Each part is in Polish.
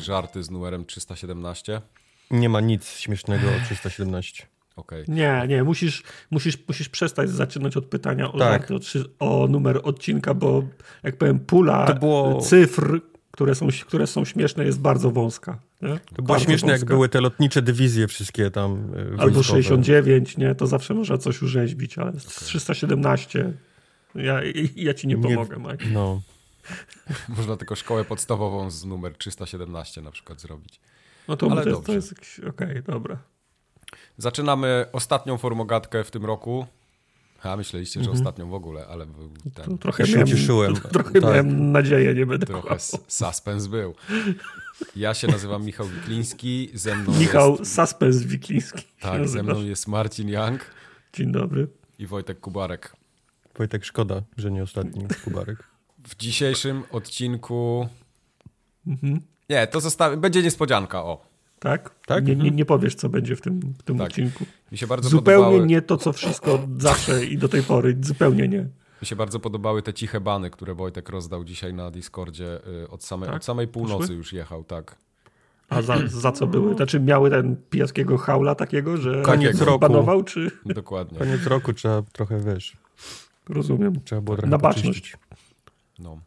żarty z numerem 317? Nie ma nic śmiesznego o 317. Okay. Nie, musisz przestać zaczynać od pytania o żarty, o numer odcinka, bo jak powiem, pula cyfr, które są śmieszne, jest bardzo wąska. Nie? To było śmieszne, jak były te lotnicze dywizje wszystkie tam wojskowe. Albo 69, nie? To zawsze można coś urzeźbić, ale 317 ja ci nie pomogę, Mike. No. Można tylko szkołę podstawową z numer 317 na przykład zrobić. No to jest jakiś... Okej, dobra. Zaczynamy ostatnią formogatkę w tym roku. Myśleliście, że ostatnią w ogóle, ale był ten... Trochę się ucieszyłem. Trochę miałem nadzieję, nie będę Trochę suspens był. Ja się nazywam Michał Wikliński. Ze mną Michał Suspens Wikliński. Tak, ze mną jest Marcin Young. Dzień dobry. I Wojtek Kubarek. Wojtek, szkoda, że nie ostatni Kubarek. W dzisiejszym odcinku... Nie, to będzie niespodzianka, Tak? Tak? Nie powiesz, co będzie w tym odcinku. Mi się bardzo zupełnie nie to, co wszystko zawsze i do tej pory. Zupełnie nie. Mi się bardzo podobały te ciche bany, które Wojtek rozdał dzisiaj na Discordzie. Od samej północy Poszły? już jechał, tak. A za co były? Znaczy miały ten pijackiego haula takiego, że koniec roku banował, czy... Dokładnie. Koniec roku trzeba trochę, Rozumiem. Trzeba było trochę na baczność. poczyścić. No.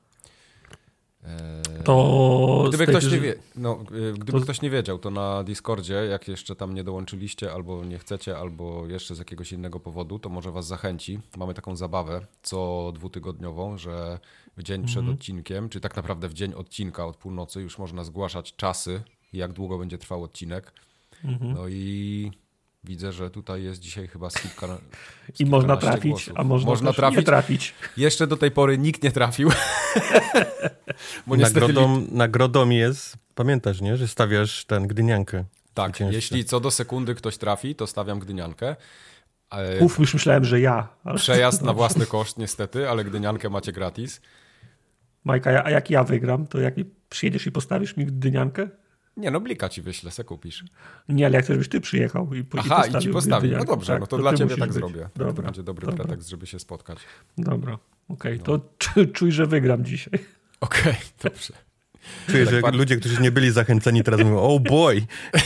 To Gdyby ktoś nie wiedział, to na Discordzie, jak jeszcze tam nie dołączyliście, albo nie chcecie, albo jeszcze z jakiegoś innego powodu, to może was zachęci. Mamy taką zabawę co dwutygodniową, że w dzień przed odcinkiem, czy tak naprawdę w dzień odcinka od północy już można zgłaszać czasy, jak długo będzie trwał odcinek. No i widzę, że tutaj jest dzisiaj chyba I można trafić, głosów. A można nie trafić. Jeszcze do tej pory nikt nie trafił. Bo nagrodą jest, pamiętasz, nie, że stawiasz gdyniankę. Tak, jeśli co do sekundy ktoś trafi, to stawiam gdyniankę. Już myślałem, że ja. Ale... Przejazd na własny koszt niestety, ale gdyniankę macie gratis. Majka, a jak ja wygram, to jak przyjedziesz i postawisz mi gdyniankę? Nie, blika ci wyślę, se kupisz. Nie, ale jak chcesz, żebyś ty przyjechał i ci postawił. No dobrze, tak, no to dla ciebie tak być. zrobię. Dobra, to będzie dobry pretekst, żeby się spotkać. Dobra, okej. To czuj, że wygram dzisiaj. Okej, dobrze. Czuję, że ludzie, którzy nie byli zachęceni, teraz mówią, oh boy.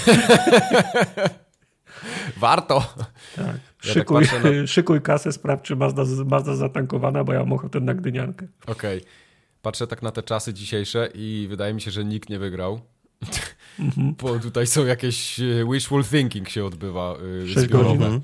Warto. Tak. Ja szykuj kasę, sprawdź, czy Mazda zatankowana, bo ja mam ochotę na gdyniankę. Okej. Patrzę tak na te czasy dzisiejsze i wydaje mi się, że nikt nie wygrał. Bo tutaj są jakieś wishful thinking się odbywa zbiorowe.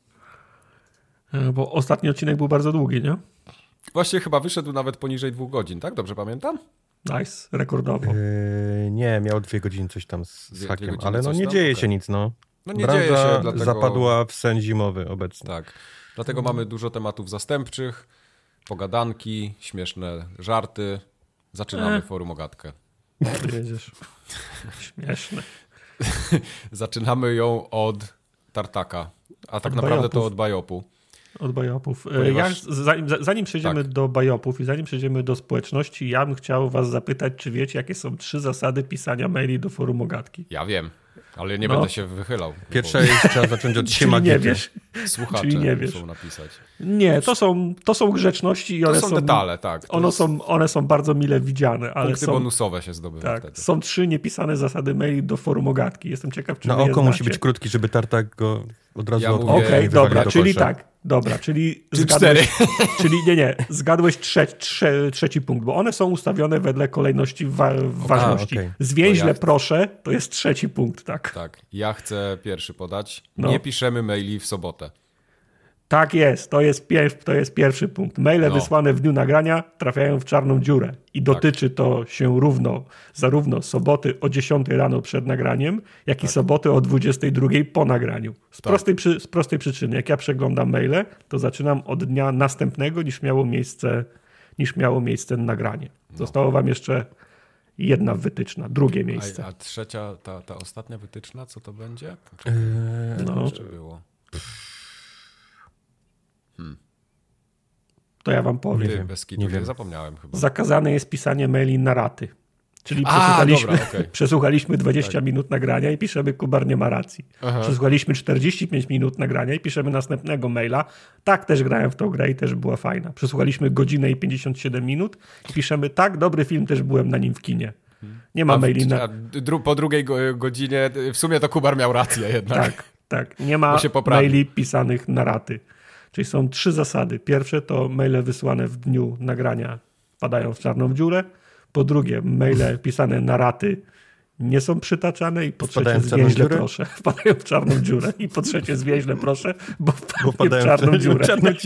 Bo ostatni odcinek był bardzo długi, nie? Właśnie chyba wyszedł nawet poniżej 2 godzin, tak? Dobrze pamiętam? Nice, rekordowo. Nie, miał 2 godziny coś tam z hakiem, ale nie tam? dzieje się nic, No nie Branża dzieje się, dlatego... zapadła w sen zimowy obecnie. Tak, dlatego mamy dużo tematów zastępczych, pogadanki, śmieszne żarty. Zaczynamy forumogatkę. Jedziesz. Śmieszne. Zaczynamy ją od Tartaka, a tak naprawdę to od Bajopu. Od bajopów. Ponieważ... Zanim przejdziemy do bajopów i zanim przejdziemy do społeczności, ja bym chciał was zapytać, czy wiecie, jakie są 3 zasady pisania maili do forumogatki? Ja wiem, ale nie będę się wychylał. Pierwsza jest, trzeba zacząć od siemagiki. Nie wiesz. Słuchacze Czyli nie wiesz. muszą napisać. Nie, to są grzeczności i to są detale, tak. One są bardzo mile widziane. Ale punkty bonusowe się zdobywa wtedy. Są 3 niepisane zasady maili do forumogatki. Jestem ciekaw, czy na oko musi być krótki, żeby Tartak go od razu Okej, dobra, czyli tak. Dobra, czyli zgadłeś, 4. Czyli zgadłeś trzeci punkt, bo one są ustawione wedle kolejności ważności. Okay. Zwięźle proszę, to jest 3. punkt, tak? Tak, ja chcę pierwszy podać. Nie piszemy maili w sobotę. Tak jest, to jest pierwszy punkt. Maile wysłane w dniu nagrania trafiają w czarną dziurę i dotyczy to się zarówno soboty o 10 rano przed nagraniem, jak i soboty o 22 po nagraniu. Z prostej przyczyny. Jak ja przeglądam maile, to zaczynam od dnia następnego niż miało miejsce nagranie. Zostało wam jeszcze jedna wytyczna, drugie miejsce. A trzecia, ta ostatnia wytyczna, co to będzie? Co jeszcze było? To ja wam powiem. Nie wiem, zapomniałem chyba. Zakazane jest pisanie maili na raty. Czyli przesłuchaliśmy 20 minut nagrania i piszemy Kubar nie ma racji. Przesłuchaliśmy 45 minut nagrania i piszemy następnego maila. Tak, też grałem w tą grę i też była fajna. Przesłuchaliśmy godzinę i 57 minut i piszemy tak, dobry film, też byłem na nim w kinie. Nie ma maili na... Po drugiej godzinie w sumie to Kubar miał rację jednak. Tak. Nie ma maili pisanych na raty. Czyli są 3 zasady. Pierwsze to maile wysłane w dniu nagrania wpadają w czarną dziurę. Po drugie, maile pisane na raty nie są przytaczane i po trzecie zwięźle proszę, wpadają w czarną dziurę i po trzecie zwięźle proszę, bo wpadają w czarną dziurę.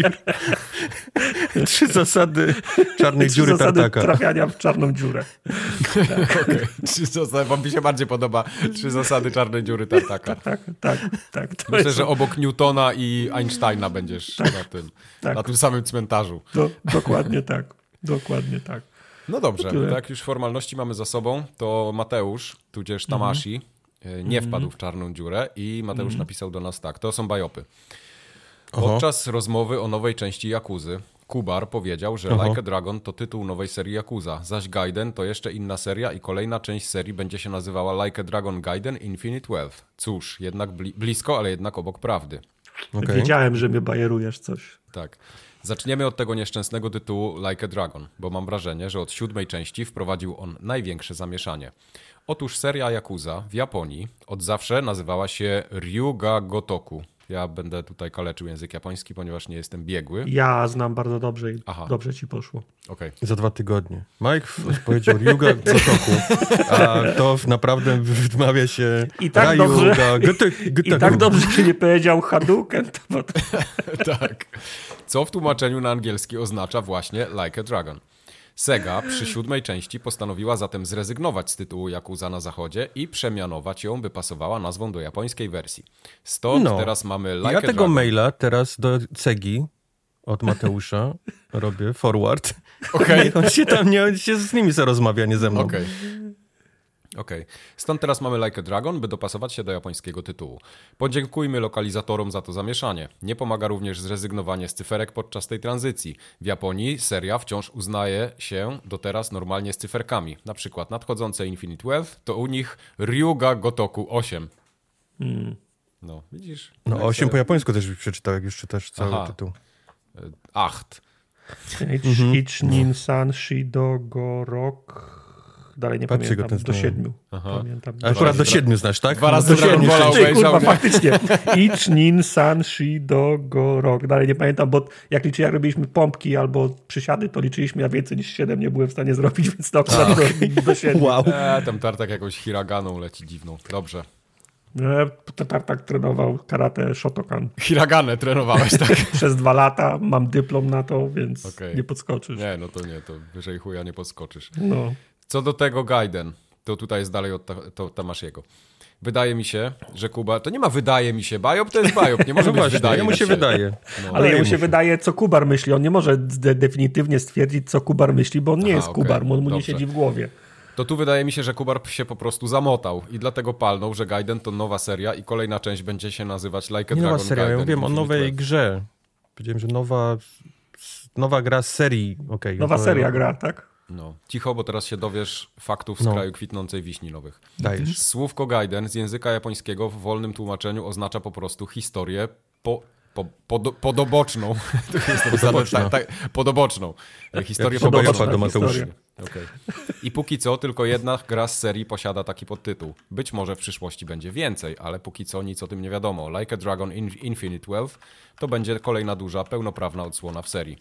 3 zasady czarnej dziury 3 zasady tartaka. trafiania w czarną dziurę. Tak. Okay. 3 zasady, bo mi się bardziej podoba 3 zasady czarnej dziury tartaka. Tak. Myślę, że obok Newtona i Einsteina będziesz na tym samym cmentarzu. Dokładnie tak. No dobrze, to jak już formalności mamy za sobą, to Mateusz, tudzież Tamashi, nie wpadł w czarną dziurę i Mateusz napisał do nas tak. To są bajopy. Podczas rozmowy o nowej części Yakuzy Kubar powiedział, że Like a Dragon to tytuł nowej serii Yakuza, zaś Gaiden to jeszcze inna seria i kolejna część serii będzie się nazywała Like a Dragon Gaiden Infinite Wealth. Cóż, jednak blisko, ale jednak obok prawdy. Okay. Wiedziałem, że mnie bajerujesz coś. Tak. Zaczniemy od tego nieszczęsnego tytułu Like a Dragon, bo mam wrażenie, że od 7. części wprowadził on największe zamieszanie. Otóż seria Yakuza w Japonii od zawsze nazywała się Ryuga Gotoku. Ja będę tutaj kaleczył język japoński, ponieważ nie jestem biegły. Ja znam bardzo dobrze i dobrze ci poszło. Okay. Za 2 tygodnie. Mike powiedział Ryuga Gotoku, a to naprawdę wymawia się i tak dobrze, i tak dobrze, że nie powiedział Hadouken. Tak. Co w tłumaczeniu na angielski oznacza właśnie Like a Dragon. Sega przy 7. części postanowiła zatem zrezygnować z tytułu Yakuza na zachodzie i przemianować ją, by pasowała nazwą do japońskiej wersji. Stąd teraz mamy Like a Dragon. Ja tego maila teraz do Segi od Mateusza robię forward. Okay. Niech on się tam nie z nimi rozmawia, nie ze mną. Okej. Stąd teraz mamy Like a Dragon, by dopasować się do japońskiego tytułu. Podziękujmy lokalizatorom za to zamieszanie. Nie pomaga również zrezygnowanie z cyferek podczas tej tranzycji. W Japonii seria wciąż uznaje się do teraz normalnie z cyferkami. Na przykład nadchodzące Infinite Wealth to u nich Ryuga Gotoku 8. No, widzisz? No 8 po japońsku też przeczytał, jak już czytasz cały tytuł. 8. Ichnin San Shido Gorok. Dalej nie pamiętam, do 7. Pamiętam. Akurat do 7 znasz, tak? 2 razy Dragon Balla obejrzał. Faktycznie. Ichnin San Shido Gorok. Dalej nie pamiętam, bo jak liczyłem, jak robiliśmy pompki albo przysiady, to liczyliśmy, a więcej niż 7 nie byłem w stanie zrobić, więc to akurat do 7. Wow. Tam Tartak jakąś hiraganą leci dziwną. Dobrze. Tartak trenował karate Shotokan. Hiraganę trenowałeś, tak? Przez 2 lata, mam dyplom na to, więc nie podskoczysz. Nie, no to nie, to wyżej chuja nie podskoczysz. No. Co do tego Gaiden, to tutaj jest dalej od Tamashiego. Wydaje mi się, że Kuba... To nie ma wydaje mi się, bajop to jest bajop, nie może być wydaje mu się wydaje. No. Ale jemu się wydaje, co Kubar myśli. On nie może definitywnie stwierdzić, co Kubar myśli, bo on nie jest Kubar, mu nie siedzi w głowie. To tu wydaje mi się, że Kubar się po prostu zamotał i dlatego palnął, że Gaiden to nowa seria i kolejna część będzie się nazywać Like a Dragon nowa seria, Gaiden. Ja mówiłem o nowej grze. Powiedziałem, że nowa gra z serii. Nowa seria gra, tak? No, cicho, bo teraz się dowiesz faktów z kraju kwitnącej wiśni nowych. Dajesz. Słówko Gaiden z języka japońskiego w wolnym tłumaczeniu oznacza po prostu historię podoboczną. Podoboczną. Historię podoboczną. Okay. I póki co tylko jedna gra z serii posiada taki podtytuł. Być może w przyszłości będzie więcej, ale póki co nic o tym nie wiadomo. Like a Dragon Infinite Wealth to będzie kolejna duża, pełnoprawna odsłona w serii.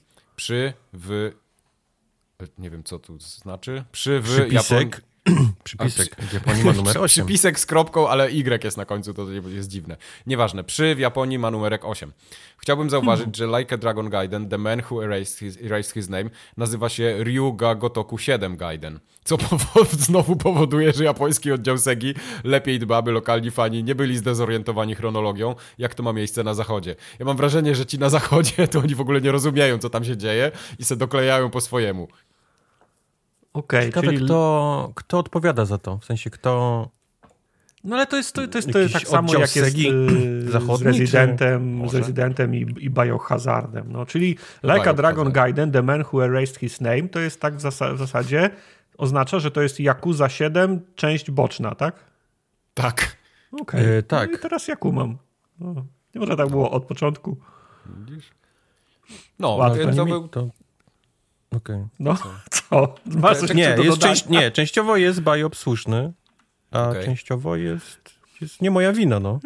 Nie wiem, co tu znaczy. Przypisek w Japonii ma numer 8. Przypisek z kropką, ale Y jest na końcu, to jest dziwne. Nieważne. W Japonii ma numerek 8. Chciałbym zauważyć, że Like a Dragon Gaiden, The Man Who Erased His Name, nazywa się Ryuga Gotoku 7 Gaiden. Co znowu powoduje, że japoński oddział Segi lepiej dba, by lokalni fani nie byli zdezorientowani chronologią, jak to ma miejsce na zachodzie. Ja mam wrażenie, że ci na zachodzie to oni w ogóle nie rozumieją, co tam się dzieje i se doklejają po swojemu. Ciekawe, czyli kto odpowiada za to? W sensie kto... No ale to jest tak samo jak jest z Residentem i Biohazardem. No, czyli Like a Dragon Gaiden, The Man Who Erased His Name, to jest tak w zasadzie oznacza, że to jest Yakuza 7, część boczna, tak? Tak. Tak. No i teraz ja kumam. Nie może tak było od początku. Widzisz? No, Okej. No, co? Masz coś Nie, do dodania? częściowo jest biop słuszny, a częściowo jest nie moja wina, no.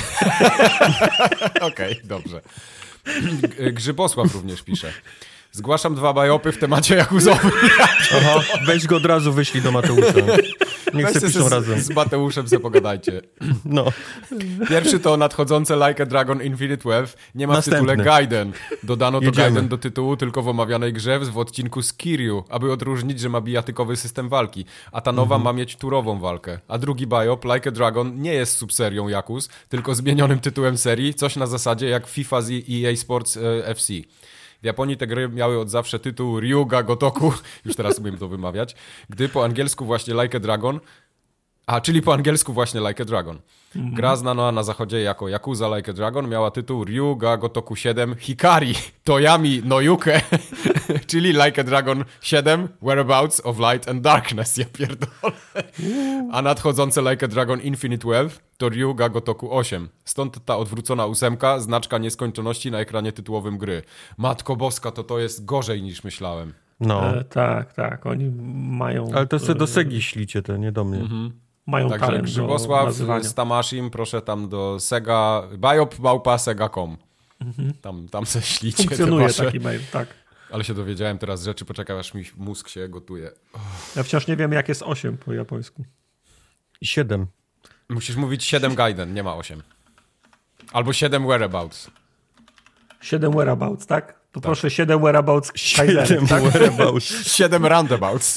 Okej, dobrze. Grzybosław również pisze. Zgłaszam 2 biopy w temacie jakuzowym. Aha, weź go od razu, wyślij do Mateusza. Niech se piszą razem. Z Mateuszem se pogadajcie. No. Pierwszy to nadchodzące Like a Dragon Infinite Wealth. Nie ma Następny. w tytule Gaiden. Dodano to Jedziemy. Gaiden do tytułu tylko w omawianej grze w odcinku z Kiryu, aby odróżnić, że ma bijatykowy system walki, a ta nowa ma mieć turową walkę. A drugi biop, Like a Dragon, nie jest subserią Yakuz, tylko zmienionym tytułem serii, coś na zasadzie jak FIFA z EA Sports FC. W Japonii te gry miały od zawsze tytuł Ryuga Gotoku, już teraz umiem to wymawiać, gdy po angielsku właśnie Like a Dragon, czyli po angielsku właśnie Like a Dragon. Gra znana na zachodzie jako Yakuza Like a Dragon miała tytuł Ryuga Gotoku 7 Hikari Toyami no Yuke, czyli Like a Dragon 7 Whereabouts of Light and Darkness, ja pierdolę. A nadchodzące Like a Dragon Infinite Wealth to Ryuga Gotoku 8. Stąd ta odwrócona 8, znaczka nieskończoności na ekranie tytułowym gry. Matko Boska, to jest gorzej niż myślałem. No. Tak, oni mają... Ale to sobie do Segi ślicie, to nie do mnie. Mają Także talent do Grzybosław nazywania. z Tamashim, proszę tam do Sega, biop@sega.com. Tam se ślicie te Funkcjonuje wasze. taki mail, tak. Ale się dowiedziałem teraz rzeczy, poczekaj aż mi mózg się gotuje. Ja wciąż nie wiem, jak jest 8 po japońsku. 7. Musisz mówić 7 Gaiden, nie ma 8. Albo 7 Whereabouts. 7 whereabouts, tak? To proszę 7 whereabouts Kaiserem, tak? Whereabouts. 7 Roundabouts.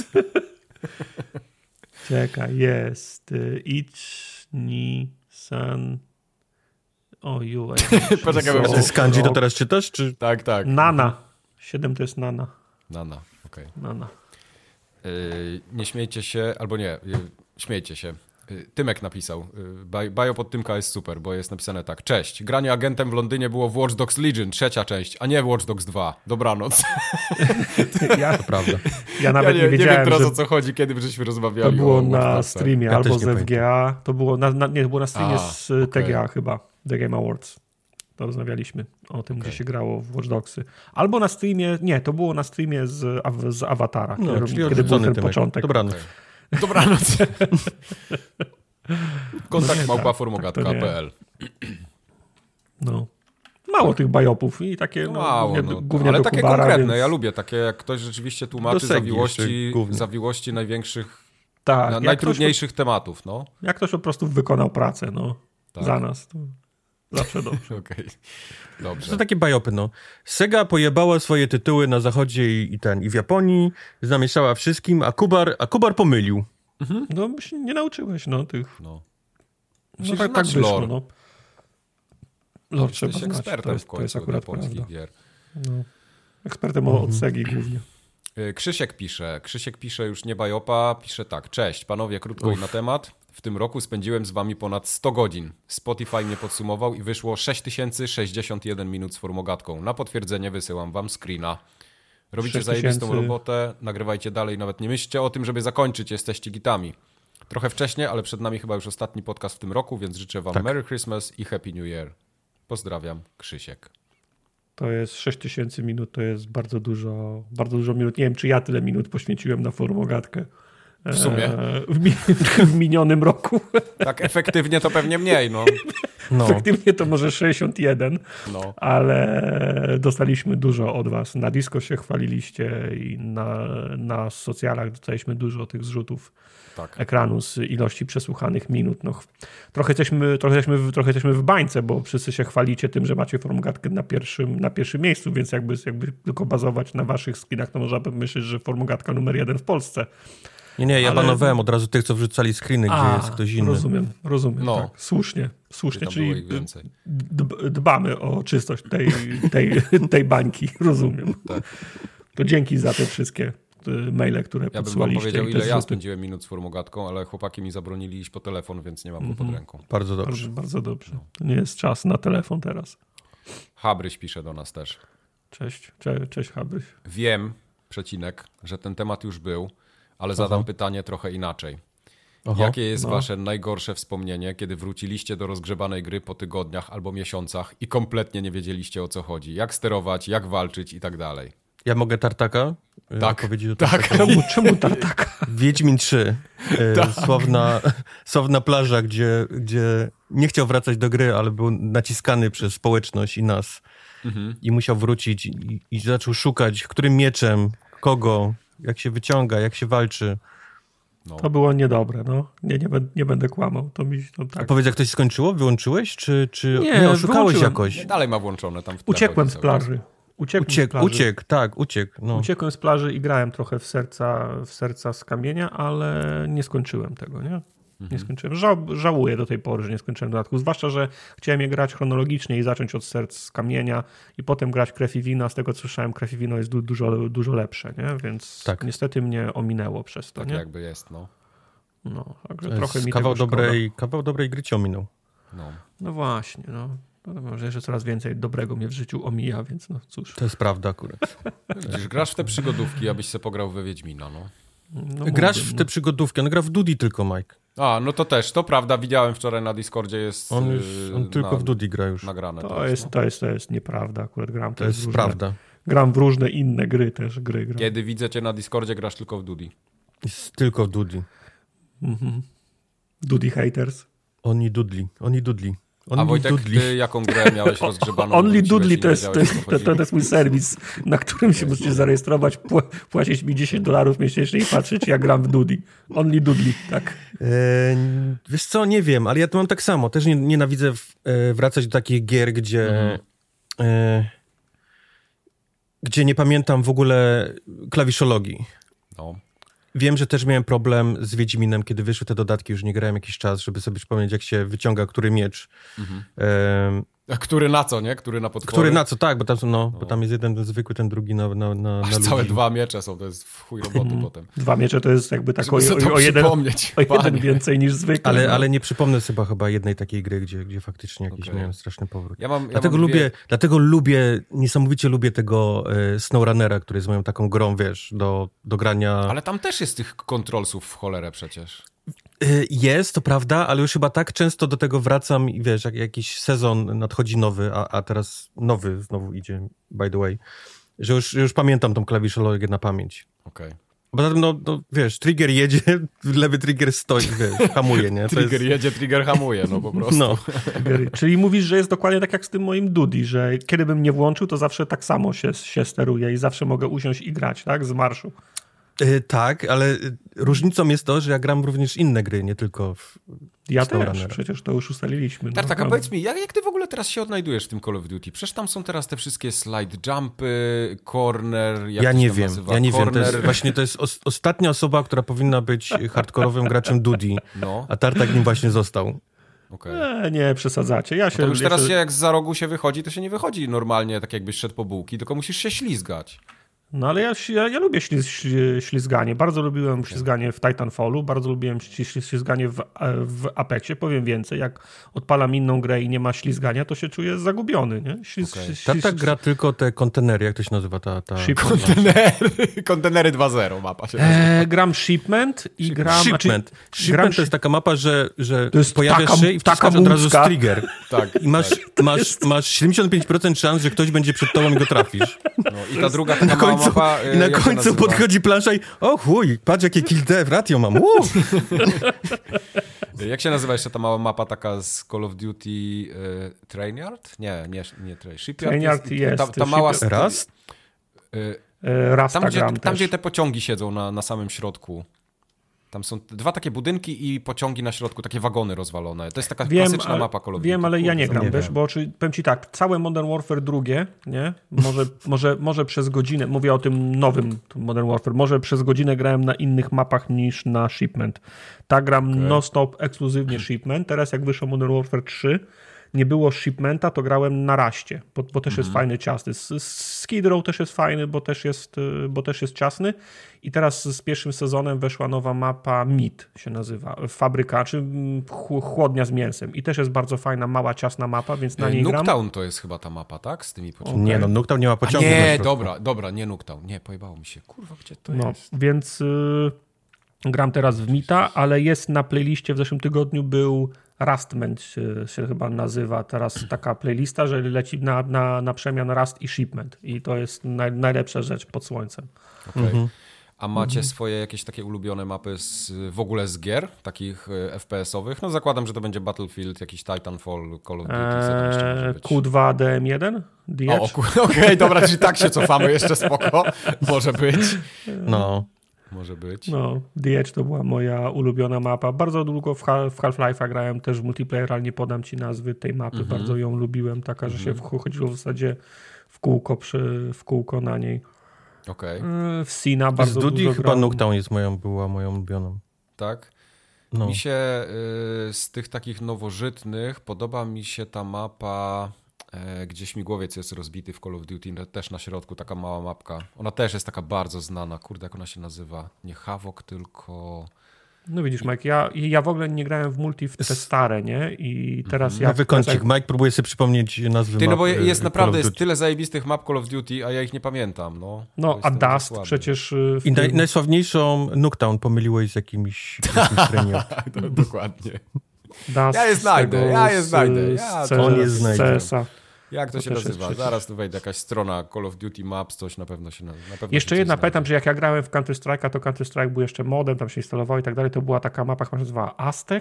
Czekaj, jest Ichi-ni-san... Poczekaj, bo A ty z kanji to teraz czytasz, czy... Tak. Nana. 7 to jest Nana. Nana, okej. Nana. Nie śmiejcie się, albo nie, śmiejcie się. Tymek napisał, biop od Tymka jest super, bo jest napisane tak. Cześć, granie agentem w Londynie było w Watch Dogs Legion, 3. część, a nie w Watch Dogs 2. Dobranoc. Ja, To prawda. ja nawet nie nie wiem wiedziałem, teraz że o co chodzi, kiedy żeśmy rozmawiali to było o Watch na Dogsach. streamie Ja albo też z nie FGA. To było to było na streamie z okej. TGA chyba, The Game Awards. To rozmawialiśmy o tym, gdzie się grało w Watch Dogsy. Albo na streamie, nie, to było na streamie z Awatara, No, czyli kiedy był odrzucony ten Tymek. początek. Dobranoc. Dobranoc. Kontakt tak, małpa.formogatka.pl. No. Mało tych biopów i takie Mało, głównie ale do takie Kubara, konkretne, więc... ja lubię takie, jak ktoś rzeczywiście tłumaczy Do Segi zawiłości największych, Tak, jak najtrudniejszych tematów, no. Ktoś, jak ktoś po prostu wykonał pracę, Tak. za nas, to zawsze dobrze. Okej, dobrze. To takie biopy, no. Sega pojebała swoje tytuły na zachodzie i w Japonii, zamieszała wszystkim, a Kubar pomylił. No, bo się nie nauczyłeś, tych... No. No tak wyszło, lore. no. Lore trzeba Jesteś znać, ekspertem w to jest końcu od akurat japońskich prawda. gier. No. Ekspertem od Segi głównie. Krzysiek pisze już nie bajopa, pisze tak. Cześć, panowie, krótko i na temat. W tym roku spędziłem z wami ponad 100 godzin. Spotify mnie podsumował i wyszło 6061 minut z formogatką. Na potwierdzenie wysyłam wam screena. Robicie 6000. zajebistą robotę, nagrywajcie dalej, nawet nie myślcie o tym, żeby zakończyć, jesteście gitami. Trochę wcześnie, ale przed nami chyba już ostatni podcast w tym roku, więc życzę wam Merry Christmas i Happy New Year. Pozdrawiam, Krzysiek. To jest 6000 minut, to jest bardzo dużo minut. Nie wiem, czy ja tyle minut poświęciłem na formogatkę. W sumie. W minionym roku. Tak efektywnie to pewnie mniej, no. Efektywnie to może 61, No. ale dostaliśmy dużo od was. Na Disco się chwaliliście i na socjalach dostaliśmy dużo tych zrzutów Tak. ekranu z ilości przesłuchanych minut. Trochę jesteśmy w bańce, bo wszyscy się chwalicie tym, że macie formogatkę na pierwszym miejscu, więc jakby tylko bazować na waszych skinach, to można by myśleć, że formogatka numer 1 w Polsce. Nie, ja banowałem od razu tych, co wrzucali screeny, gdzie jest ktoś inny. Rozumiem, No. tak. Słusznie, Tam było czyli ich więcej. dbamy o czystość tej bańki, rozumiem. Tak. To dzięki za te wszystkie maile, które Ja bym wam podsyłaliście. powiedział, i te ile ja zrzuty. spędziłem minut z formogatką, ale chłopaki mi zabronili iść po telefon, więc nie mam go pod ręką. Bardzo dobrze. Bardzo dobrze. To nie jest czas na telefon teraz. Habryś pisze do nas też. Cześć Habryś. Wiem, że ten temat już był, ale zadam pytanie trochę inaczej. Jakie jest wasze najgorsze wspomnienie, kiedy wróciliście do rozgrzebanej gry po tygodniach albo miesiącach i kompletnie nie wiedzieliście, o co chodzi? Jak sterować, jak walczyć i tak dalej? Ja mogę Tartaka powiedzieć o tak. Tartaku? Czemu Tartaka? Wiedźmin 3. Sławna plaża, gdzie nie chciał wracać do gry, ale był naciskany przez społeczność i nas. I musiał wrócić i zaczął szukać, którym mieczem, kogo, jak się wyciąga, jak się walczy. No. To było niedobre, no. Nie będę kłamał. Tak. A powiedz, jak to się skończyło? Wyłączyłeś? Czy Nie, oszukałeś jakoś? Dalej ma włączone tam w tle. Uciekłem z plaży. Uciekł. No. Uciekłem z plaży i grałem trochę w serca z kamienia, ale nie skończyłem tego, nie? Nie skończyłem. Żałuję do tej pory, że nie skończyłem dodatku. Zwłaszcza, że chciałem je grać chronologicznie i zacząć od Serc z kamienia i potem grać Krew i wina. Z tego co słyszałem, Krew i wino jest dużo lepsze, nie? Więc niestety mnie ominęło przez to, tak nie? jakby jest, no. No, także trochę mi kawał dobrej gry cię ominął. No właśnie, no. Może jeszcze coraz więcej dobrego mnie w życiu omija, więc no cóż. To jest prawda akurat. Widzisz, grasz w te przygodówki, abyś se pograł we Wiedźmina, no. Grasz w te przygodówki, on gra w Duty tylko, Mike. A, no to też, to prawda, widziałem wczoraj na Discordzie, jest on tylko w Duty gra już. Nagrane. To jest nieprawda, akurat gram. To jest prawda. Gram w różne inne gry też, gram. Kiedy widzę cię na Discordzie, grasz tylko w Duty. Jest tylko w Duty. Duty haters. Oni Dudley. A Wojtek, ty jaką grę miałeś rozgrzebaną? Only Dudley to jest mój serwis, na którym się musicie zarejestrować, płacić mi $10 miesięcznie i patrzeć, jak gram w Dudley. Only Dudley, tak. Wiesz co, nie wiem, ale ja to mam tak samo. Też nienawidzę wracać do takich gier, gdzie nie pamiętam w ogóle klawiszologii. No. Wiem, że też miałem problem z Wiedźminem, kiedy wyszły te dodatki, już nie grałem jakiś czas, żeby sobie przypomnieć, jak się wyciąga który miecz. A który na co, nie? Który na potwory? Który na co, tak, bo tam, bo tam jest jeden zwykły, ten drugi na ludzi. Całe 2 miecze są, to jest w chuj roboty potem. 2 miecze to jest jakby tak o jeden więcej niż zwykle. Ale nie przypomnę sobie chyba jednej takiej gry, gdzie faktycznie jakiś miałem straszny powrót. Dlatego niesamowicie lubię tego SnowRunnera, który jest moją taką grą, wiesz, do grania. Ale tam też jest tych kontrolsów w cholerę przecież. Jest, to prawda, ale już chyba tak często do tego wracam i wiesz, jak jakiś sezon nadchodzi nowy, a teraz nowy znowu idzie, by the way, że już pamiętam tą klawiszologię na pamięć. Okej. Bo zatem, no wiesz, trigger jedzie, lewy trigger stoi, wiesz, hamuje, nie? Trigger jedzie, trigger hamuje, no po prostu. No. Czyli mówisz, że jest dokładnie tak jak z tym moim Dudi, że kiedy bym nie włączył, to zawsze tak samo się steruje i zawsze mogę usiąść i grać, tak? Z marszu. Tak, ale różnicą jest to, że ja gram również inne gry, nie tylko w Ja też, przecież to już ustaliliśmy. Tak, a powiedz mi, jak ty w ogóle teraz się odnajdujesz w tym Call of Duty? Przecież tam są teraz te wszystkie slide jumpy, corner, jak ja to nie się wiem, nazywa? ja nie corner. wiem. To jest ostatnia osoba, która powinna być hardkorowym graczem Duty, a Tartak nim właśnie został. Okay. Nie przesadzacie. To już teraz jak za rogu się wychodzi, to się nie wychodzi normalnie, tak jakbyś szedł po bułki, tylko musisz się ślizgać. No ale ja lubię ślizganie. Bardzo lubiłem ślizganie w Titanfallu, bardzo lubiłem ślizganie w Apexie. Powiem więcej, jak odpalam inną grę i nie ma ślizgania, to się czuję zagubiony. Nie? Tak gra tylko te kontenery, jak to się nazywa? Kontenery 2.0 mapa się nazywa. Gram Shipment i gram... Shipment to jest taka mapa, że pojawiasz się i wciskasz od razu z trigger. Tak, i masz 75% szans, że ktoś będzie przed tobą i go trafisz. No, i ta druga taka mała mapa... I na końcu podchodzi plansza i o chuj, patrz jakie kill dev ratio mam. Jak się nazywa jeszcze ta mała mapa taka z Call of Duty Trainyard? Nie Shipyard. Trainyard jest. Ta mała... Raz? Tam, gdzie te pociągi siedzą na samym środku. Tam są 2 takie budynki i pociągi na środku, takie wagony rozwalone. To jest taka klasyczna mapa Call of Duty. Wiem, ale ja nie gram, wiesz, bo powiem ci tak, całe Modern Warfare 2, nie? Może przez godzinę, mówię o tym nowym Modern Warfare, może przez godzinę grałem na innych mapach niż na Shipment. Tak gram non-stop, ekskluzywnie Shipment. Teraz jak wyszło Modern Warfare 3, nie było Shipmenta, to grałem na Raście, bo też jest fajny, ciasny. Skid Row też jest fajny, bo też jest ciasny. I teraz z pierwszym sezonem weszła nowa mapa Meat się nazywa. Fabryka, czy chłodnia z mięsem. I też jest bardzo fajna, mała, ciasna mapa, więc na niej gram. Nuketown to jest chyba ta mapa, tak? Z tymi pociągami. Nie, no Nuketown nie ma pociągów. Nie, dobra, nie Nuketown. Nie, pojebało mi się. Kurwa, gdzie to jest? Więc... Gram teraz w Mita, ale jest na playliście, w zeszłym tygodniu był Rustment się chyba nazywa teraz taka playlista, że leci na przemian Rust i Shipment i to jest najlepsza rzecz pod słońcem. Okay. A macie swoje jakieś takie ulubione mapy w ogóle z gier, takich FPS-owych? No zakładam, że to będzie Battlefield, jakiś Titanfall, Call of Duty, co tam jeszcze może być? Q2 DM1? Okej, dobra, czyli tak się cofamy jeszcze, spoko. Może być. No. Może być. No, The Edge to była moja ulubiona mapa. Bardzo długo w Half-Life'a grałem też w multiplayer, ale nie podam ci nazwy tej mapy. Bardzo ją lubiłem, taka, że się chodziło w zasadzie w kółko na niej. Okej. W Sina bardzo dużo dużo chyba Nuketown była moją ulubioną. Tak? No. Mi się z tych takich nowożytnych podoba mi się ta mapa, gdzie śmigłowiec jest rozbity w Call of Duty, też na środku, taka mała mapka. Ona też jest taka bardzo znana. Kurde, jak ona się nazywa? Nie Havoc, tylko... No widzisz, Mike, ja w ogóle nie grałem w multi w te stare, nie? I teraz ja... Wykącik. Mike próbuje sobie przypomnieć nazwy map. No bo jest naprawdę tyle zajebistych map Call of Duty, a ja ich nie pamiętam. No a Dust przecież... I najsławniejszą Nuketown pomyliłeś z jakimś treniem. Dokładnie. Dust ja je znajdę. On je znajdzie. Jak to się nazywa? Zaraz tu wejdzie jakaś strona Call of Duty Maps, coś na pewno się jeszcze jedna, pamiętam, że jak ja grałem w Counter-Strike'a, to Counter-Strike był jeszcze modem, tam się instalował i tak dalej, to była taka mapa, która się nazywała Aztec.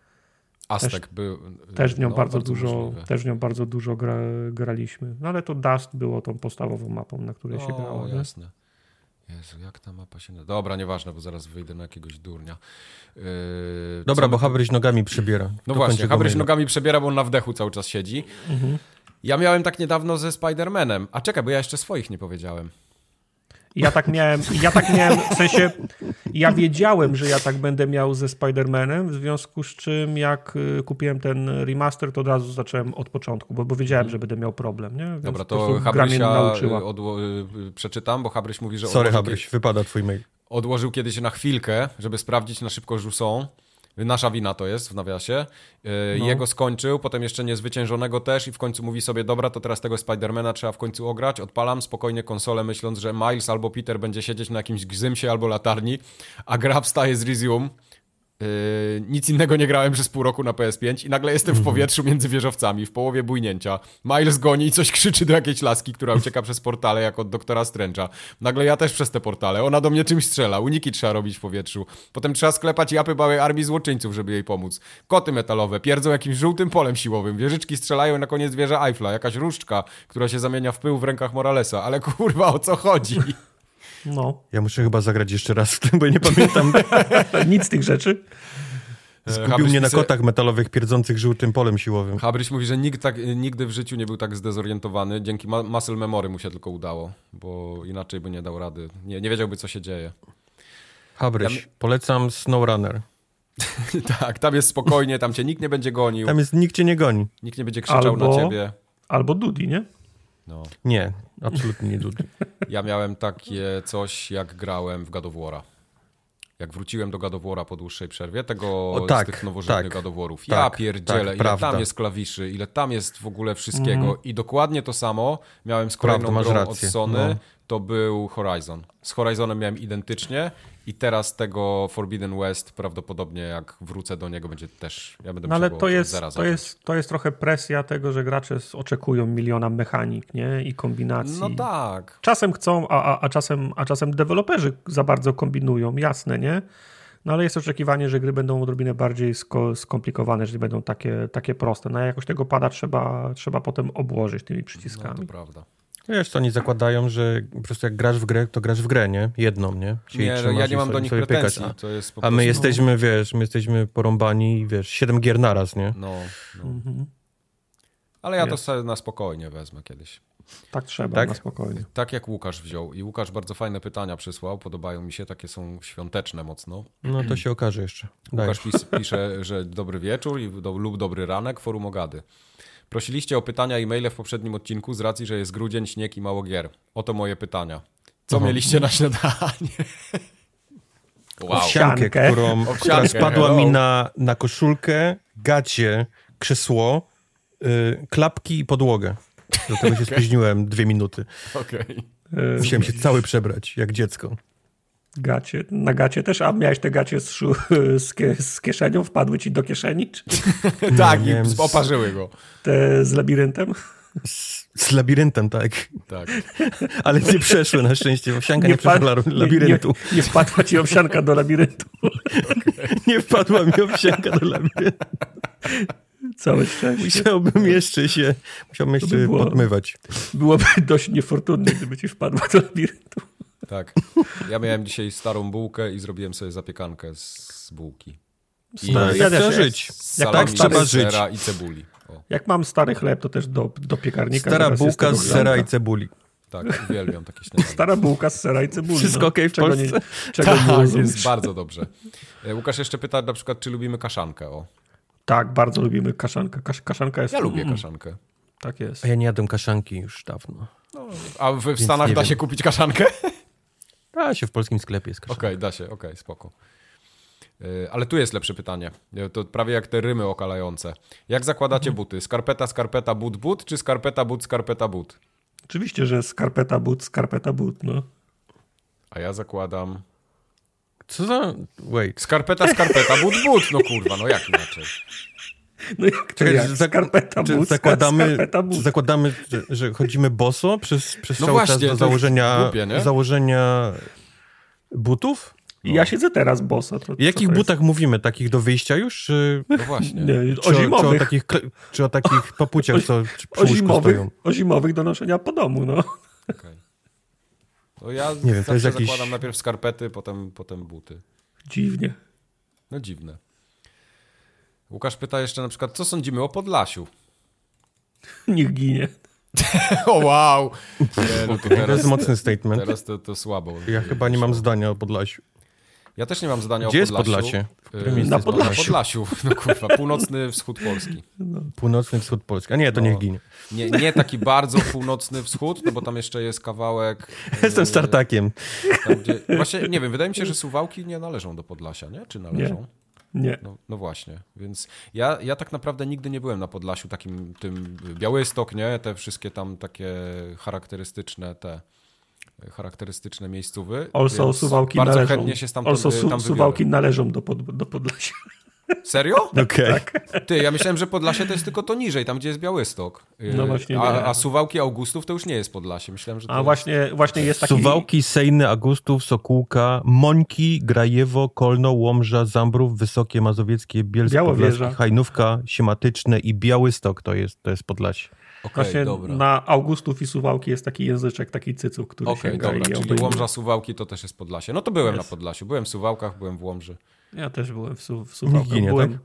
Był... Też w nią bardzo dużo graliśmy. No ale to Dust było tą podstawową mapą, na której się grało. Jasne. Jezu, jak ta mapa się nazywa? Dobra, nieważne, bo zaraz wyjdę na jakiegoś durnia. Dobra, bo Habryś nogami przebiera. No właśnie, Habryś nogami przebiera, bo on na wdechu cały czas siedzi. Ja miałem tak niedawno ze Spider-Manem. A czekaj, bo ja jeszcze swoich nie powiedziałem. Ja tak miałem, w sensie ja wiedziałem, że ja tak będę miał ze Spider-Manem, w związku z czym jak kupiłem ten remaster, to od razu zacząłem od początku, bo wiedziałem, że będę miał problem. Nie? Więc dobra, to Habrysia przeczytam, bo Habryś mówi, że... Sorry Habryś, wypada twój mail. Odłożył kiedyś na chwilkę, żeby sprawdzić na szybko Jusson. Nasza wina to jest w nawiasie. Jego skończył, potem jeszcze niezwyciężonego też i w końcu mówi sobie, dobra, to teraz tego Spidermana trzeba w końcu ograć. Odpalam spokojnie konsolę, myśląc, że Miles albo Peter będzie siedzieć na jakimś gzymsie albo latarni, a gra wstaje z Resume. Nic innego nie grałem przez pół roku na PS5 i nagle jestem w powietrzu między wieżowcami, w połowie bójnięcia. Miles goni i coś krzyczy do jakiejś laski, która ucieka przez portale jak od doktora Strange'a. Nagle ja też przez te portale. Ona do mnie czymś strzela. Uniki trzeba robić w powietrzu. Potem trzeba sklepać japy małej armii złoczyńców, żeby jej pomóc. Koty metalowe pierdzą jakimś żółtym polem siłowym. Wieżyczki strzelają i na koniec wieża Eiffla. Jakaś różdżka, która się zamienia w pył w rękach Moralesa. Ale kurwa, o co chodzi? No. Ja muszę chyba zagrać jeszcze raz w tym, bo nie pamiętam nic z tych rzeczy. Zgubił mnie na kotach metalowych pierdzących żółtym polem siłowym. Habryś mówi, że nigdy w życiu nie był tak zdezorientowany. Dzięki muscle memory mu się tylko udało, bo inaczej by nie dał rady. Nie wiedziałby, co się dzieje. Habryś, polecam SnowRunner. Tak, tam jest spokojnie, tam cię nikt nie będzie gonił. Nikt cię nie goni. Nikt nie będzie krzyczał na ciebie. Albo Dudi, nie? No. Nie, absolutnie nie Dudi. Ja miałem takie coś, jak grałem w God of War'a. Jak wróciłem do God of War'a po dłuższej przerwie, z tych nowożytnych God of War'ów. Ja pierdzielę, ile tam jest klawiszy, ile tam jest w ogóle wszystkiego. I dokładnie to samo miałem z kolejną grą od Sony, to był Horizon. Z Horizonem miałem identycznie i teraz tego Forbidden West prawdopodobnie jak wrócę do niego będzie też, ja będę ale to jest trochę presja tego, że gracze oczekują miliona mechanik, nie? I kombinacji. No tak. Czasem chcą, a czasem deweloperzy za bardzo kombinują, jasne, nie? No ale jest oczekiwanie, że gry będą odrobinę bardziej skomplikowane, że nie będą takie proste. No a jakoś tego pada trzeba potem obłożyć tymi przyciskami. No to prawda. Wiesz, to oni zakładają, że po prostu jak grasz w grę, to grasz w grę, nie? Jedną, nie? Ja nie mam do nich pretensji. To jest po prostu... A my jesteśmy, my jesteśmy porąbani i 7 gier naraz, nie? No. Ale ja to sobie na spokojnie wezmę kiedyś. Tak trzeba, na spokojnie. Tak jak Łukasz wziął. I Łukasz bardzo fajne pytania przysłał, podobają mi się, takie są świąteczne mocno. No to się okaże jeszcze. Łukasz pisze, że dobry wieczór lub dobry ranek, forum Ogady. Prosiliście o pytania i maile w poprzednim odcinku z racji, że jest grudzień, śnieg i mało gier. Oto moje pytania. Co mieliście na śniadanie? Owsiankę, która spadła mi na koszulkę, gacie, krzesło, klapki i podłogę. Do tego się spóźniłem 2 minuty. Okej. Musiałem się cały przebrać, jak dziecko. Gacie. Na gacie też? A miałeś te gacie z kieszenią? Wpadły ci do kieszeni? Czy Tak, nie wiem, i oparzyły go. te z labiryntem? Z labiryntem, tak. Tak. Ale nie przeszły na szczęście. Owsianka nie przeszła labiryntu. Nie wpadła ci owsianka do labiryntu. Nie wpadła mi owsianka do labiryntu. Całe szczęście. Musiałbym jeszcze podmywać. Byłoby dość niefortunne, gdyby ci wpadła do labiryntu. Tak. Ja miałem dzisiaj starą bułkę i zrobiłem sobie zapiekankę z bułki. Jak trzeba żyć. Tak trzeba żyć. Sera i cebuli. O. Jak mam stary chleb, to też do piekarnika. Stara bułka z sera i cebuli. Tak, uwielbiam takie śniadanie. Stara bułka z sera i cebuli. Wszystko okej w Polsce? Czego nie Tak, rozumiesz? jest bardzo dobrze. Łukasz jeszcze pyta na przykład, czy lubimy kaszankę. O. Tak, bardzo lubimy kaszankę. Kaszanka jest... Ja lubię kaszankę. Tak jest. A ja nie jadłem kaszanki już dawno. No, a w Stanach da się kupić kaszankę? Da się w polskim sklepie jest kaszanka. Okej, da się, spoko. Ale tu jest lepsze pytanie. To prawie jak te rymy okalające. Jak zakładacie buty? Skarpeta, but, czy skarpeta, but? Oczywiście, że skarpeta, but, no. A ja zakładam... Co za... Wait. Skarpeta, but. No kurwa, no jak inaczej? No jak to jak? Skarpeta, but, skarpeta, but. Czy zakładamy, że chodzimy boso przez No cały właśnie, czas do głupie, założenia butów? I ja siedzę teraz boso. W jakich butach mówimy? Takich do wyjścia już? Czy... No właśnie. Nie, o zimowych. Czy o takich papuciach, co przy łóżku stoją? O zimowych do noszenia po domu, no. Okay. To ja nie wiem, to jest zakładam najpierw skarpety, potem buty. Dziwnie. No dziwne. Łukasz pyta jeszcze na przykład, co sądzimy o Podlasiu? Niech ginie. O wow! Nie, no to jest mocny statement. Teraz to słabo. Ja chyba nie mam zdania o Podlasiu. Ja też nie mam zdania Gdzie o Podlasiu. Jest Podlasie? Na Podlasiu. Na Podlasiu. No kurwa, północny wschód Polski. No. Północny wschód Polski. A nie, to niech ginie. Nie taki bardzo północny wschód, no bo tam jeszcze jest kawałek... Jestem startakiem. Tam, gdzie, właśnie, nie wiem, wydaje mi się, że Suwałki nie należą do Podlasia, nie? Czy należą? Nie. No właśnie, więc ja tak naprawdę nigdy nie byłem na Podlasiu takim, tym Białystok, nie? Te wszystkie tam takie charakterystyczne miejscowy. Also Suwałki bardzo należą. chętnie się tam Suwałki należą do Podlasia. Serio? Okej. Ty, ja myślałem, że Podlasie to jest tylko to niżej, tam gdzie jest Białystok. No właśnie. A Suwałki Augustów to już nie jest Podlasie. Myślałem, że to właśnie jest taki... Suwałki, Sejny, Augustów, Sokółka, Mońki, Grajewo, Kolno, Łomża, Zambrów, Wysokie, Mazowieckie, Bielsko, Podlaskie, Hajnówka, Siematyczne i Białystok to jest Podlasie. Właśnie dobra. na Augustów i Suwałki jest taki języczek, taki cycuch, który sięga dobra, i czyli Łomża, Suwałki to też jest Podlasie. No to byłem na Podlasiu. Byłem w Suwałkach, byłem w Łomży. Ja też byłem w Suwałkach. Tak?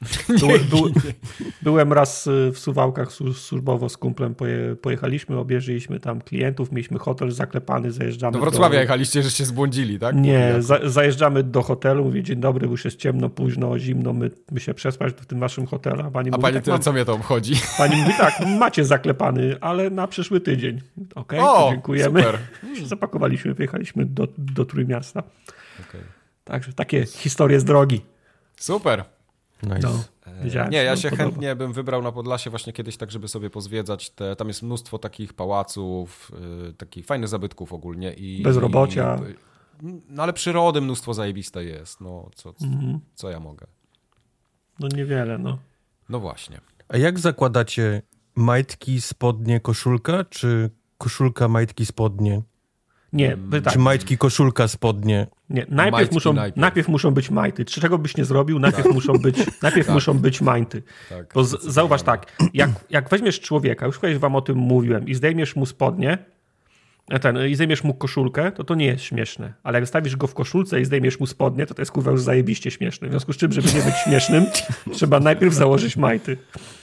Byłem raz w Suwałkach służbowo z kumplem, pojechaliśmy, obejrzeliśmy tam klientów, mieliśmy hotel zaklepany, zajeżdżamy do Wrocławia jechaliście, żeście zbłądzili, tak? Nie, zajeżdżamy do hotelu, mówię, dzień dobry, już jest ciemno, późno, zimno, my się przespać w tym naszym hotelu. Pani mówi, pani tyle, co mnie to obchodzi? Pani mówi, tak, macie zaklepany, ale na przyszły tydzień. Okej, to dziękujemy. Super. Zapakowaliśmy, wyjechaliśmy do Trójmiasta. Okay. Także takie historie z drogi. Super. Nice. No, nie, ja się chętnie bym wybrał na Podlasie właśnie kiedyś tak, żeby sobie pozwiedzać. Tam jest mnóstwo takich pałaców, takich fajnych zabytków ogólnie. Bezrobocia. No ale przyrody mnóstwo zajebiste jest. No co ja mogę? No niewiele, no. No właśnie. A jak zakładacie majtki, spodnie, koszulka, czy koszulka, majtki, spodnie? Nie, tak. Czy majtki, koszulka, spodnie? Nie, najpierw muszą być majty. Czego byś nie zrobił, najpierw muszą być majty. Tak, bo zauważ tak, jak weźmiesz człowieka, już kiedyś wam o tym mówiłem, i zdejmiesz mu spodnie, i zdejmiesz mu koszulkę, to nie jest śmieszne. Ale jak stawisz go w koszulce i zdejmiesz mu spodnie, to jest kurwa już zajebiście śmieszne. W związku z czym, żeby nie być śmiesznym, trzeba najpierw założyć majty.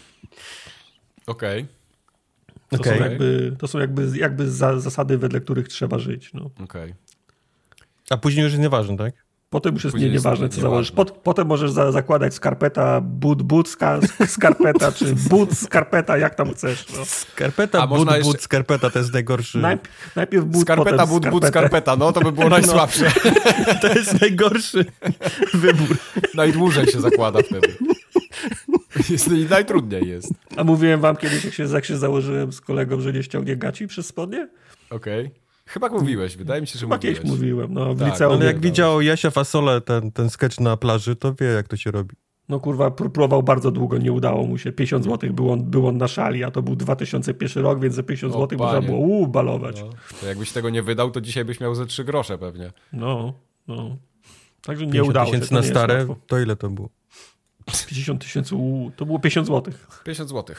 Okej. To są jakby zasady, wedle których trzeba żyć. No. Okej. A później już jest nieważne, tak? Potem już jest nieważne, co założysz. Potem możesz zakładać skarpeta, skarpeta, czy skarpeta, jak tam chcesz. No. Skarpeta, skarpeta, to jest najgorszy. Najpierw skarpeta, skarpeta, no to by było najsłabsze. No, to jest najgorszy wybór. Najdłużej się zakłada wtedy. I najtrudniej jest. A mówiłem wam kiedyś, jak się założyłem z kolegą, że nie ściągnie gaci przez spodnie? Okej. Chyba mówiłeś, wydaje mi się, że Chyba mówiłeś. kiedyś mówiłem, no w Tak, liceum. Ale jak widział Jasia Fasolę, ten sketch na plaży, to wie, jak to się robi. No kurwa, próbował bardzo długo, nie udało mu się. 50 zł był on na szali, a to był 2001 rok, więc za 50 zł można było balować. No, to jakbyś tego nie wydał, to dzisiaj byś miał ze 3 grosze pewnie. No. Także nie udało się. 50 na stare, to ile to było? 50 000, to było 50 zł. 50 zł.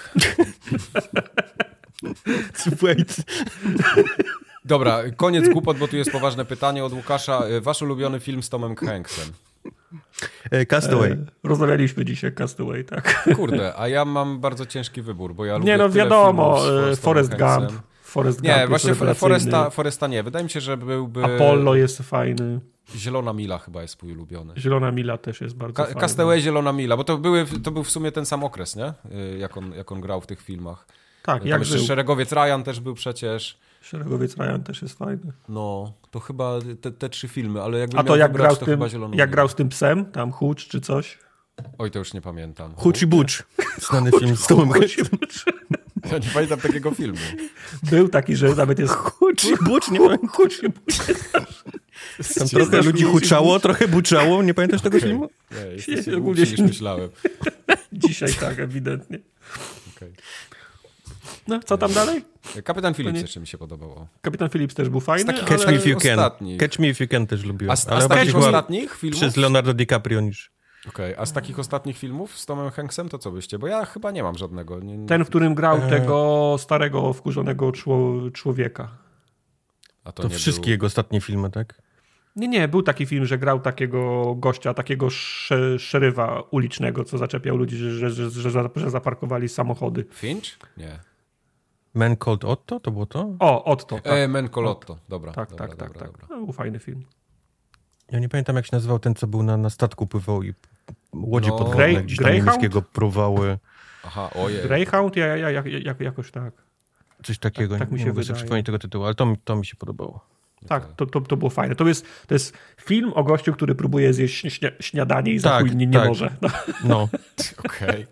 Wait. Dobra, koniec głupot, bo tu jest poważne pytanie od Łukasza. Wasz ulubiony film z Tomem Hanksem? Castaway. Rozmawialiśmy dzisiaj Castaway, tak. Kurde, a ja mam bardzo ciężki wybór, bo ja lubię Nie, no tyle wiadomo, filmów z Forrest Tomem Gump. Forrest Nie, Gump właśnie jest Forresta nie. Wydaje mi się, że byłby... Apollo jest fajny. Zielona Mila chyba jest mój ulubiony. Zielona Mila też jest bardzo fajna. Castaway, Zielona Mila, bo to był w sumie ten sam okres, nie? Jak on grał w tych filmach. Tak, Tam jak jeszcze był. Szeregowiec Ryan też był przecież. Szeregowiec Ryan też jest fajny. No, to chyba te 3 filmy, ale jakby A to jak wybrać, grał, grał z tym psem, tam Hutch czy coś? Oj, to już nie pamiętam. Hutch i Butch. Znany film z Tomem Hanksem. Ja nie pamiętam takiego filmu. Był taki, że nawet jest Hutch i Butch, nie pamiętam. Hutch i Butch. Tam trochę ludzi huczało, trochę buczało. Nie pamiętasz tego filmu? Nie, jesteś ogólnie głupszy niż myślałem. Dzisiaj tak, ewidentnie. Okay. No, co tam dalej? Kapitan Phillips jeszcze mi się podobało. Kapitan Phillips też był fajny, takich ale... Catch Me If You Can. ostatnich. Catch Me If You Can też lubiłem. A z ale takich chyba ostatnich filmów? przez Leonardo DiCaprio niż... Okej, a z takich ostatnich filmów z Tomem Hanksem to co byście? Bo ja chyba nie mam żadnego. Ten, w którym grał tego starego, wkurzonego człowieka. A To wszystkie jego ostatnie filmy, tak? Nie, był taki film, że grał takiego gościa, takiego szeryfa ulicznego, co zaczepiał ludzi, że zaparkowali samochody. Finch? Nie. Man Called Otto? To było to? O, Otto. Tak. Men Colotto. Dobra. Tak. Dobra. No, był fajny film. Ja nie pamiętam, jak się nazywał ten, co był na statku, pływał i łodzie No. podwodne gdzieś tam Greyhound? niemieckiego próbowały. Aha, ojej. Greyhound? Jakoś tak. Coś takiego. Tak mi się nie mogę sobie wydaje. przypomnieć tego tytułu, ale to mi się podobało. Tak, to było fajne. To jest film o gościu, który próbuje zjeść śniadanie i za chuj nie może. No. Okej.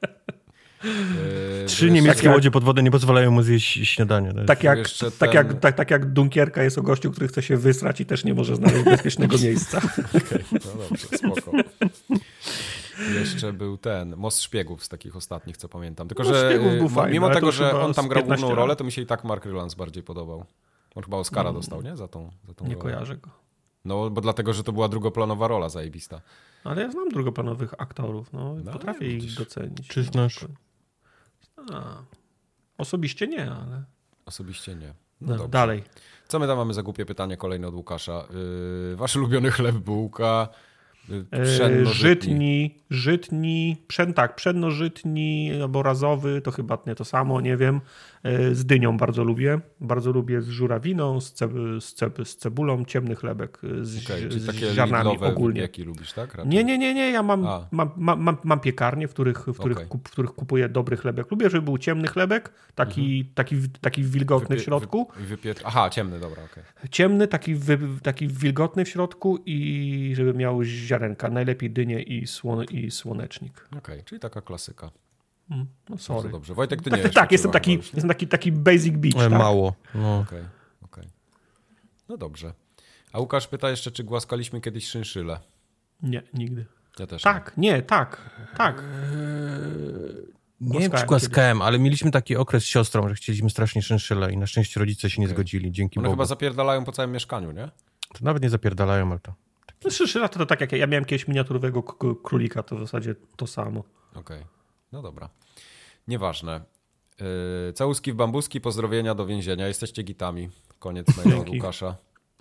3 niemieckie łodzie podwodne nie pozwalają mu zjeść śniadanie. Tak jak Dunkierka jest o gościu, który chce się wysrać i też nie może znaleźć bezpiecznego miejsca. Okay, no dobrze, spoko. Jeszcze był ten Most Szpiegów z takich ostatnich, co pamiętam. Tylko, że mimo tego, że on tam grał główną rolę, to mi się i tak Mark Rylance bardziej podobał. On chyba Oscara dostał, nie? Za tą nie rolę. kojarzę go. No, bo dlatego, że to była drugoplanowa rola zajebista. Ale ja znam drugoplanowych aktorów, potrafię ich docenić. Czy znasz? Osobiście nie, ale... Osobiście nie. No dalej. Co my tam mamy za głupie pytanie kolejne od Łukasza? Wasz ulubiony chleb, bułka, pszenno-żytni albo razowy, to chyba nie to samo, nie wiem. Z dynią bardzo lubię. Bardzo lubię z żurawiną, z cebulą, ciemny chlebek z takie ziarnami ogólnie. Wypieki lubisz, tak? Raczej? Nie, ja mam piekarnie, w których kupuję dobry chlebek. Lubię, żeby był ciemny chlebek, taki wilgotny w środku. Aha, ciemny, dobra, okej. Ciemny, taki wilgotny w środku i żeby miał ziarenka. Najlepiej dynię i słonecznik. Okej, czyli taka klasyka. No sorry. Bardzo dobrze. Wojtek, ty nie Tak, jestem taki basic beach. Tak? Mało. No. Okej. No dobrze. A Łukasz pyta jeszcze, czy głaskaliśmy kiedyś szynszylę? Nie, nigdy. Ja też tak. Nie wiem, czy głaskałem, ale mieliśmy taki okres z siostrą, że chcieliśmy strasznie szynszylę i na szczęście rodzice się nie zgodzili. Dzięki One Bogu. chyba zapierdalają po całym mieszkaniu, nie? To nawet nie zapierdalają, ale to... Szynszyla to tak jak ja miałem kiedyś miniaturowego królika, to w zasadzie to samo. Okej. No dobra. Nieważne. Całuski w bambuski, pozdrowienia do więzienia. Jesteście gitami. Koniec mailu od Łukasza.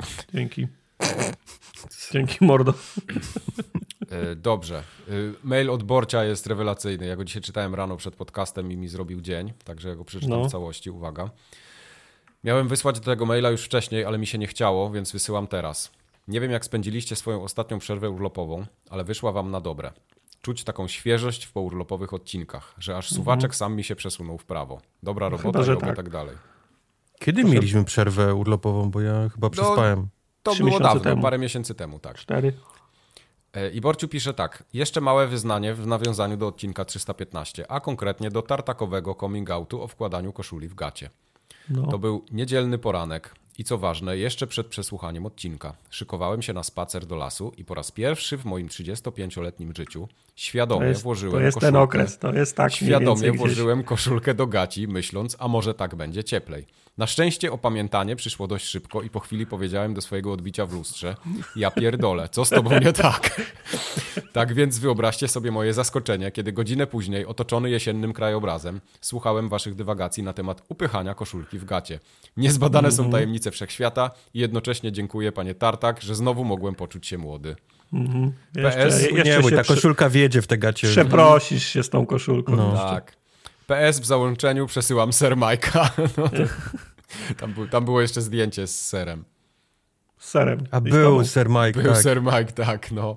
Dzięki mordo. Dobrze. Mail od Borcia jest rewelacyjny. Ja go dzisiaj czytałem rano przed podcastem i mi zrobił dzień, także ja go przeczytam w całości. Uwaga. Miałem wysłać do tego maila już wcześniej, ale mi się nie chciało, więc wysyłam teraz. Nie wiem, jak spędziliście swoją ostatnią przerwę urlopową, ale wyszła wam na dobre. Czuć taką świeżość w pourlopowych odcinkach, że aż suwaczek sam mi się przesunął w prawo. Dobra robota i oby tak dalej. Kiedy mieliśmy przerwę urlopową, bo ja chyba przespałem. To było dawno, parę miesięcy temu, tak. 4. I Borciu pisze tak. Jeszcze małe wyznanie w nawiązaniu do odcinka 315, a konkretnie do tartakowego coming outu o wkładaniu koszuli w gacie. To był niedzielny poranek I co ważne, jeszcze przed przesłuchaniem odcinka szykowałem się na spacer do lasu i po raz pierwszy w moim 35-letnim życiu świadomie włożyłem koszulkę. To jest ten okres, to jest tak świadomie włożyłem koszulkę do gaci, myśląc, a może tak będzie cieplej. Na szczęście opamiętanie przyszło dość szybko i po chwili powiedziałem do swojego odbicia w lustrze: ja pierdolę, co z tobą nie tak? Tak więc wyobraźcie sobie moje zaskoczenie, kiedy godzinę później, otoczony jesiennym krajobrazem, słuchałem waszych dywagacji na temat upychania koszulki w gacie. Niezbadane są tajemnice wszechświata i jednocześnie dziękuję, panie Tartak, że znowu mogłem poczuć się młody. PS, nie mój, ta koszulka wjedzie w te gacie. Przeprosisz się z tą koszulką. No. Tak. PS w załączeniu przesyłam Sir Mike'a. No, tam było jeszcze zdjęcie z serem. Z serem. A był Sir Mike, Był tak. Sir Mike, tak, no.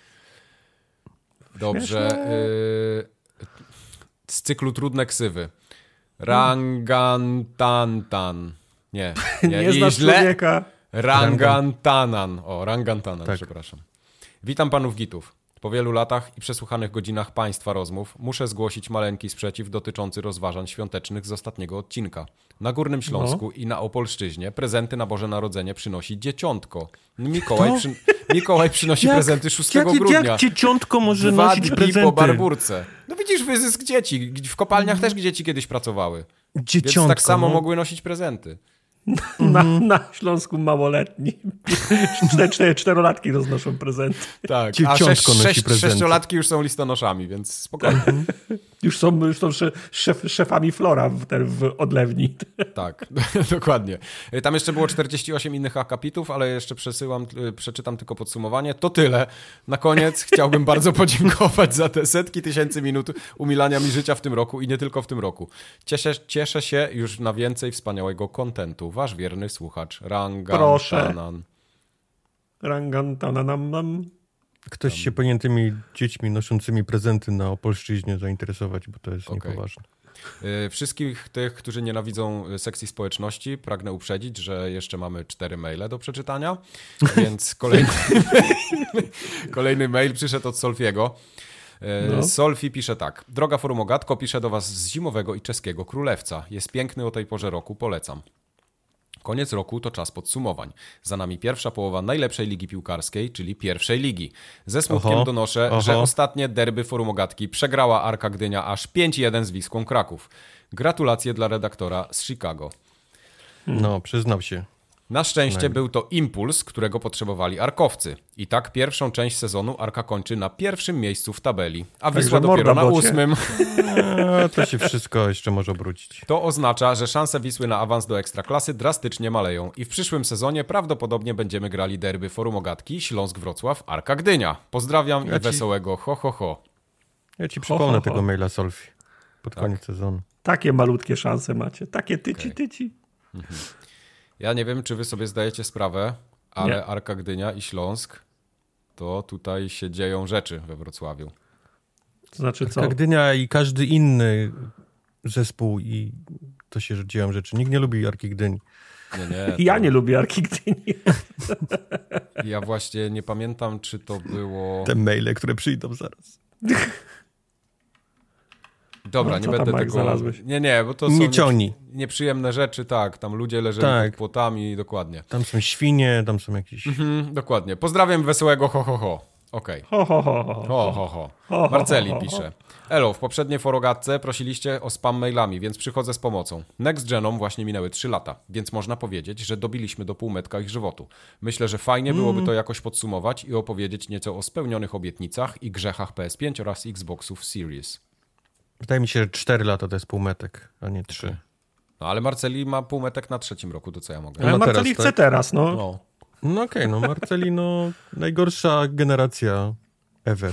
Dobrze. Z cyklu Trudne ksywy. Rangantantan. Nie znasz źle. człowieka. Rangantanan. O, Rangantanan, Tak. przepraszam. Witam panów gitów. Po wielu latach i przesłuchanych godzinach państwa rozmów muszę zgłosić maleńki sprzeciw dotyczący rozważań świątecznych z ostatniego odcinka. Na Górnym Śląsku i na Opolszczyźnie prezenty na Boże Narodzenie przynosi dzieciątko. Mikołaj przynosi prezenty 6 grudnia. Jak dzieciątko może 2 nosić dni prezenty? po barburce. No widzisz, wyzysk dzieci. W kopalniach też dzieci kiedyś pracowały. Dzieciątko, Więc tak samo no. mogły nosić prezenty. Na Śląsku małoletni. 4-latki roznoszą prezenty. Tak, Dzieciątko nosi prezenty. 6-latki już są listonoszami, więc spokojnie. Już są szefami flora w odlewni. Tak, dokładnie. Tam jeszcze było 48 innych akapitów, ale jeszcze przeczytam tylko podsumowanie. To tyle. Na koniec chciałbym bardzo podziękować za te setki tysięcy minut umilania mi życia w tym roku i nie tylko w tym roku. Cieszę się już na więcej wspaniałego kontentu. Wasz wierny słuchacz, Rangantanan. Rangantananam. Ktoś się powinien tymi dziećmi noszącymi prezenty na Opolszczyźnie zainteresować, bo to jest niepoważne. Wszystkich tych, którzy nienawidzą sekcji społeczności, pragnę uprzedzić, że jeszcze mamy 4 maile do przeczytania, więc kolejny mail przyszedł od Solfiego. Solfi pisze tak. Droga forumogatko, piszę do was z zimowego i czeskiego Królewca. Jest piękny o tej porze roku, polecam. Koniec roku to czas podsumowań. Za nami pierwsza połowa najlepszej ligi piłkarskiej, czyli pierwszej ligi. Ze smutkiem donoszę, że ostatnie derby forumogatki przegrała Arka Gdynia aż 5-1 z Wisłą Kraków. Gratulacje dla redaktora z Chicago. No, przyznał się. Na szczęście był to impuls, którego potrzebowali Arkowcy. I tak pierwszą część sezonu Arka kończy na pierwszym miejscu w tabeli, a Wisła dopiero na 8. To się wszystko jeszcze może obrócić. To oznacza, że szanse Wisły na awans do Ekstraklasy drastycznie maleją i w przyszłym sezonie prawdopodobnie będziemy grali derby Forumogatki, Śląsk-Wrocław, Arka Gdynia. Pozdrawiam i wesołego ho. Ja ci przypomnę tego maila Solfi pod koniec sezonu. Takie malutkie szanse macie. Takie tyci. Ja nie wiem, czy wy sobie zdajecie sprawę, ale Nie. Arka Gdynia i Śląsk, to tutaj się dzieją rzeczy we Wrocławiu. To znaczy co? Arka Gdynia i każdy inny zespół i to się dzieją rzeczy. Nikt nie lubi Arki Gdyni. Nie, Ja nie lubię Arki Gdyni. Ja właśnie nie pamiętam, czy to było... Te maile, które przyjdą zaraz. Dobra, No, nie co będę tam, Mike, tego... znalazłeś? Nie, bo to Nie są ciągnij. nieprzyjemne rzeczy, tak. Tam ludzie leżeli pod płotami, dokładnie. Tam są świnie, tam są jakieś... Dokładnie. Pozdrawiam wesołego ho. Okej. Ho. Marceli pisze. Elo, w poprzedniej forogatce prosiliście o spam mailami, więc przychodzę z pomocą. Next Genom właśnie minęły 3 lata, więc można powiedzieć, że dobiliśmy do półmetka ich żywotu. Myślę, że fajnie byłoby to jakoś podsumować i opowiedzieć nieco o spełnionych obietnicach i grzechach PS5 oraz Xboxów Series. Wydaje mi się, że 4 lata to jest półmetek, a nie 3. Okay. No ale Marceli ma półmetek na 3. roku, to co ja mogę? Ale Marceli teraz, chce teraz, no. No okej, Marceli, najgorsza generacja ever.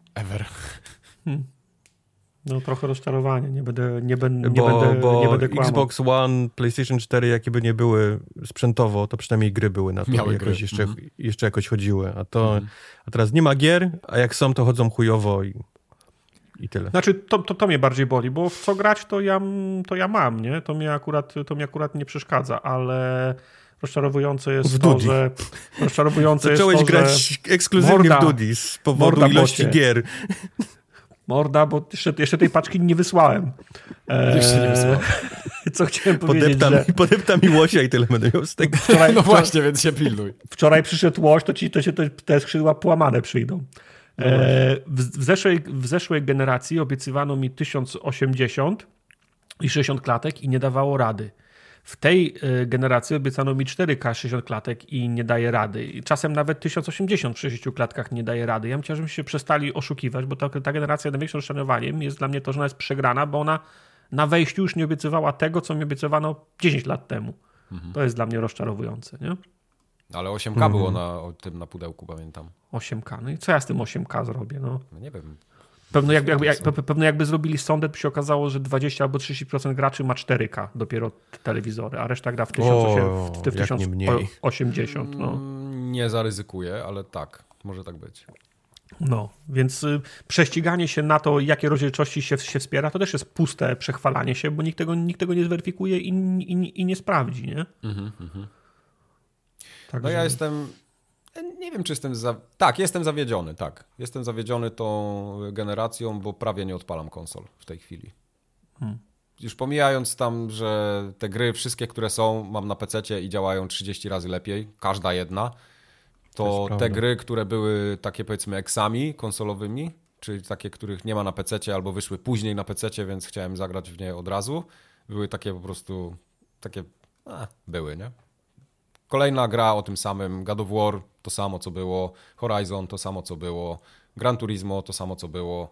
No trochę rozczarowanie, nie będę Bo kłamał. Xbox One, PlayStation 4, jakie by nie były sprzętowo, to przynajmniej gry były na to. Miały jakoś gry. jeszcze jakoś chodziły. A teraz nie ma gier, a jak są, to chodzą chujowo i tyle. Znaczy, to mnie bardziej boli, bo w co grać, to ja mam, nie? To mnie akurat nie przeszkadza, ale rozczarowujące jest to, że... Zacząłeś grać ekskluzywnie w Dudi z powodu ilości gier. Morda, bo jeszcze tej paczki nie wysłałem. Jeszcze nie wysłałem. Co chciałem powiedzieć, że... Podepta mi łosia i tyle będę miał z tego. No właśnie, więc się pilnuj. Wczoraj przyszedł łoś, to te skrzydła połamane przyjdą. W zeszłej generacji obiecywano mi 1080 i 60 klatek i nie dawało rady. W tej generacji obiecano mi 4K 60 klatek i nie daje rady. I czasem nawet 1080 w 60 klatkach nie daje rady. Ja bym chciał, żebyśmy się przestali oszukiwać, bo ta generacja największym rozczarowaniem jest dla mnie to, że ona jest przegrana, bo ona na wejściu już nie obiecywała tego, co mi obiecywano 10 lat temu. To jest dla mnie rozczarowujące, nie? Ale 8K było na pudełku, pamiętam. 8K. No i co ja z tym 8K zrobię? No nie wiem. Pewno jakby zrobili sondę, by się okazało, że 20 albo 30% graczy ma 4K dopiero telewizory, a reszta gra w 1080. No. Nie zaryzykuję, ale tak, może tak być. No, więc prześciganie się na to, jakie rozdzielczości się wspiera, to też jest puste przechwalanie się, bo nikt tego nie zweryfikuje i nie sprawdzi, nie? No ja jestem... Nie wiem, czy jestem... Tak, jestem zawiedziony, tak. Jestem zawiedziony tą generacją, bo prawie nie odpalam konsol w tej chwili. Już pomijając tam, że te gry, wszystkie, które są, mam na PC-cie i działają 30 razy lepiej, każda jedna, to te gry, które były takie, powiedzmy, eksami konsolowymi, czyli takie, których nie ma na PC-cie albo wyszły później na PC-cie, więc chciałem zagrać w nie od razu, były takie po prostu... były, nie? Kolejna gra o tym samym, God of War to samo co było, Horizon to samo co było, Gran Turismo to samo co było.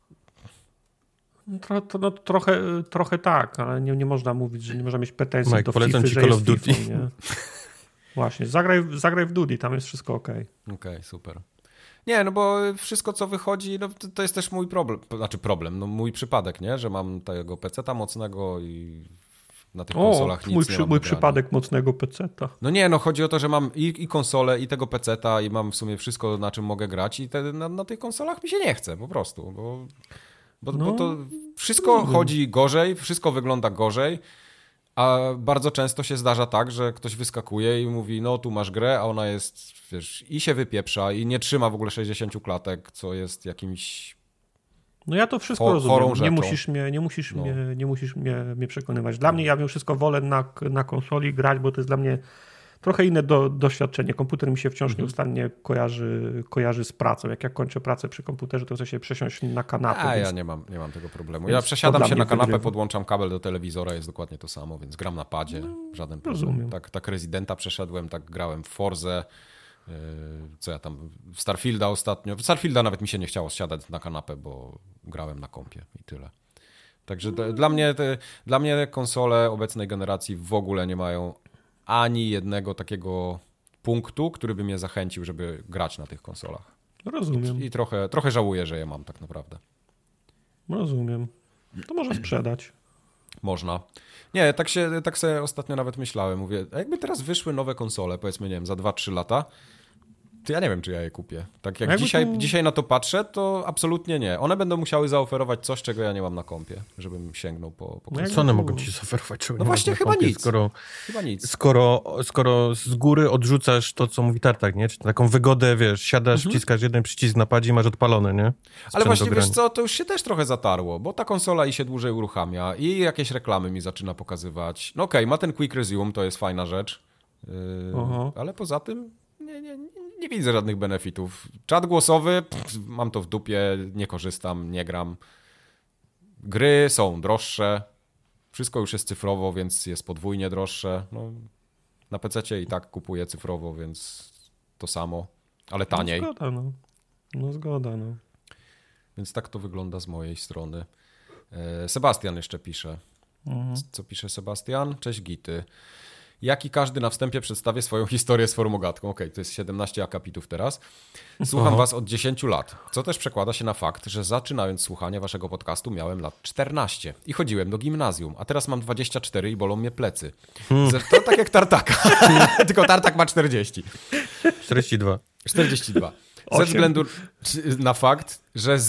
Trochę tak, ale nie można mówić, że nie można mieć pretensji Mike, do polecam FIFA, ci że Call jest of Duty. FIFA, nie? Właśnie, zagraj w Duty, tam jest wszystko okej. Okej, super. Nie, no bo wszystko co wychodzi, no to jest też mój problem, no mój przypadek, nie? Że mam tego PC-ta mocnego i na tych konsolach nic nie mam. Mój przypadek mocnego PC-ta. No nie, no chodzi o to, że mam i konsolę, i tego PC-ta i mam w sumie wszystko, na czym mogę grać i na tych konsolach mi się nie chce po prostu, bo to wszystko chodzi gorzej, wszystko wygląda gorzej, a bardzo często się zdarza tak, że ktoś wyskakuje i mówi, no tu masz grę, a ona jest, wiesz, i się wypieprza i nie trzyma w ogóle 60 klatek, co jest jakimś... No ja to wszystko rozumiem. Nie musisz mnie przekonywać. Dla mnie, ja mimo wszystko wolę na konsoli grać, bo to jest dla mnie trochę inne doświadczenie. Komputer mi się wciąż nieustannie kojarzy z pracą. Jak ja kończę pracę przy komputerze, to chcę się przesiąść na kanapę. Ja nie mam tego problemu. Ja przesiadam się na kanapę, podłączam kabel do telewizora, jest dokładnie to samo, więc gram na padzie, żaden problem. Tak Residenta przeszedłem, tak grałem w Forzę, co ja tam, w Starfielda ostatnio. W Starfielda nawet mi się nie chciało zsiadać na kanapę, bo grałem na kompie i tyle. Także dla mnie konsole obecnej generacji w ogóle nie mają ani jednego takiego punktu, który by mnie zachęcił, żeby grać na tych konsolach. Rozumiem. I trochę żałuję, że je mam tak naprawdę. Rozumiem. To można sprzedać. Można. Nie, tak sobie ostatnio nawet myślałem. Mówię, a jakby teraz wyszły nowe konsole, powiedzmy, nie wiem, za 2-3 lata, to ja nie wiem, czy ja je kupię. Tak jak dzisiaj na to patrzę, to absolutnie nie. One będą musiały zaoferować coś, czego ja nie mam na kompie, żebym sięgnął po konsolę. Co one mogą ci zaoferować? Czego no właśnie, chyba nic. Skoro z góry odrzucasz to, co mówi Tartak, nie? Czy taką wygodę, wiesz, siadasz, wciskasz jeden przycisk na padzie i masz odpalone, nie? Ale właśnie, wiesz co, to już się też trochę zatarło, bo ta konsola i się dłużej uruchamia i jakieś reklamy mi zaczyna pokazywać. No okej, ma ten Quick Resume, to jest fajna rzecz, ale poza tym nie widzę żadnych benefitów. Czat głosowy, mam to w dupie, nie korzystam, nie gram. Gry są droższe, wszystko już jest cyfrowo, więc jest podwójnie droższe. No, na PC-cie i tak kupuję cyfrowo, więc to samo, ale taniej. No zgoda. Więc tak to wygląda z mojej strony. Sebastian jeszcze pisze. Co pisze Sebastian? Cześć Gity. Jak i każdy na wstępie przedstawię swoją historię z formogatką. Okej, to jest 17 akapitów teraz. Słucham was od 10 lat, co też przekłada się na fakt, że zaczynając słuchanie waszego podcastu miałem lat 14 i chodziłem do gimnazjum, a teraz mam 24 i bolą mnie plecy. To tak jak Tartaka, tylko Tartak ma 40. 42. Ze względu na fakt, że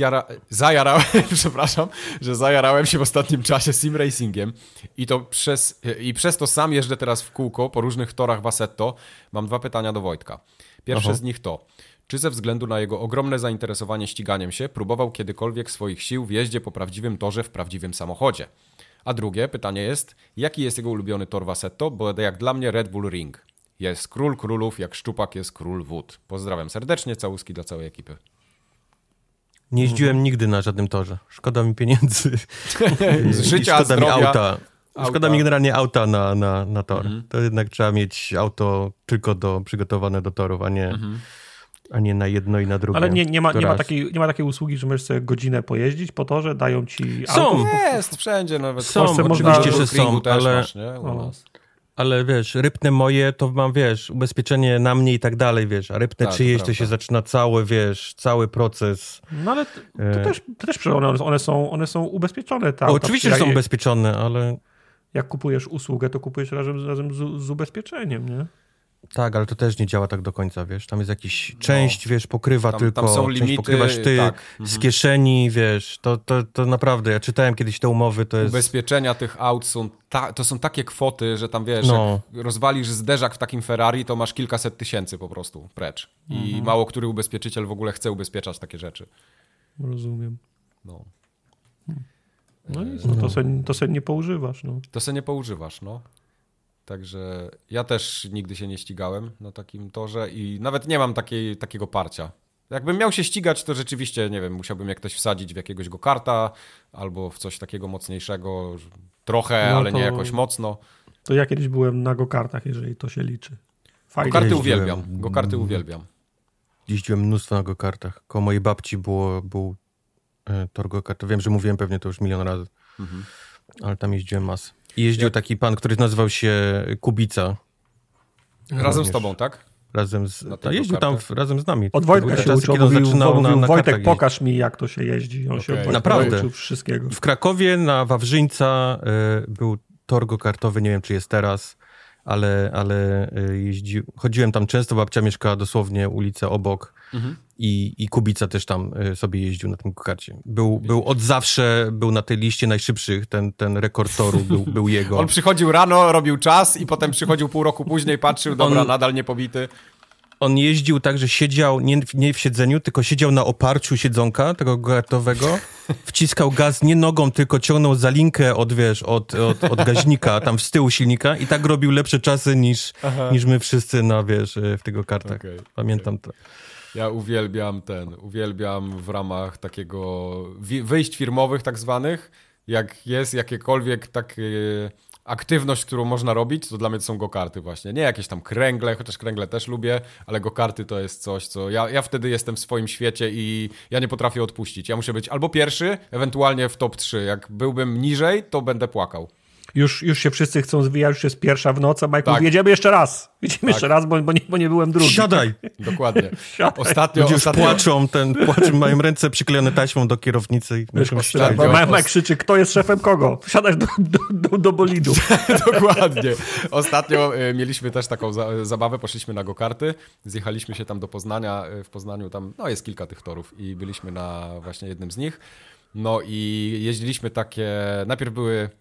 zajarałem się w ostatnim czasie sim racingiem i przez to sam jeżdżę teraz w kółko po różnych torach w Assetto, mam 2 pytania do Wojtka. Pierwsze z nich to, Czy ze względu na jego ogromne zainteresowanie ściganiem się próbował kiedykolwiek swoich sił w jeździe po prawdziwym torze w prawdziwym samochodzie? A drugie pytanie jest, jaki jest jego ulubiony tor w Assetto, bo jak dla mnie Red Bull Ring. Jest król królów, jak szczupak jest król wód. Pozdrawiam serdecznie, całuski dla całej ekipy. Nie jeździłem nigdy na żadnym torze. Szkoda mi pieniędzy. Z życia, szkoda zdrowia. mi auta. Szkoda mi generalnie auta na tor. To jednak trzeba mieć auto tylko przygotowane do torów, a nie na jedno i na drugie. Ale nie ma takiej usługi, że możesz sobie godzinę pojeździć po torze, dają ci są. auto. Jest, wszędzie nawet. Są, oczywiście, że są, ale wiesz, rypne moje, to mam, wiesz, ubezpieczenie na mnie i tak dalej, wiesz, a rypne czyjeś, to się zaczyna cały proces. No ale to też one są ubezpieczone. Oczywiście, że są ubezpieczone, ale... Jak kupujesz usługę, to kupujesz razem z ubezpieczeniem, nie? Tak, ale to też nie działa tak do końca, wiesz, tam jest jakiś część, wiesz, pokrywa tylko, tam są część limity, pokrywasz ty z kieszeni, wiesz, to naprawdę, ja czytałem kiedyś te umowy, to jest... Ubezpieczenia tych aut to są takie kwoty, że tam, wiesz, jak rozwalisz zderzak w takim Ferrari, to masz kilkaset tysięcy po prostu precz. I mało który ubezpieczyciel w ogóle chce ubezpieczać takie rzeczy. Rozumiem. No. No nic, to se nie poużywasz, no. To se nie poużywasz, no. Także ja też nigdy się nie ścigałem na takim torze i nawet nie mam takiego parcia. Jakbym miał się ścigać, to rzeczywiście, nie wiem, musiałbym jak ktoś wsadzić w jakiegoś go-karta albo w coś takiego mocniejszego, trochę, ale nie jakoś mocno. To ja kiedyś byłem na go-kartach, jeżeli to się liczy. Fajnie. Go-karty uwielbiam. Jeździłem mnóstwo na go-kartach. Koło mojej babci był tor go-kartu. Wiem, że mówiłem pewnie to już milion razy, ale tam jeździłem masę. I jeździł taki pan, który nazywał się Kubica. Razem z tobą, tak? Jeździł tam razem z nami. Od Wojtka się uczył, mówił Wojtek, pokaż mi, jak to się jeździ. On się naprawdę uczył wszystkiego. W Krakowie na Wawrzyńca był tor go-kartowy, nie wiem, czy jest teraz, ale chodziłem tam często, babcia mieszkała dosłownie ulicę obok i Kubica też tam sobie jeździł na tym go-karcie. Był od zawsze, był na tej liście najszybszych, ten rekord toru był jego. On przychodził rano, robił czas i potem przychodził pół roku później, patrzył, nadal nie pobity. On jeździł tak, że siedział nie w siedzeniu, tylko siedział na oparciu siedzonka tego go-kartowego, wciskał gaz nie nogą, tylko ciągnął za linkę od gaźnika, tam z tyłu silnika i tak robił lepsze czasy niż my wszyscy w tych go-kartach. Pamiętam to. Ja uwielbiam w ramach takiego wyjść firmowych tak zwanych, jak jest jakiekolwiek takie aktywność, którą można robić, to dla mnie to są go-karty właśnie. Nie jakieś tam kręgle, chociaż kręgle też lubię, ale go-karty to jest coś, co ja wtedy jestem w swoim świecie i ja nie potrafię odpuścić. Ja muszę być albo pierwszy, ewentualnie w top 3. Jak byłbym niżej, to będę płakał. Już się wszyscy chcą zwijać, już jest pierwsza w nocy, Michael, tak. Jedziemy jeszcze raz, bo nie byłem drugi. Siadaj! Dokładnie. Ostatnio płaczą, mają ręce przyklejone taśmą do kierownicy. Mike krzyczy, kto jest szefem kogo? Wsiadać do bolidu. Dokładnie. Ostatnio mieliśmy też taką zabawę, poszliśmy na go-karty, zjechaliśmy się tam do Poznania, w Poznaniu tam jest kilka tych torów i byliśmy na właśnie jednym z nich. No i jeździliśmy najpierw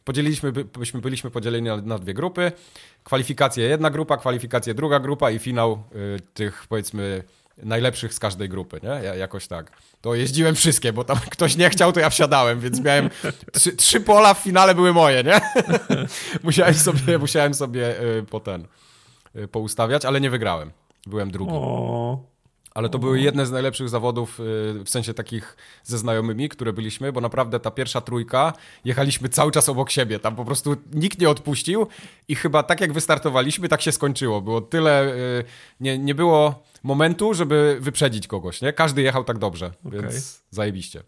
byliśmy podzieleni na dwie grupy, kwalifikacje jedna grupa, kwalifikacje druga grupa i finał tych, powiedzmy, najlepszych z każdej grupy, nie? Jakoś tak. To jeździłem wszystkie, bo tam ktoś nie chciał, to ja wsiadałem, więc miałem trzy pola w finale były moje, nie? musiałem sobie poustawiać, ale nie wygrałem. Byłem drugi. Ale to były jedne z najlepszych zawodów, w sensie takich ze znajomymi, które byliśmy, bo naprawdę ta pierwsza trójka, jechaliśmy cały czas obok siebie, tam po prostu nikt nie odpuścił i chyba tak jak wystartowaliśmy, tak się skończyło. Było tyle, nie było momentu, żeby wyprzedzić kogoś, nie? Każdy jechał tak dobrze, więc zajebiście.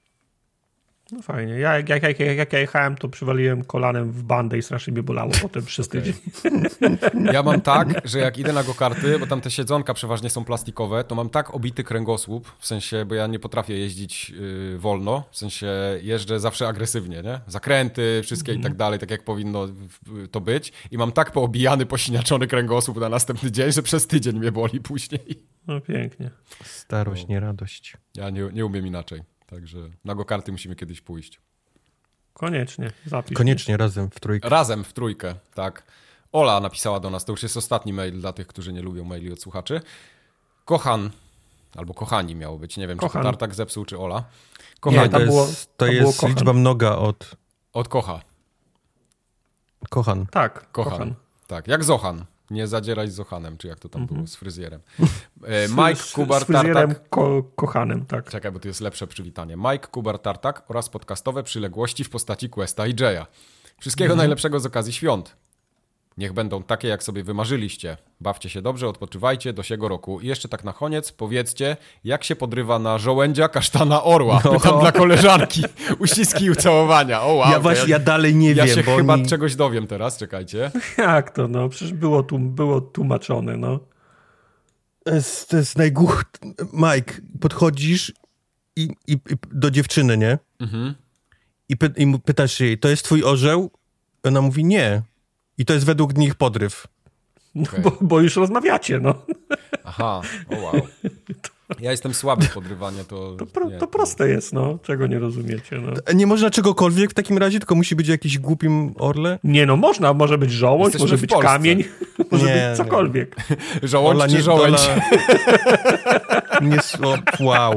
No fajnie. Jak ja jechałem, to przywaliłem kolanem w bandę i strasznie mnie bolało potem przez tydzień. Ja mam tak, że jak idę na go-karty, bo tam te siedzonka przeważnie są plastikowe, to mam tak obity kręgosłup, w sensie, bo ja nie potrafię jeździć wolno, w sensie jeżdżę zawsze agresywnie, nie? Zakręty, wszystkie i tak dalej, tak jak powinno to być. I mam tak poobijany, posiniaczony kręgosłup na następny dzień, że przez tydzień mnie boli później. No pięknie. Starość, nie radość. Ja nie umiem inaczej. Także na go-karty musimy kiedyś pójść. Koniecznie, zapisz. Koniecznie razem w trójkę. Razem w trójkę, tak. Ola napisała do nas, to już jest ostatni mail dla tych, którzy nie lubią maili od słuchaczy. Kochan, Albo kochani miało być. Nie wiem, Kochan. czy to Tartak zepsuł, czy Ola. Nie, Kochani. to jest kochan. liczba mnoga od Od kocha. kochan. Tak, Kochan. Tak, jak Zochan. Nie zadzieraj z Zochanem, czy jak to tam było, z fryzjerem. Mike Kubar z fryzjerem Tartak. kochanym, tak. Czekaj, bo to jest lepsze przywitanie. Mike Kubar Tartak oraz podcastowe przyległości w postaci Questa i Jaya. Wszystkiego najlepszego z okazji świąt. Niech będą takie, jak sobie wymarzyliście. Bawcie się dobrze, odpoczywajcie do siego roku. I jeszcze tak na koniec powiedzcie, jak się podrywa na żołędzia, kasztana, orła. Pytam dla koleżanki. Uściski i ucałowania. O wow. Ja dalej nie Ja wiem, się bo chyba oni... czegoś dowiem teraz, czekajcie. Jak to, no? Przecież było tłumaczone, no. To jest najgłuch... Mike, podchodzisz i do dziewczyny, nie? Mhm. I pytasz jej, to jest twój orzeł? Ona mówi nie. I to jest według nich podryw. No, Okej. bo już rozmawiacie, no. Aha, o wow. Ja jestem słaby w podrywaniu, to... nie. To proste jest, no. Czego nie rozumiecie, no. Nie można czegokolwiek w takim razie, tylko musi być jakiś głupim orle? Nie, no można. Może być żołądź, Jesteśmy może w być Polsce. kamień, może Nie, być cokolwiek. Żołądź Ola czy żołędź? Nie, wow.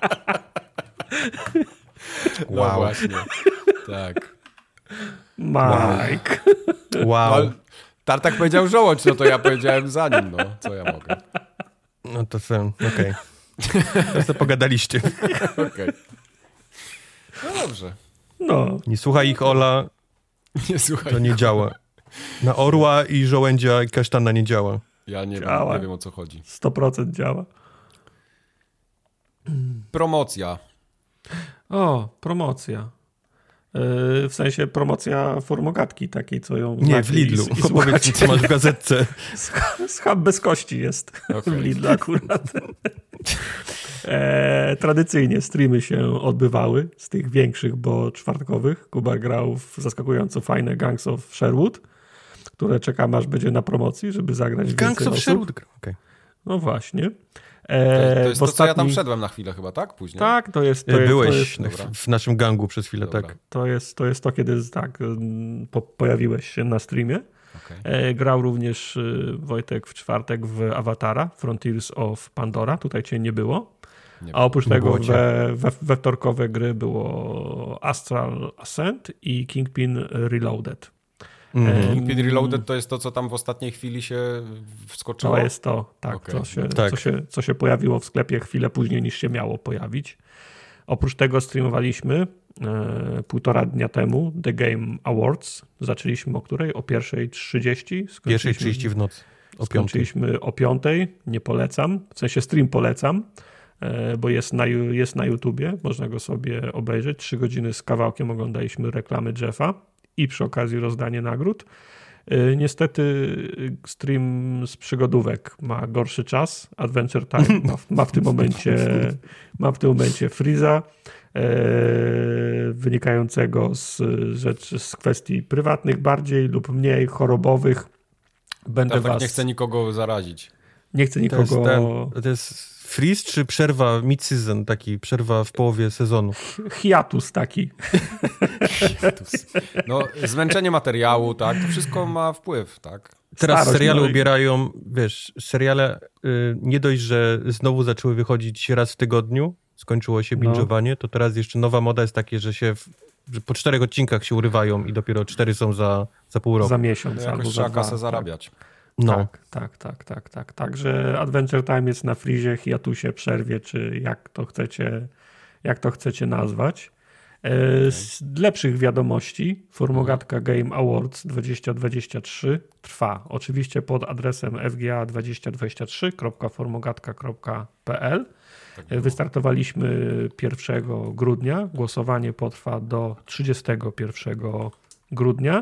No Wow. właśnie. Tak. Mike. Wow. No, Tartak powiedział żołądź, no to ja powiedziałem za nim, no. Co ja mogę? No to są, okej. To sobie pogadaliście. Okej. No dobrze. No. Nie słuchaj ich, Ola, Nie słuchaj. to nie działa. Na orła i żołędzia i kasztana nie działa. Ja nie Działa. wiem, nie wiem o co chodzi. 100% działa. Promocja. O, promocja. W sensie promocja formogatki takiej, co ją Nie, znacie w Lidlu. i Opowiedz mi, co masz w gazetce. Schab bez kości jest Okej. w Lidlu akurat. Tradycyjnie streamy się odbywały z tych większych, bo czwartkowych. Kuba grał w zaskakująco fajne Gangs of Sherwood, które czekam aż będzie na promocji, żeby zagrać Gangs więcej of osób. Sherwood. Okay. No właśnie. To jest to, co ja tam wszedłem na chwilę chyba, tak? Później. Tak, to jest Byłeś dobra. w naszym gangu przez chwilę, Dobra. tak. to, kiedy tak, pojawiłeś się na streamie. Okej. Grał również Wojtek w czwartek w Awatara, Frontiers of Pandora. Tutaj cię nie było. Nie A oprócz Nie tego było cię. we wtorkowe gry było Astral Ascent i Kingpin Reloaded. Kingpin Reloaded to jest to, co tam w ostatniej chwili się wskoczyło? To jest to, tak, Okej. Tak. co się pojawiło w sklepie chwilę później niż się miało pojawić. Oprócz tego streamowaliśmy 1,5 dnia temu The Game Awards. Zaczęliśmy o której? O 1:30. 1:30 w nocy. O 5:00. Skończyliśmy o 5:00. Nie polecam. W sensie stream polecam, bo jest na YouTubie. Można go sobie obejrzeć. 3 godziny z kawałkiem oglądaliśmy reklamy Jeffa i przy okazji rozdanie nagród. Niestety stream z przygodówek ma gorszy czas. Adventure Time ma w tym momencie freeza wynikającego z kwestii prywatnych bardziej lub mniej chorobowych. Nie chcę nikogo zarazić. Nie chcę nikogo... To jest freeze czy przerwa mid-season, taki przerwa w połowie sezonu? Hiatus taki. No, zmęczenie materiału, tak? To wszystko ma wpływ, tak? Teraz Starość, seriale no i- ubierają, wiesz, seriale nie dość, że znowu zaczęły wychodzić raz w tygodniu, skończyło się binge'owanie, to teraz jeszcze nowa moda jest takie, że że po 4 odcinkach się urywają i dopiero 4 są za pół roku. Za miesiąc No albo jakoś za trzeba 2. kasę zarabiać. No. Tak. Także Adventure Time jest na freezie, hiatusie, przerwie, czy jak to chcecie nazwać. Z lepszych wiadomości Formogatka Game Awards 2023 trwa. Oczywiście pod adresem fga2023.formogatka.pl. Wystartowaliśmy 1 grudnia. Głosowanie potrwa do 31 grudnia.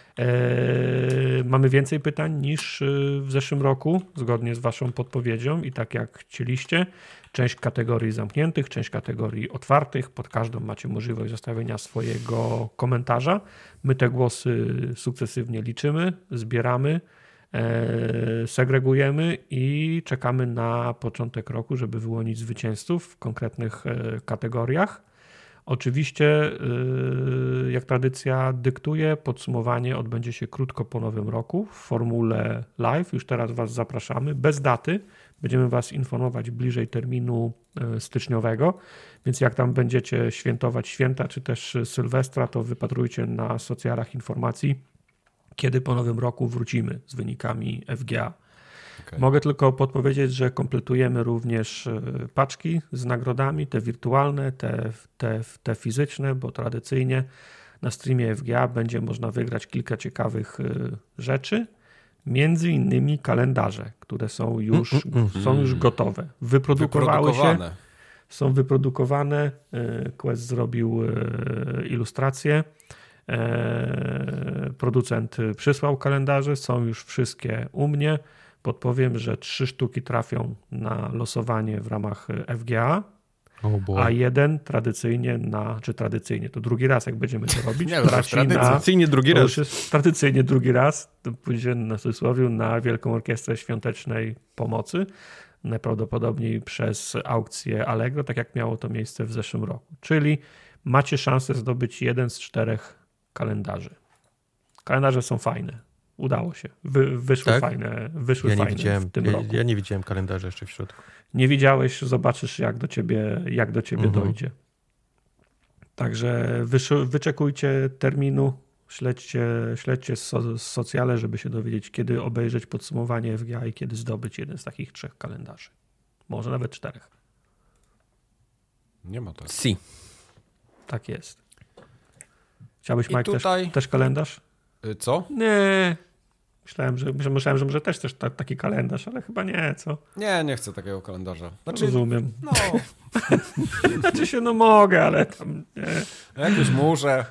Mamy więcej pytań niż w zeszłym roku, zgodnie z waszą podpowiedzią i tak jak chcieliście. Część kategorii zamkniętych, część kategorii otwartych. Pod każdą macie możliwość zostawienia swojego komentarza. My te głosy sukcesywnie liczymy, zbieramy, segregujemy i czekamy na początek roku, żeby wyłonić zwycięzców w konkretnych kategoriach. Oczywiście, jak tradycja dyktuje, podsumowanie odbędzie się krótko po Nowym Roku w formule live. Już teraz Was zapraszamy, bez daty. Będziemy Was informować bliżej terminu styczniowego, więc jak tam będziecie świętować święta, czy też Sylwestra, to wypatrujcie na socjalach informacji, kiedy po Nowym Roku wrócimy z wynikami FGA. Okay. Mogę tylko podpowiedzieć, że kompletujemy również paczki z nagrodami, te wirtualne, te fizyczne, bo tradycyjnie na streamie FGA będzie można wygrać kilka ciekawych rzeczy, między innymi kalendarze, które są już gotowe. Są wyprodukowane. Quest zrobił ilustrację. Producent przysłał kalendarze, są już wszystkie u mnie. Podpowiem, że 3 sztuki trafią na losowanie w ramach FGA, a jeden tradycyjnie to drugi raz, jak będziemy to robić, tradycyjnie drugi raz to pójdzie na cudzysłowie na Wielką Orkiestrę Świątecznej Pomocy, najprawdopodobniej przez aukcję Allegro, tak jak miało to miejsce w zeszłym roku. Czyli macie szansę zdobyć jeden z 4 kalendarzy. Kalendarze są fajne. Udało się. Wyszły fajne w tym roku. Ja nie widziałem kalendarza jeszcze w środku. Nie widziałeś, zobaczysz jak do ciebie dojdzie. Także wyczekujcie terminu, śledźcie socjale, żeby się dowiedzieć, kiedy obejrzeć podsumowanie FGA i kiedy zdobyć jeden z takich 3 kalendarzy. Może nawet 4. Nie ma tak. Si. Tak jest. Chciałbyś, Mike, też kalendarz? Co? Nie. Myślałem, że może też taki kalendarz, ale chyba nie, co? Nie chcę takiego kalendarza. Rozumiem. No. Mogę, ale tam nie. Jakoś muszę.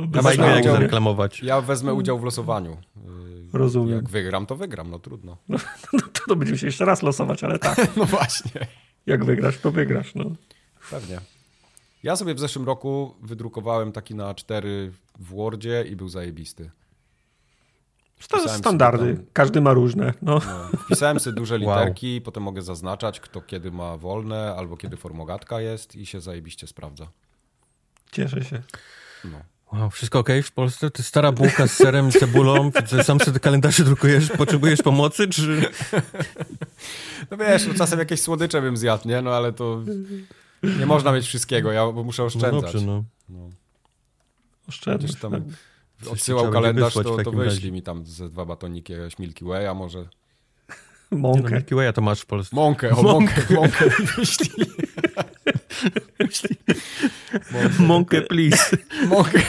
Ja wezmę udział w losowaniu. Rozumiem. Jak wygram, to wygram, no trudno. To będziemy się jeszcze raz losować, ale tak. No właśnie. Jak wygrasz, to wygrasz, no. Pewnie. Ja sobie w zeszłym roku wydrukowałem taki na 4 w Wordzie i był zajebisty. Standardy, każdy ma różne. No. Wpisałem sobie duże literki, potem mogę zaznaczać, kto kiedy ma wolne, albo kiedy formogatka jest i się zajebiście sprawdza. Cieszę się. No. Wow, wszystko okej w Polsce? Ty stara bułka z serem i cebulą, sam sobie te kalendarze drukujesz, potrzebujesz pomocy, czy... No wiesz, czasem jakieś słodycze bym zjadł, nie? No ale to nie można mieć wszystkiego, bo muszę oszczędzać. No dobrze, no. Oszczędność. Tam odsyłał kalendarz, to wyślij mi tam ze 2 batoniki jakiegoś Milky Way, a może... Mąkę. Milky Way'a to masz w Polsce. Mąkę wyślij. Mąkę, please. Mąkę.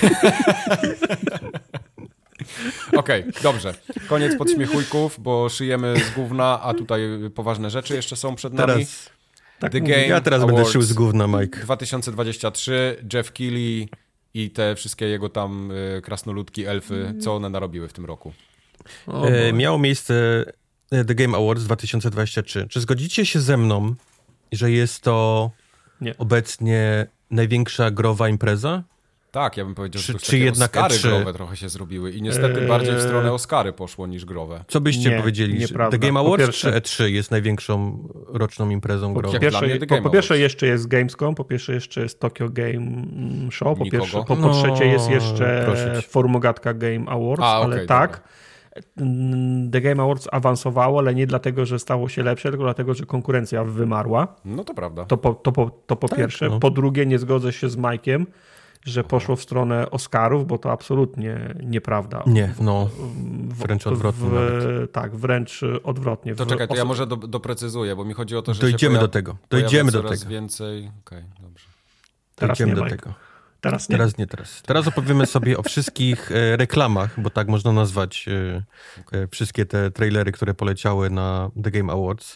Okej, dobrze. Koniec podśmiechujków, bo szyjemy z gówna, a tutaj poważne rzeczy jeszcze są przed nami. Ja teraz będę szył z gówna, Mike. 2023, Jeff Keighley i te wszystkie jego tam krasnoludki, elfy, co one narobiły w tym roku? Miało miejsce The Game Awards 2023. Czy zgodzicie się ze mną, że jest to obecnie największa growa impreza? Tak, ja bym powiedział, że czy jednak Oscary E3? growe trochę się zrobiły i niestety bardziej w stronę Oscary poszło niż growe. Co byście powiedzieli? Nieprawda. The Game Awards czy E3 jest największą roczną imprezą grową? Po pierwsze jeszcze jest Gamescom, po pierwsze jeszcze jest Tokyo Game Show, po trzecie jest jeszcze formogatka Game Awards, ale tak. The Game Awards awansowało, ale nie dlatego, że stało się lepsze, tylko dlatego, że konkurencja wymarła. No to prawda. To po pierwsze. No. Po drugie, nie zgodzę się z Mike'iem, że poszło w stronę Oscarów, bo to absolutnie nieprawda. Nie, wręcz odwrotnie. Tak, wręcz odwrotnie. To czekaj, to ja może doprecyzuję, bo mi chodzi o to, że dojdziemy do tego. Coraz więcej. Okej, dobrze. Dojdziemy do tego. Teraz nie. Teraz opowiemy sobie o wszystkich reklamach, bo tak można nazwać wszystkie te trailery, które poleciały na The Game Awards.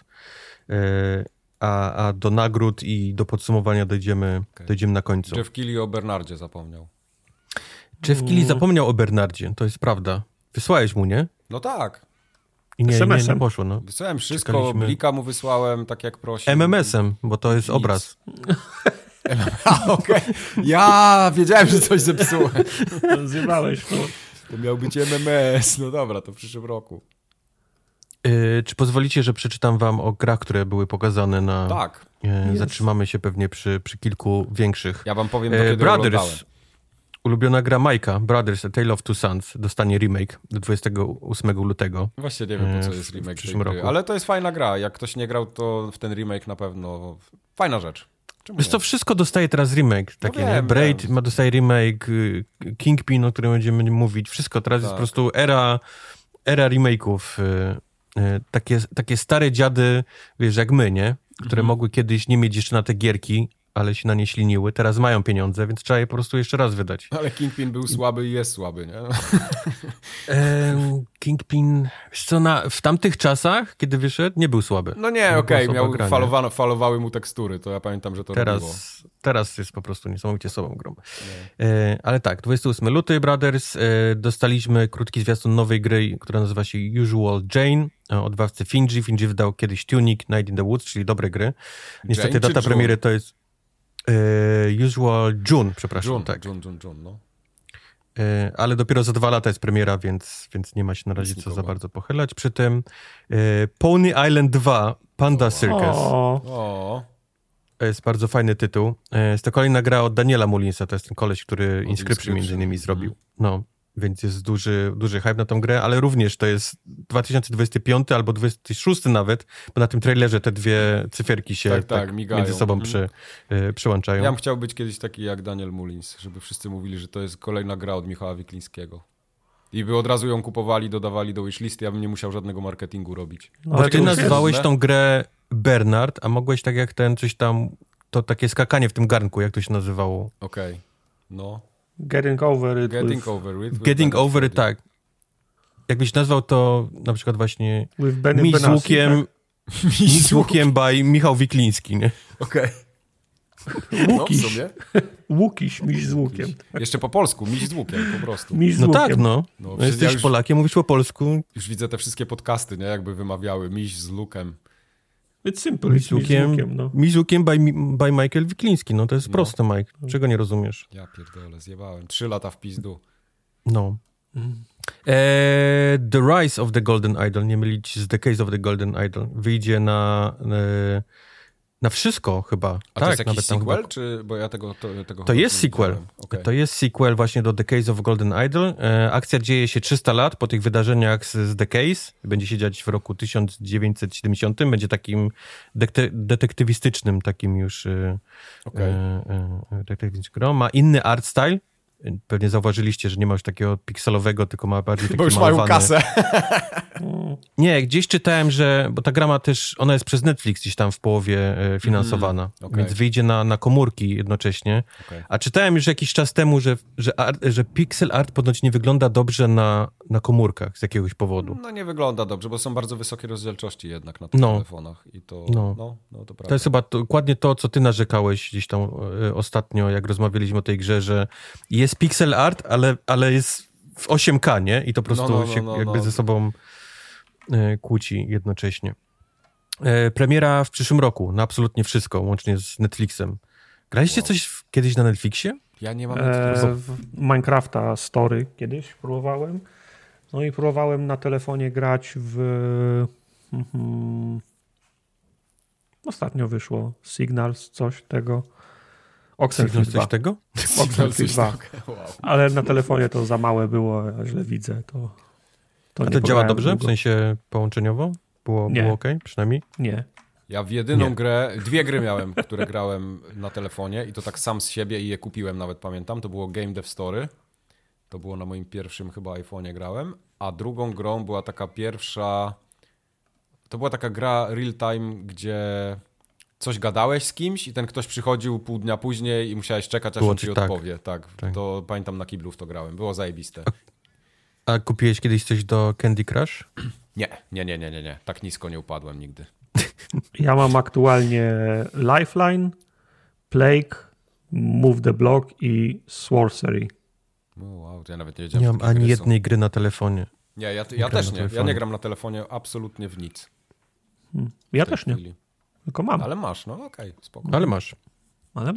A do nagród i do podsumowania dojdziemy na końcu. Jeff Keighley o Bernardzie zapomniał. Jeff Keighley zapomniał o Bernardzie, to jest prawda. Wysłałeś mu, nie? No tak. I nie poszło. No. Wysłałem wszystko, Blika mu wysłałem, tak jak prosił. MMS-em, bo to jest obraz. Okej. Ja wiedziałem, że coś zepsułem. Zjebałeś. To miał być MMS. No dobra, to w przyszłym roku. Czy pozwolicie, że przeczytam wam o grach, które były pokazane na... Tak. Zatrzymamy się pewnie przy kilku większych. Ja wam powiem, do kiedy oglądałem. Ulubiona gra Majka, Brothers, A Tale of Two Sons, dostanie remake do 28 lutego. Właśnie nie wiem, po co jest remake w przyszłym tej gry, roku. ale to jest fajna gra. Jak ktoś nie grał, to w ten remake na pewno fajna rzecz. Czemu Wiesz nie? co, wszystko dostaje teraz remake. Takie, wiem, nie? Braid wiem. dostaje remake, Kingpin, o którym będziemy mówić. Wszystko teraz jest po prostu era remake'ów. Takie stare dziady, wiesz, jak my, nie? Które mogły kiedyś nie mieć jeszcze na te gierki, ale się na nie śliniły. Teraz mają pieniądze, więc trzeba je po prostu jeszcze raz wydać. Ale Kingpin był słaby i jest słaby, nie? Kingpin, wiesz co, w tamtych czasach, kiedy wyszedł, nie był słaby. No nie, okej, była miał grania. falowały mu tekstury, to ja pamiętam, że to robiło. Teraz jest po prostu niesamowicie słabą grą. Ale tak, 28 luty, Brothers, dostaliśmy krótki zwiastun nowej gry, która nazywa się Usual Jane, od wydawcy Finji. Finji wydał kiedyś Tunic, Night in the Woods, czyli dobre gry. Niestety Jane data czy premiery June? to jest Usual June, przepraszam. June, tak. June, no. Ale dopiero za 2 lata jest premiera, więc nie ma się na razie co za bardzo pochylać. Przy tym Pony Island 2, Panda Circus. O, To jest bardzo fajny tytuł. Jest to kolejna gra od Daniela Mullinsa, to jest ten koleś, który Inscription między innymi zrobił. No, więc jest duży hype na tą grę, ale również to jest 2025 albo 2026 nawet, bo na tym trailerze te dwie cyferki się tak, migają. między sobą przyłączają. Ja bym chciał być kiedyś taki jak Daniel Mullins, żeby wszyscy mówili, że to jest kolejna gra od Michała Wiklińskiego. I by od razu ją kupowali, dodawali do wishlisty, ja bym nie musiał żadnego marketingu robić. Bo ty nazwałeś tą grę Bernard, a mogłeś tak jak ten coś tam, to takie skakanie w tym garnku, jak to się nazywało? Okej, no. Getting over it. Getting over it, tak. Jakbyś nazwał to na przykład właśnie With Benny Miś z Benassi, łukiem, tak? Miś z łukiem by Michał Wikliński, nie? Okej. Łukiś. No, w sumie. Łukiś, miś z łukiem. Jeszcze po polsku, miś z łukiem po prostu. Miś z No łukiem. tak, no. Ja Jesteś już- Polakiem, mówisz po polsku. Już widzę te wszystkie podcasty, nie? Jakby wymawiały miś z lukiem. It's simple, Miś it's z miś z łukiem, łukiem, no. Miś z łukiem by Michael Wikliński, no to jest proste, Mike. Czego nie rozumiesz? Ja pierdolę, zjebałem. 3 lata w pizdu. No. The Rise of the Golden Idol, nie mylić z The Case of the Golden Idol, wyjdzie na wszystko chyba. A tak, to jest jakiś nawet tam sequel, chyba... czy... Bo ja tego To jest sequel. Okay. To jest sequel właśnie do The Case of Golden Idol. Akcja dzieje się 300 lat po tych wydarzeniach z The Case. Będzie się dziać w roku 1970. Będzie takim detektywistycznym, takim już detektywistycznym grą. Ma inny art style. Pewnie zauważyliście, że nie ma już takiego pikselowego, tylko ma bardziej takie Bo już malowane. mają kasę. Nie, gdzieś czytałem, że... Bo ta gra ma też... Ona jest przez Netflix gdzieś tam w połowie finansowana. okej. Więc wyjdzie na komórki jednocześnie. Okay. A czytałem już jakiś czas temu, że pixel art ponoć nie wygląda dobrze na komórkach z jakiegoś powodu. No nie wygląda dobrze, bo są bardzo wysokie rozdzielczości jednak na tych telefonach. I to, to prawda. To jest chyba dokładnie to, co ty narzekałeś gdzieś tam ostatnio, jak rozmawialiśmy o tej grze, że jest pixel art, ale jest w 8K, nie? I to po prostu się jakby ze sobą kłóci jednocześnie. Premiera w przyszłym roku, na absolutnie wszystko, łącznie z Netflixem. Graliście coś kiedyś na Netflixie? Ja nie mam w Minecrafta Story kiedyś próbowałem. No i próbowałem na telefonie grać w... Ostatnio wyszło Signals, coś tego. Oxenfree 2. Coś tego? Oxenfree 2. Wow. Ale na telefonie to za małe było, ja źle widzę. A to działa dobrze? W sensie połączeniowo? Było okej? Przynajmniej? Nie. Ja w jedyną grę, 2 gry miałem, które grałem na telefonie i to tak sam z siebie i je kupiłem nawet, pamiętam. To było Game Dev Story. To było na moim pierwszym chyba iPhone'ie grałem. A drugą grą była taka pierwsza... To była taka gra real time, gdzie coś gadałeś z kimś i ten ktoś przychodził pół dnia później i musiałeś czekać, aż on ci odpowie. Tak, to pamiętam na kiblu w to grałem. Było zajebiste. A kupiłeś kiedyś coś do Candy Crush? Nie. Tak nisko nie upadłem nigdy. Ja mam aktualnie Lifeline, Plague, Move the Block i Sorcery. Wow, to ja nawet nie wiedziałem, Nie mam ani jednej gry na telefonie. Nie, ja też nie. Ja nie gram na telefonie absolutnie w nic. Ja też nie. Tylko mam. Ale masz, no okej, spoko. Ale masz.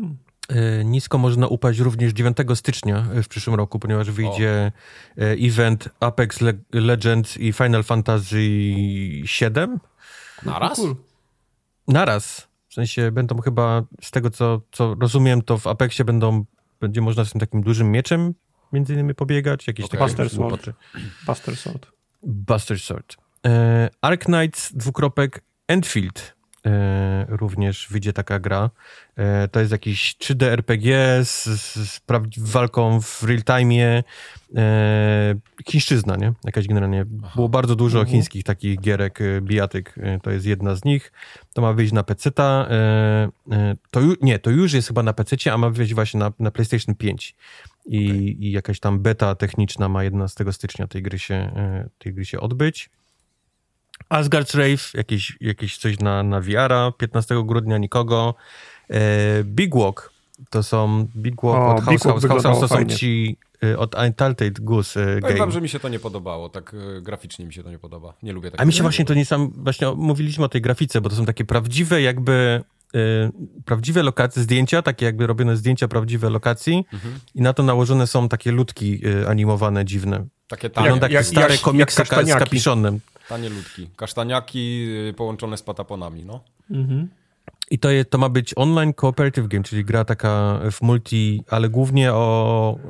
Nisko można upaść również 9 stycznia w przyszłym roku, ponieważ wyjdzie event Apex Legends i Final Fantasy VII. Naraz? Cool. Naraz. W sensie będą chyba, z tego co rozumiem, to w Apexie będzie można z tym takim dużym mieczem między innymi pobiegać. Jakieś takie Buster Sword. Buster Sword. Arknights Enfield. Również wyjdzie taka gra. To jest jakiś 3D RPG z walką w real time'ie. Chińszczyzna, nie? Jakaś generalnie. Było bardzo dużo chińskich takich gierek, bijatyk. To jest jedna z nich. To ma wyjść na PC-ta. To już jest chyba na PC-cie, a ma wyjść właśnie na PlayStation 5. I jakaś tam beta techniczna ma 11 stycznia tej gry się odbyć. Asgard's Rave, jakieś coś na VR-a, 15 grudnia nikogo. Big Walk, to są od House, to są ci od Untitled Goose Powiem Game. wam, że mi się to nie podobało, tak graficznie mi się to nie podoba. Nie lubię takich. A mi się właśnie to nie sam, właśnie mówiliśmy o tej grafice, bo to są takie prawdziwe prawdziwe lokacje, zdjęcia, takie jakby robione zdjęcia prawdziwe lokacji i na to nałożone są takie ludki animowane, dziwne. Takie takie stare komiksy z kapiszonem. Tanie ludki. Kasztaniaki połączone z pataponami, no. I to ma być online cooperative game, czyli gra taka w multi, ale głównie o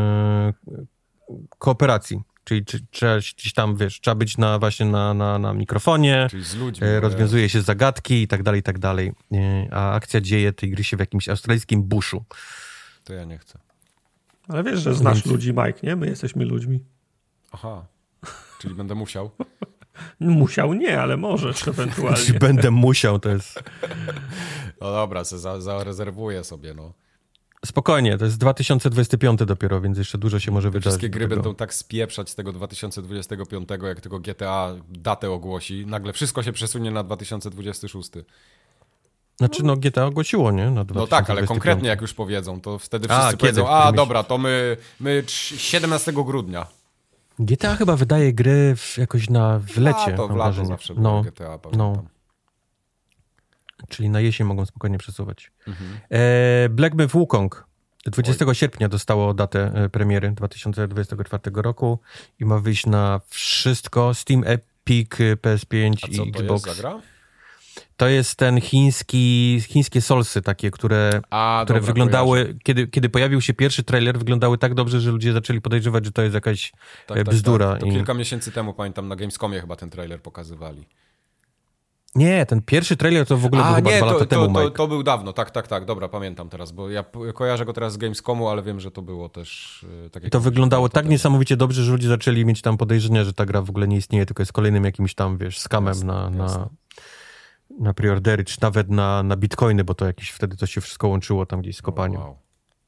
kooperacji. Czyli trzeba gdzieś tam, trzeba być właśnie na mikrofonie, czyli z ludźmi, rozwiązuje się zagadki i tak dalej. A akcja dzieje tej gry się w jakimś australijskim buszu. To ja nie chcę. Ale wiesz, że znasz ludzi, Mike, nie? My jesteśmy ludźmi. Aha, czyli będę musiał. Musiał nie, ale możesz ewentualnie. Będę musiał, to jest... No dobra, zarezerwuję sobie, no. Spokojnie, to jest 2025 dopiero, więc jeszcze dużo się może wydarzyć. Wszystkie gry będą tak spieprzać z tego 2025, jak tylko GTA datę ogłosi. Nagle wszystko się przesunie na 2026. Znaczy, GTA ogłosiło, nie? Na 2025. No tak, ale konkretnie jak już powiedzą, to wtedy wszyscy powiedzą, dobra, to my 17 grudnia. GTA chyba wydaje gry jakoś w lecie. To w lato zawsze było GTA, pamiętam. Czyli na jesień mogą spokojnie przesuwać. Black Myth Wukong 20 sierpnia dostało datę premiery 2024 roku i ma wyjść na wszystko: Steam, Epic, PS5 i Xbox. To jest za gra? To jest ten chińskie Soulsy takie, które wyglądały, kiedy pojawił się pierwszy trailer, wyglądały tak dobrze, że ludzie zaczęli podejrzewać, że to jest jakaś bzdura. Tak. To kilka miesięcy temu, pamiętam, na Gamescomie chyba ten trailer pokazywali. Nie, ten pierwszy trailer to w ogóle był chyba 2 lata temu, Mike. To był dawno, tak, dobra, pamiętam teraz, bo ja kojarzę go teraz z Gamescomu, ale wiem, że to było też... To wyglądało tak niesamowicie dobrze, że ludzie zaczęli mieć tam podejrzenia, że ta gra w ogóle nie istnieje, tylko jest kolejnym jakimś tam, skamem na preordery, czy nawet na bitcoiny, bo to wtedy to się wszystko łączyło tam gdzieś z kopaniem. Wow.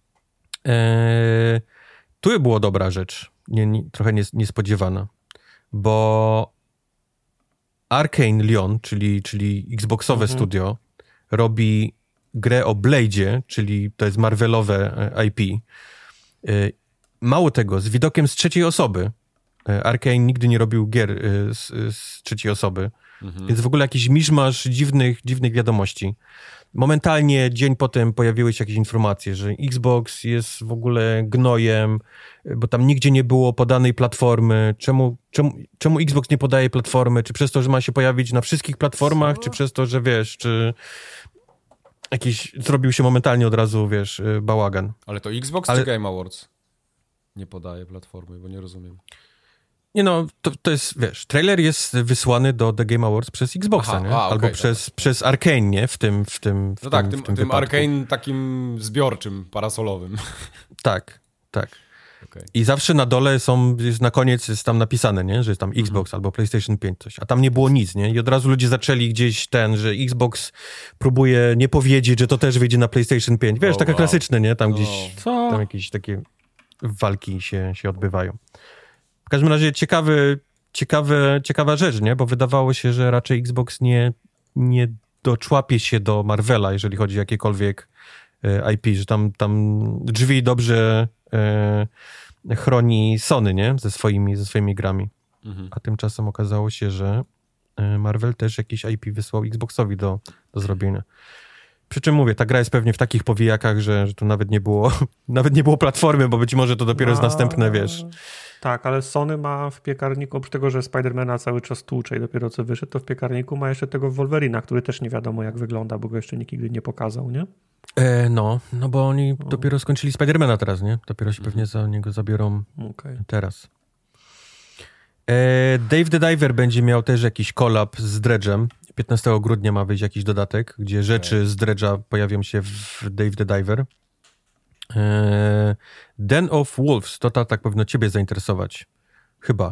Tu była dobra rzecz, trochę niespodziewana, bo Arkane Lyon, czyli Xboxowe studio, robi grę o Blade'zie, czyli to jest Marvelowe IP. Mało tego, z widokiem z trzeciej osoby. Arkane nigdy nie robił gier z trzeciej osoby, więc w ogóle jakiś miszmasz dziwnych wiadomości. Momentalnie, dzień potem pojawiły się jakieś informacje, że Xbox jest w ogóle gnojem, bo tam nigdzie nie było podanej platformy. Czemu Xbox nie podaje platformy? Czy przez to, że ma się pojawić na wszystkich platformach, czy przez to, że czy jakiś zrobił się momentalnie od razu, bałagan. Ale to Xbox czy Game Awards nie podaje platformy, bo nie rozumiem. Nie no, to jest, trailer jest wysłany do The Game Awards przez Xboxa, nie? Albo przez Arkane, nie? W tym no tak, tym Arkane takim zbiorczym, parasolowym. Tak. Okay. I zawsze na dole jest na koniec jest tam napisane, nie? Że jest tam Xbox albo PlayStation 5 coś, a tam nie było nic, nie? I od razu ludzie zaczęli gdzieś że Xbox próbuje nie powiedzieć, że to też wyjdzie na PlayStation 5. Taka klasyczne, nie? Tam gdzieś tam jakieś takie walki się odbywają. W każdym razie ciekawa rzecz, nie? Bo wydawało się, że raczej Xbox nie doczłapie się do Marvela, jeżeli chodzi o jakiekolwiek IP, że tam drzwi dobrze chroni Sony, nie? Ze swoimi grami. A tymczasem okazało się, że Marvel też jakieś IP wysłał Xboxowi do zrobienia. Przy czym mówię, ta gra jest pewnie w takich powijakach, że tu nawet nie było platformy, bo być może to dopiero jest następne, wiesz. Tak, ale Sony ma w piekarniku, oprócz tego, że Spidermana cały czas tłucze i dopiero co wyszedł, to w piekarniku ma jeszcze tego Wolverina, który też nie wiadomo jak wygląda, bo go jeszcze nikt nigdy nie pokazał, nie? No bo oni dopiero skończyli Spidermana teraz, nie? Dopiero się pewnie za niego zabiorą teraz. Dave the Diver będzie miał też jakiś collab z Dredge'em. 15 grudnia ma wyjść jakiś dodatek, gdzie rzeczy z Dredge'a pojawią się w Dave the Diver. Den of Wolves, to tak powinno ciebie zainteresować. Chyba.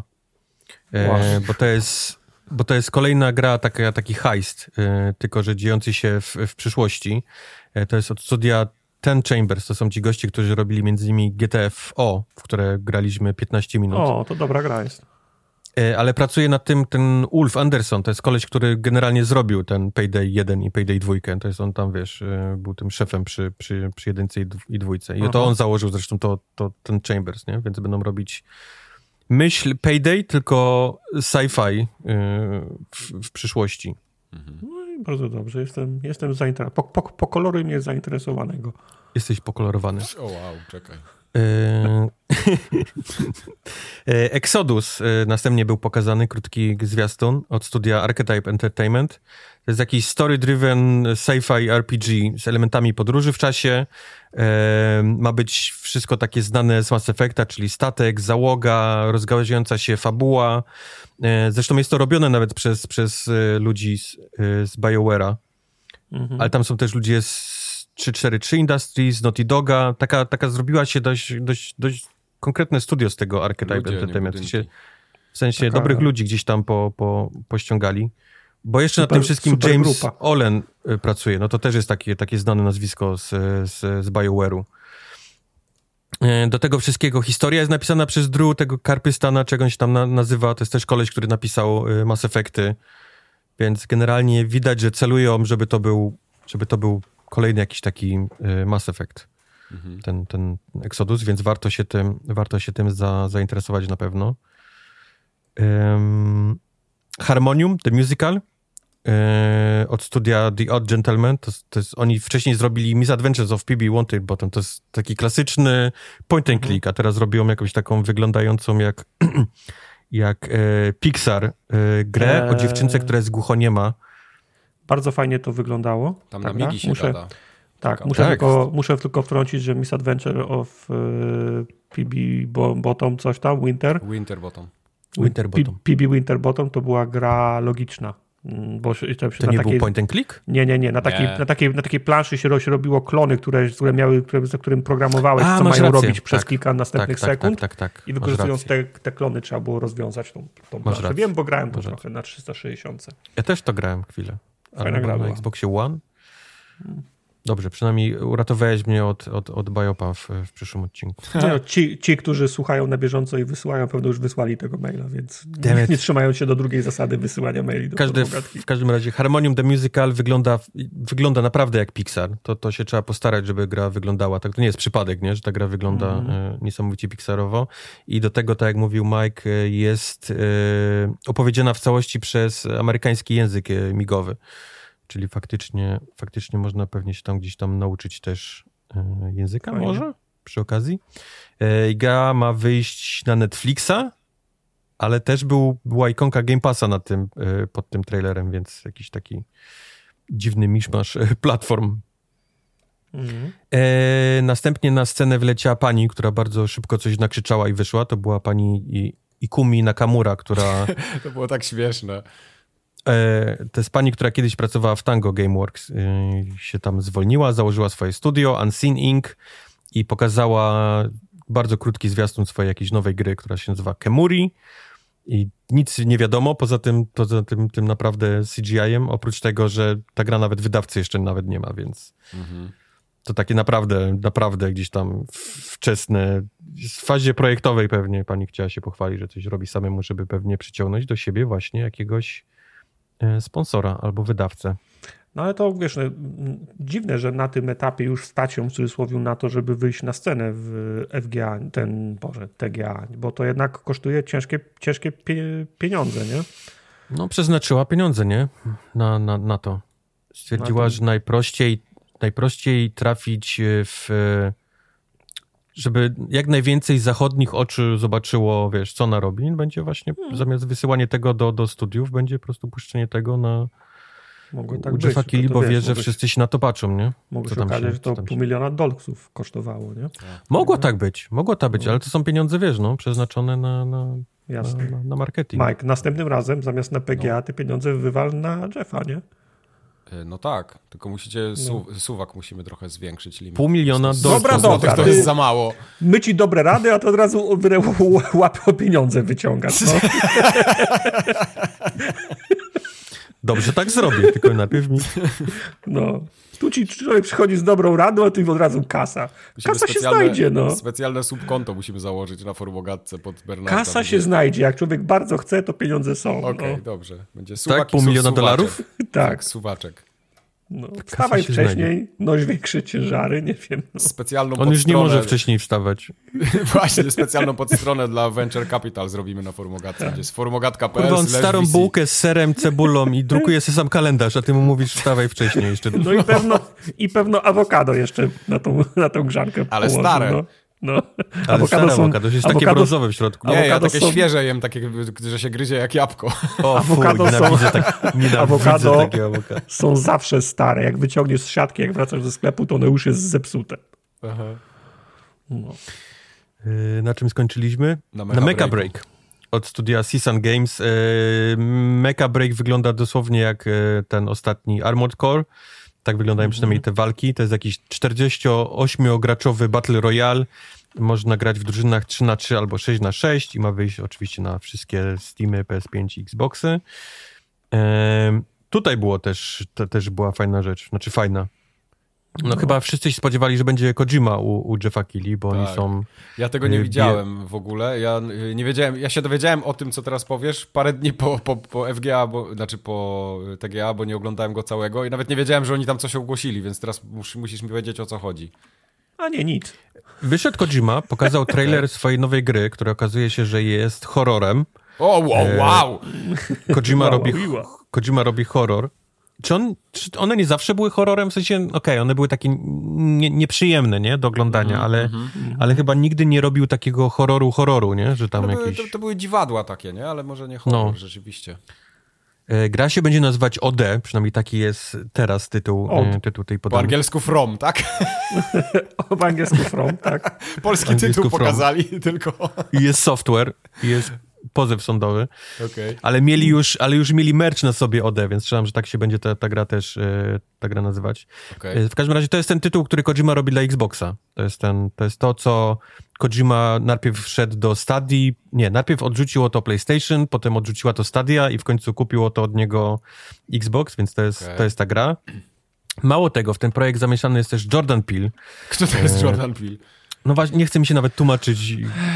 Bo to jest kolejna gra, taki heist, tylko że dziejący się w przyszłości. To jest od studia Ten Chambers. To są ci goście, którzy robili między innymi GTFO, w które graliśmy 15 minut. O, to dobra gra jest. Ale pracuje nad tym ten Ulf Anderson. To jest koleś, który generalnie zrobił ten Payday 1 i Payday 2. To jest on tam, wiesz, był tym szefem przy jedynce i dwójce. I to on założył zresztą to ten Chambers, nie? Więc będą robić myśl Payday, tylko sci-fi w przyszłości. No i bardzo dobrze. Jestem zainteresowany. Pokoloruj mnie zainteresowanego. Jesteś pokolorowany. O wow, czekaj. Exodus następnie był pokazany, krótki zwiastun od studia Archetype Entertainment. To jest jakiś story-driven sci-fi RPG z elementami podróży w czasie. Ma być wszystko takie znane z Mass Effecta, czyli statek, załoga, rozgałęziająca się fabuła. Zresztą jest to robione nawet przez ludzi z BioWare'a. Ale tam są też ludzie z 343 Industries, Naughty Doga. Taka zrobiła się dość konkretne studio z tego Archetype Entertainment. W sensie dobrych ludzi gdzieś tam pościągali. Bo jeszcze nad tym wszystkim James Olen pracuje. No to też jest takie znane nazwisko z BioWare'u. Do tego wszystkiego historia jest napisana przez Drew, tego Karpystana, czegoś tam nazywa. To jest też koleś, który napisał Mass Effecty. Więc generalnie widać, że celują, żeby to był kolejny jakiś taki Mass Effect. Ten Exodus, więc warto się tym zainteresować na pewno. Harmonium, The Musical od studia The Odd Gentleman. To jest, oni wcześniej zrobili Misadventures of PB Wanted Bottom. To jest taki klasyczny point and click, a teraz robią jakąś taką wyglądającą jak Pixar grę o dziewczynce, która jest głuchoniema. Bardzo fajnie to wyglądało. Tam na migi się gada. Tak, muszę tylko wtrącić, że Misadventure of PB Bottom, coś tam, Winterbottom. PB Winterbottom to była gra logiczna. Bo to nie był point and click? Nie. Na takiej planszy się robiło klony, które za którym programowałeś, co mają rację. robić przez kilka następnych sekund. Tak. I wykorzystując te klony trzeba było rozwiązać tą planszę. Wiem, bo grałem to trochę na 360. Ja też to grałem chwilę. Fajna gra na Xboxie One. Dobrze, przynajmniej uratowałeś mnie od Biopa w przyszłym odcinku. Ci, którzy słuchają na bieżąco i wysyłają, pewno już wysłali tego maila, więc nie trzymają się do drugiej zasady wysyłania maili. W każdym razie Harmonium The Musical wygląda naprawdę jak Pixar. To się trzeba postarać, żeby gra wyglądała. Tak, to nie jest przypadek, nie? Że ta gra wygląda niesamowicie pixarowo. I do tego, tak jak mówił Mike, jest opowiedziana w całości przez amerykański język migowy. Czyli faktycznie można pewnie się tam gdzieś tam nauczyć też języka może przy okazji. Gra ma wyjść na Netflixa, ale też była ikonka Game Passa pod tym trailerem, więc jakiś taki dziwny miszmasz platform. Następnie na scenę wleciała pani, która bardzo szybko coś nakrzyczała i wyszła. To była pani Ikumi Nakamura, która... To było tak śmieszne. To jest pani, która kiedyś pracowała w Tango Gameworks, się tam zwolniła, założyła swoje studio, Unseen Inc. i pokazała bardzo krótki zwiastun swojej jakiejś nowej gry, która się nazywa Kemuri i nic nie wiadomo poza tym naprawdę CGI-em, oprócz tego, że ta gra nawet wydawcy jeszcze nawet nie ma, więc to takie naprawdę gdzieś tam wczesne, w fazie projektowej pewnie pani chciała się pochwalić, że coś robi samemu, żeby pewnie przyciągnąć do siebie właśnie jakiegoś sponsora albo wydawcę. No ale to wiesz, dziwne, że na tym etapie już stać ją w cudzysłowie na to, żeby wyjść na scenę w FGA, TGA, bo to jednak kosztuje ciężkie pieniądze, nie? No przeznaczyła pieniądze, nie? Na to. Stwierdziła, że najprościej najprościej trafić żeby jak najwięcej zachodnich oczu zobaczyło, wiesz, co ona robi, będzie właśnie zamiast wysyłanie tego do studiów, będzie po prostu puszczenie tego na Jeffa Keighley, bo wie, że wszyscy się na to patrzą, nie? Mogło się okazać, że to $500,000 kosztowało, nie? Mogło tak być, ale to są pieniądze, wiesz, przeznaczone na marketing. Mike, następnym razem zamiast na PGA te pieniądze wywal na Jeffa, nie? No tak, tylko musicie, suwak musimy trochę zwiększyć limit. $500,000. Dobra. To jest za mało. My ci dobre rady, a to od razu łapy o pieniądze wyciągasz. No. Dobrze, tak zrobię, tylko najpierw mi... No. Tu ci człowiek przychodzi z dobrą radą, a ty od razu kasa. Kasa się znajdzie, no. Specjalne subkonto musimy założyć na Formogatce pod Bernarda. Kasa się znajdzie. Jak człowiek bardzo chce, to pieniądze są. Okej, dobrze. Będzie suwak tak, $500,000? Tak. Suwaczek. No, wstawaj wcześniej, noś większe ciężary, nie wiem. No. Specjalną On już nie może wcześniej wstawać. Właśnie, specjalną podstronę dla Venture Capital zrobimy na Formogatce, gdzie jest formogatka.pl. Kurwa, on starą bułkę z serem, cebulą i drukuje sobie sam kalendarz, a ty mu mówisz wstawaj wcześniej jeszcze. No i pewno awokado jeszcze na tą grzankę ale położył, stare. No. Ale stare awokado, jest takie brązowe w środku. Nie, ja takie świeże jem, takie, że się gryzie jak jabłko. O, awokado awokado są zawsze stare. Jak wyciągniesz z siatki, jak wracasz do sklepu, to one już jest zepsute. Aha. No. Na czym skończyliśmy? Na Mecha Break. Od studia Season Games. Mecha Break wygląda dosłownie jak ten ostatni Armored Core. Tak wyglądają przynajmniej te walki. To jest jakiś 48-graczowy Battle Royale. Można grać w drużynach 3x3 albo 6x6 i ma wyjść oczywiście na wszystkie Steamy, PS5 i Xboxy. Tutaj było też była fajna rzecz. Znaczy fajna. Chyba wszyscy się spodziewali, że będzie Kojima u Jeffa Keighley, bo oni są... Ja tego nie widziałem w ogóle. Ja nie wiedziałem, ja się dowiedziałem o tym, co teraz powiesz, parę dni po FGA, po TGA, bo nie oglądałem go całego i nawet nie wiedziałem, że oni tam coś ogłosili, więc teraz musisz mi powiedzieć, o co chodzi. A nie, nic. Wyszedł Kojima, pokazał trailer swojej nowej gry, która okazuje się, że jest horrorem. O, wow! Kojima robi horror. Czy one nie zawsze były horrorem? W sensie, one były takie nieprzyjemne, nie? Do oglądania, ale chyba nigdy nie robił takiego horroru, nie? Że tam jakieś... To były dziwadła takie, nie? Ale może nie horror, rzeczywiście. Gra się będzie nazywać OD, przynajmniej taki jest teraz tytuł tej podany. Po angielsku From, tak? Po angielsku From, tak. Polski tytuł pokazali tylko. I jest software, jest pozew sądowy. Okay. Ale już mieli merch na sobie OD, więc strzelam, że tak się będzie ta gra też ta gra nazywać. Okay. W każdym razie to jest ten tytuł, który Kojima robi dla Xboxa. To jest to, co Kojima najpierw wszedł do Stadia, najpierw odrzuciło to PlayStation, potem odrzuciła to Stadia i w końcu kupiło to od niego Xbox, więc to jest ta gra. Mało tego, w ten projekt zamieszany jest też Jordan Peele. Kto to jest Jordan Peele? No właśnie, nie chce mi się nawet tłumaczyć.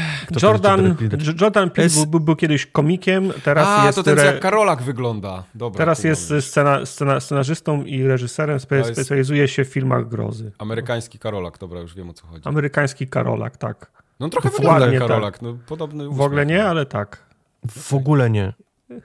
Jordan Peele był kiedyś komikiem, teraz jest... to ten jak Karolak wygląda. Dobra, teraz jest scenarzystą i reżyserem, specjalizuje się w filmach grozy. Amerykański Karolak, dobra, już wiem, o co chodzi. Amerykański Karolak, tak. No trochę wygląda jak Karolak, tak. Podobny w ogóle nie, ale tak. W ogóle nie.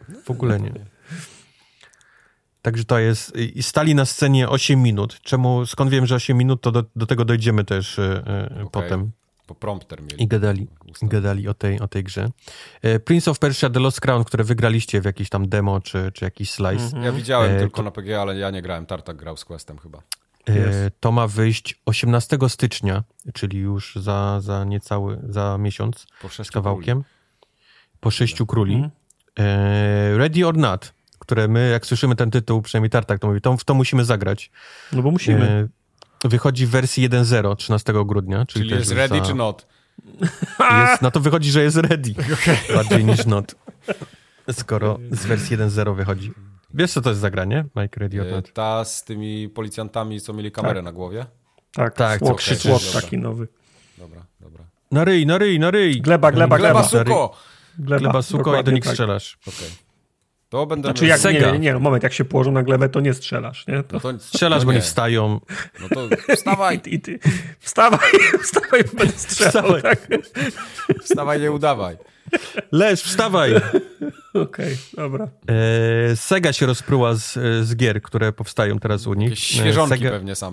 Także to jest... I stali na scenie 8 minut. Skąd wiem, że 8 minut, to do tego dojdziemy też potem. Po prompter mieli. I gadali o tej grze. Prince of Persia The Lost Crown, które wygraliście w jakiś tam demo, czy jakiś slice. Ja widziałem tylko na PGA, ale ja nie grałem. Tartak grał z Questem chyba. To ma wyjść 18 stycznia, czyli już za miesiąc. Po 6 kawałkiem. Po 6 króli. Ready or Not, które my, jak słyszymy ten tytuł, przynajmniej Tartak to mówi, w to musimy zagrać. No bo musimy. Wychodzi w wersji 1.0 13 grudnia. Czyli jest ready czy not? No to wychodzi, że jest ready. Okay. Bardziej niż not. Skoro z wersji 1.0 wychodzi. Wiesz, co to jest za gra, nie? Mike, ready or not? Ta z tymi policjantami, co mieli kamerę na głowie? Tak. Słod taki nowy. Dobra. Na ryj. Gleba, suko. Gleba, suko i do nich strzelasz. Okay. To będę... Znaczy moment, jak się położą na glebę, to nie strzelasz, nie? To strzelasz, bo nie wstają. No to wstawaj. Wstawaj, bo będę strzelał, tak? Wstawaj, nie udawaj. Leż, wstawaj. Okej, dobra. Sega się rozpruła z gier, które powstają teraz u nich. Jakieś świeżonki pewnie same.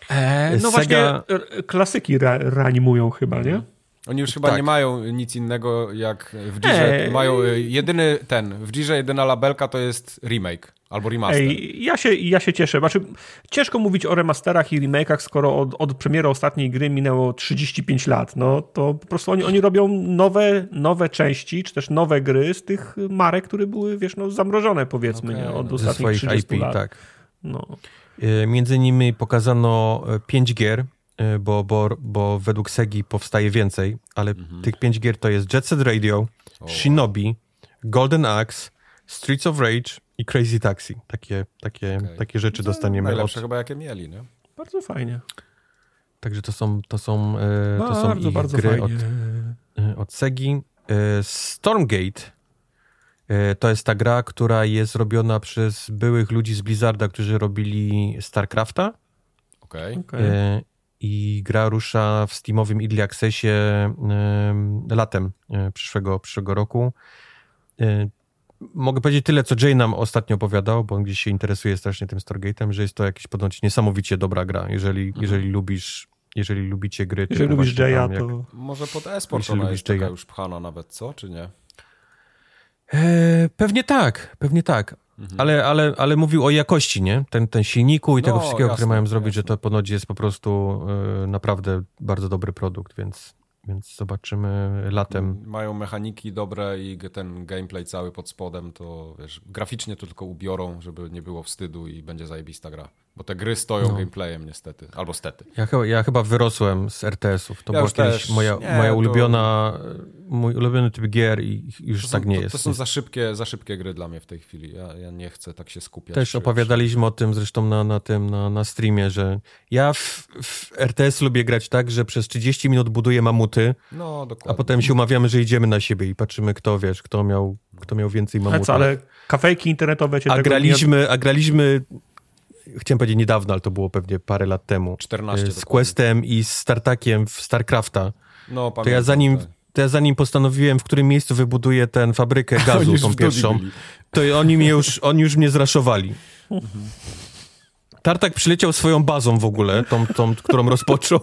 No właśnie klasyki reanimują chyba, nie? Oni już chyba nie mają nic innego jak w Girze. Mają w Girze jedyna labelka to jest remake albo remaster. Ja się cieszę. Znaczy, ciężko mówić o remasterach i remake'ach, skoro od premiery ostatniej gry minęło 35 lat. No to po prostu oni robią nowe części, czy też nowe gry z tych marek, które były, zamrożone, powiedzmy, nie? Od ostatnich 30 lat. Tak. No. Między innymi pokazano 5 gier, bo według Segi powstaje więcej, ale tych 5 gier to jest Jet Set Radio, Shinobi, Golden Axe, Streets of Rage i Crazy Taxi. Takie rzeczy dostaniemy. Najlepsze chyba jakie mieli, nie? Bardzo fajnie. Także to są ich bardzo gry fajnie. od Segi. Stormgate to jest ta gra, która jest robiona przez byłych ludzi z Blizzarda, którzy robili StarCrafta. Okej. I gra rusza w Steamowym Early Accessie latem przyszłego roku. Mogę powiedzieć tyle, co Jay nam ostatnio opowiadał, bo on gdzieś się interesuje strasznie tym Stargate'em, że jest to jakiś ponoć niesamowicie dobra gra. Jeżeli lubicie gry... Jeżeli lubisz Jaya, to... Może pod e-sport ona jest taka już pchana nawet, co? Czy nie? Pewnie tak. Ale mówił o jakości, nie? Ten silniku i tego wszystkiego, które mają zrobić, że to ponoć jest po prostu naprawdę bardzo dobry produkt, więc zobaczymy latem. Mają mechaniki dobre i ten gameplay cały pod spodem, to wiesz, graficznie to tylko ubiorą, żeby nie było wstydu i będzie zajebista gra. Bo te gry stoją gameplayem niestety, albo stety. Ja chyba wyrosłem z RTS-ów. To była kiedyś mój ulubiony typ gier i już tak nie jest. To są za szybkie gry dla mnie w tej chwili. Ja nie chcę tak się skupiać. Też opowiadaliśmy o tym zresztą na streamie, że ja w RTS lubię grać tak, że przez 30 minut buduję mamuty, a potem się umawiamy, że idziemy na siebie i patrzymy, kto miał więcej mamutów. Ale kafejki internetowe cię graliśmy chciałem powiedzieć niedawno, ale to było pewnie parę lat temu. 14 z Questem i z StarTakiem w StarCrafta. No, pamiętam. To ja zanim postanowiłem, w którym miejscu wybuduję tę fabrykę gazu, tą pierwszą, to oni już mnie zraszowali. Tartak przyleciał swoją bazą w ogóle, tą którą rozpoczął.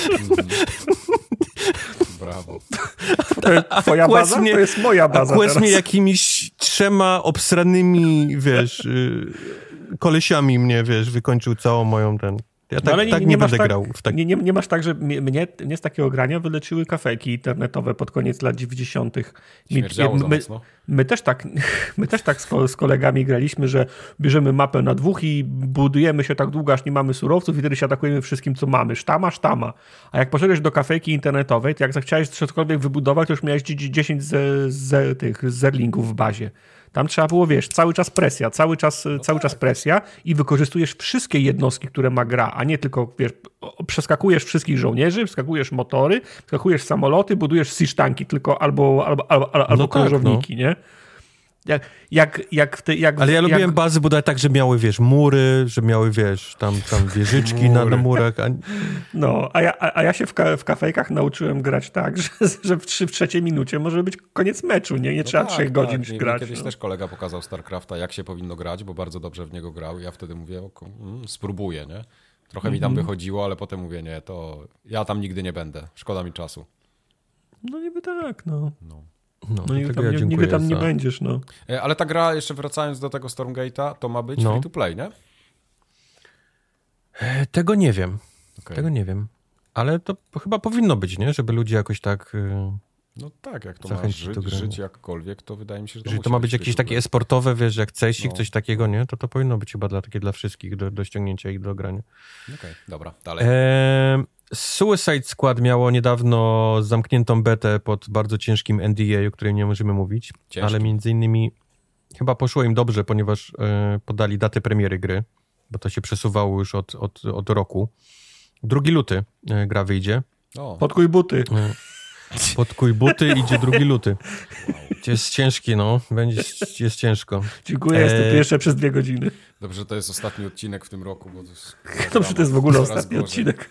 Brawo. Twoja baza? To jest moja baza. A Quest mnie jakimiś 3 obsranymi, kolesiami mnie, wykończył całą moją Ja tak nie będę grał. Nie masz tak, że mnie z takiego grania wyleczyły kafejki internetowe pod koniec lat 90. My też tak z kolegami graliśmy, że bierzemy mapę na 2 i budujemy się tak długo, aż nie mamy surowców i wtedy się atakujemy wszystkim, co mamy. Sztama. A jak poszedłeś do kafejki internetowej, to jak zachciałeś cokolwiek wybudować, to już miałeś 10 tych zerlingów w bazie. Tam trzeba było, cały czas presja i wykorzystujesz wszystkie jednostki, które ma gra, a nie tylko, przeskakujesz wszystkich żołnierzy, przeskakujesz motory, przeskakujesz samoloty, budujesz siege tanki tylko albo krążowniki, nie? Ale ja lubiłem bazy budować tak, że miały, mury, że miały, tam wieżyczki na murach. No, a ja się w kafejkach nauczyłem grać tak, że w 3 minucie może być koniec meczu, nie trzeba 3 godzin grać. Kiedyś też kolega pokazał StarCrafta, jak się powinno grać, bo bardzo dobrze w niego grał i ja wtedy mówię, spróbuję, nie? Trochę mi tam wychodziło, ale potem mówię, nie, to ja tam nigdy nie będę, szkoda mi czasu. No niby tak, no. Nigdy tam nie będziesz, no. Ale ta gra, jeszcze wracając do tego Stormgate'a, to ma być free to play, nie? Tego nie wiem. Ale to chyba powinno być, nie? Żeby ludzie jakoś tak... No tak, jak to masz żyć jakkolwiek, to wydaje mi się, że to ma być jakieś takie e-sportowe, jak CSIK, coś takiego, nie? To powinno być chyba dla wszystkich do ściągnięcia i do grania. Okej, dobra, dalej. Suicide Squad miało niedawno zamkniętą betę pod bardzo ciężkim NDA, o którym nie możemy mówić, ale między innymi chyba poszło im dobrze, ponieważ podali datę premiery gry, bo to się przesuwało już od roku. 2 luty gra wyjdzie. Podkuj buty. Podkuj buty, idzie 2 luty. Jest ciężki, jest ciężko. Dziękuję, jestem tu jeszcze przez 2 godziny. Dobrze, to jest ostatni odcinek w tym roku, bo to jest... Dobrze, to jest w ogóle ostatni odcinek.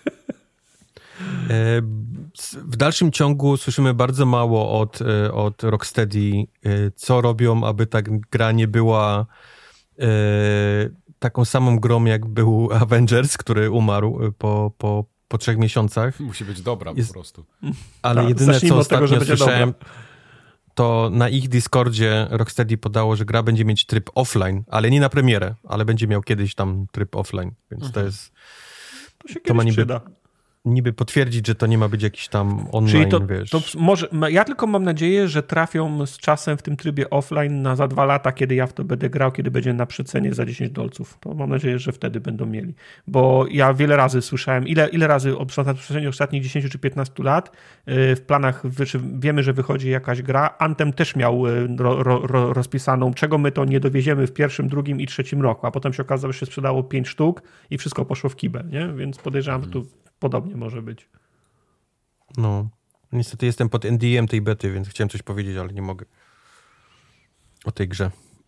W dalszym ciągu słyszymy bardzo mało od Rocksteady, co robią, aby ta gra nie była taką samą grą, jak był Avengers, który umarł po 3 miesiącach. Musi być dobra po prostu. Ale jedyne, co ostatnio słyszałem, to na ich Discordzie Rocksteady podało, że gra będzie mieć tryb offline, ale nie na premierę, ale będzie miał kiedyś tam tryb offline, więc to jest... To się kiedyś przyda. Niby potwierdzić, że to nie ma być jakiś tam online, czyli wiesz. To może, ja tylko mam nadzieję, że trafią z czasem w tym trybie offline na za 2 lata, kiedy ja w to będę grał, kiedy będzie na przecenie za $10. To mam nadzieję, że wtedy będą mieli. Bo ja wiele razy słyszałem, ile razy na przestrzeni ostatnich 10 czy 15 lat w planach, wiemy, że wychodzi jakaś gra. Anthem też miał rozpisaną, czego my to nie dowieziemy w pierwszym, drugim i trzecim roku, a potem się okazało, że się sprzedało 5 sztuk i wszystko poszło w kibel, nie? Więc podejrzewam, że tu podobnie może być. No, niestety jestem pod NDA tej bety, więc chciałem coś powiedzieć, ale nie mogę o tej grze.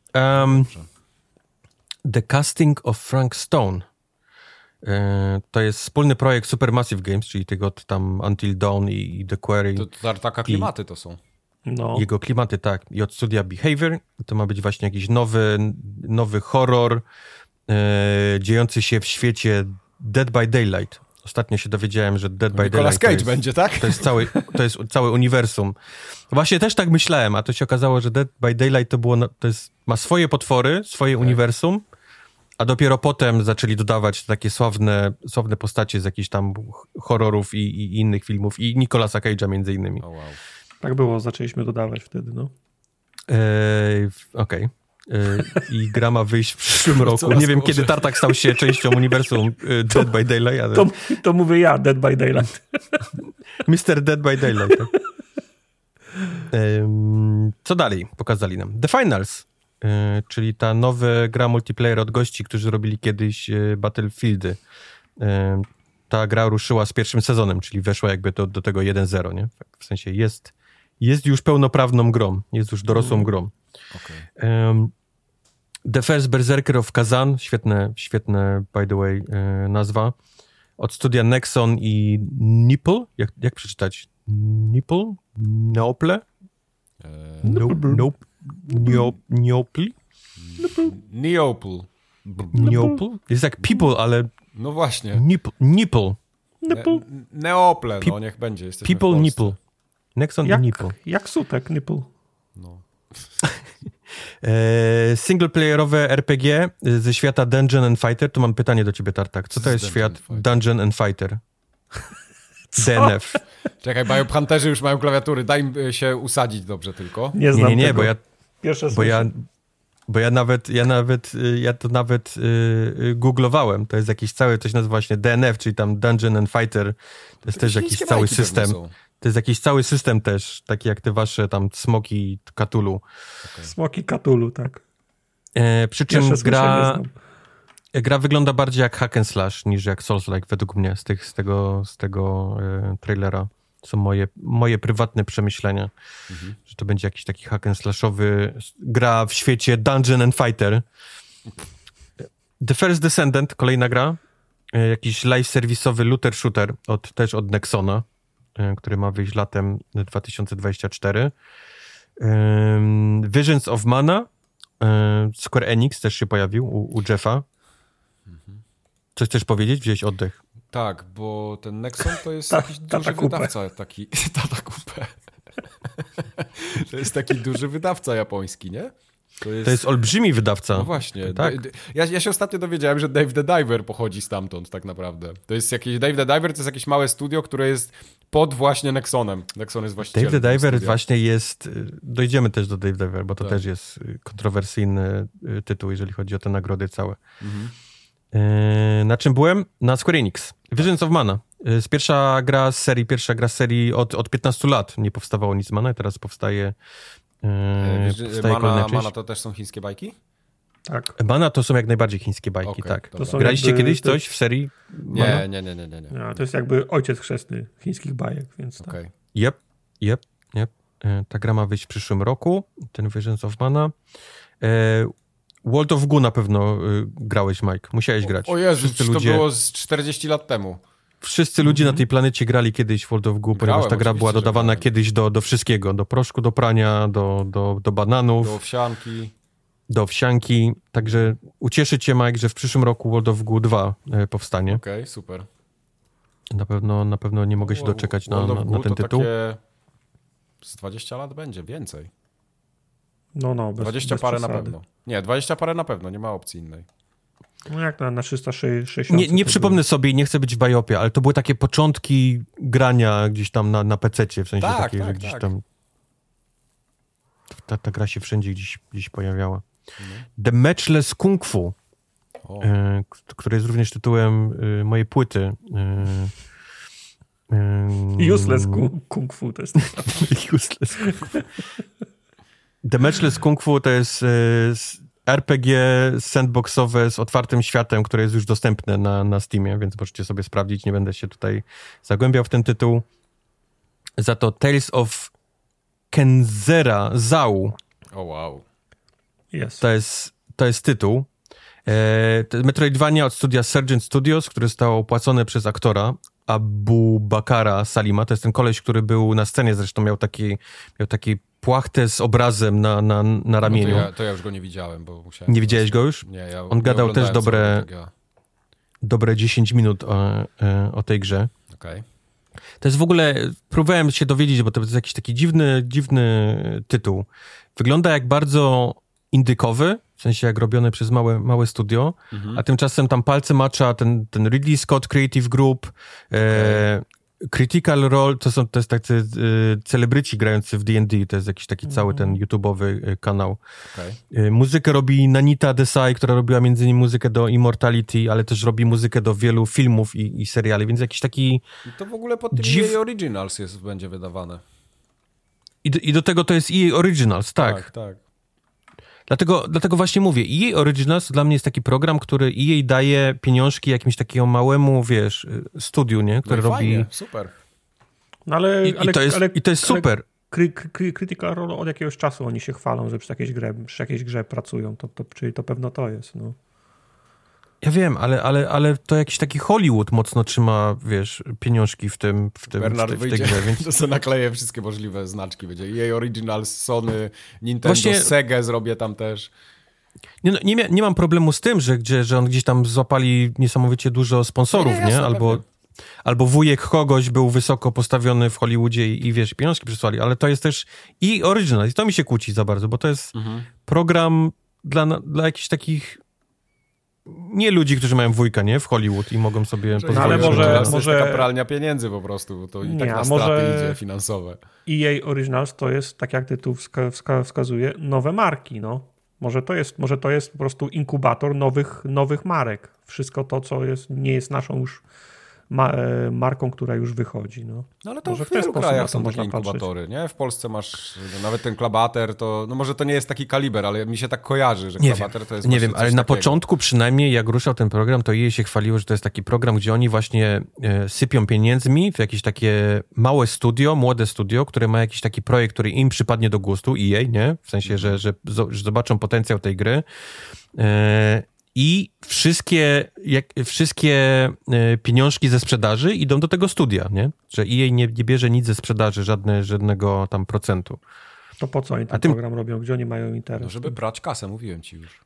The Casting of Frank Stone. To jest wspólny projekt Supermassive Games, czyli tego tam Until Dawn i The Quarry. To taka klimaty to są. No. Jego klimaty, tak. I od studia Behavior. To ma być właśnie jakiś nowy horror dziejący się w świecie Dead by Daylight. Ostatnio się dowiedziałem, że Dead by Daylight Nicolas Cage będzie, tak? To jest całe uniwersum. Właśnie też tak myślałem, a to się okazało, że Dead by Daylight ma swoje potwory, swoje uniwersum, a dopiero potem zaczęli dodawać takie sławne postacie z jakichś tam horrorów i innych filmów i Nicolasa Cage'a między innymi. Oh, wow. Tak było, zaczęliśmy dodawać wtedy, no. Okej. I gra ma wyjść w przyszłym roku. Nie wiem, kiedy Tartak stał się częścią uniwersum Dead by Daylight. Ale... To mówię ja, Dead by Daylight. Mr. Dead by Daylight. Tak? Co dalej pokazali nam? The Finals, czyli ta nowa gra multiplayer od gości, którzy robili kiedyś Battlefieldy. Ta gra ruszyła z pierwszym sezonem, czyli weszła jakby do tego 1.0, nie? W sensie jest już pełnoprawną grą, jest już dorosłą grą. Okay. The First Berserker of Kazan, świetne by the way nazwa, od studia Nexon i Nipple, jak przeczytać? Nipple? Neople? Neople? Neople? Jest jak people, ale... No właśnie. Nipple. Neople, no niech będzie. People Nipple. Nexon i Nipple. Jak sutek, Nipple. No. Singleplayerowe RPG ze świata Dungeon and Fighter. Tu mam pytanie do ciebie, Tartak. Co to jest świat Dungeon and Fighter? DNF. Czekaj, Biohunterzy już mają klawiatury. Daj im się usadzić dobrze tylko. Nie znam nie, tego. Ja to nawet googlowałem. To jest jakiś cały, to się nazywa właśnie DNF, czyli tam Dungeon and Fighter. To jest też jakiś cały system. To jest jakiś cały system też, taki jak te wasze tam smoki Cthulhu. Okay. Smoki Cthulhu, tak. Przy czym gra wygląda bardziej jak hack and slash niż jak Souls-like według mnie z tego trailera. To są moje prywatne przemyślenia, że to będzie jakiś taki hack and slashowy gra w świecie Dungeon and Fighter. The First Descendant, kolejna gra. Jakiś live-serwisowy looter shooter też od Nexona, który ma wyjść latem 2024. Visions of Mana. Square Enix też się pojawił u Jeffa. Coś chcesz powiedzieć? Wziąłeś oddech. Tak, bo ten Nexon to jest jakiś duży wydawca. Tata Kupę. To jest taki duży wydawca japoński, nie? To jest olbrzymi wydawca. No właśnie. Tak. Ja się ostatnio dowiedziałem, że Dave the Diver pochodzi stamtąd tak naprawdę. To jest jakieś... Dave the Diver to jest jakieś małe studio, które jest pod właśnie Nexonem. Nexon jest właścicielem. Dave the Diver właśnie jest... Dojdziemy też do Dave the Diver, bo to też jest kontrowersyjny tytuł, jeżeli chodzi o te nagrody całe. Na czym byłem? Na Square Enix. Visions of Mana. Pierwsza gra z serii od 15 lat. Nie powstawało nic z Mana, teraz powstaje Mana to też są chińskie bajki? Tak. Mana to są jak najbardziej chińskie bajki, tak. Graliście kiedyś coś w serii Mana? Nie. To jest jakby ojciec chrzestny chińskich bajek, więc tak. Okay. Yep. Ta gra ma wyjść w przyszłym roku, ten Visions of Mana. World of Goo na pewno grałeś, Mike. Musiałeś grać. O Jezu, to było z 40 lat temu. Wszyscy ludzie na tej planecie grali kiedyś w World of Goo, ponieważ ta gra była dodawana kiedyś do wszystkiego. Do proszku, do prania, do bananów. Do owsianki. do owsianki. Także ucieszy cię, Mike, że w przyszłym roku World of Goo 2 powstanie. Okej, super. Na pewno nie mogę się doczekać na ten tytuł. Takie z 20 lat będzie, więcej. Bez 20 parę przesady. na pewno. Nie, 20 parę na pewno, nie ma opcji innej. No jak na 360. Nie przypomnę sobie, nie chcę być w bajopie, ale to były takie początki grania gdzieś tam na PC-cie, w sensie takiej, że gdzieś tam ta gra się wszędzie gdzieś pojawiała. The Matchless Kung Fu, który jest również tytułem mojej płyty. Useless Kung Fu to jest. Useless Kung Fu. The Matchless Kung Fu to jest RPG sandboxowe z otwartym światem, które jest już dostępne na Steamie, więc możecie sobie sprawdzić, nie będę się tutaj zagłębiał w ten tytuł. Za to Tales of Kenzera Zau. O wow. Yes. To jest tytuł. Metroidvania od studia Sergeant Studios, który został opłacony przez aktora Abu Bakara Salima. To jest ten koleś, który był na scenie, zresztą miał taki płachtę z obrazem na ramieniu. No to ja już go nie widziałem, bo musiałem... Nie widziałeś go już? Nie, ja on gadał też dobre 10 minut o tej grze. Okej. To jest w ogóle, próbowałem się dowiedzieć, bo to jest jakiś taki dziwny tytuł. Wygląda jak bardzo indykowy, w sensie jak robiony przez małe studio, a tymczasem tam palce macza ten Ridley Scott Creative Group, Critical Role, to jest tacy celebryci grający w D&D, to jest jakiś taki cały ten YouTube'owy kanał. Okay. Muzykę robi Nanita Desai, która robiła między innymi muzykę do Immortality, ale też robi muzykę do wielu filmów i seriali, więc jakiś taki... I to w ogóle pod tym EA Originals będzie wydawane. I do tego to jest EA Originals, tak. Dlatego właśnie mówię, EA Originals dla mnie jest taki program, który EA daje pieniążki jakimś takiemu małemu, studiu, nie? Które robi... Fajnie, super. No I to jest super. Critical Role od jakiegoś czasu oni się chwalą, że przy jakiejś grze pracują, czyli to pewno to jest, no. Ja wiem, ale to jakiś taki Hollywood mocno trzyma, pieniążki w tej grze, więc... To sobie nakleję wszystkie możliwe znaczki. Będzie EA Originals, Sony, Nintendo, Sega zrobię tam też. Nie mam problemu z tym, że on gdzieś tam złapali niesamowicie dużo sponsorów, nie? Albo wujek kogoś był wysoko postawiony w Hollywoodzie i pieniążki przysłali, ale to jest też EA Originals i to mi się kłóci za bardzo, bo to jest program dla jakichś takich... Nie ludzi, którzy mają wujka, nie? W Hollywood i mogą sobie pozwolić. Ale może jest taka pralnia pieniędzy po prostu, bo to i tak na straty idzie finansowe. EA Originals to jest, tak jak tytuł wskazuje, nowe marki, no. Może to jest po prostu inkubator nowych marek. Wszystko to, co nie jest naszą już marką, która już wychodzi. No ale to w wielu krajach są takie inkubatory, nie? W Polsce masz nawet ten Klabater, to może to nie jest taki kaliber, ale mi się tak kojarzy, że Klabater to jest nie wiem, ale na początku przynajmniej jak ruszał ten program, to jej się chwaliło, że to jest taki program, gdzie oni właśnie sypią pieniędzmi w jakieś takie małe studio, młode studio, które ma jakiś taki projekt, który im przypadnie do gustu, EA, nie? W sensie, że zobaczą potencjał tej gry. I wszystkie pieniążki ze sprzedaży idą do tego studia, nie? Że EA nie bierze nic ze sprzedaży, żadnego tam procentu. To po co oni ten program robią? Gdzie oni mają interes? No, żeby brać kasę, mówiłem ci już.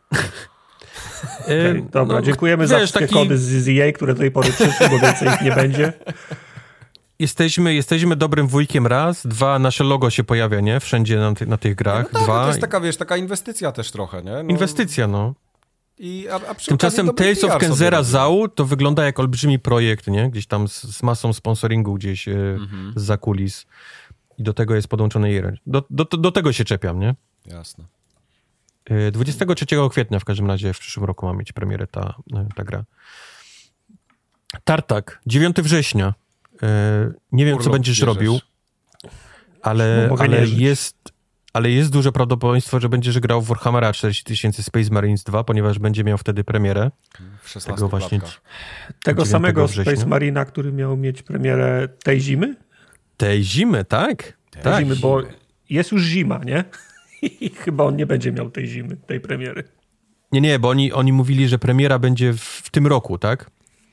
Dobra, dziękujemy za wszystkie kody z EA, które do tej pory przyszły, bo więcej ich nie będzie. Jesteśmy dobrym wujkiem raz, dwa, nasze logo się pojawia, nie? Wszędzie na tych grach. No tak, dwa. To jest taka, taka inwestycja też trochę, nie? Inwestycja, no. A tymczasem Tales of Kenzera Zau to wygląda jak olbrzymi projekt, nie? Gdzieś tam z masą sponsoringu gdzieś zza kulis. I do tego jest podłączony EA. Do tego się czepiam, nie? Jasne. 23 kwietnia w każdym razie w przyszłym roku ma mieć premierę ta gra. Tartak, 9 września. Nie wiem, co będziesz robił, ale jest duże prawdopodobieństwo, że będziesz grał w Warhammera 40 000 Space Marines 2, ponieważ będzie miał wtedy premierę. W 16 tego samego września. Space Marina, który miał mieć premierę tej zimy? Tej zimy, tak. Tej zimy, bo jest już zima, nie? I chyba on nie będzie miał tej zimy, tej premiery. Nie, bo oni mówili, że premiera będzie w tym roku, tak?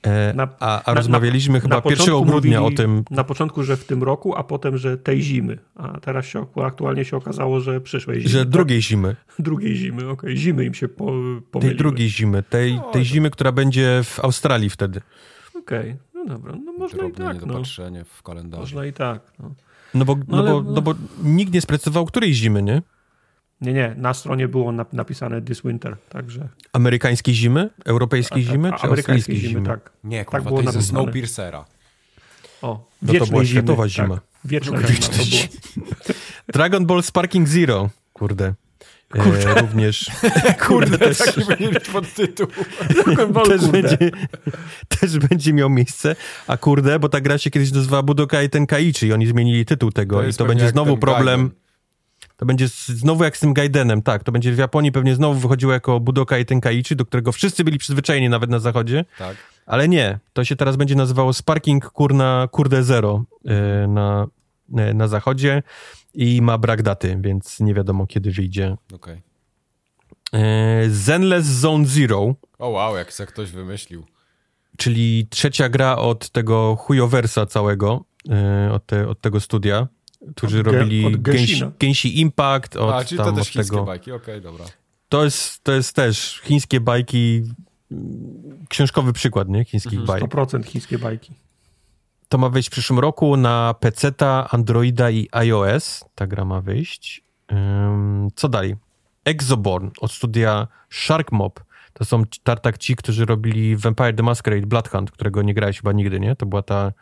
A rozmawialiśmy chyba 1 grudnia o tym. Na początku, że w tym roku, a potem, że tej zimy. A teraz aktualnie się okazało, że przyszłej zimy. Że drugiej zimy. Drugiej zimy, okej. Zimy im się pomyliły. Tej drugiej zimy. Tej zimy, która będzie w Australii wtedy. Okej, no dobra. No można i tak. Niedopatrzenie w kalendarzu. Można i tak. No bo nikt nie sprecyzował, której zimy, nie? Nie. Na stronie było napisane this winter, także... Amerykańskiej zimy? Europejskiej zimy? Czy australijskiej zimy? Tak. Nie, kurwa, tak było to jest ze napisane. Snowpiercera. O, no to była światowa zima. Tak. Wieczna zima to było. Dragon Ball Sparking Zero. Kurde. Również. Kurde, taki będzie mieć podtytuł. Dragon Ball, też będzie miał miejsce. A kurde, bo ta gra się kiedyś nazywała Budokai Tenkaichi i oni zmienili tytuł tego i to będzie znowu problem... Gaiden. To będzie znowu jak z tym Gaidenem, tak. To będzie w Japonii pewnie znowu wychodziło jako Budokai Tenkaichi, do którego wszyscy byli przyzwyczajeni nawet na zachodzie. Tak. Ale nie. To się teraz będzie nazywało Sparking Kurde Zero na zachodzie i ma brak daty, więc nie wiadomo kiedy wyjdzie. Okej. Zenless Zone Zero. O wow, jak se ktoś wymyślił. Czyli trzecia gra od tego chujoversa całego, od tego studia, którzy robili Genshin Impact. Czyli to też chińskie bajki, okej, dobra. To jest też chińskie bajki, książkowy przykład, nie? Chińskich bajek. 100% chińskie bajki. To ma wyjść w przyszłym roku na PC-ta, Androida i iOS. Ta gra ma wyjść. Co dalej? Exoborn od studia Shark Mob. To są tartak ci, którzy robili Vampire the Masquerade Blood Hunt, którego nie grałeś chyba nigdy, nie? To była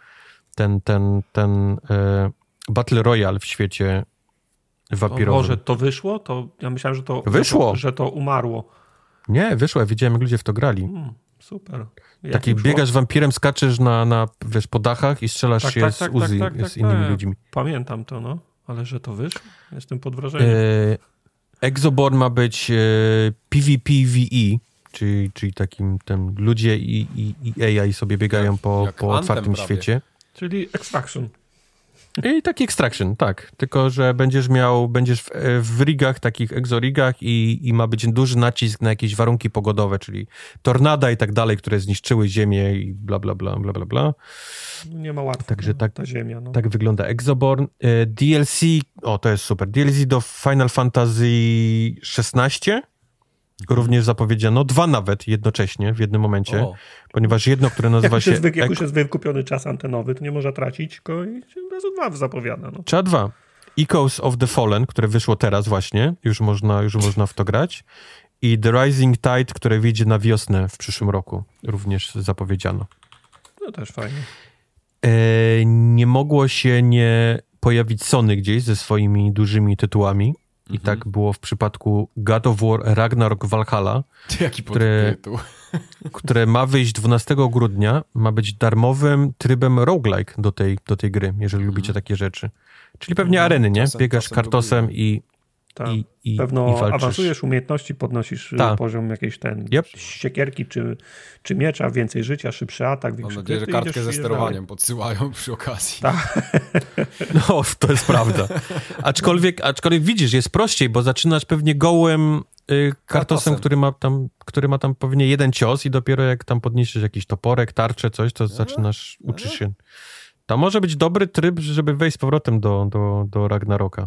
ten Battle Royale w świecie wampirowym. Może to wyszło? To ja myślałem, że to wyszło. Że to umarło. Nie, wyszło. Ja widziałem, jak ludzie w to grali. Super. Taki biegasz wampirem, skaczesz wiesz, po dachach i strzelasz się z Uzi, z innymi ludźmi. Pamiętam to, no. Ale że to wyszło? Jestem pod wrażeniem. Exoborn ma być PvPvE, czyli takim ludzie i AI sobie biegają po otwartym świecie. Czyli Extraction. I taki Extraction, tak. Tylko, że będziesz w rigach, takich exorigach i ma być duży nacisk na jakieś warunki pogodowe, czyli tornada i tak dalej, które zniszczyły ziemię i bla, bla, bla, bla, bla, bla. Nie ma łatwo. Także ta ziemia. No. Tak wygląda Exoborn. DLC, to jest super. DLC do Final Fantasy XVI. Również zapowiedziano 2 nawet jednocześnie, w jednym momencie, ponieważ jedno, które nazywa się... Jak już jest wykupiony czas antenowy, to nie można tracić, tylko razy 2 zapowiada. No. Trzeba 2. Echoes of the Fallen, które wyszło teraz właśnie, już można w to grać. I The Rising Tide, które wyjdzie na wiosnę w przyszłym roku, również zapowiedziano. No też fajnie. Nie mogło się nie pojawić Sony gdzieś ze swoimi dużymi tytułami. I tak było w przypadku God of War Ragnarok Valhalla, które ma wyjść 12 grudnia, ma być darmowym trybem roguelike do tej gry, jeżeli lubicie takie rzeczy. Czyli pewnie areny, nie? Biegasz kartosem i pewno walczysz. Awansujesz umiejętności, podnosisz poziom jakiejś siekierki czy miecza, więcej życia, szybszy atak. Mam nadzieję, że kartkę ze sterowaniem podsyłają przy okazji. Tak. No, to jest prawda. Aczkolwiek widzisz, jest prościej, bo zaczynasz pewnie gołym kartosem, który ma tam pewnie jeden cios i dopiero jak tam podniesiesz jakiś toporek, tarczę, coś, to zaczynasz, uczysz się. To może być dobry tryb, żeby wejść z powrotem do Ragnaroka.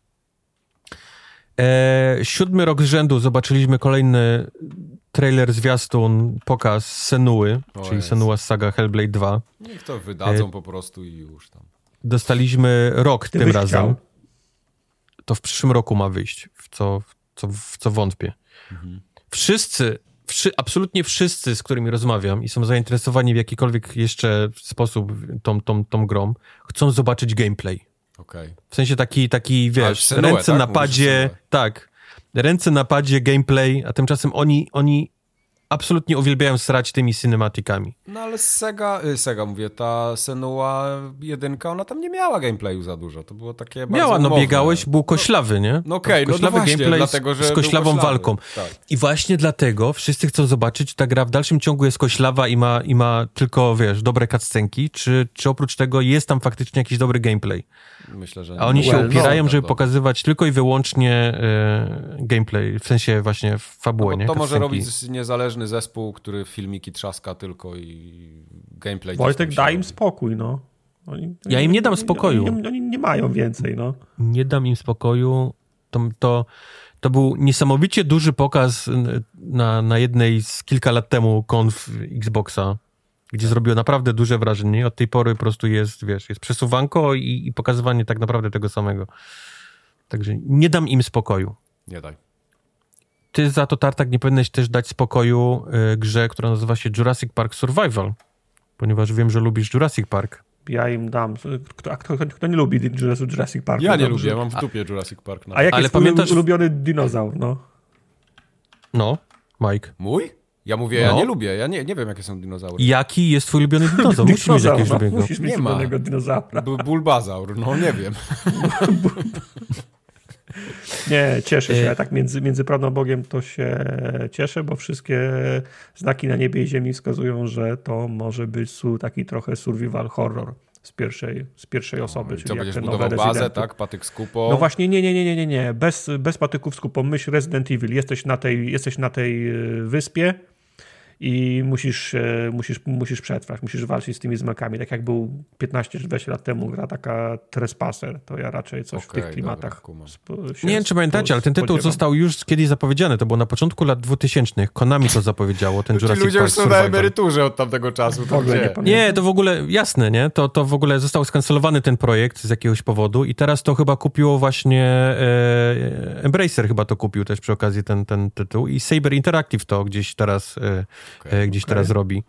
7 rok z rzędu zobaczyliśmy kolejny trailer, zwiastun, pokaz Senuły, czyli Senua z Saga Hellblade 2. Niech to wydadzą po prostu i już tam. Dostaliśmy rok tym razem. To w przyszłym roku ma wyjść, w co wątpię. Absolutnie wszyscy, z którymi rozmawiam i są zainteresowani w jakikolwiek jeszcze sposób tą grą, chcą zobaczyć gameplay. Okay. W sensie taki wiesz, Senue, ręce na padzie, ręce na padzie, gameplay, a tymczasem oni absolutnie uwielbiają srać tymi cinematikami. No ale Sega mówię, ta Senua 1, ona tam nie miała gameplayu za dużo, to było takie bardzo miała, umowne. Biegałeś, był koślawy, nie? No okej, koślawy właśnie, gameplay dlatego, że z koślawą walką. Tak. I właśnie dlatego wszyscy chcą zobaczyć, czy ta gra w dalszym ciągu jest koślawa i ma tylko, wiesz, dobre cutscenki, czy oprócz tego jest tam faktycznie jakiś dobry gameplay. Myślę, że nie. A oni się upierają, żeby pokazywać tylko i wyłącznie gameplay, w sensie właśnie fabułę, nie? To może robić poważny zespół, który filmiki trzaska tylko i gameplay... Wojtek, daj im spokój, no. Ja im nie dam spokoju. Oni nie mają więcej, no. Nie dam im spokoju. To był niesamowicie duży pokaz na jednej z kilka lat temu konf Xboxa, gdzie zrobiło naprawdę duże wrażenie. Od tej pory po prostu jest przesuwanko i pokazywanie tak naprawdę tego samego. Także nie dam im spokoju. Nie daj. Ty za to, Tartak, nie powinieneś też dać spokoju grze, która nazywa się Jurassic Park Survival, ponieważ wiem, że lubisz Jurassic Park. Ja im dam. Kto nie lubi Jurassic Park? Ja nie lubię, mam w dupie Jurassic Park. A jaki jest pamiętasz... ulubiony dinozaur, no? No, Mike. Mój? Ja mówię, ja nie lubię, ja nie wiem, jakie są dinozaury. Jaki jest twój ulubiony dinozaur? Musisz mieć jakiegoś lubiego. Musisz mieć ulubionego dinozaura. Bulbazaur, no nie wiem. Nie, cieszę się. Ja tak między Prawdą Bogiem to się cieszę, bo wszystkie znaki na niebie i ziemi wskazują, że to może być taki trochę survival horror z pierwszej osoby. Czyli co, będziesz budował bazę, tak? Patyk z kupą? No właśnie, nie. Bez patyków z kupą. Myśl Resident Evil. Jesteś na tej wyspie i musisz przetrwać, musisz walczyć z tymi zmakami. Tak jak był 15 czy 20 lat temu gra taka Trespasser, to ja raczej coś w tych klimatach. Nie wiem, czy pamiętacie, ale ten tytuł został już kiedyś zapowiedziany. To było na początku lat 2000. Konami to zapowiedziało, ten Jurassic Park ludzie już są na emeryturze od tamtego czasu. Nie, to w ogóle, jasne, nie? To w ogóle został skancelowany ten projekt z jakiegoś powodu i teraz to chyba kupiło właśnie Embracer chyba to kupił też przy okazji ten tytuł i Saber Interactive to gdzieś teraz teraz robi.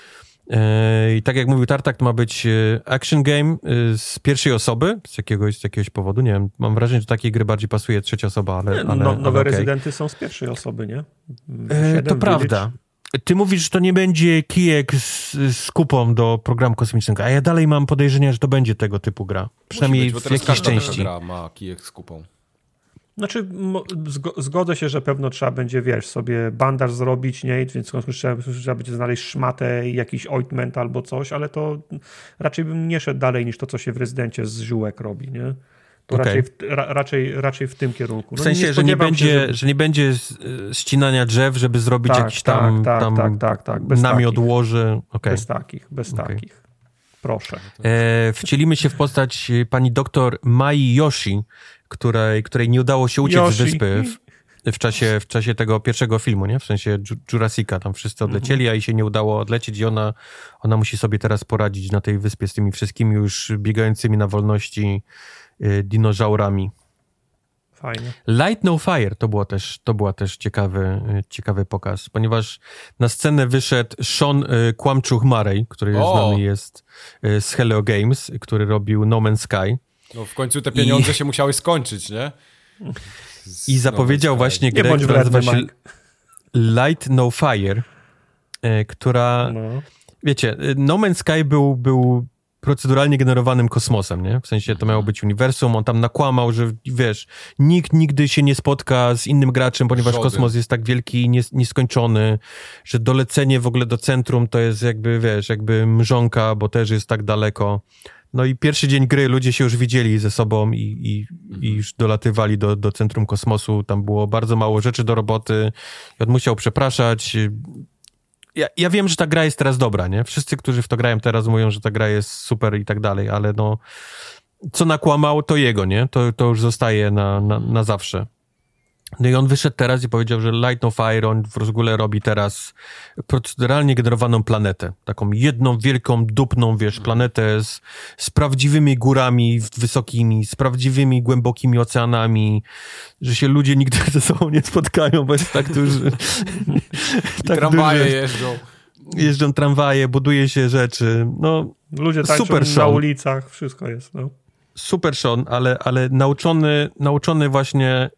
I tak jak mówił Tartak, to ma być action game z pierwszej osoby, z jakiegoś powodu. Nie wiem, mam wrażenie, że takiej gry bardziej pasuje trzecia osoba, ale nowe Rezydenty są z pierwszej osoby, nie? 7, to prawda. Ty mówisz, że to nie będzie kijek z kupą do programu kosmicznego, a ja dalej mam podejrzenia, że to będzie tego typu gra. Przynajmniej w jakiejś części. Gra ma kijek z kupą. Znaczy, zgodzę się, że pewno trzeba będzie, sobie bandaż zrobić, nie? Więc trzeba będzie znaleźć szmatę, jakiś ointment albo coś, ale to raczej bym nie szedł dalej niż to, co się w Rezydencie z ziółek robi, nie? To raczej w tym kierunku. No, w sensie, że nie będzie ścinania drzew, żeby zrobić jakiś tam namiot łoży. Okay. Bez takich. Proszę. Wcielimy się w postać pani doktor Mai Yoshi, której nie udało się uciec z wyspy w czasie tego pierwszego filmu, nie? W sensie Jurassica, tam wszyscy odlecieli, a jej się nie udało odlecieć i ona musi sobie teraz poradzić na tej wyspie z tymi wszystkimi już biegającymi na wolności dinozaurami. Fajnie. Light No Fire to była też ciekawy pokaz, ponieważ na scenę wyszedł Sean Kwamchuk-Murray, który znany jest z Hello Games, który robił No Man's Sky. No w końcu te pieniądze się musiały skończyć, nie? I zapowiedział właśnie grę, która nazywa się Light No Fire, która... No. Wiecie, No Man's Sky był proceduralnie generowanym kosmosem, nie? W sensie to miało być uniwersum, on tam nakłamał, że nikt nigdy się nie spotka z innym graczem, ponieważ kosmos jest tak wielki i nieskończony, że dolecenie w ogóle do centrum to jest jakby mrzonka, bo też jest tak daleko. No i pierwszy dzień gry ludzie się już widzieli ze sobą i już dolatywali do centrum kosmosu. Tam było bardzo mało rzeczy do roboty i on musiał przepraszać. Ja wiem, że ta gra jest teraz dobra, nie? Wszyscy, którzy w to grają teraz mówią, że ta gra jest super i tak dalej, ale no co nakłamał, to jego, nie? To już zostaje na zawsze. No i on wyszedł teraz i powiedział, że Light No Fire, on w ogóle robi teraz proceduralnie generowaną planetę. Taką jedną wielką, dupną, planetę z prawdziwymi górami wysokimi, z prawdziwymi, głębokimi oceanami, że się ludzie nigdy ze sobą nie spotkają, bo jest tak duży. Tak tramwaje jeżdżą. Jeżdżą tramwaje, buduje się rzeczy. No, ludzie tańczą super na ulicach, wszystko jest. No. Super Sean, ale nauczony właśnie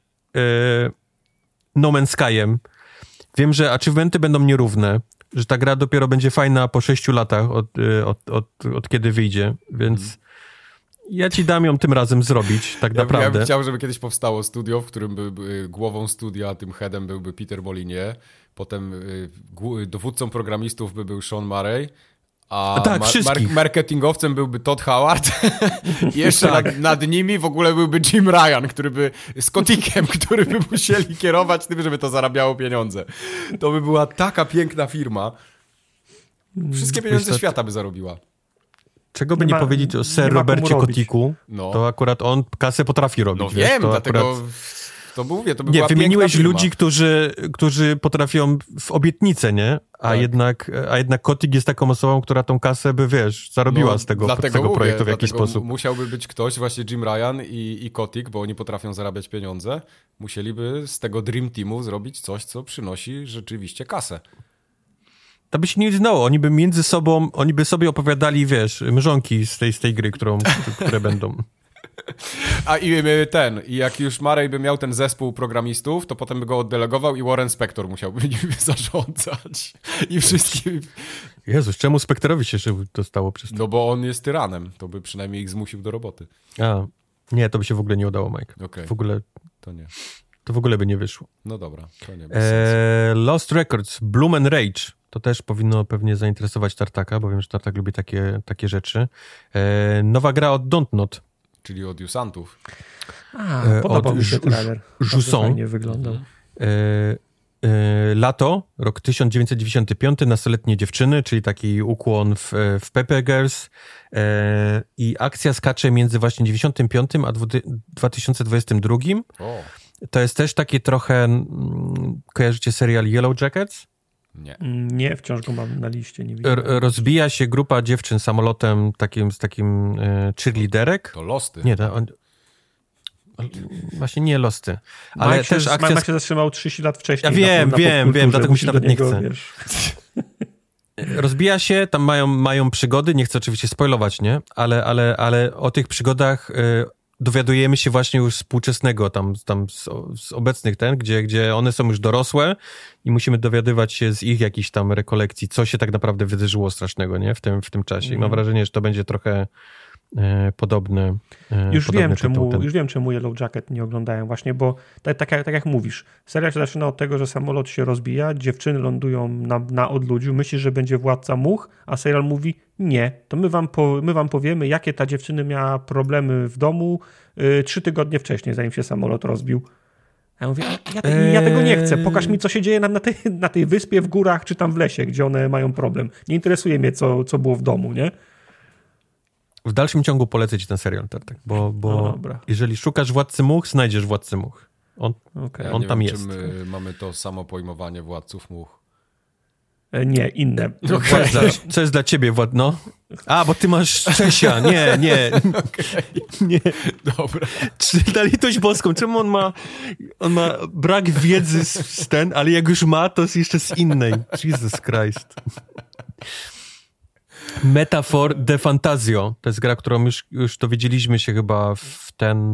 No Man's Sky'em. Wiem, że achievementy będą nierówne, że ta gra dopiero będzie fajna po 6 latach od kiedy wyjdzie, więc ja ci dam ją tym razem zrobić, tak naprawdę. Ja bym chciał, żeby kiedyś powstało studio, w którym głową studia, tym headem byłby Peter Molyneux, potem dowódcą programistów by był Sean Murray, A tak, wszystkich. Marketingowcem byłby Todd Howard i jeszcze nad nimi w ogóle byłby Jim Ryan, który by z Kotikiem, który by musieli kierować tym, żeby to zarabiało pieniądze. To by była taka piękna firma. Wszystkie pieniądze świata by zarobiła. Czego by nie powiedzieć o Sir Robercie Kotiku, to akurat on kasę potrafi robić. No wiem, dlatego... Akurat... To by nie, była wymieniłeś firma. ludzi, którzy potrafią w obietnicę, nie? A jednak Kotik jest taką osobą, która tą kasę by, zarobiła z tego projektu w jakiś sposób. Musiałby być ktoś, właśnie Jim Ryan i Kotik, bo oni potrafią zarabiać pieniądze. Musieliby z tego Dream Teamu zrobić coś, co przynosi rzeczywiście kasę. To by się nie znało. Oni by między sobą, oni by sobie opowiadali, mrzonki z tej gry, które będą. I jak już Marej by miał ten zespół programistów, to potem by go oddelegował i Warren Spector musiałby nim zarządzać. I wszystkim... Jezus, czemu Spectorowi się dostało przez to? No bo on jest tyranem, to by przynajmniej ich zmusił do roboty. Nie, to by się w ogóle nie udało, Mike. Okay. W ogóle... To nie. To w ogóle by nie wyszło. No dobra, to nie. Bez sensu. Lost Records, Bloom and Rage. To też powinno pewnie zainteresować Tartaka, bo wiem, że Tartak lubi takie rzeczy. Nowa gra od Dontnod. Czyli od Jusantów. Podobał mi się trailer. Jusson. Nie wyglądał. Lato, rok 1995, nastoletnie dziewczyny, czyli taki ukłon w Pepe Girls. I akcja skacze między właśnie 95 a 2022. O. To jest też takie trochę... Kojarzycie serial Yellow Jackets? Nie, wciąż go mam na liście, nie widzę. Rozbija się grupa dziewczyn samolotem z takim cheerleaderek. To Losty. Nie, właśnie nie Losty. Ale Mike też akcja... Mike się zatrzymał 30 lat wcześniej. Ja wiem, dlatego mi się nawet nie chce. Rozbija się, tam mają przygody, nie chcę oczywiście spoilować, nie? Ale o tych przygodach dowiadujemy się właśnie już współczesnego tam z obecnych gdzie one są już dorosłe i musimy dowiadywać się z ich jakichś tam rekolekcji, co się tak naprawdę wydarzyło strasznego, nie? W tym czasie. I mam wrażenie, że to będzie trochę podobne. Już wiem, czemu Yellow Jacket nie oglądałem właśnie, bo tak jak mówisz, serial się zaczyna od tego, że samolot się rozbija, dziewczyny lądują na odludziu, myślisz, że będzie Władca Much, a serial mówi nie, to my wam powiemy, jakie ta dziewczyna miała problemy w domu 3 tygodnie wcześniej, zanim się samolot rozbił. A ja mówię, ja tego nie chcę, pokaż mi, co się dzieje na tej wyspie, w górach, czy tam w lesie, gdzie one mają problem. Nie interesuje mnie, co było w domu, nie? W dalszym ciągu polecę ci ten serial, Tartak, bo jeżeli szukasz Władcy Much, znajdziesz Władcy Much. On tam jest. Czy my mamy to samo pojmowanie Władców Much? Nie, inne. Co jest dla ciebie, no? Bo ty masz Czesia. Nie. Nie. Dobra. Na litość boską. Czemu on ma brak wiedzy z ale jak już ma, to jest jeszcze z innej. Jesus Christ. Metafor de Fantasio. To jest gra, którą już dowiedzieliśmy się chyba w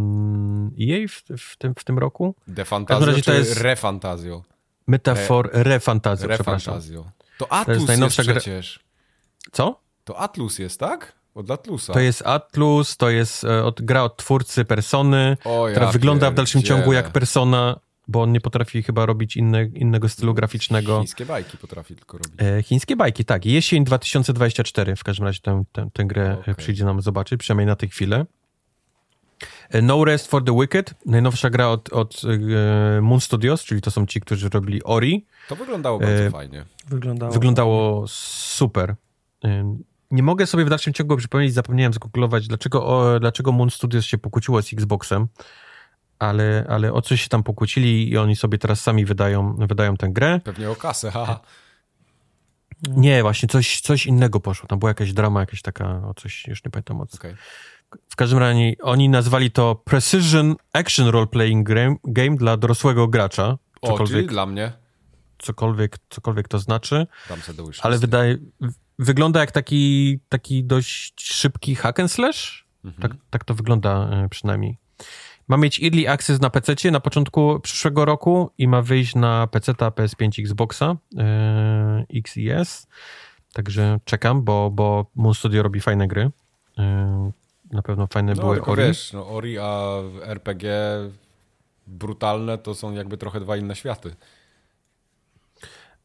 w tym roku. De Fantasio czy Re Fantasio? Metafor Re Fantasio, przepraszam. To Atlus jest przecież. Co? To Atlus jest, tak? Od Atlusa. To jest Atlus, to jest gra od twórcy Persony, która wygląda w dalszym ciągu jak Persona, bo on nie potrafi chyba robić innego stylu graficznego. Chińskie bajki potrafi tylko robić. Chińskie bajki, tak. Jesień 2024 w każdym razie tę grę przyjdzie nam zobaczyć, przynajmniej na tę chwilę. No Rest for the Wicked, najnowsza gra od Moon Studios, czyli to są ci, którzy robili Ori. To wyglądało bardzo fajnie. Wyglądało super. Nie mogę sobie w dalszym ciągu przypomnieć, zapomniałem zgooglować, dlaczego Moon Studios się pokłóciło z Xboxem, ale o coś się tam pokłócili i oni sobie teraz sami wydają tę grę. Pewnie o kasę, haha. Nie, właśnie coś innego poszło. Tam była jakaś drama, jakaś taka, coś, już nie pamiętam o co. Okay. W każdym razie oni nazwali to Precision Action Role Playing Game dla dorosłego gracza. Czyli dla mnie. Cokolwiek to znaczy. Ale wygląda jak taki dość szybki hack and slash. Tak to wygląda przynajmniej. Ma mieć Early Access na PC-cie na początku przyszłego roku i ma wyjść na PC-ta, PS5, Xboxa, X i S. Także czekam, bo Moon Studio robi fajne gry. Na pewno fajne były Ori. Wiesz, Ori a RPG brutalne to są jakby trochę dwa inne światy.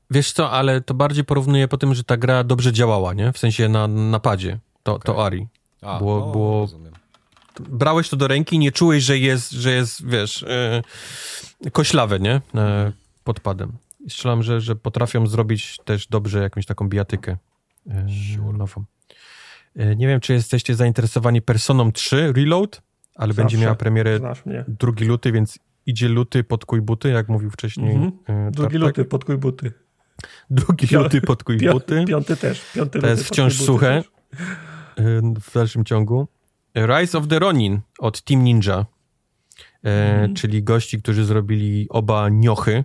Wiesz co, ale to bardziej porównuję po tym, że ta gra dobrze działała, nie? W sensie na padzie, to Ari. Było rozumiem. brałeś to do ręki, nie czułeś, że jest wiesz, koślawe, nie? Pod padem. I strzelam, że potrafią zrobić też dobrze jakąś taką bijatykę nową. Nie wiem, czy jesteście zainteresowani Personą 3 Reload, ale będzie miała premierę 2 luty, więc idzie luty, podkuj buty, jak mówił wcześniej. 2 luty, podkuj buty. 2 luty, podkuj buty. 5 też. 5 to jest wciąż suche w dalszym ciągu. Rise of the Ronin od Team Ninja, czyli gości, którzy zrobili oba Niochy.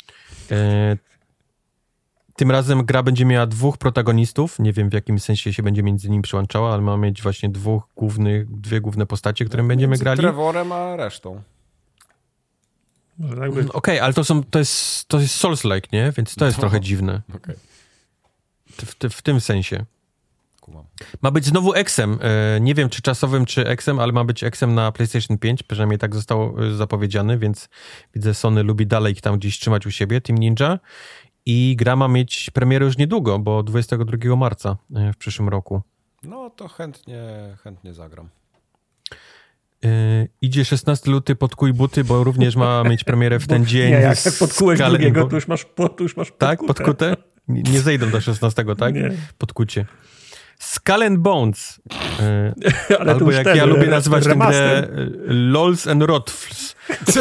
Tym razem gra będzie miała 2 protagonistów. Nie wiem, w jakim sensie się będzie między nimi przyłączała, ale ma mieć właśnie 2 główne postacie, którym będziemy grali. Trevorem a resztą. Okej, ale to jest Souls-like, nie? Więc to jest trochę dziwne. Okay. W tym sensie. Ma być znowu Xem. Nie wiem, czy czasowym, czy Xem, ale ma być Xem na PlayStation 5. Przynajmniej tak zostało zapowiedziane, więc widzę, Sony lubi dalej ich tam gdzieś trzymać u siebie, Team Ninja. I gra ma mieć premierę już niedługo, bo 22 marca w przyszłym roku. No to chętnie zagram. Idzie 16 luty, podkuj buty, bo również ma mieć premierę w ten dzień. Nie, jak podkułeś drugiego, to już masz podkute. Tak, podkute? Nie zejdą do 16, tak? Nie. Podkucie. Skull and Bones. Ale albo jak ja lubię nazywać tę grę LOLs and Rotfls.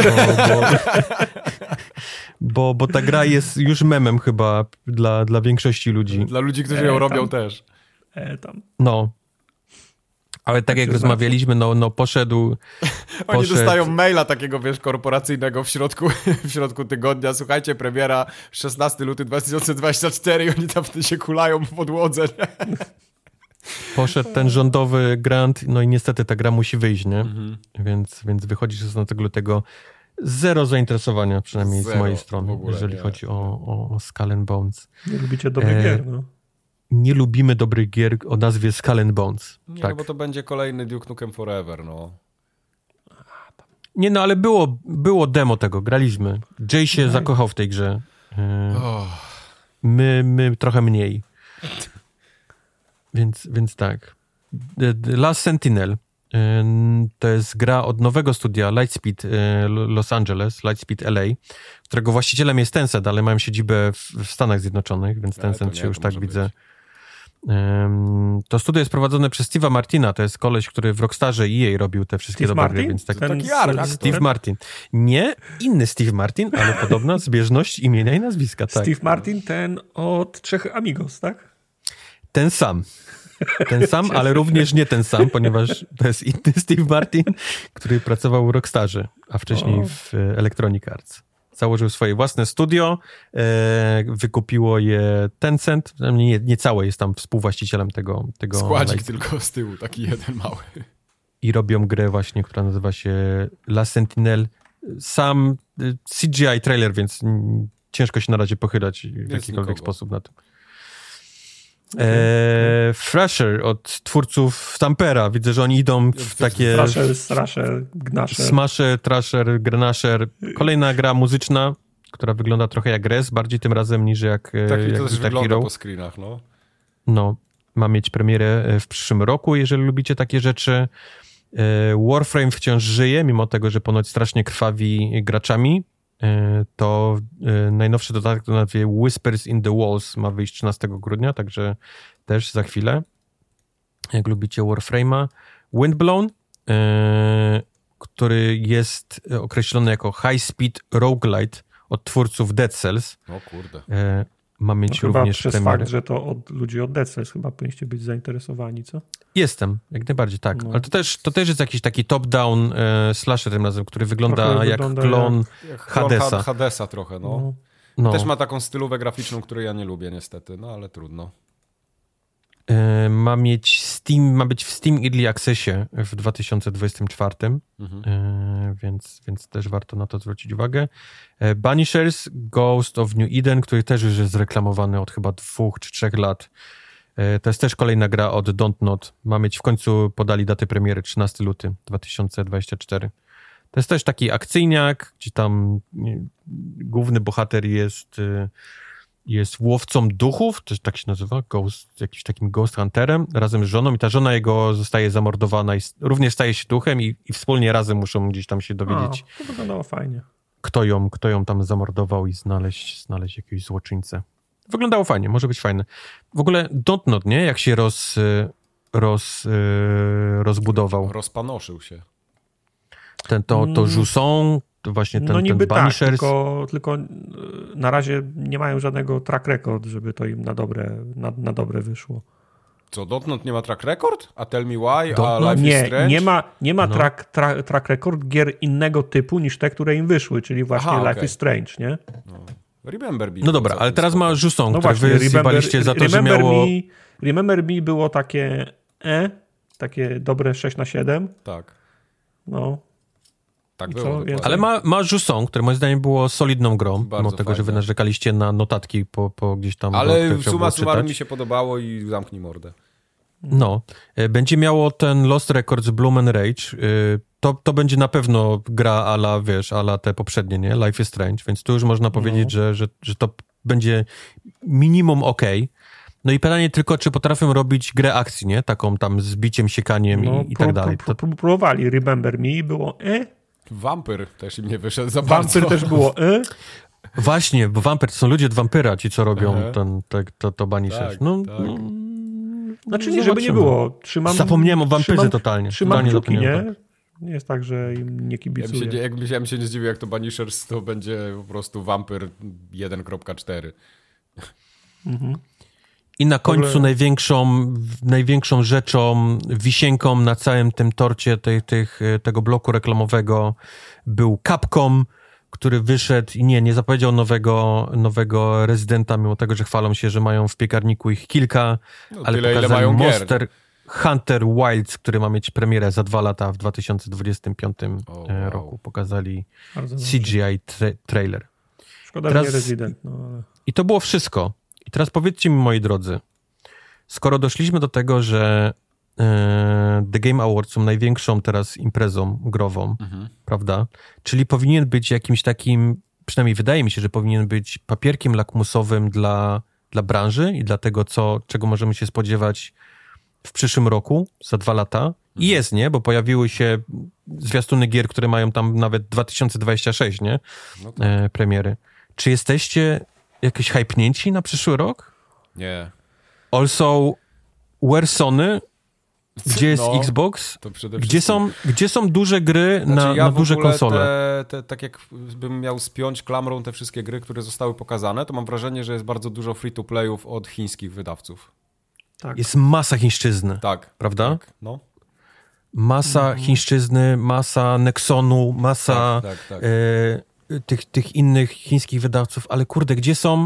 Bo ta gra jest już memem chyba dla większości ludzi. Dla ludzi, którzy ją robią też. No. Ale tak jak rozmawialiśmy, poszedł... Oni dostają maila takiego, wiesz, korporacyjnego w środku tygodnia. Słuchajcie, premiera 16 luty 2024 i oni tam się kulają po podłodze. Nie? Poszedł ten rządowy grant, no i niestety ta gra musi wyjść, nie? Więc wychodzi 16 lutego. Zero zainteresowania, przynajmniej z mojej strony, jeżeli chodzi o Skull and Bones. Nie lubicie dobrych gier, no. Nie lubimy dobrych gier o nazwie Skull and Bones. Nie, tak. No bo to będzie kolejny Duke Nukem Forever, no. Nie, no ale było demo tego, graliśmy. Jay się zakochał w tej grze. My trochę mniej. Więc tak. The Last Sentinel to jest gra od nowego studia Lightspeed Los Angeles, Lightspeed LA, którego właścicielem jest Tencent, ale mają siedzibę w Stanach Zjednoczonych, więc Tencent się już tak widzę. To studio jest prowadzone przez Steve'a Martina, to jest koleś, który w Rockstarze EA robił te wszystkie dobre gry, więc taki Steve Martin. Nie inny Steve Martin, ale podobna zbieżność imienia i nazwiska. Tak. Steve Martin, ten od 3 Amigos, tak? Ten sam, ale również nie ten sam, ponieważ to jest inny Steve Martin, który pracował w Rockstarze, a wcześniej w Electronic Arts. Założył swoje własne studio, wykupiło je Tencent, nie całe, jest tam współwłaścicielem tego składzik tylko z tyłu, taki jeden mały. I robią grę właśnie, która nazywa się Last Sentinel. Sam CGI trailer, więc ciężko się na razie pochylać w jakikolwiek sposób na tym. Thrasher od twórców Tampera. Widzę, że oni idą w takie... Thrasher, Gnasher. Smasher, Thrasher, Gnasher. Kolejna gra muzyczna, która wygląda trochę jak Res, bardziej tym razem niż jak to też wygląda po screenach, no. No, ma mieć premierę w przyszłym roku, jeżeli lubicie takie rzeczy. Warframe wciąż żyje, mimo tego, że ponoć strasznie krwawi graczami. To najnowszy dodatek do nazwie Whispers in the Walls ma wyjść 13 grudnia, także też za chwilę. Jak lubicie Warframe'a. Windblown, który jest określony jako High Speed Roguelite od twórców Dead Cells. O kurde. Ma mieć również przez premierę. fakt, że to od ludzi od Dead Cells chyba powinniście być zainteresowani, co? Jestem, jak najbardziej, tak. No. Ale to też jest jakiś taki top-down slasher tym razem, który wygląda jak klon Hadesa. Hadesa trochę, no. Też ma taką stylówę graficzną, której ja nie lubię niestety, no ale trudno. Ma być w Steam Early Accessie w 2024, więc też warto na to zwrócić uwagę. Banishers, Ghost of New Eden, który też już jest reklamowany od chyba 2 czy 3 lat. To jest też kolejna gra od Don't Not. Ma mieć, w końcu podali datę premiery 13 luty 2024. To jest też taki akcyjniak, gdzie tam główny bohater jest jest łowcą duchów, to tak się nazywa, jakimś takim ghost hunterem, razem z żoną i ta żona jego zostaje zamordowana i również staje się duchem i wspólnie razem muszą gdzieś tam się dowiedzieć. To wyglądało fajnie. Kto ją tam zamordował i znaleźć jakiegoś złoczyńcę. Wyglądało fajnie, może być fajne. W ogóle Dontnod, nie? Jak się rozbudował. Rozpanoszył się. To Jusson, to właśnie ten Banishers. Tylko na razie nie mają żadnego track record, żeby to im na dobre wyszło. Co, Dontnod nie ma track record? A Tell Me Why? A Life is Strange? Nie ma track record gier innego typu niż te, które im wyszły, czyli właśnie Life is Strange, nie? Remember Me. No dobra, ale teraz ma Jusson, no które wy zjebaliście za to, że miało... Remember Me było takie dobre 6/7. Tak. No. Tak było. Ale ma Jusson, które moim zdaniem było solidną grą, bardzo mimo tego, fajne. że wy narzekaliście na notatki po gdzieś tam... Ale summa summarum mi się podobało i zamknij mordę. No. Będzie miało ten Lost Records Bloom and Rage. To będzie na pewno gra a la te poprzednie, nie? Life is Strange, więc tu już można powiedzieć, że to będzie minimum okej. No i pytanie tylko, czy potrafią robić grę akcji, nie? Taką tam z biciem, siekaniem i tak dalej. Próbowali Remember Me i było Vampyr też im nie wyszedł za bardzo. Vampyr też było Właśnie, bo Vampyr to są ludzie od Vampyra, ci co robią to Banishers. Tak. Znaczy nie, żeby nie było. Zapomniałem o Vampyrze totalnie. Trzymam kciuki, nie? Nie jest tak, że im nie kibicuję. Ja bym się nie zdziwił, jak to Banishers to będzie po prostu Vampyr 1.4. I na końcu największą rzeczą, wisienką na całym tym torcie tego bloku reklamowego był Capcom, który wyszedł i nie zapowiedział nowego Residenta, mimo tego, że chwalą się, że mają w piekarniku ich kilka, ale tyle, pokazali ile mają Monster Hunter Wilds, który ma mieć premierę za 2 lata w 2025 roku. Pokazali CGI trailer. Szkoda, że nie Resident. No, ale... I to było wszystko. I teraz powiedzcie mi, moi drodzy, skoro doszliśmy do tego, że The Game Awards są największą teraz imprezą grową, prawda? Czyli powinien być jakimś takim, przynajmniej wydaje mi się, że powinien być papierkiem lakmusowym dla branży i dla tego, czego możemy się spodziewać w przyszłym roku, za 2 lata. I jest, nie? Bo pojawiły się zwiastuny gier, które mają tam nawet 2026, nie? No tak. Premiery. Czy jesteście jakieś hypnięci na przyszły rok? Nie. Also, where Sony? Gdzie jest Xbox? To Gdzie są duże gry na duże konsole? Tak jak bym miał spiąć klamrą te wszystkie gry, które zostały pokazane, to mam wrażenie, że jest bardzo dużo free-to-playów od chińskich wydawców. Tak. Jest masa chińszczyzny. Tak. Prawda? Tak, no. Masa chińszczyzny, masa Nexonu, masa tych innych chińskich wydawców, ale kurde, gdzie są...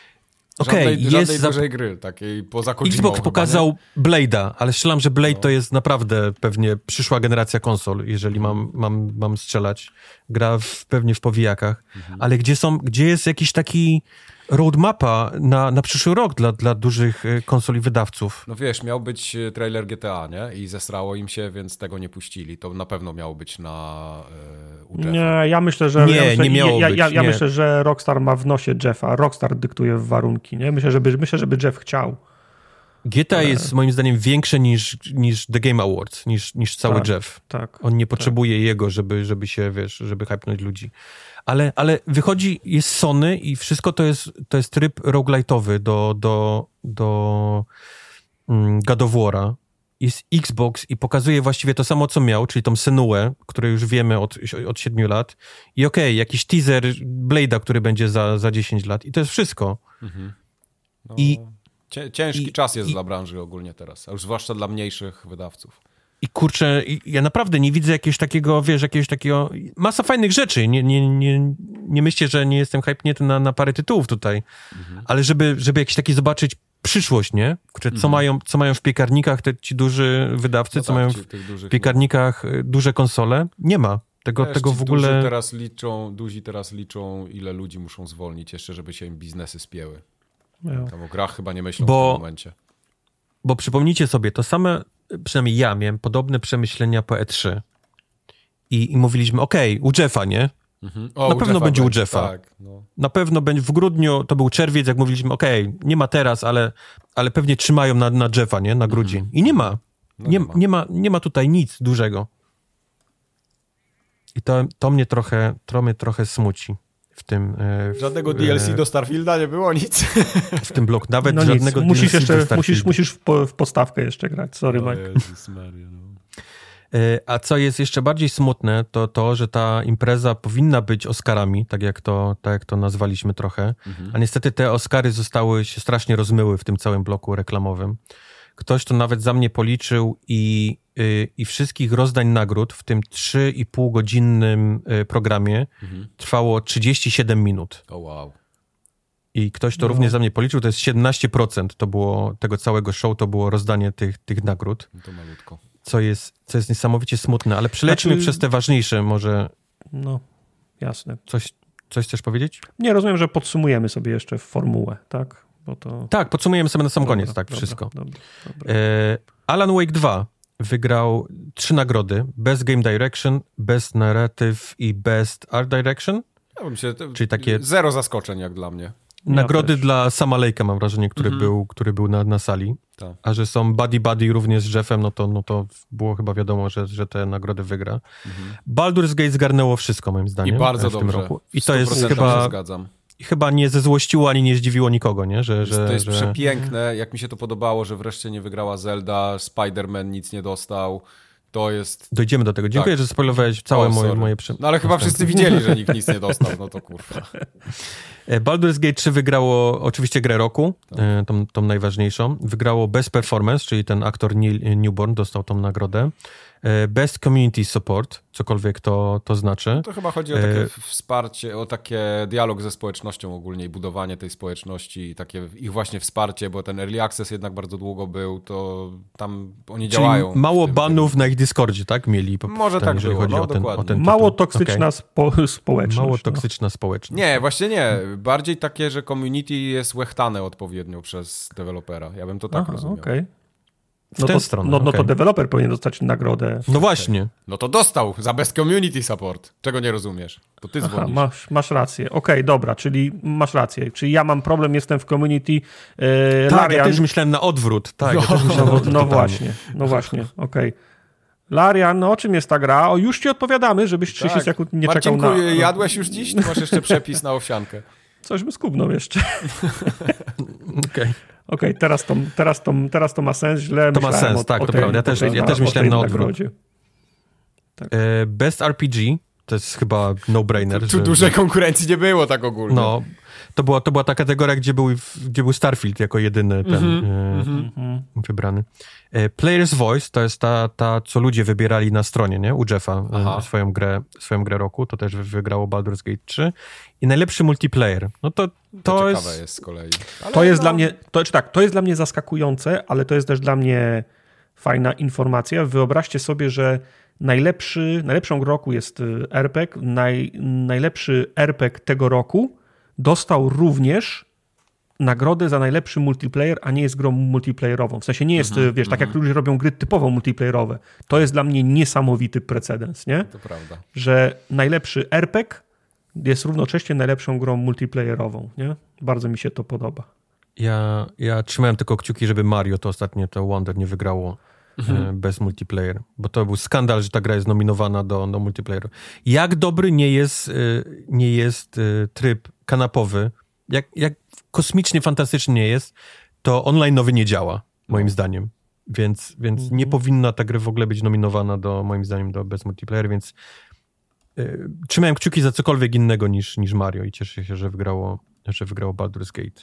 Żadnej dużej gry, takiej poza Kojimą. Xbox pokazał Blade'a, ale strzelam, że Blade to jest naprawdę pewnie przyszła generacja konsol, jeżeli mam strzelać. Gra pewnie w powijakach. Ale gdzie jest jakiś taki roadmapa na przyszły rok dla dużych konsol i wydawców? No wiesz, miał być trailer GTA, nie? I zesrało im się, więc tego nie puścili. To na pewno miało być na u Jeffa. Nie, ja myślę, że... Nie miało być. Ja myślę, że Rockstar ma w nosie Jeffa. Rockstar dyktuje warunki, nie? Myślę, żeby Jeff chciał. GTA jest moim zdaniem większe niż The Game Awards, niż cały Jeff. Tak. On nie potrzebuje jego, żeby się, wiesz, żeby hypnąć ludzi. Ale wychodzi, jest Sony i wszystko to jest tryb roguelite'owy do God of War'a. Jest Xbox i pokazuje właściwie to samo, co miał, czyli tą Senuę, której już wiemy od 7 lat. I jakiś teaser Blade'a, który będzie za 10 lat. I to jest wszystko. No, ciężki czas jest dla branży ogólnie teraz, a już zwłaszcza dla mniejszych wydawców. I kurczę, ja naprawdę nie widzę jakiegoś takiego, masa fajnych rzeczy. Nie myślę, że nie jestem hypnięty na parę tytułów tutaj, ale żeby jakiś taki zobaczyć przyszłość, nie? Kurczę, co mają w piekarnikach ci duży wydawcy, co mają w piekarnikach duże konsole, nie ma. Tego w ogóle... Duzi teraz liczą, ile ludzi muszą zwolnić jeszcze, żeby się im biznesy spięły. Tam o grach chyba nie myślą w tym momencie. Bo przypomnijcie sobie, to same, przynajmniej ja miałem podobne przemyślenia po E3. I mówiliśmy, u Jeffa, nie? Na pewno będzie u Jeffa. Tak, no. Na pewno będzie w grudniu, to był czerwiec, jak mówiliśmy, okej, nie ma teraz, ale pewnie trzymają na Jeffa, nie? Na grudzień. I nie ma. Nie ma tutaj nic dużego. I to mnie trochę smuci w tym... Żadnego DLC do Starfielda nie było, nic. W tym bloku. Nawet żadnego DLC musisz jeszcze, do Starfielda. musisz w podstawkę jeszcze grać. Sorry, Mike. Jezus Maria, no. A co jest jeszcze bardziej smutne, to, że ta impreza powinna być Oscarami, tak jak to nazwaliśmy trochę, a niestety te Oscary się strasznie rozmyły w tym całym bloku reklamowym. Ktoś to nawet za mnie policzył i wszystkich rozdań nagród w tym 3,5-godzinnym programie trwało 37 minut. O wow. I ktoś to również za mnie policzył, to jest 17% to było tego całego show, to było rozdanie tych nagród. To malutko. Co jest niesamowicie smutne, ale przelećmy przez te ważniejsze może. No, jasne. Coś chcesz powiedzieć? Nie, rozumiem, że podsumujemy sobie jeszcze formułę, tak? Bo to... Tak, podsumujemy sobie na sam koniec, tak, wszystko. Dobra. Alan Wake 2 wygrał 3 nagrody. Best Game Direction, Best Narrative i Best Art Direction. Ja bym się, czyli takie... Zero zaskoczeń jak dla mnie. Nagrody dla Sama Lake'a, mam wrażenie, który był na sali. Tak. A że są buddy również z Jeffem, no to było chyba wiadomo, że te nagrody wygra. Baldur's Gate zgarnęło wszystko, moim zdaniem. I bardzo w tym dobrze. roku. I to jest chyba nie zezłościło, ani nie zdziwiło nikogo, nie? To jest przepiękne, jak mi się to podobało, że wreszcie nie wygrała Zelda, Spider-Man nic nie dostał. To jest... Dojdziemy do tego. Dziękuję, że spoilowałeś całe moje No ale chyba wszyscy widzieli, że nikt nic nie dostał, no to kurwa. Baldur's Gate 3 wygrało oczywiście grę roku, tą najważniejszą. Wygrało Best Performance, czyli ten aktor Neil Newborn dostał tą nagrodę. Best Community Support, cokolwiek to znaczy. To chyba chodzi o takie wsparcie, o takie dialog ze społecznością ogólnie i budowanie tej społeczności i takie ich właśnie wsparcie, bo ten Early Access jednak bardzo długo był, to tam oni działają. Mało banów na ich Discordzie, tak? Mieli. Może tak jeżeli było, chodzi o ten mało toksyczna społeczność. Mało toksyczna społeczność. Nie, właśnie nie. Bardziej takie, że community jest łechtane odpowiednio przez dewelopera. Ja bym to tak rozumiał. Okay. W tę stronę. No to deweloper powinien dostać nagrodę. No właśnie. No to dostał za Best Community Support. Czego nie rozumiesz? To ty dzwonisz. Masz rację. Okej, dobra, czyli masz rację. Czyli ja mam problem, jestem w community. Tak, Larian... ja też myślałem na odwrót. Tak, ja też myślałem na odwrót. No właśnie, okej. Larian, o czym jest ta gra? O, już ci odpowiadamy, żebyś 30 sekund nie czekał na... Marcinku, jadłeś już dziś? Ty masz jeszcze przepis na owsiankę. Coś by skubnął jeszcze. Okej, teraz to ma sens, źle to ma sens, tak, to prawda. Ja też myślałem na odwrót. Tak. Best RPG, to jest chyba no-brainer. Tu dużej konkurencji nie było tak ogólnie. No, to była ta kategoria, gdzie był Starfield jako jedyny wybrany. Player's Voice to jest ta, co ludzie wybierali na stronie, nie? U Jeffa swoją grę roku. To też wygrało Baldur's Gate 3. I najlepszy multiplayer. No to ciekawe jest z kolei. Ale to jest dla mnie, to jest dla mnie zaskakujące, ale to jest też dla mnie fajna informacja. Wyobraźcie sobie, że najlepszą grą roku jest RPG. Najlepszy RPG tego roku dostał również nagrodę za najlepszy multiplayer, a nie jest grą multiplayerową. W sensie nie jest, tak jak ludzie robią gry typowo multiplayerowe. To jest dla mnie niesamowity precedens, nie? To prawda. Że najlepszy RPG jest równocześnie najlepszą grą multiplayerową, nie? Bardzo mi się to podoba. Ja trzymałem tylko kciuki, żeby Mario to Wonder nie wygrało bez multiplayer, bo to był skandal, że ta gra jest nominowana do multiplayeru. Jak dobry nie jest tryb kanapowy, jak kosmicznie fantastyczny nie jest, to online nowy nie działa, moim zdaniem. Więc nie powinna ta gra w ogóle być nominowana moim zdaniem bez multiplayer, więc trzymałem kciuki za cokolwiek innego niż Mario i cieszę się, że wygrało Baldur's Gate.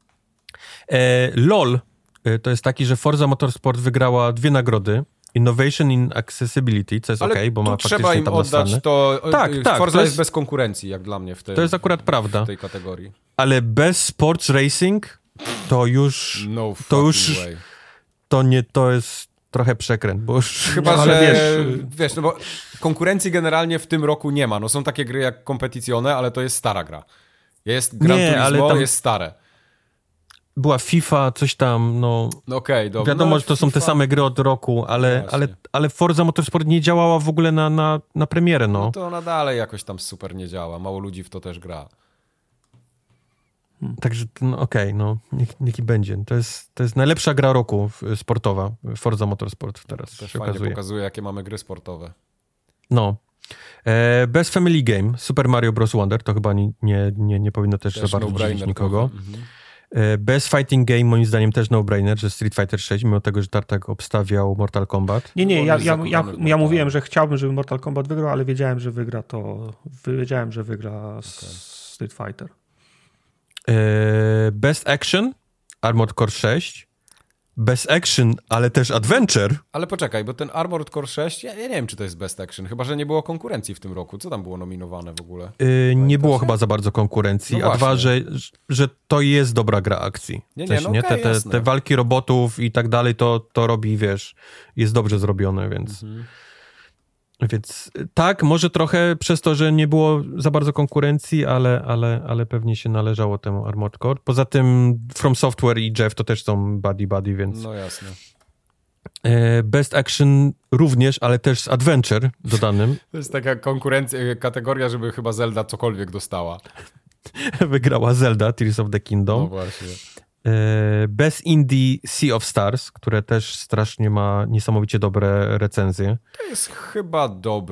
LOL to jest taki, że Forza Motorsport wygrała 2 nagrody. Innovation in Accessibility, co jest okej, bo ma trzeba im tam oddać to. Tak, Forza jest bez konkurencji, jak dla mnie w tej to jest akurat prawda. W tej kategorii. Ale bez sports racing to już way. To jest trochę przekręt, bo już... Chyba, że wiesz, no bo konkurencji generalnie w tym roku nie ma. No są takie gry jak Competizione, ale to jest stara gra. Jest Gran Turismo, jest stare. była FIFA, coś tam, no... No okej, dobra. Wiadomo, że to są te same gry od roku, ale Forza Motorsport nie działała w ogóle na premierę, no. No to ona dalej jakoś tam super nie działa. Mało ludzi w to też gra. Także, no okej, no, niech i będzie. To jest najlepsza gra roku sportowa, Forza Motorsport teraz Też się fajnie okazuje. pokazuje, jakie mamy gry sportowe. No. Best Family Game, Super Mario Bros. Wonder, to chyba nie powinno też za bardzo dziwić nikogo. Best Fighting Game, moim zdaniem też no-brainer, że Street Fighter 6, mimo tego, że Tartak obstawiał Mortal Kombat. Nie, ja mówiłem, że chciałbym, żeby Mortal Kombat wygrał, ale wiedziałem, że wygra Street Fighter. Best Action, Armored Core 6. Best Action, ale też Adventure. Ale poczekaj, bo ten Armored Core 6, ja nie wiem, czy to jest Best Action, chyba że nie było konkurencji w tym roku. Co tam było nominowane w ogóle? Nie było chyba za bardzo konkurencji, no a dwa, że to jest dobra gra akcji. Te walki robotów i tak dalej, to robi, wiesz, jest dobrze zrobione, więc... Więc tak, może trochę przez to, że nie było za bardzo konkurencji, ale pewnie się należało temu Armored Core. Poza tym From Software i Jeff to też są buddy, więc... No jasne. Best Action również, ale też z Adventure dodanym. To jest taka kategoria, żeby chyba Zelda cokolwiek dostała. Wygrała Zelda, Tears of the Kingdom. No właśnie. Best Indie Sea of Stars, które też strasznie ma niesamowicie dobre recenzje. To jest chyba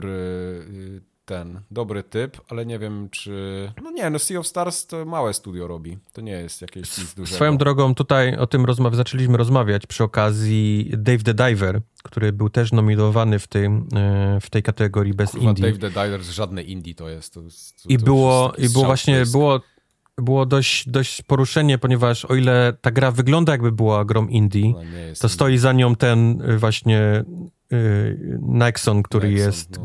dobry typ, ale nie wiem, czy... No Sea of Stars to małe studio robi. To nie jest jakieś nic dużego. Swoją drogą tutaj o tym zaczęliśmy rozmawiać przy okazji Dave the Diver, który był też nominowany w tej kategorii Best Indie. Dave the Diver z żadne indie to jest. Było dość poruszenie, ponieważ o ile ta gra wygląda jakby była grą indie, to stoi za nią ten właśnie Nexon, który jest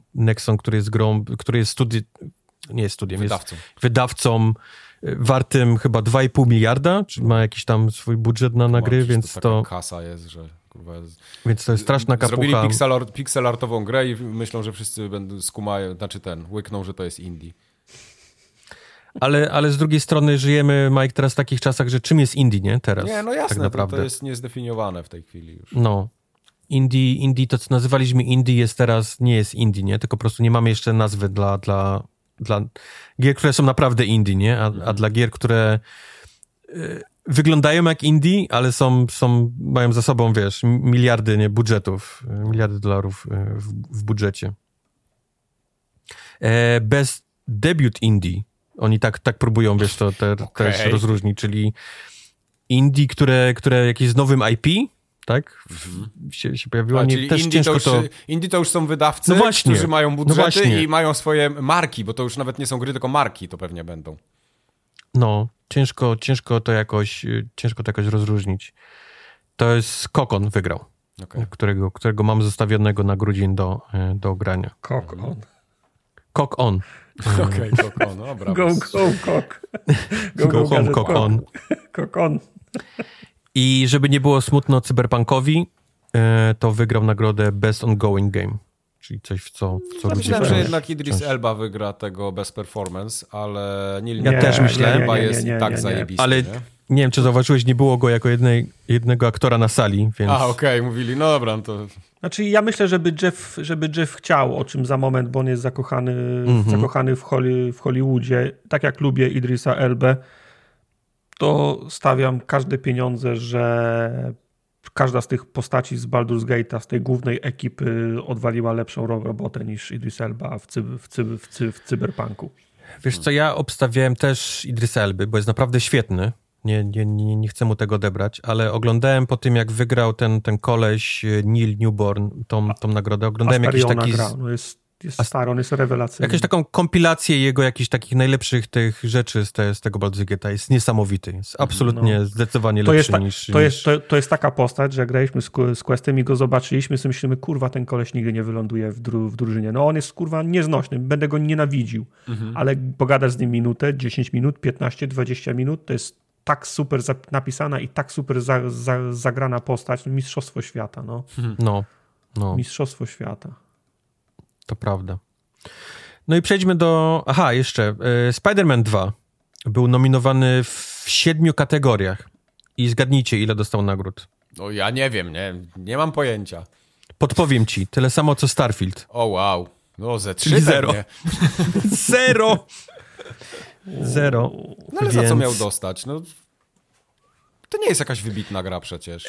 wydawcą wartym chyba 2,5 miliarda, czy ma jakiś tam swój budżet na gry, więc to... kasa jest, że... Więc to jest straszna kapucha. Zrobili pixelartową grę i myślą, że wszyscy będą łykną, że to jest indie. Ale z drugiej strony żyjemy, Mike, teraz w takich czasach, że czym jest indie, nie? Teraz. Nie, no jasne, tak naprawdę. To jest niezdefiniowane w tej chwili już. No. Indie, to co nazywaliśmy indie nie jest indie, nie? Tylko po prostu nie mamy jeszcze nazwy dla gier, które są naprawdę indie, nie? A dla gier, które wyglądają jak indie, ale mają za sobą, wiesz, miliardy budżetów, miliardy dolarów w budżecie. Best Debut Indie. Oni tak próbują, wiesz, to też rozróżnić, czyli indie, które jakieś z nowym IP, tak? Się pojawiło. Czyli też indie to już są wydawcy, którzy mają budżety i mają swoje marki, bo to już nawet nie są gry, tylko marki to pewnie będą. No, ciężko to jakoś rozróżnić. To jest Kokon wygrał, którego mam zostawionego na grudzień do grania. Kokon. Kokon. Okej, Kokon, dobra. Go, Kok. Go home, Kokon. Kokon. I żeby nie było smutno Cyberpunkowi, to wygrał nagrodę Best Ongoing Game. Czyli coś, w co ludzie myślałem, że jednak Idris Elba wygra tego Best Performance, ale ja też myślałem. Elba jest i tak zajebisty. Ale nie wiem, czy zauważyłeś, nie było go jako jednego aktora na sali, więc... Okej, mówili, no dobra, no to... Znaczy ja myślę, żeby Jeff chciał, o czym za moment, bo on jest zakochany w Hollywoodzie. Tak jak lubię Idrisa Elbę, to stawiam każde pieniądze, że każda z tych postaci z Baldur's Gate'a, z tej głównej ekipy odwaliła lepszą robotę niż Idris Elba w Cyberpunku. Wiesz co, ja obstawiałem też Idrisa Elby, bo jest naprawdę świetny. Nie chcę mu tego odebrać, ale oglądałem po tym, jak wygrał ten koleś Neil Newborn tą nagrodę. Oglądałem jakiś taki... No jest stary, on jest rewelacyjny. Jakąś taką kompilację jego jakichś takich najlepszych tych rzeczy z tego Baldur's Gate'a. Jest niesamowity. Jest absolutnie zdecydowanie lepszy niż... To jest taka postać, że jak graliśmy z Questem i go zobaczyliśmy, sobie myślimy, kurwa, ten koleś nigdy nie wyląduje w drużynie. No on jest, kurwa, nieznośny. Będę go nienawidził. Ale pogadasz z nim minutę, 10 minut, 15, 20 minut, to jest tak super napisana i tak super zagrana postać. Mistrzostwo świata, no. No. Mistrzostwo świata. To prawda. No i przejdźmy do... Aha, jeszcze. Spider-Man 2 był nominowany w 7 kategoriach. I zgadnijcie, ile dostał nagród. No ja nie wiem, nie mam pojęcia. Podpowiem ci, tyle samo co Starfield. O wow, no ze 3 Czyli zero. pewnie. Zero. No ale za co miał dostać? No, to nie jest jakaś wybitna gra przecież.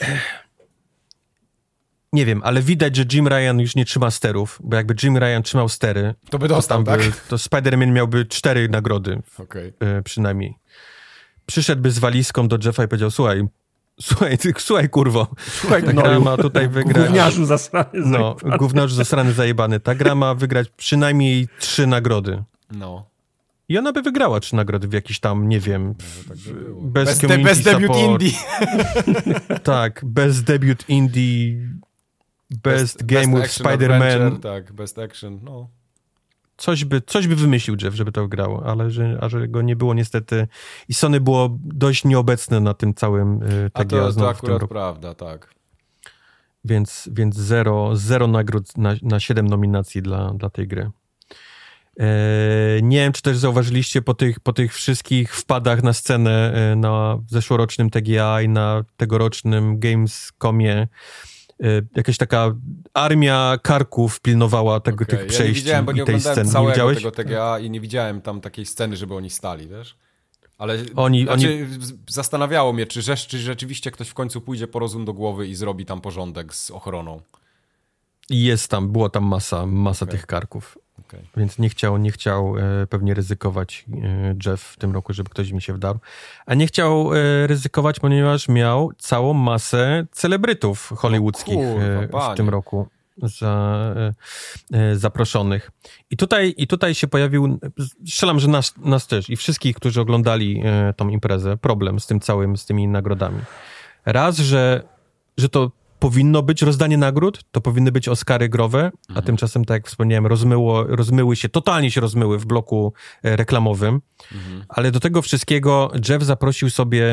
Nie wiem, ale widać, że Jim Ryan już nie trzyma sterów, bo jakby Jim Ryan trzymał stery, To by dostał, tak? to Spider-Man miałby 4 nagrody przynajmniej. Przyszedłby z walizką do Jeffa i powiedział, słuchaj kurwo, ta gra ma tutaj wygrać... Gówniarzu zasrany zajebany. No, gówniarzu zasrany zajebany. Ta gra ma wygrać przynajmniej 3 nagrody. No. I ona by wygrała 3 nagrody w jakiś tam, nie wiem, Tak by było. best debiut support. indie. Tak, best debut indie, best game with action Spider-Man. adventure, tak, best action, no. Coś by wymyślił Jeff, żeby to grało, ale że go nie było niestety. I Sony było dość nieobecne na tym całym A TGA to znowu w tym akurat roku. prawda, tak. Więc zero nagród na 7 nominacji dla tej gry. Nie wiem, czy też zauważyliście po tych wszystkich wpadach na scenę na zeszłorocznym TGA i na tegorocznym Gamescomie, jakaś taka armia karków pilnowała tych przejść ja nie widziałem, bo nie i tej oglądałem sceny. całego Nie widziałeś? tego TGA i nie widziałem tam takiej sceny, żeby oni stali, wiesz? Ale Oni- zastanawiało mnie, czy rzeczywiście ktoś w końcu pójdzie po rozum do głowy i zrobi tam porządek z ochroną. Była tam masa tych karków. Okay. Więc nie chciał pewnie ryzykować Jeff w tym roku, żeby ktoś mi się wdarł. A nie chciał ryzykować, ponieważ miał całą masę celebrytów hollywoodzkich w tym roku zaproszonych. I tutaj się pojawił, strzelam, że nas też i wszystkich, którzy oglądali tą imprezę, problem z tymi nagrodami. Raz, że to powinno być rozdanie nagród, to powinny być Oscary growe, a tymczasem, tak jak wspomniałem, totalnie się rozmyły w bloku reklamowym, ale do tego wszystkiego Jeff zaprosił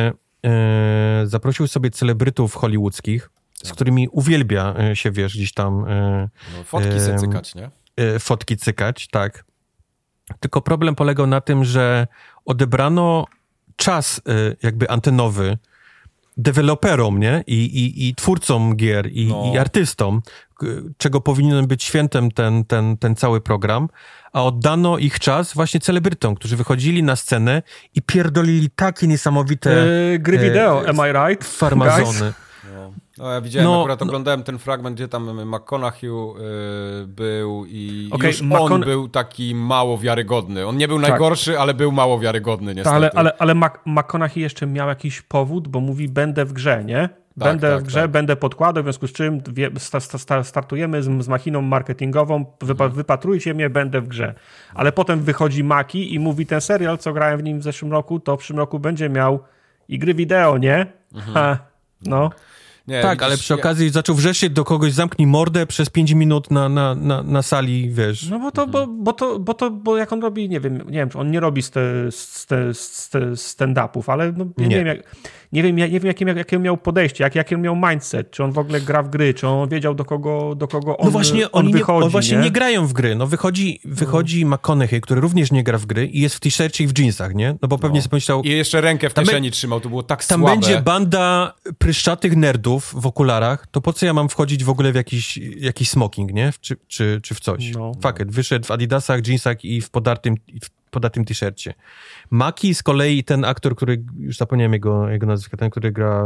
sobie celebrytów hollywoodzkich, z którymi uwielbia się, wiesz, gdzieś tam... fotki se cykać, nie? Fotki cykać, tak. Tylko problem polegał na tym, że odebrano czas jakby antenowy deweloperom, nie? I twórcom gier, i artystom, czego powinien być świętem ten cały program, a oddano ich czas właśnie celebrytom, którzy wychodzili na scenę i pierdolili takie niesamowite gry wideo, am I right? Farmazony. No, ja widziałem, akurat oglądałem ten fragment, gdzie tam McConaughey był i już on był taki mało wiarygodny. On nie był najgorszy, ale był mało wiarygodny niestety. Ale McConaughey jeszcze miał jakiś powód, bo mówi, będę w grze, nie? Będę w grze, będę podkładał, w związku z czym startujemy z machiną marketingową, wypatrujcie mnie, będę w grze. Ale potem wychodzi Maki i mówi, ten serial, co grałem w nim w zeszłym roku, to w przyszłym roku będzie miał i gry wideo, nie? No. Nie, tak, ale przy okazji zaczął wrzeszczeć do kogoś, zamknij mordę przez 5 minut na sali, wiesz. No bo jak on robi, nie wiem, czy on nie robi stand-upów, ale no, nie wiem jakie miał podejście, jakie miał mindset, czy on w ogóle gra w gry, czy on wiedział do kogo on, no właśnie, on wychodzi. Właśnie nie grają w gry. No wychodzi McConaughey, który również nie gra w gry i jest w t-shircie i w jeansach, nie? No bo pewnie sobie pomyślał... I jeszcze rękę w kieszeni trzymał, to było tak tam słabe. Tam będzie banda pryszczatych nerdów w okularach, to po co ja mam wchodzić w ogóle w jakiś smoking, nie? Czy w coś. Fuck it. Wyszedł w adidasach, jeansach i w podartym t-shircie. Maki z kolei, ten aktor, który, już zapomniałem jego nazwiska, ten, który gra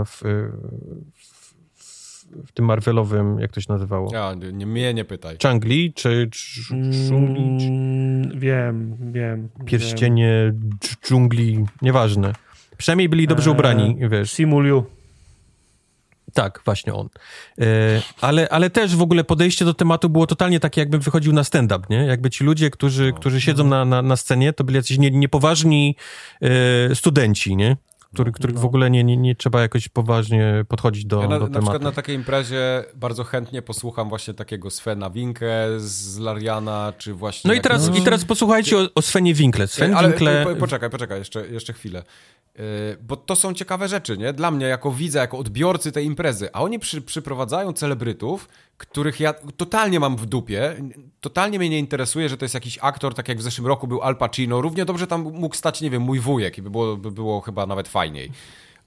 w tym Marvelowym, jak to się nazywało? Mnie nie pytaj. Chang-Li czy Chun-Li? Wiem. Pierścienie dżungli, nieważne. Przynajmniej byli dobrze ubrani, wiesz. Simu Liu. Tak, właśnie on. Ale też w ogóle podejście do tematu było totalnie takie, jakbym wychodził na stand-up, nie? Jakby ci ludzie, którzy siedzą na scenie, to byli jacyś niepoważni studenci, nie? Których w ogóle nie trzeba jakoś poważnie podchodzić do tematu. Na przykład na takiej imprezie bardzo chętnie posłucham właśnie takiego Svena Winkę z Lariana, czy właśnie... No i teraz posłuchajcie o Svenie Winkle. Ale poczekaj, jeszcze chwilę. Bo to są ciekawe rzeczy, nie? Dla mnie, jako widza, jako odbiorcy tej imprezy. A oni przyprowadzają celebrytów, których ja totalnie mam w dupie. Totalnie mnie nie interesuje, że to jest jakiś aktor, tak jak w zeszłym roku był Al Pacino. Równie dobrze tam mógł stać, nie wiem, mój wujek i by było chyba nawet fajniej.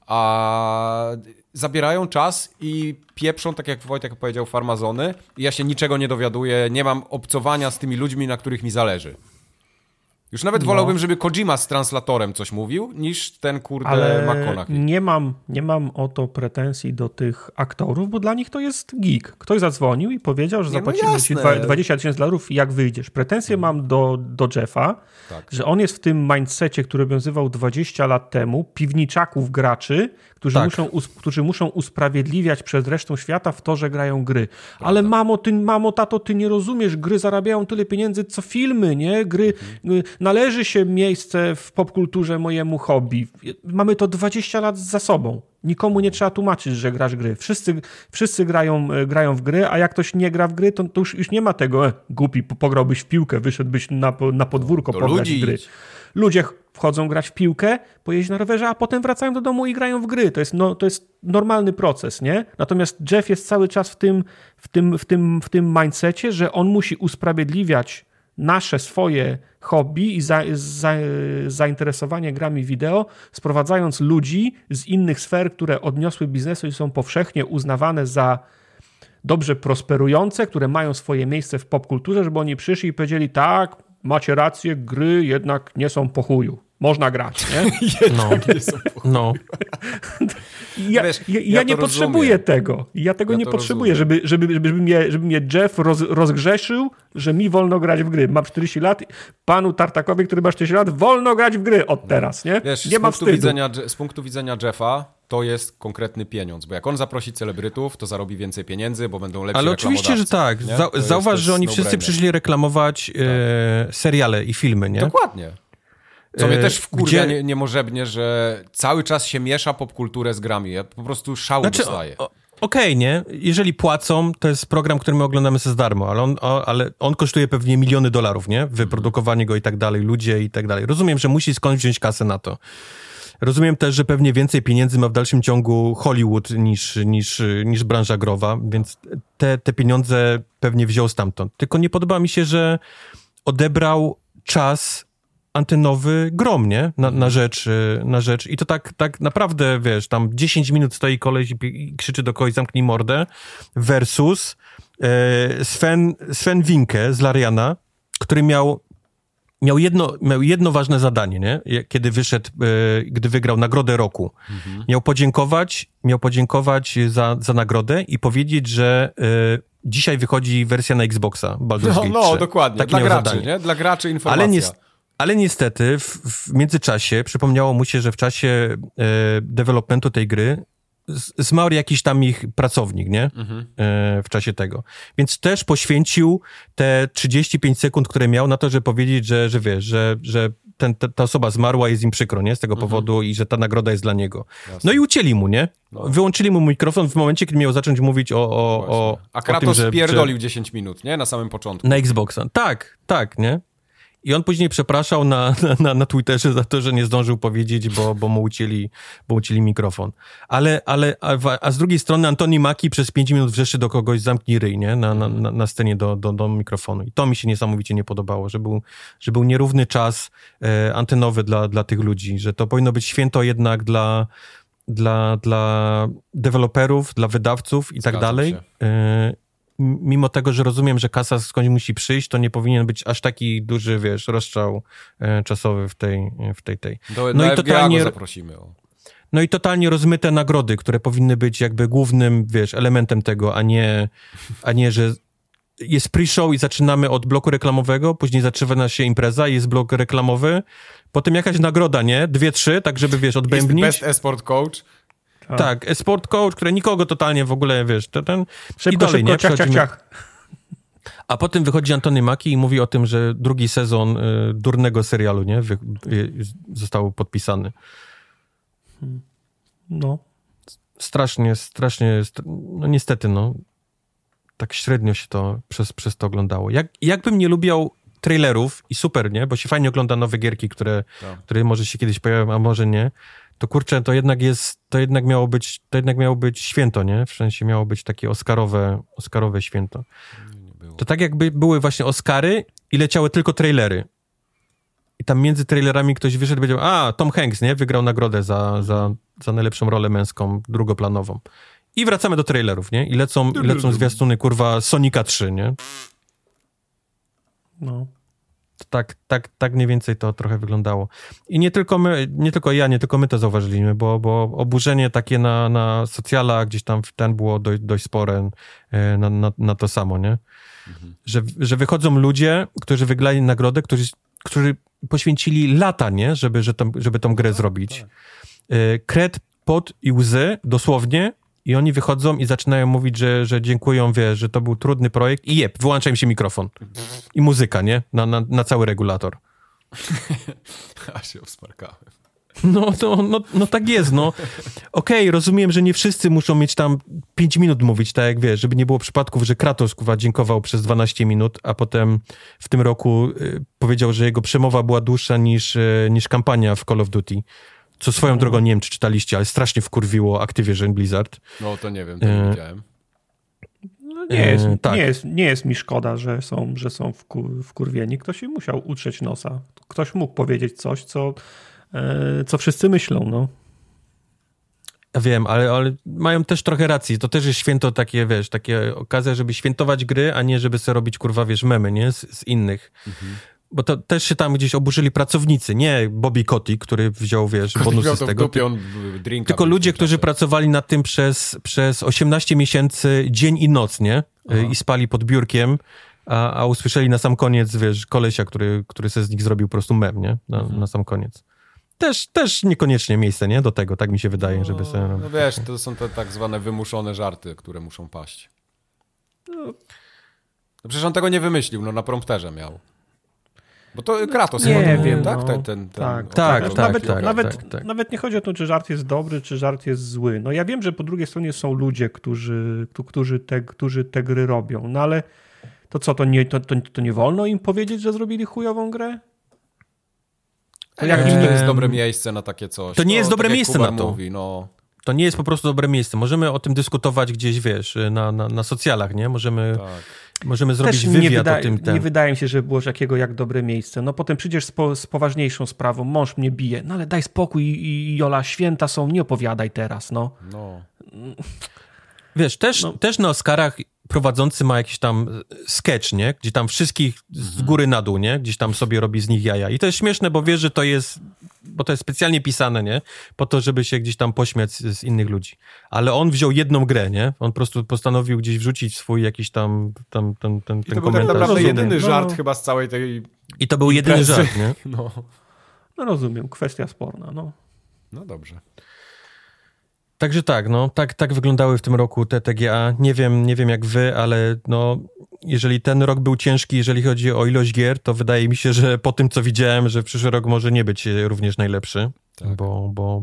a zabierają czas i pieprzą, tak jak Wojtek powiedział, farmazony i ja się niczego nie dowiaduję, nie mam obcowania z tymi ludźmi, na których mi zależy. Już nawet wolałbym, żeby Kojima z translatorem coś mówił, niż ten kurde McConaughey. Nie mam o to pretensji do tych aktorów, bo dla nich to jest gig. Ktoś zadzwonił i powiedział, że zapłacimy ci $20,000, jak wyjdziesz. Pretensje mam do Jeffa, że on jest w tym mindsetie, który obowiązywał 20 lat temu, piwniczaków graczy, którzy muszą usprawiedliwiać przed resztą świata w to, że grają gry. Ale mamo, tato, ty nie rozumiesz, gry zarabiają tyle pieniędzy, co filmy, nie? Gry, należy się miejsce w popkulturze mojemu hobby. Mamy to 20 lat za sobą. Nikomu nie trzeba tłumaczyć, że grasz gry. Wszyscy grają w gry, a jak ktoś nie gra w gry, to już nie ma tego, głupi, pograłbyś w piłkę, wyszedłbyś na podwórko pograć w gry. Ludzie wchodzą grać w piłkę, pojeździć na rowerze, a potem wracają do domu i grają w gry. To jest normalny proces, nie? Natomiast Jeff jest cały czas w tym mindsetie, że on musi usprawiedliwiać swoje hobby i zainteresowanie grami wideo, sprowadzając ludzi z innych sfer, które odniosły biznesu i są powszechnie uznawane za dobrze prosperujące, które mają swoje miejsce w popkulturze, żeby oni przyszli i powiedzieli, tak, macie rację, gry jednak nie są po chuju. Można grać, nie? Nie są po chuju. No. Ja nie potrzebuję tego. Ja tego nie potrzebuję, żeby mnie Jeff rozgrzeszył, że mi wolno grać w gry. Mam 40 lat, panu Tartakowi, który ma 40 lat, wolno grać w gry od teraz, nie? Wiesz, nie ma wstydu. Z punktu widzenia Jeffa to jest konkretny pieniądz, bo jak on zaprosi celebrytów, to zarobi więcej pieniędzy, bo będą lepsi reklamodawcy. Ale oczywiście, że tak. Zauważ, że oni wszyscy przyszli reklamować seriale i filmy, nie? Dokładnie. Co mnie też wkurwia niemożebnie, że cały czas się miesza popkulturę z grami. Ja po prostu szału dostaję. Okej, nie? Jeżeli płacą, to jest program, który my oglądamy za darmo, ale on kosztuje pewnie miliony dolarów, nie? Wyprodukowanie go i tak dalej, ludzie i tak dalej. Rozumiem, że musi skądś wziąć kasę na to. Rozumiem też, że pewnie więcej pieniędzy ma w dalszym ciągu Hollywood niż branża growa, więc te pieniądze pewnie wziął stamtąd. Tylko nie podoba mi się, że odebrał czas antenowy grom, nie? Na rzecz. I to tak naprawdę, wiesz, tam 10 minut stoi koleś i krzyczy do kogoś, zamknij mordę, versus Sven Winke z Lariana, który miał jedno ważne zadanie, nie? Kiedy wyszedł, gdy wygrał Nagrodę Roku. Miał podziękować za nagrodę i powiedzieć, że dzisiaj wychodzi wersja na Xboxa Baldur's Gate 3. No, dokładnie. Takie dla graczy, zadanie. nie? Dla graczy informacja. Ale niestety w międzyczasie przypomniało mu się, że w czasie developmentu tej gry zmarł jakiś tam ich pracownik, nie? W czasie tego. Więc też poświęcił te 35 sekund, które miał na to, żeby powiedzieć, że wiesz, że ta osoba zmarła, jest im przykro, nie? Z tego powodu i że ta nagroda jest dla niego. Jasne. No i ucięli mu, nie? Wyłączyli mu mikrofon w momencie, kiedy miał zacząć mówić A Kratos tym, pierdolił 10 minut, nie? Na samym początku. Na Xboxa. Tak, nie? I on później przepraszał na Twitterze za to, że nie zdążył powiedzieć, bo mu ucięli mikrofon. A z drugiej strony Antoni Mackie przez 5 minut wrzeszczy do kogoś, zamknij ryj, nie? Na scenie do mikrofonu. I to mi się niesamowicie nie podobało, że był nierówny czas antenowy dla tych ludzi, że to powinno być święto jednak dla deweloperów, dla wydawców i tak dalej. Mimo tego, że rozumiem, że kasa skądś musi przyjść, to nie powinien być aż taki duży, wiesz, rozstrzał czasowy w tej. No i totalnie zaprosimy. No i totalnie rozmyte nagrody, które powinny być jakby głównym, wiesz, elementem tego, a nie, że jest pre-show i zaczynamy od bloku reklamowego, później zaczyna się impreza i jest blok reklamowy, potem jakaś nagroda, nie? 2-3, tak żeby, wiesz, odbębnić. Best Esport Coach. Tak, Esport Coach, który nikogo totalnie w ogóle, wiesz, szybko, i dalej, szybko, nie? Ciach. A potem wychodzi Antony Mackie i mówi o tym, że drugi sezon durnego serialu, nie? Został podpisany. No. Strasznie, no niestety, no. Tak średnio się to przez to oglądało. Jakbym nie lubiał trailerów i super, nie? Bo się fajnie ogląda nowe gierki, które może się kiedyś pojawią, a może nie. To kurczę, to jednak miało być święto, nie? W sensie miało być takie Oscarowe święto. To tak jakby były właśnie Oscary i leciały tylko trailery. i tam między trailerami ktoś wyszedł i powiedział, Tom Hanks, nie? Wygrał nagrodę za najlepszą rolę męską, drugoplanową. I wracamy do trailerów, nie? I lecą zwiastuny, kurwa, Sonika 3, nie? No. Tak mniej więcej to trochę wyglądało. I nie tylko my to zauważyliśmy, bo oburzenie takie na socjalach, gdzieś tam było dość spore na to samo, nie? Że wychodzą ludzie, którzy wygrali nagrodę, którzy poświęcili lata, nie? Żeby tą grę zrobić. Kret, pot i łzy, dosłownie, i oni wychodzą i zaczynają mówić, że dziękują, wiesz, że to był trudny projekt i wyłącza im się mikrofon. I muzyka, nie? Na cały regulator. Aż się obsmarkałem. No tak jest, no. Okej, rozumiem, że nie wszyscy muszą mieć tam 5 minut mówić, tak jak wiesz, żeby nie było przypadków, że Kratos, kurwa, dziękował przez 12 minut, a potem w tym roku powiedział, że jego przemowa była dłuższa niż kampania w Call of Duty. Co swoją drogą, nie wiem, czy czytaliście, ale strasznie wkurwiło Activision Blizzard. No to nie wiem, to nie widziałem. No nie jest mi szkoda, że są wkurwieni. Ktoś im musiał utrzeć nosa. Ktoś mógł powiedzieć coś, co wszyscy myślą, no. Ja wiem, ale mają też trochę racji. To też jest święto takie, wiesz, takie okazja, żeby świętować gry, a nie żeby sobie robić, kurwa, wiesz, memy, nie? Z innych. Bo to też się tam gdzieś oburzyli pracownicy, nie Bobby Kotick, który wziął, wiesz, bonusy z tego. Tylko ludzie, którzy pracowali nad tym przez 18 miesięcy, dzień i noc, nie? I spali pod biurkiem, a usłyszeli na sam koniec, wiesz, kolesia, który sobie z nich zrobił po prostu mem, nie? Na sam koniec. Też niekoniecznie miejsce, nie? Do tego, tak mi się wydaje, żeby sobie... No wiesz, to są te tak zwane wymuszone żarty, które muszą paść. No przecież on tego nie wymyślił, na prompterze miał. Bo to Kratos nie wiem, tak? No. Nawet nie chodzi o to, czy żart jest dobry, czy żart jest zły. No ja wiem, że po drugiej stronie są ludzie, którzy te gry robią, no ale to co, to nie wolno im powiedzieć, że zrobili chujową grę? To jest dobre miejsce na takie coś. To nie jest dobre tak miejsce na to. Mówi, To nie jest po prostu dobre miejsce. Możemy o tym dyskutować gdzieś, wiesz, na socjalach, nie? Możemy zrobić wywiad o tym. Nie wydaje mi się, że było takiego jak dobre miejsce. No potem przyjdziesz z poważniejszą sprawą, mąż mnie bije, no ale daj spokój i Jola, święta są, nie opowiadaj teraz, no. Wiesz, też na Oscarach prowadzący ma jakiś tam sketch, nie? Gdzie tam wszystkich z góry na dół, nie? Gdzieś tam sobie robi z nich jaja. I to jest śmieszne, bo wiesz, że to jest specjalnie pisane, nie? Po to, żeby się gdzieś tam pośmiać z innych ludzi. Ale on wziął jedną grę, nie? On po prostu postanowił gdzieś wrzucić swój jakiś ten komentarz. I to był tak naprawdę jedyny żart chyba z całej tej... I to był jedyny żart, nie? No rozumiem, kwestia sporna, no. No dobrze. Także tak wyglądały w tym roku te TGA. Nie wiem jak wy, ale jeżeli ten rok był ciężki, jeżeli chodzi o ilość gier, to wydaje mi się, że po tym, co widziałem, że przyszły rok może nie być również najlepszy, tak. bo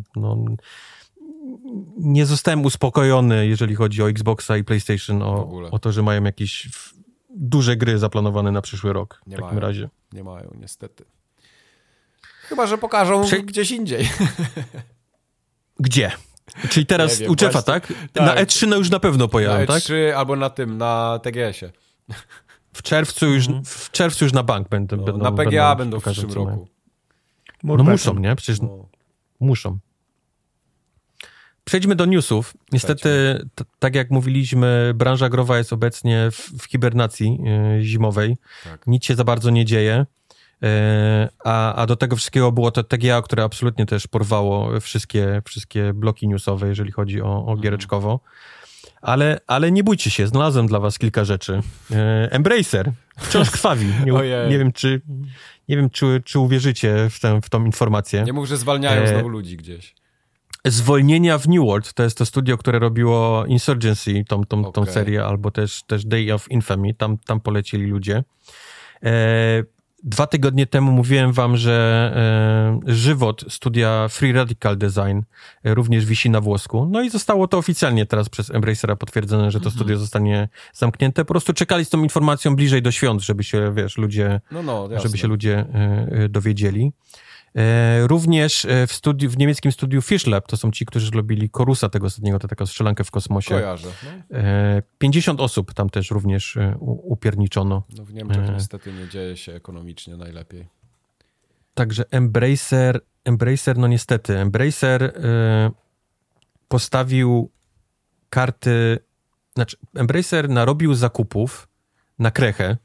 nie zostałem uspokojony, jeżeli chodzi o Xboxa i PlayStation, o to, że mają jakieś duże gry zaplanowane na przyszły rok. W takim razie. Nie mają, niestety. Chyba, że pokażą gdzieś indziej. Gdzie? Czyli teraz u Jeffa, tak? Na E3 już na pewno pojadą, tak? Na E3 albo na TGS-ie. W czerwcu już na bank będą. Na PGA będą w przyszłym roku. No muszą, nie? Przecież muszą. Przejdźmy do newsów. Niestety, tak jak mówiliśmy, branża growa jest obecnie w hibernacji zimowej. Tak. Nic się za bardzo nie dzieje. A do tego wszystkiego było to TGA, które absolutnie też porwało wszystkie bloki newsowe, jeżeli chodzi o giereczkowo. Ale nie bójcie się, znalazłem dla was kilka rzeczy. Embracer wciąż krwawi. Nie wiem, czy uwierzycie w tą informację. Nie mów, że zwalniają znowu ludzi gdzieś. Zwolnienia w New World, to jest to studio, które robiło Insurgency, tą serię, albo też Day of Infamy, tam polecili ludzie. 2 tygodnie temu mówiłem wam, że żywot studia Free Radical Design również wisi na włosku. No i zostało to oficjalnie teraz przez Embracera potwierdzone, że to studio zostanie zamknięte. Po prostu czekali z tą informacją bliżej do świąt, żeby się, ludzie, żeby się ludzie dowiedzieli. Również w niemieckim studiu Fishlab, to są ci, którzy robili Korusa tego ostatniego, to taką strzelankę w kosmosie. Kojarzę. 50 osób tam też również upierniczono. No w Niemczech niestety nie dzieje się ekonomicznie najlepiej. Także Embracer, no niestety, Embracer postawił karty, znaczy Embracer narobił zakupów na krechę,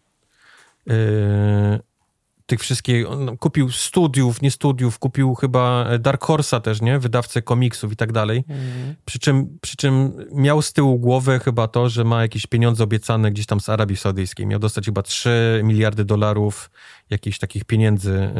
tych wszystkich, kupił studiów, nie studiów, kupił chyba Dark Horse'a też, nie? Wydawcę komiksów i tak dalej. Przy czym miał z tyłu głowę chyba to, że ma jakieś pieniądze obiecane gdzieś tam z Arabii Saudyjskiej. Miał dostać chyba 3 miliardy dolarów jakichś takich pieniędzy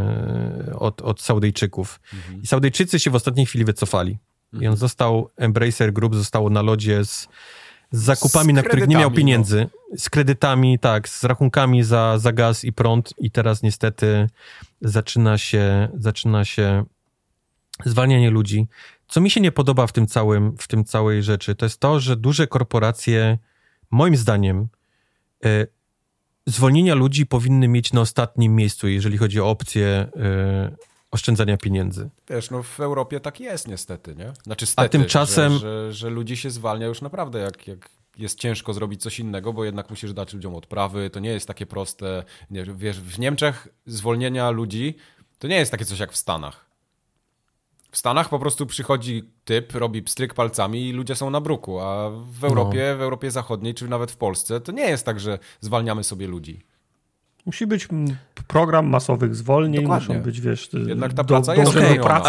od Saudyjczyków. I Saudyjczycy się w ostatniej chwili wycofali. I on Embracer Group zostało na lodzie z zakupami, na których nie miał pieniędzy, z kredytami, tak, z rachunkami za gaz i prąd i teraz niestety zaczyna się zwalnianie ludzi. Co mi się nie podoba w tym całej rzeczy, to jest to, że duże korporacje, moim zdaniem, zwolnienia ludzi powinny mieć na ostatnim miejscu, jeżeli chodzi o opcję oszczędzania pieniędzy. Wiesz, no w Europie tak jest niestety, nie? Znaczy stety, a tymczasem... że ludzi się zwalnia już naprawdę, jak jest ciężko zrobić coś innego, bo jednak musisz dać ludziom odprawy, to nie jest takie proste. Nie, wiesz, w Niemczech zwolnienia ludzi to nie jest takie coś jak w Stanach. W Stanach po prostu przychodzi typ, robi pstryk palcami i ludzie są na bruku, a w Europie Zachodniej, czy nawet w Polsce, to nie jest tak, że zwalniamy sobie ludzi. Musi być program masowych zwolnień, Dokładnie. muszą być, wiesz... Jednak ta praca jest pracy,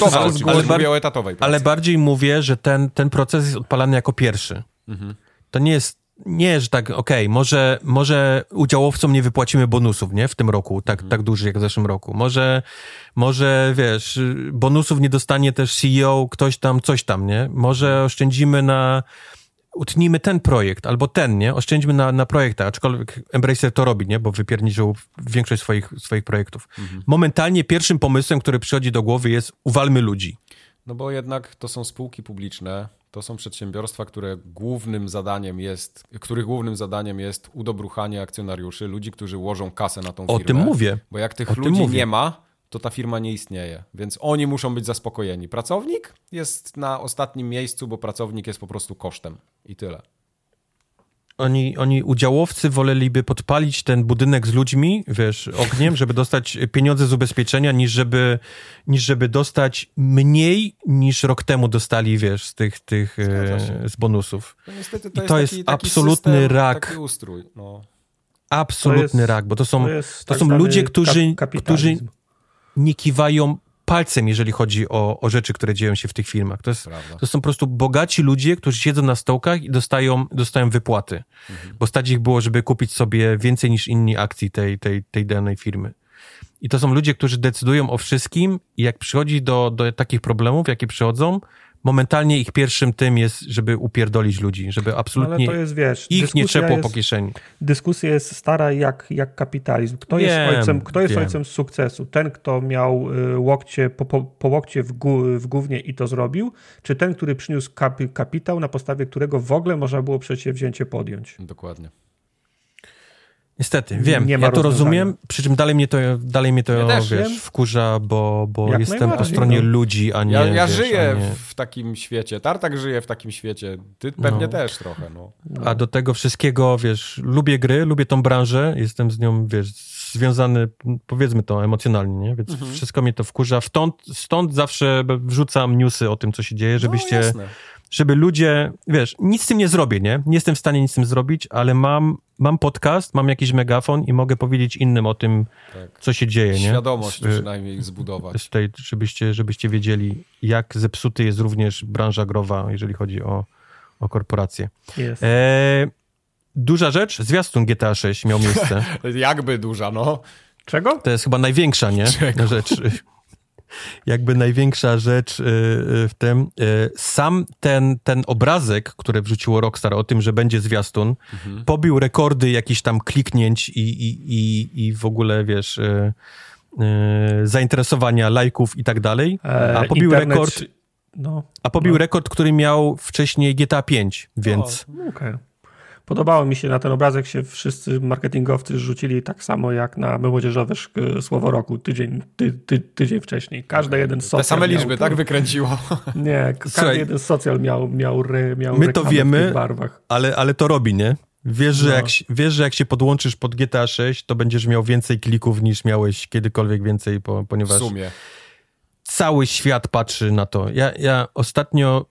ale bardziej mówię, że ten proces jest odpalany jako pierwszy. To nie jest, że tak, może udziałowcom nie wypłacimy bonusów, nie, w tym roku, tak dużych jak w zeszłym roku. Może, wiesz, bonusów nie dostanie też CEO, ktoś tam, coś tam, nie? Może oszczędzimy utnijmy ten projekt, albo ten, nie? Oszczędźmy na projektach, aczkolwiek Embracer to robi, nie? Bo wypierniczył większość swoich projektów. Momentalnie pierwszym pomysłem, który przychodzi do głowy jest uwalmy ludzi. No bo jednak to są spółki publiczne, to są przedsiębiorstwa, których głównym zadaniem jest udobruchanie akcjonariuszy, ludzi, którzy łożą kasę na tą firmę. O tym mówię. Bo jak tych ludzi nie ma, to ta firma nie istnieje, więc oni muszą być zaspokojeni. Pracownik jest na ostatnim miejscu, bo pracownik jest po prostu kosztem i tyle. Oni udziałowcy woleliby podpalić ten budynek z ludźmi, wiesz, ogniem, żeby dostać pieniądze z ubezpieczenia, niż żeby dostać mniej niż rok temu dostali, wiesz, z tych z bonusów. No niestety to jest absolutny system, rak. Taki ustrój. No. Absolutny rak, bo to są ludzie, którzy nie kiwają palcem, jeżeli chodzi o rzeczy, które dzieją się w tych firmach. To są po prostu bogaci ludzie, którzy siedzą na stołkach i dostają wypłaty. Bo stać ich było, żeby kupić sobie więcej niż inni akcji tej danej firmy. I to są ludzie, którzy decydują o wszystkim i jak przychodzi do takich problemów, jakie przychodzą, momentalnie ich pierwszym tym jest, żeby upierdolić ludzi, żeby absolutnie to jest, wiesz, ich nie trzepło po kieszeni. Dyskusja jest stara jak kapitalizm. Kto jest ojcem sukcesu? Ten, kto miał łokcie po łokcie w gównie i to zrobił, czy ten, który przyniósł kapitał, na podstawie którego w ogóle można było przedsięwzięcie podjąć? Dokładnie. Niestety, wiem, ja to rozumiem, przy czym dalej mnie to ja wiesz, wkurza, bo jestem po stronie ludzi, a nie... Ja żyję w takim świecie, Tartak żyje w takim świecie, ty pewnie też trochę, no. A do tego wszystkiego, wiesz, lubię gry, lubię tą branżę, jestem z nią, wiesz, związany, powiedzmy to, emocjonalnie, nie? Więc wszystko mnie to wkurza. Stąd zawsze wrzucam newsy o tym, co się dzieje, żeby ludzie, wiesz, nic z tym nie zrobię, nie? Nie jestem w stanie nic z tym zrobić, ale mam podcast, mam jakiś megafon i mogę powiedzieć innym o tym, co się dzieje, nie? Świadomość przynajmniej zbudować. Żebyście wiedzieli, jak zepsuty jest również branża growa, jeżeli chodzi o korporacje. Yes. Duża rzecz, zwiastun GTA 6 miał miejsce. Jakby duża, no. Czego? To jest chyba największa, nie? Rzecz. Jakby największa rzecz w tym. Sam ten obrazek, który wrzuciło Rockstar o tym, że będzie zwiastun, pobił rekordy jakichś tam kliknięć i w ogóle, wiesz, zainteresowania, lajków i tak dalej. A pobił rekord, który miał wcześniej GTA 5, więc... Okay. Podobało mi się, na ten obrazek się wszyscy marketingowcy rzucili tak samo jak na młodzieżowe słowo roku tydzień wcześniej. Każdy jeden socjal. Te same liczby, tak wykręciło? Nie, każdy jeden socjal miał my to wiemy, w tych barwach. Ale to robi, nie? Wiesz, że jak się podłączysz pod GTA 6, to będziesz miał więcej klików niż miałeś kiedykolwiek więcej, ponieważ W sumie. cały świat patrzy na to. Ja ostatnio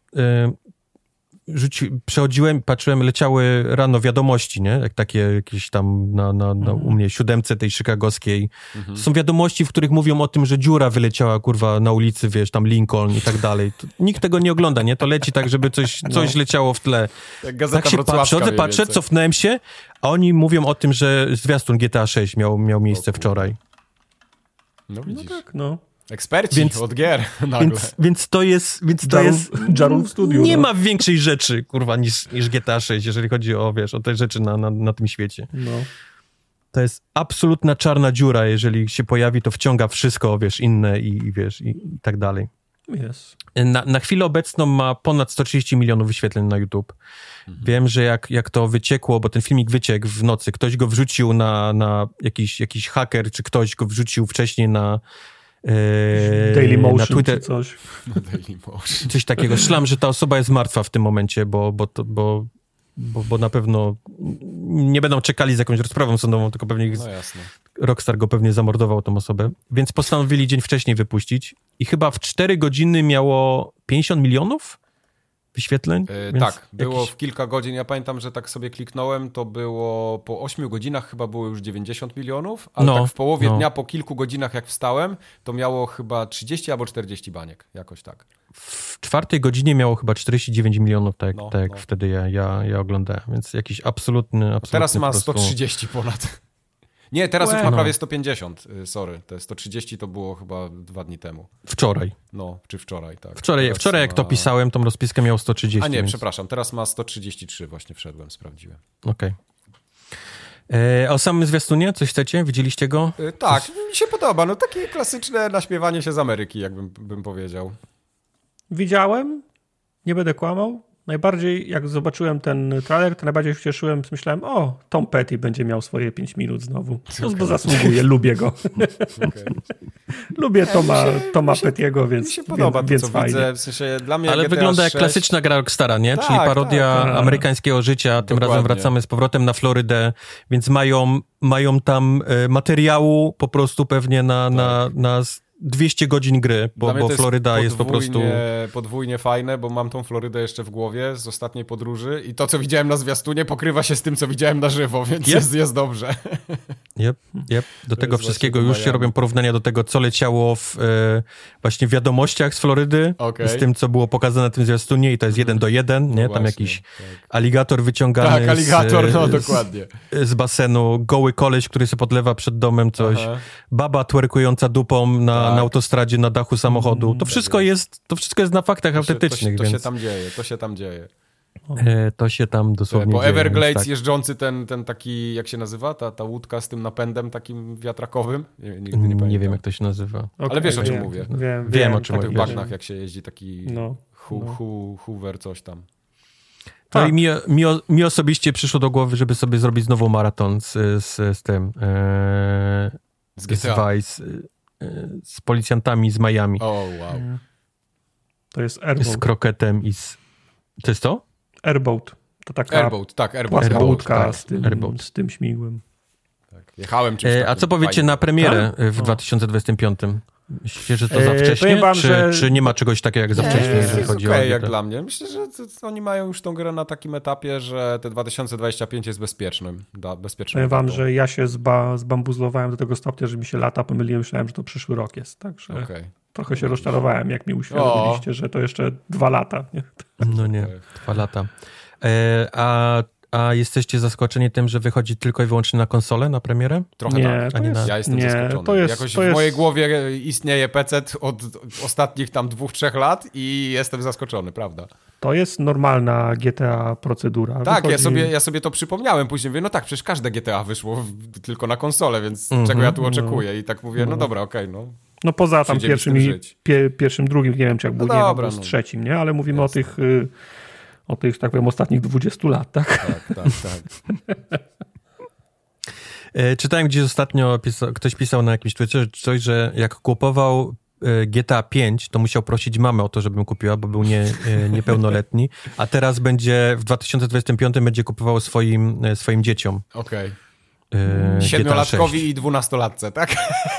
patrzyłem, leciały rano wiadomości, nie? Jak takie jakieś tam u mnie 7 tej chicagowskiej. To są wiadomości, w których mówią o tym, że dziura wyleciała, kurwa, na ulicy, wiesz, tam Lincoln i tak dalej. Nikt tego nie ogląda, nie? To leci tak, żeby coś leciało w tle. Jak Gazeta Tak się patrzę, cofnąłem się, a oni mówią o tym, że zwiastun GTA 6 miał miejsce wczoraj. No widzisz. No tak, no. Eksperci od gier nagle. Więc to jest... Jarun w studiu. Nie ma większej rzeczy, kurwa, niż GTA 6, jeżeli chodzi o, wiesz, o te rzeczy na tym świecie. No. To jest absolutna czarna dziura, jeżeli się pojawi, to wciąga wszystko, wiesz, inne i wiesz, i tak dalej. Jest. Na chwilę obecną ma ponad 130 milionów wyświetleń na YouTube. Wiem, że jak to wyciekło, bo ten filmik wyciekł w nocy, ktoś go wrzucił na jakiś haker, czy ktoś go wrzucił wcześniej na Dailymotion na Twitter, czy coś. Na Dailymotion. coś takiego. Szlam, że ta osoba jest martwa w tym momencie, bo na pewno nie będą czekali z jakąś rozprawą sądową, tylko pewnie No jasne. Rockstar go pewnie zamordował, tą osobę. Więc postanowili dzień wcześniej wypuścić i chyba w 4 godziny miało 50 milionów wyświetleń. Tak, było w kilka godzin. Ja pamiętam, że tak sobie kliknąłem, to było po 8 godzinach chyba było już 90 milionów, ale tak w połowie dnia, po kilku godzinach jak wstałem, to miało chyba 30 albo 40 baniek, jakoś tak. W 4 godzinie miało chyba 49 milionów, tak jak wtedy ja oglądałem, więc jakiś absolutny teraz ma po prostu... 130 ponad. Nie, teraz już ma prawie 150, sorry. Te 130 to było chyba 2 dni temu. Wczoraj. No, czy wczoraj, tak. Wczoraj jak to pisałem, tą rozpiskę miał 130. A nie, więc... przepraszam, teraz ma 133, właśnie wszedłem, sprawdziłem. Okej. A o samym zwiastunie coś chcecie? Widzieliście go? Tak, mi się podoba. No takie klasyczne naśmiewanie się z Ameryki, jakbym powiedział. Widziałem, nie będę kłamał. Najbardziej, jak zobaczyłem ten trailer, to najbardziej się cieszyłem, myślałem, Tom Petty będzie miał swoje 5 minut znowu. Bo zasługuje, lubię go. Lubię Toma Petty'ego, więc mi się podoba więc to, co fajnie. widzę. W sensie dla mnie Ale GTA wygląda jak 6... klasyczna gra Rockstara, nie? Tak, Czyli parodia amerykańskiego życia. Tym Dokładnie. razem wracamy z powrotem na Florydę, więc mają tam materiału po prostu pewnie na 200 godzin gry, bo Floryda jest po prostu... podwójnie fajne, bo mam tą Florydę jeszcze w głowie z ostatniej podróży i to, co widziałem na zwiastunie, pokrywa się z tym, co widziałem na żywo, więc jest dobrze. Yep. Do tego wszystkiego już się robią porównania do tego, co leciało w właśnie wiadomościach z Florydy, z tym, co było pokazane na tym zwiastunie i to jest 1:1, nie? No tam właśnie, jakiś aligator wyciągany dokładnie. Z basenu, goły koleś, który się podlewa przed domem coś, baba twerkująca dupą na autostradzie, na dachu samochodu. To wszystko jest na faktach autentycznych. To się tam dzieje. To się tam dosłownie dzieje. Po Everglades tak. Jeżdżący ten taki, jak się nazywa? Ta łódka z tym napędem takim wiatrakowym? Nigdy nie wiem, jak to się nazywa. Ale wiesz, o czym mówię. Wiem o czym mówię. W mówię. bagnach, jak się jeździ taki Hoover, coś tam. No i mi osobiście przyszło do głowy, żeby sobie zrobić znowu maraton z tym... z GTA. Z policjantami z Miami. O, wow. To jest Airboat. Z kroketem i z... To jest to? Airboat. To taka Airboat, łódka z tym śmigłem. Tak. Jechałem czymś A co powiecie na premierę w 2025? Myślicie, że to za wcześnie? Czy nie ma czegoś takiego jak za wcześnie, jeżeli chodzi o... jak dla mnie. Myślę, że oni mają już tą grę na takim etapie, że te 2025 jest bezpiecznym. Powiem wam, że ja się zbambuzlowałem do tego stopnia, że mi się lata pomyliłem, myślałem, że to przyszły rok jest. Także trochę się rozczarowałem, jak mi uświadomiliście, że to jeszcze 2 lata. Nie? No nie, 2 lata. A jesteście zaskoczeni tym, że wychodzi tylko i wyłącznie na konsolę, na premierę? Trochę tak. Ja jestem zaskoczony. Jakoś w mojej głowie istnieje PC od ostatnich tam 2-3 lat i jestem zaskoczony, prawda? To jest normalna GTA procedura. Tak, ja sobie to przypomniałem później. Mówię, no tak, przecież każde GTA wyszło tylko na konsolę, więc czego ja tu oczekuję? I tak mówię, no dobra, okej, no. No poza tam pierwszym, drugim, nie wiem, czy jak był, z trzecim, nie? Ale mówimy o tych, tak powiem, ostatnich 20 lat, tak? Tak. Czytałem gdzieś ostatnio, ktoś pisał na jakimś Twitterze coś, że jak kupował GTA 5, to musiał prosić mamę o to, żebym kupiła, bo był niepełnoletni, a teraz w 2025 będzie kupował swoim dzieciom. Okej. GTA 7-latkowi 6. i 12-latce, tak?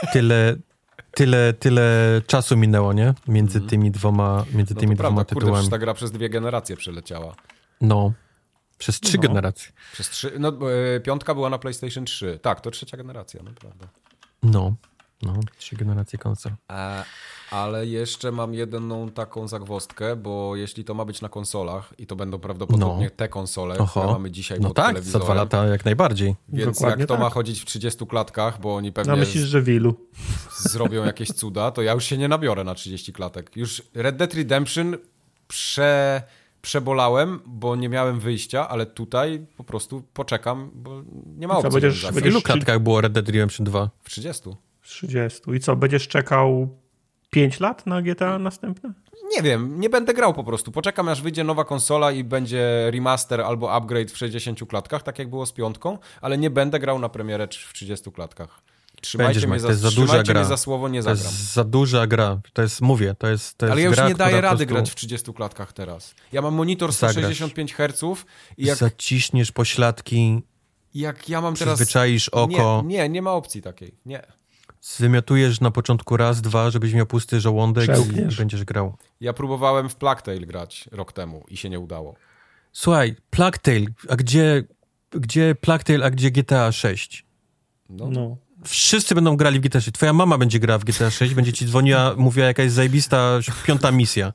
Tyle czasu minęło, nie? Między tymi dwoma Prawda, kurde, tytułami. przecież ta gra przez 2 generacje przeleciała. No, przez 3 generacje. Przez 3, no 5 była na PlayStation 3. Tak, to 3 generacja, naprawdę. No, 3 generacje konsol. Ale jeszcze mam jedną taką zagwozdkę, bo jeśli to ma być na konsolach i to będą prawdopodobnie te konsole, które mamy dzisiaj pod tak, telewizorem. za 2 lata jak najbardziej. Więc Dokładnie jak to tak. ma chodzić w 30 klatkach, bo oni pewnie myślisz, że w ilu? zrobią jakieś cuda, to ja już się nie nabiorę na 30 klatek. Już Red Dead Redemption przebolałem, bo nie miałem wyjścia, ale tutaj po prostu poczekam, bo nie ma Co, opcji. będziesz- W ilu klatkach było Red Dead Redemption 2? W 30. 30. I co, będziesz czekał 5 lat na GTA następne? Nie wiem, nie będę grał po prostu. Poczekam, aż wyjdzie nowa konsola i będzie remaster albo upgrade w 60 klatkach, tak jak było z 5, ale nie będę grał na premierę w 30 klatkach. Trzymajcie mnie to jest za duża gra. za słowo, nie To zagram. jest za duża gra. To jest Ale ja już gra, nie daję która po rady prostu grać w 30 klatkach teraz. Ja mam monitor Zagrasz. 165 Hz i jak Zaciśniesz pośladki, ja mam teraz... przyzwyczaisz oko, Nie ma opcji takiej. Nie. wymiotujesz na początku raz, dwa, żebyś miał pusty żołądek i Przełkniesz. będziesz grał. Ja próbowałem w Plague Tale grać rok temu i się nie udało. Słuchaj, Plague Tale, a gdzie Plague Tale, a gdzie GTA 6? No. Wszyscy będą grali w GTA 6. Twoja mama będzie grała w GTA 6, będzie ci dzwoniła, mówiła jakaś zajebista 5. misja.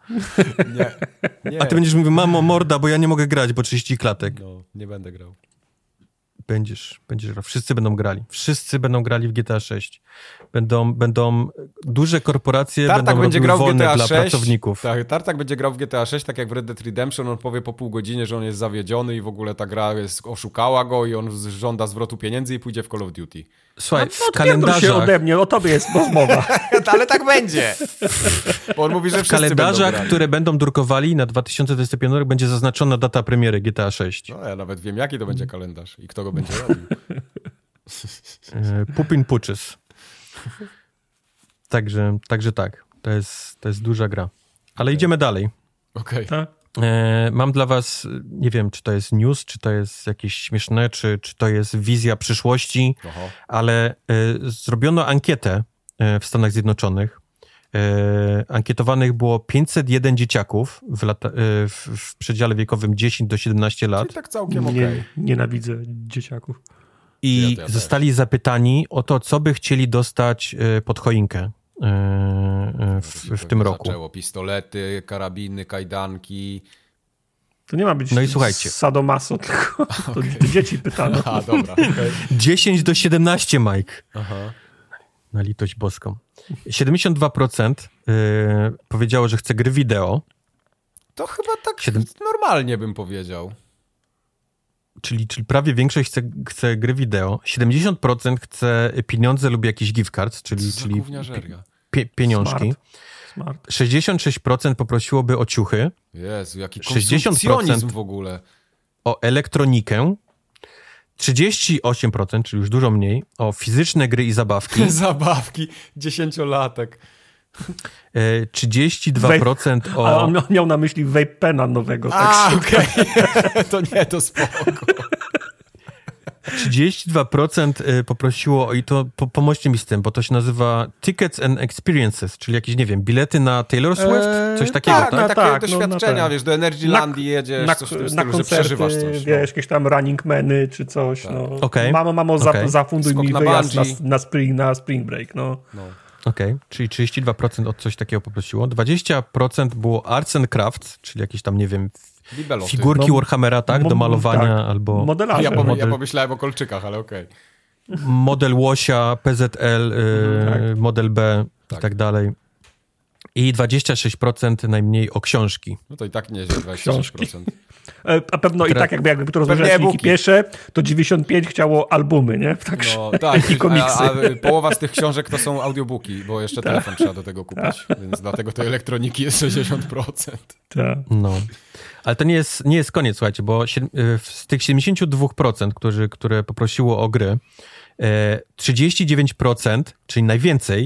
Nie. A ty będziesz mówił, mamo, morda, bo ja nie mogę grać, bo 30 klatek. No, nie będę grał. Będziesz grał. Wszyscy będą grali. Wszyscy będą grali w GTA 6. Będą duże korporacje, Tartak będą będzie robiły grał w wolne GTA dla 6. pracowników. Tak, Tartak będzie grał w GTA 6, tak jak w Red Dead Redemption. On powie po pół godzinie, że on jest zawiedziony i w ogóle ta gra oszukała go i on żąda zwrotu pieniędzy i pójdzie w Call of Duty. Słuchaj, w Odpierdol się kalendarzach, ode mnie, o tobie jest rozmowa. Ale tak będzie! Bo on mówi, że w wszyscy będą kalendarzach, grali. które będą drukowali na 2025 rok, będzie zaznaczona data premiery GTA 6. No, ja nawet wiem, jaki to będzie kalendarz i kto go będzie robił. Pupin Puches. Także tak. To jest duża gra. Ale idziemy dalej. Okej. Tak? Mam dla was, nie wiem, czy to jest news, czy to jest jakieś śmieszne, czy to jest wizja przyszłości, Oho. ale zrobiono ankietę w Stanach Zjednoczonych. Ankietowanych było 501 dzieciaków w przedziale wiekowym 10 do 17 lat Czyli tak całkiem okej. Nienawidzę dzieciaków. i Ja też. zostali zapytani o to, co by chcieli dostać pod choinkę w tym roku. Zaczęło pistolety, karabiny, kajdanki. To nie ma być No i słuchajcie. sadomaso, tylko to dzieci pytano. A, dobra, okej. 10 do 17, Mike. Aha. Na litość boską. 72% powiedziało, że chce gry wideo, To chyba tak 7. normalnie bym powiedział. czyli prawie większość chce gry wideo. 70% chce pieniądze lub jakiś gift cards, czyli Gówniażerga. pieniążki. Smart. 66% poprosiłoby o ciuchy, Jezu, jaki 60% konsumpcjonizm w ogóle. o elektronikę, 38%, czyli już dużo mniej, o fizyczne gry i zabawki, Zabawki, 10-latek. 32% Ale o... on miał na myśli vape pena nowego. A, Tak? okej. To nie, to spoko. 32% poprosiło, i to pomóżcie mi z tym, bo to się nazywa Tickets and Experiences, czyli jakieś, nie wiem, bilety na Taylor Swift? Coś takiego, Tak, tak? no, takie tak, doświadczenia, no, wiesz, do Energylandii jedziesz, coś w tym stylu, że przeżywasz coś. wiesz, No. jakieś tam running many czy coś. No. Okej. Mamo, Okej. zafunduj Skok mi na wyjazd bungee. na spring break. No. No. Okej, czyli 32% od coś takiego poprosiło. 20% było Arts and Crafts, czyli jakieś tam, nie wiem, Bibeloty. figurki No, Warhammera, tak? Do malowania tak. albo Modelarze. Ja pomyślałem o kolczykach, ale okej. model łosia, PZL, model B i tak dalej. I 26% najmniej o książki. No to i tak nieźle, 26%. A pewno i tak jakby to rozważać e-booki. linki piesze, to 95 chciało albumy, nie? Tak, No tak, i komiksy. a połowa z tych książek to są audiobooki, bo jeszcze telefon trzeba do tego kupić, więc dlatego tej elektroniki jest 60%. Tak. No. Ale to nie jest koniec, słuchajcie, bo z tych 72%, które poprosiło o gry, 39%, czyli najwięcej,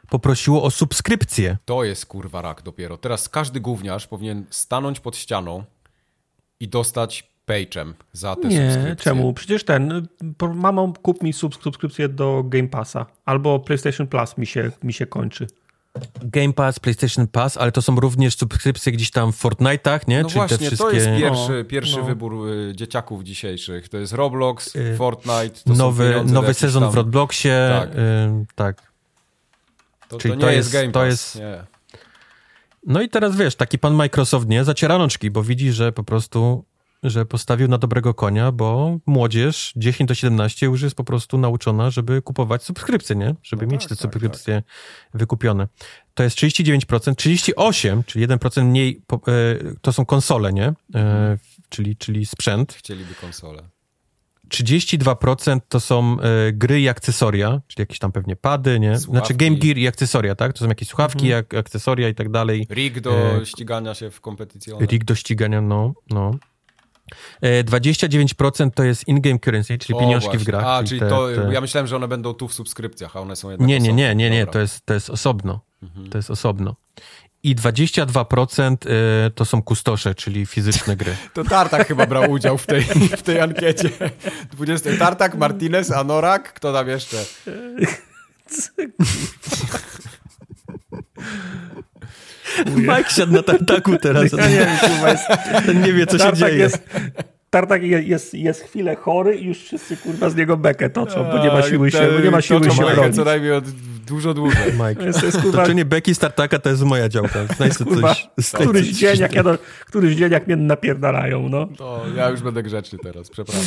poprosiło o subskrypcję. To jest kurwa rak dopiero. Teraz każdy gówniarz powinien stanąć pod ścianą i dostać page'em za te subskrypcje. Nie, czemu? Przecież mamo, kup mi subskrypcję do Game Passa. Albo PlayStation Plus mi się kończy. Game Pass, PlayStation Pass, ale to są również subskrypcje gdzieś tam w Fortnite'ach, nie? No Czyli właśnie, te wszystkie... to jest pierwszy wybór dzieciaków dzisiejszych. To jest Roblox, Fortnite, to nowy sezon tam... w Robloxie. Tak. Tak. Czyli to nie jest Game Pass. Nie. No i teraz wiesz, taki pan Microsoft nie zaciera rączki, bo widzi, że po prostu, że postawił na dobrego konia, bo młodzież 10 do 17 już jest po prostu nauczona, żeby kupować subskrypcje, nie? Żeby mieć te subskrypcje wykupione. To jest 39%, 38%, czyli 1% mniej, to są konsole, nie? Czyli sprzęt. Chcieliby konsole. 32% to są gry i akcesoria, czyli jakieś tam pewnie pady, nie? Słuchawki. Znaczy Game Gear i akcesoria, tak? To są jakieś słuchawki, akcesoria i tak dalej. Rig do ścigania się w kompetycjach. Rig do ścigania, no. 29% to jest in-game currency, czyli pieniążki w grach. A, czyli ja myślałem, że one będą tu w subskrypcjach, a one są jednak Nie, to jest osobno. To jest osobno. I 22% to są kustosze, czyli fizyczne gry. To Tartak chyba brał udział w tej ankiecie. 20. Tartak, Martinez, Anorak, kto tam jeszcze? Mike siadł na tartaku teraz. Ja nie wiem, kurwa, ten nie wie, co się dzieje. Tartak jest chwilę chory i już wszyscy kurwa z niego bekę toczą, bo nie ma siły się bronić. Co najmniej dużo dłużej. Mike, toczenie beki z tartaka to jest moja działka. Któryś dzień jak mnie napierdalają, no. To ja już będę grzeczny teraz, przepraszam.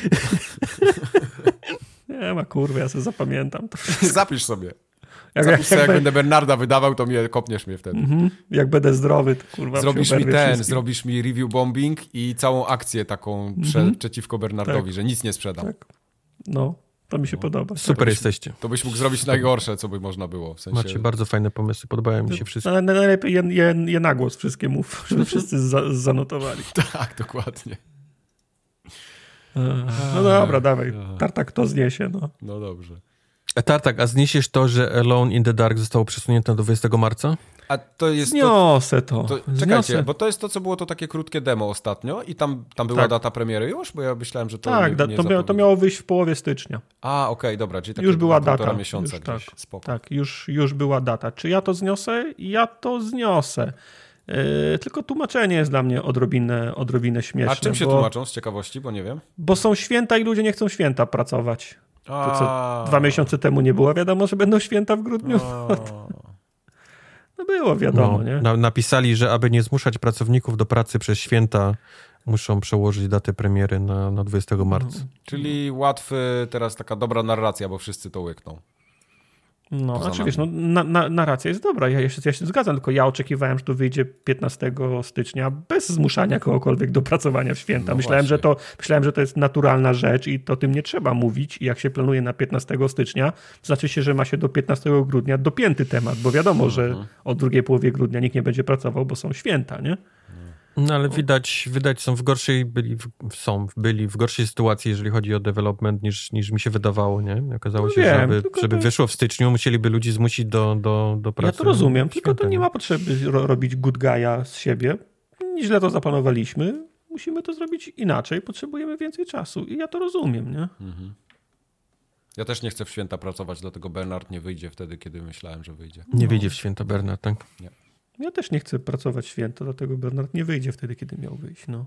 Nie ma kurwa, ja sobie zapamiętam to. Zapisz sobie. Jak będę Bernarda wydawał, to kopniesz mnie wtedy. Jak będę zdrowy, to kurwa zrobisz mi review bombing i całą akcję taką przeciwko Bernardowi, że nic nie sprzedam. Tak. No, to mi się podoba. Super jesteście. To byś mógł zrobić najgorsze, co by można było. W sensie... Macie bardzo fajne pomysły, podobają mi się wszystkie. Ale najlepiej je na głos wszystkie mów, żeby wszyscy zanotowali. Tak, dokładnie. No dobra, dawaj. Tartak to zniesie, no. No dobrze. Tartak, a zniesiesz to, że Alone in the Dark zostało przesunięte do 20 marca? A to jest Zniosę to. Czekajcie, bo to jest to, co było to takie krótkie demo ostatnio i tam była data premiery już? Bo ja myślałem, że to to miało wyjść w połowie stycznia. A, okej, dobra, czyli takie już była data. Miesiąca już, gdzieś. Spoko. Tak, już była data. Czy ja to zniosę? Ja to zniosę. Tylko tłumaczenie jest dla mnie odrobinę śmieszne. A czym się tłumaczą z ciekawości, bo nie wiem? Bo są święta i ludzie nie chcą święta pracować. To co 2 miesiące temu nie było wiadomo, że będą święta w grudniu. No było wiadomo, nie? Napisali, że aby nie zmuszać pracowników do pracy przez święta, muszą przełożyć datę premiery na 20 marca. Czyli łatwy, teraz taka dobra narracja, bo wszyscy to łykną. No, znaczy wiesz, narracja jest dobra, ja się zgadzam, tylko ja oczekiwałem, że to wyjdzie 15 stycznia bez zmuszania kogokolwiek do pracowania w święta. Myślałem, że to jest naturalna rzecz i to o tym nie trzeba mówić i jak się planuje na 15 stycznia, to znaczy się, że ma się do 15 grudnia dopięty temat, bo wiadomo, że od drugiej połowie grudnia nikt nie będzie pracował, bo są święta, nie? No ale widać są byli w gorszej sytuacji, jeżeli chodzi o development, niż mi się wydawało, nie? Okazało się, że żeby wyszło w styczniu, musieliby ludzi zmusić do pracy. Ja to rozumiem, tylko to nie ma potrzeby robić good guy'a z siebie. Źle to zaplanowaliśmy, musimy to zrobić inaczej, potrzebujemy więcej czasu i ja to rozumiem, nie? Ja też nie chcę w święta pracować, dlatego Bernard nie wyjdzie wtedy, kiedy myślałem, że wyjdzie. Nie wyjdzie w święta Bernard, tak? Nie. Ja też nie chcę pracować święto, dlatego Bernard nie wyjdzie wtedy, kiedy miał wyjść. No.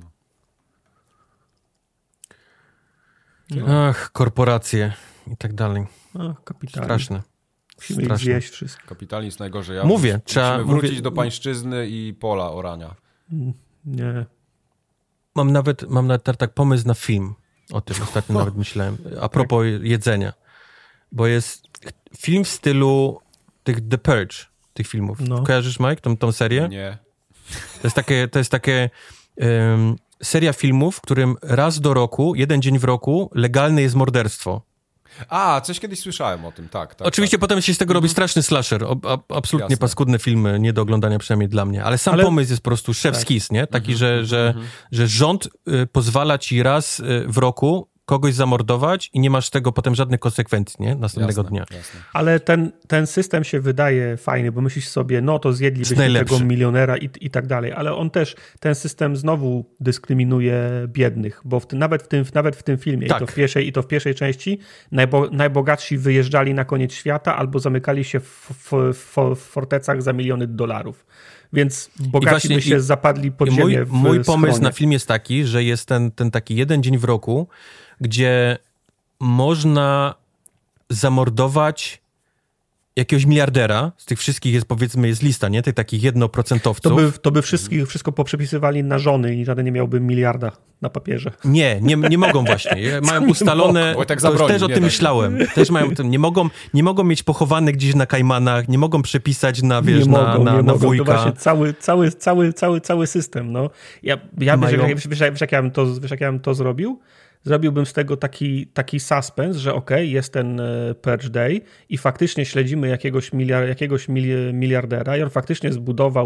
Ach, korporacje i tak dalej. Kapitalizm. Straszne. Musimy ich zjeść wszystko. Kapitalizm najgorzej. Musimy wrócić do pańszczyzny i pola orania. Nie. Mam nawet tak pomysł na film. O tym ostatnio nawet myślałem. A propos jedzenia. Bo jest film w stylu tych The Purge. Tych filmów. Kojarzysz, Mike, tą serię? Nie. To jest takie seria filmów, w którym raz do roku, jeden dzień w roku, legalne jest morderstwo. A, coś kiedyś słyszałem o tym, tak. Oczywiście potem się z tego robi straszny slasher. Absolutnie paskudne filmy, nie do oglądania przynajmniej dla mnie. Ale pomysł jest po prostu chef's kiss, nie? Taki, że rząd pozwala ci raz w roku kogoś zamordować i nie masz tego potem żadnych konsekwencji, nie? Następnego dnia. Jasne. Ale ten system się wydaje fajny, bo myślisz sobie, no to zjedlibyśmy tego milionera i tak dalej, ale on też, ten system znowu dyskryminuje biednych, bo nawet w tym filmie, tak. i to w pierwszej części, najbogatsi wyjeżdżali na koniec świata albo zamykali się w fortecach za miliony dolarów. Więc bogaci by się zapadli pod ziemię mój pomysł na film jest taki, że jest ten taki jeden dzień w roku, gdzie można zamordować jakiegoś miliardera, z tych wszystkich jest, powiedzmy, jest lista, nie? Tych takich 1%. To by wszystko poprzepisywali na żony i żaden nie miałby miliarda na papierze. Nie mogą właśnie. Mają ustalone, tak to już też o tym myślałem. Też mają, nie mogą mieć pochowane gdzieś na Kajmanach, nie mogą przepisać na, wiesz, na wujka. To właśnie cały system, no. Wiesz, jak ja bym to zrobił? Zrobiłbym z tego taki suspens, że jest ten Purge Day i faktycznie śledzimy jakiegoś miliardera i on faktycznie zbudował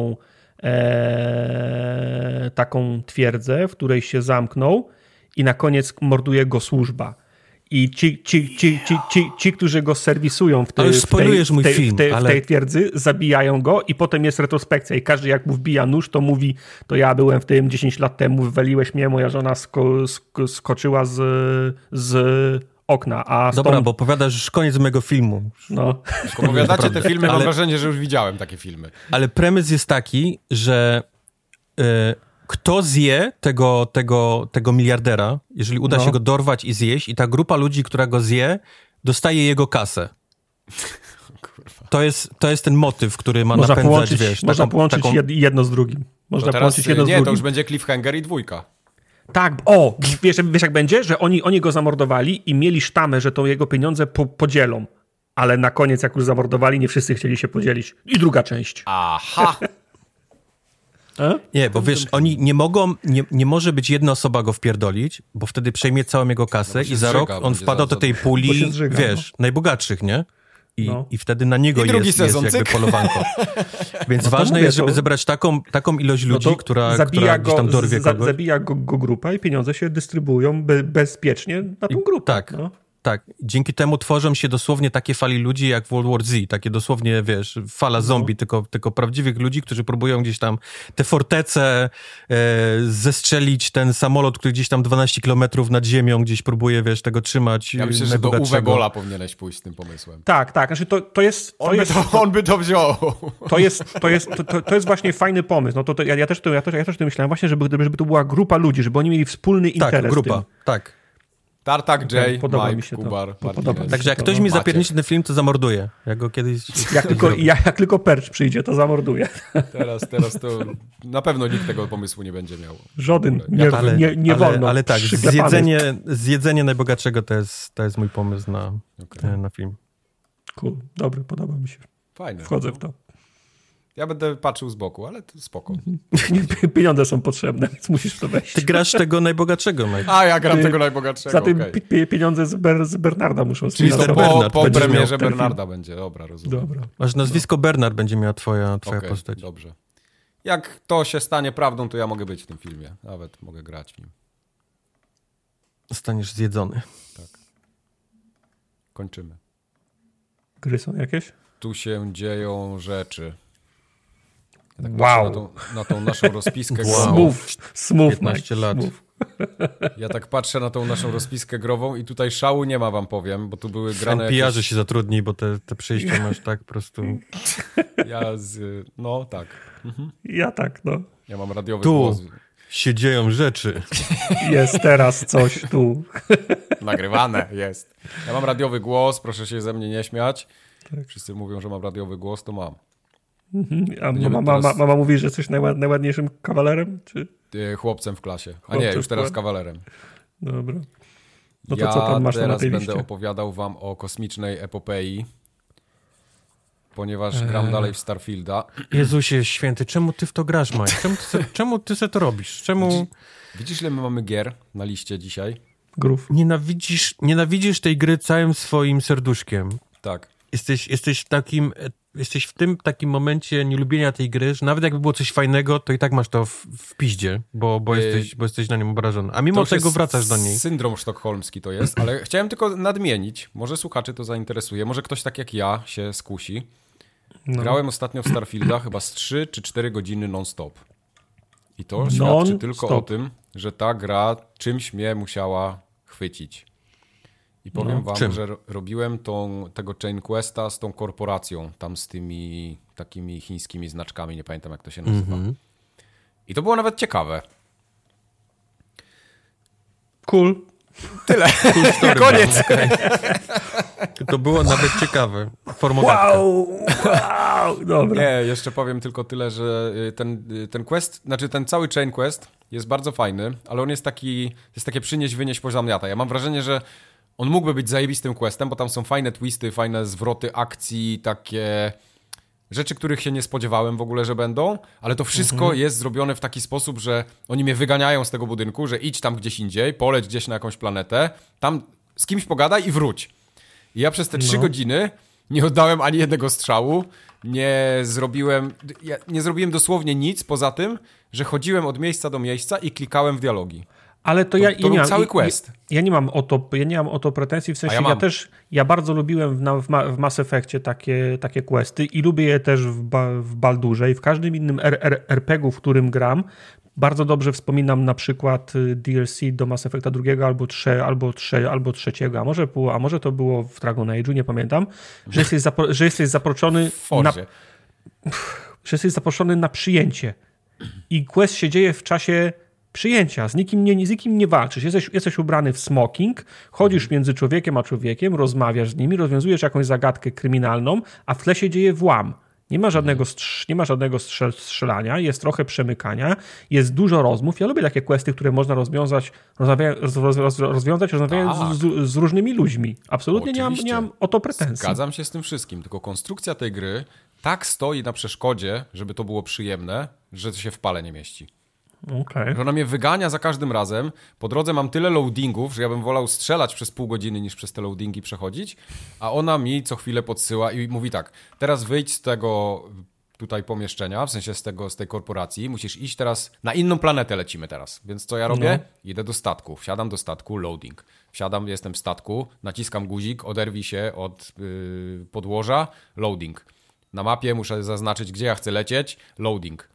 taką twierdzę, w której się zamknął i na koniec morduje go służba. I ci, którzy go serwisują w tej twierdzy, zabijają go i potem jest retrospekcja i każdy jak mu wbija nóż, to mówi, to ja byłem w tym 10 lat temu, wywaliłeś mnie, moja żona skoczyła z okna. Dobra, bo opowiadasz już koniec mojego filmu. No. Opowiadacie te filmy, mam wrażenie, że już widziałem takie filmy. Ale premis jest taki, że kto zje tego miliardera, jeżeli uda się go dorwać i zjeść, i ta grupa ludzi, która go zje, dostaje jego kasę. To jest ten motyw, który ma napędzać, wiesz... Można połączyć jedno z drugim. To już będzie cliffhanger i 2. Tak, wiesz jak będzie? Że oni go zamordowali i mieli sztamę, że to jego pieniądze podzielą. Ale na koniec, jak już zamordowali, nie wszyscy chcieli się podzielić. I druga część. Aha! Nie, bo wiesz, oni nie może być jedna osoba go wpierdolić, bo wtedy przejmie całą jego kasę i za rok on wpada do tej puli, wiesz, najbogatszych, nie? I wtedy na niego jest jakby polowanko. Więc ważne jest, żeby zebrać taką ilość ludzi, która gdzieś tam dorwie kogoś. Zabija go grupa i pieniądze się dystrybuują bezpiecznie na tą grupę. Tak. Tak, dzięki temu tworzą się dosłownie takie fali ludzi jak w World War Z, takie dosłownie, wiesz, fala zombie, tylko prawdziwych ludzi, którzy próbują gdzieś tam te fortece zestrzelić ten samolot, który gdzieś tam 12 kilometrów nad ziemią gdzieś próbuje, wiesz, tego trzymać. Ja myślę, że do Uwe Bolla powinieneś pójść z tym pomysłem. Tak, znaczy to jest... On by to wziął. To jest właśnie fajny pomysł. No ja też to myślałem właśnie, żeby to była grupa ludzi, żeby oni mieli wspólny interes. Tak, grupa, tak. Tartak, Jay, Mike, mi się Kubar, Także jak ktoś mi zapierniczy ten film, to zamorduje. Ja go kiedyś... Jak tylko Perch przyjdzie, to zamorduje. Teraz to na pewno nikt tego pomysłu nie będzie miał. Żaden. Nie wolno. Ale tak, zjedzenie najbogatszego to jest mój pomysł na film. Cool. Dobry, podoba mi się. Fajne. Wchodzę w to. Ja będę patrzył z boku, ale to spoko. Pieniądze są potrzebne, więc musisz w to wejść. Ty grasz tego najbogatszego, Mike. A, ja gram tego najbogatszego, za tym pieniądze z Bernarda muszą Czyli to po premierze Bernarda będzie, dobra, rozumiem. Dobra. Masz nazwisko Bernard będzie miała twoja postać. Dobrze. Jak to się stanie prawdą, to ja mogę być w tym filmie. Nawet mogę grać w nim. Zostaniesz zjedzony. Tak. Kończymy. Gry są jakieś? Tu się dzieją rzeczy. Ja tak wow. Na tą naszą rozpiskę grową. Smooth 15 lat. Ja tak patrzę na tą naszą rozpiskę grową i tutaj szału nie ma, wam powiem, bo tu były grane NPR-ze się zatrudni, bo te przejścia masz tak po prostu... No, tak. Ja tak, no. Ja mam radiowy głos. Tu się dzieją rzeczy. Jest teraz coś tu. Nagrywane jest. Ja mam radiowy głos, proszę się ze mnie nie śmiać. Tak. Wszyscy mówią, że mam radiowy głos, to mam. A mama mówi, że jesteś najładniejszym kawalerem? Czy? Chłopcem w klasie. A nie, już teraz kawalerem. Dobra. No to co tam masz teraz na tej będę liście? opowiadał wam o kosmicznej epopei, ponieważ gram dalej w Starfielda. Jezusie święty, czemu ty w to grasz, Mike? Czemu ty se to robisz? Czemu... Widzisz, ile my mamy gier na liście dzisiaj? Grów. Nienawidzisz tej gry całym swoim serduszkiem. Tak. Jesteś takim jesteś w tym takim momencie nielubienia tej gry, że nawet jakby było coś fajnego, to i tak masz to w piździe, bo jesteś na nią obrażony. A mimo tego wracasz do niej. Syndrom sztokholmski to jest, ale chciałem tylko nadmienić, może słuchaczy to zainteresuje, może ktoś tak jak ja się skusi. Grałem ostatnio w Starfielda chyba z 3 czy 4 godziny non-stop. I to świadczy tylko o tym, że ta gra czymś mnie musiała chwycić. I powiem wam, że robiłem tego Chain Questa z tą korporacją, tam z tymi takimi chińskimi znaczkami, nie pamiętam jak to się nazywa. I to było nawet ciekawe. Cool. Tyle. Cool story, Koniec. Okay. To było nawet ciekawe. Wow. Dobra. Nie, jeszcze powiem tylko tyle, że ten quest, znaczy ten cały Chain Quest jest bardzo fajny, ale on jest takie przynieś, wynieś, pozamiataj. Ja mam wrażenie, że on mógłby być zajebistym questem, bo tam są fajne twisty, fajne zwroty akcji, takie rzeczy, których się nie spodziewałem w ogóle, że będą, ale to wszystko jest zrobione w taki sposób, że oni mnie wyganiają z tego budynku, że idź tam gdzieś indziej, poleć gdzieś na jakąś planetę, tam z kimś pogadaj i wróć. I ja przez te 3 godziny nie oddałem ani jednego strzału, nie zrobiłem dosłownie nic poza tym, że chodziłem od miejsca do miejsca i klikałem w dialogi. Ale to był cały quest. Ja nie mam o to pretensji, w sensie ja bardzo lubiłem w Mass Effectie takie questy i lubię je też w Baldurze i w każdym innym RPG-u, w którym gram. Bardzo dobrze wspominam na przykład DLC do Mass Effecta 2 albo trzeciego, a może to było w Dragon Age'u, nie pamiętam, że jesteś zaproszony na przyjęcie i quest się dzieje w czasie przyjęcia, z nikim nie walczysz, jesteś ubrany w smoking, chodzisz między człowiekiem a człowiekiem, rozmawiasz z nimi, rozwiązujesz jakąś zagadkę kryminalną, a w tle się dzieje włam. Nie ma żadnego strzelania, jest trochę przemykania, jest dużo rozmów. Ja lubię takie questy, które można rozwiązać rozmawiając z różnymi ludźmi. Absolutnie nie mam o to pretensji. Zgadzam się z tym wszystkim, tylko konstrukcja tej gry tak stoi na przeszkodzie, żeby to było przyjemne, że to się w pale nie mieści. Okay. Że ona mnie wygania za każdym razem. Po drodze mam tyle loadingów, że ja bym wolał strzelać przez pół godziny niż przez te loadingi przechodzić, a ona mi co chwilę podsyła i mówi tak, teraz wyjdź z tego tutaj pomieszczenia, w sensie z tej korporacji, musisz iść teraz, na inną planetę lecimy teraz, więc co ja robię? Idę do statku, wsiadam do statku, loading. Wsiadam, jestem w statku, naciskam guzik, oderwij się od podłoża, loading. Na mapie muszę zaznaczyć, gdzie ja chcę lecieć, loading.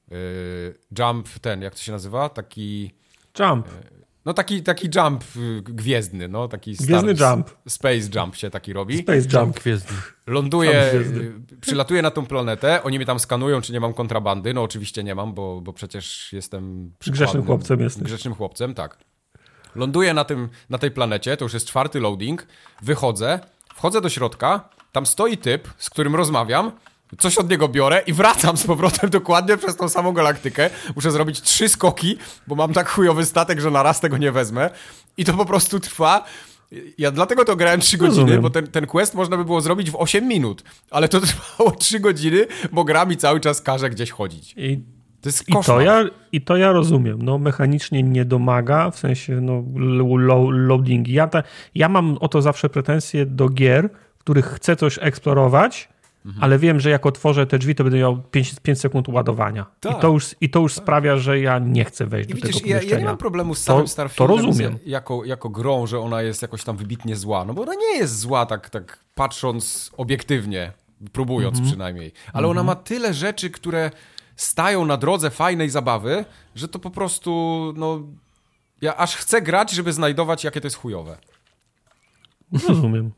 Jump, jak to się nazywa? Taki... Jump. No taki jump gwiezdny, no taki gwiezdny jump. Space jump się taki robi. Space jump gwiezdny. Ląduję, przylatuję na tą planetę, oni mnie tam skanują, czy nie mam kontrabandy. No oczywiście nie mam, bo przecież jestem grzecznym chłopcem jesteś. Grzecznym chłopcem, tak. Ląduję na tej planecie, to już jest 4. loading, wchodzę do środka, tam stoi typ, z którym rozmawiam, coś od niego biorę i wracam z powrotem dokładnie przez tą samą galaktykę. Muszę zrobić 3 skoki, bo mam tak chujowy statek, że na raz tego nie wezmę. I to po prostu trwa. Ja dlatego to grałem 3 godziny, bo ten quest można by było zrobić w 8 minut. Ale to trwało 3 godziny, bo gra mi cały czas każe gdzieś chodzić. To jest koszmar. I to ja rozumiem. No, mechanicznie nie domaga, w sensie loadingi. Ja mam o to zawsze pretensje do gier, w których chcę coś eksplorować, ale wiem, że jak otworzę te drzwi, to będę miał 5 sekund ładowania. Tak. I to już sprawia, że ja nie chcę wejść do tego pomieszczenia. Ja nie mam problemu z samym Starfieldem to rozumiem. Jako grą, że ona jest jakoś tam wybitnie zła. No bo ona nie jest zła tak patrząc obiektywnie, próbując przynajmniej. Ale ona ma tyle rzeczy, które stają na drodze fajnej zabawy, że to po prostu, no... Ja aż chcę grać, żeby znajdować, jakie to jest chujowe. Rozumiem.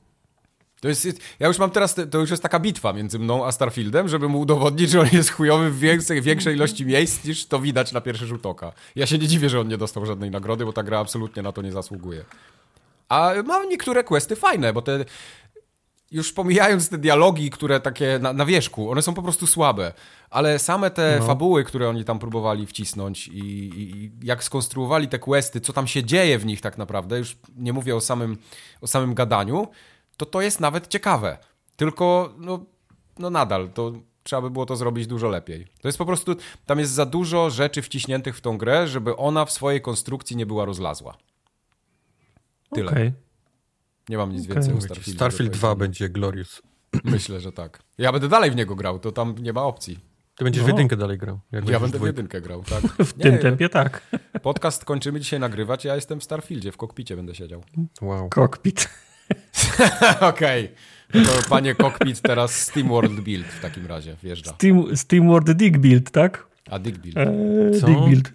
Ja już mam teraz, to już jest taka bitwa między mną a Starfieldem, żeby mu udowodnić, że on jest chujowy w większej ilości miejsc, niż to widać na pierwszy rzut oka. Ja się nie dziwię, że on nie dostał żadnej nagrody, bo ta gra absolutnie na to nie zasługuje. A ma niektóre questy fajne, bo te... Już pomijając te dialogi, które takie na wierzchu, one są po prostu słabe, ale same te fabuły, które oni tam próbowali wcisnąć i jak skonstruowali te questy, co tam się dzieje w nich tak naprawdę, już nie mówię o samym gadaniu, to jest nawet ciekawe. Tylko no nadal, to trzeba by było to zrobić dużo lepiej. To jest po prostu, tam jest za dużo rzeczy wciśniętych w tą grę, żeby ona w swojej konstrukcji nie była rozlazła. Tyle. Okay. Nie mam nic więcej o Starfield. Starfield 2 będzie glorious. Myślę, że tak. Ja będę dalej w niego grał, to tam nie ma opcji. Ty będziesz w jedynkę dalej grał. Ja będę w jedynkę grał, tak. W tym tempie tak. Podcast kończymy dzisiaj nagrywać, ja jestem w Starfieldzie, w kokpicie będę siedział. Wow. Kokpit. Okej. To panie kokpit teraz SteamWorld Build w takim razie wjeżdża. SteamWorld Dig Build, tak? A Dig Build. Co? Dig Build.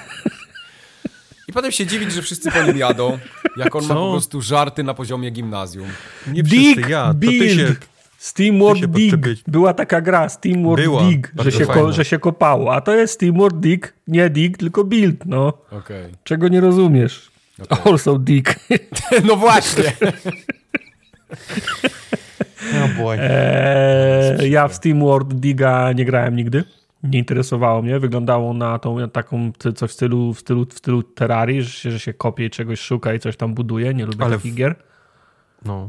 I potem się dziwić, że wszyscy po nim jadą, jak on ma po prostu żarty na poziomie gimnazjum. Nie wszyscy Dig ja, to Build. ty się... SteamWorld Dig. podczepić. Była taka gra, SteamWorld Była. Dig, Bardzo że się kopało. A to jest SteamWorld Dig, nie Dig, tylko Build, no. Okej. Czego nie rozumiesz? Okej. Also Dig. No właśnie. Oh boy. Ja w SteamWorld Diga nie grałem nigdy. Nie interesowało mnie. Wyglądało na tą taką coś w stylu Terrarii, że się kopie i czegoś szuka i coś tam buduje. Nie lubię takich gier. No.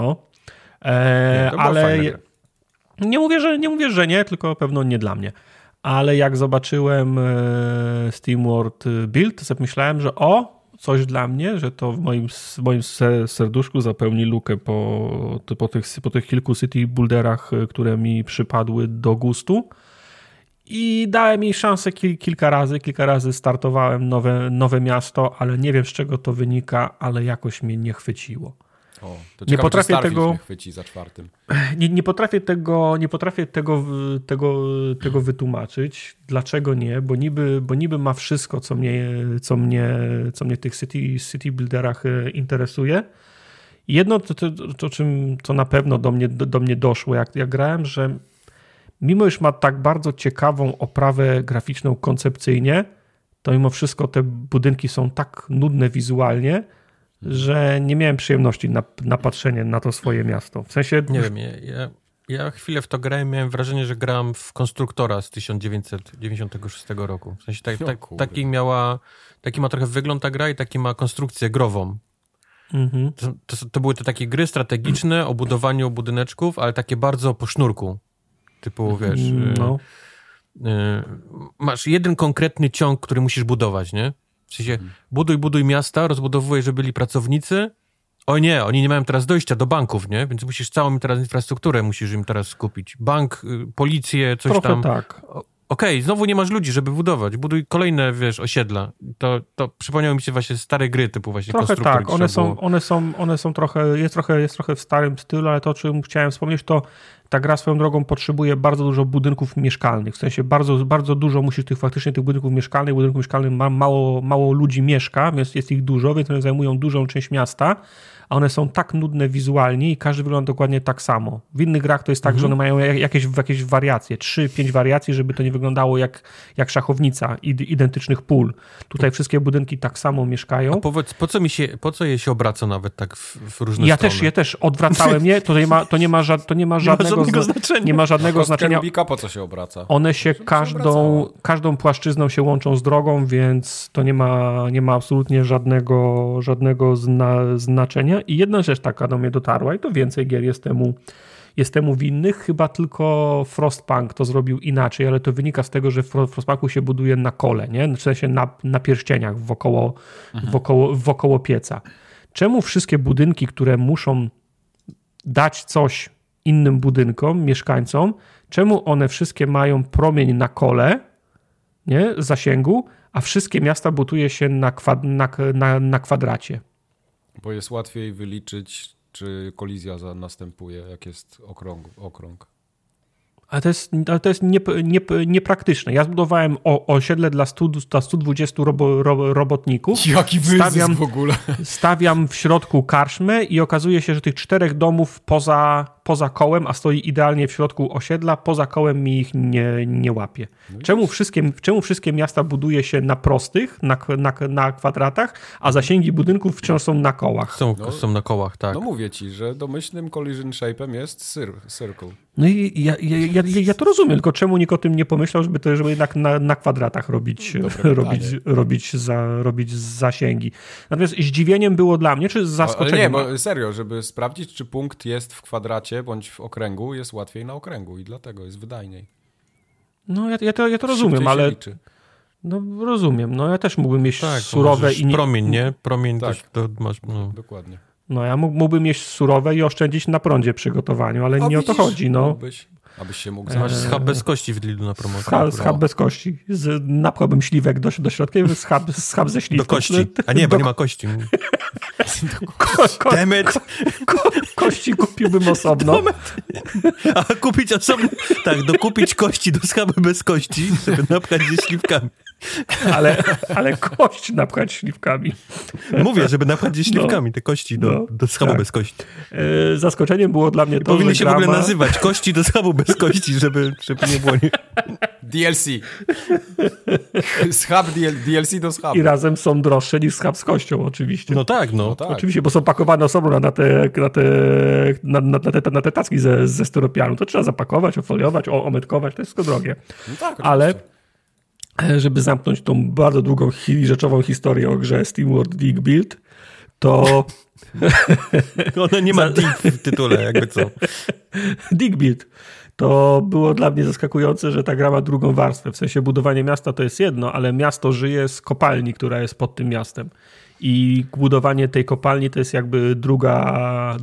To była Ale fajna gra. nie mówię, że nie, tylko pewno nie dla mnie. Ale jak zobaczyłem SteamWorld Build, to sobie myślałem, że coś dla mnie, że to w moim serduszku zapełni lukę po tych kilku city builderach, które mi przypadły do gustu. I dałem jej szansę kilka razy startowałem nowe miasto, nie wiem z czego to wynika, ale jakoś mnie nie chwyciło. O, to Nie ciekawe, potrafię czy Starfield tego- mnie chwyci za 4. Nie potrafię tego wytłumaczyć. Dlaczego nie? Bo niby ma wszystko, co mnie w tych city builderach interesuje. Jedno, co na pewno do mnie doszło, jak grałem, że mimo iż ma tak bardzo ciekawą oprawę graficzną koncepcyjnie, to mimo wszystko te budynki są tak nudne wizualnie, że nie miałem przyjemności na patrzenie na to swoje miasto. W sensie... Nie wiem, ja chwilę w to grałem, miałem wrażenie, że grałem w Konstruktora z 1996 roku. W sensie taki ma trochę wygląd ta gra i taki ma konstrukcję grową. Mhm. To były te takie gry strategiczne o budowaniu budyneczków, ale takie bardzo po sznurku. Typu, wiesz, No. masz jeden konkretny ciąg, który musisz budować, nie? W sensie buduj miasta, rozbudowuj, żeby byli pracownicy. O nie, oni nie mają teraz dojścia do banków, nie? Więc musisz całą teraz infrastrukturę musisz im teraz skupić. Bank, policję, coś Trochę tam. tak. Okej, znowu nie masz ludzi, żeby budować. Buduj kolejne, wiesz, osiedla. To przypomniało mi się właśnie stare gry typu właśnie Trochę Konstruktor. tak, gdzie trzeba było- one są trochę, jest trochę w starym stylu, ale to, o czym chciałem wspomnieć, to ta gra swoją drogą potrzebuje bardzo dużo budynków mieszkalnych. W sensie bardzo dużo musisz tych budynków mieszkalnych mało ludzi mieszka, więc jest ich dużo, więc one zajmują dużą część miasta, a one są tak nudne wizualnie i każdy wygląda dokładnie tak samo. W innych grach to jest tak, że one mają jakieś wariacje, 3-5 wariacji, żeby to nie wyglądało jak szachownica identycznych pól. Tutaj wszystkie budynki tak samo mieszkają. A powiedz, po co je się obraca nawet tak w różne strony? Ja też odwracałem je, to nie ma żadnego znaczenia. Nie ma żadnego Kostkę znaczenia. Rubika po co się obraca? One się każdą płaszczyzną się łączą z drogą, więc to nie ma absolutnie żadnego znaczenia. I jedna rzecz taka do mnie dotarła i to więcej gier jest temu winnych. Chyba tylko Frostpunk to zrobił inaczej, ale to wynika z tego, że w Frostpunku się buduje na kole, nie? W sensie na pierścieniach wokoło pieca. Czemu wszystkie budynki, które muszą dać coś innym budynkom, mieszkańcom, czemu one wszystkie mają promień na kole, nie? Zasięgu, a wszystkie miasta buduje się na kwadracie? Bo jest łatwiej wyliczyć, czy kolizja następuje, jak jest okrąg. Ale to jest niepraktyczne. Ja zbudowałem osiedle dla 120 robotników. Jaki wyzysk w ogóle. Stawiam w środku karczmę i okazuje się, że tych 4 domów poza kołem, a stoi idealnie w środku osiedla, poza kołem mi ich nie łapie. Czemu wszystkie miasta buduje się na prostych, na kwadratach, a zasięgi budynków wciąż są na kołach? Są na kołach, tak. No mówię ci, że domyślnym collision shape'em jest circle. No i ja to rozumiem, tylko czemu nikt o tym nie pomyślał, żeby jednak na kwadratach robić zasięgi. Natomiast zdziwieniem było dla mnie, czy zaskoczeniem? Ale nie, bo serio, żeby sprawdzić, czy punkt jest w kwadracie bądź w okręgu, jest łatwiej na okręgu i dlatego jest wydajniej. No ja to rozumiem, Szybciej ale... się liczy. No rozumiem, no ja też mógłbym mieć Tak, surowe i promień, nie? Promień tak. też to masz... No. Dokładnie. No ja mógłbym jeść surowe i oszczędzić na prądzie przygotowaniu, ale nie o to chodzi. No. Abyś się mógł Masz schab bez kości w Lidlu na promocji. Schab bez kości. Napchałbym śliwek do środka i schab ze śliwką. Do kości. A nie, bo nie ma kości. Kości kupiłbym osobno. A kupić osobno... Tak, dokupić kości do schaby bez kości, żeby napchać ze śliwkami. Ale kość napchać śliwkami. Mówię, żeby napchać ze śliwkami te kości do schabu bez kości. Zaskoczeniem było dla mnie to, powinny że się w ogóle nazywać kości do schabu bez kości, żeby nie było... DLC. Schab DLC do schabu. I razem są droższe niż schab z kością, oczywiście. No tak. Oczywiście, bo są pakowane osobno na te tacki ze styropianu. To trzeba zapakować, ofoliować, ometkować, to jest wszystko drogie. No tak, ale żeby zamknąć tą bardzo długą i rzeczową historię o grze SteamWorld Dig Build, to... Ona nie ma dig w tytule, jakby co. Dig Build. To było dla mnie zaskakujące, że ta gra ma drugą warstwę. W sensie budowanie miasta to jest jedno, ale miasto żyje z kopalni, która jest pod tym miastem. I budowanie tej kopalni to jest jakby druga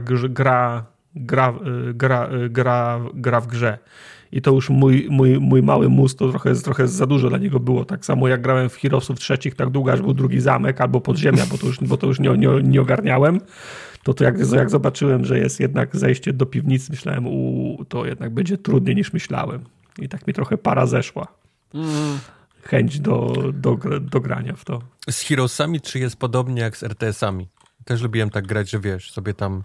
gra w grze. I to już mój mały mózg to trochę za dużo dla niego było. Tak samo jak grałem w Heroesów trzecich, tak długo aż był drugi zamek albo podziemia, bo to już nie ogarniałem. To jak zobaczyłem, że jest jednak zejście do piwnicy, myślałem, to jednak będzie trudniej niż myślałem. I tak mi trochę para zeszła. Chęć do grania w to. Z Heroesami czy jest podobnie jak z RTS-ami? Też lubiłem tak grać, że wiesz, sobie tam...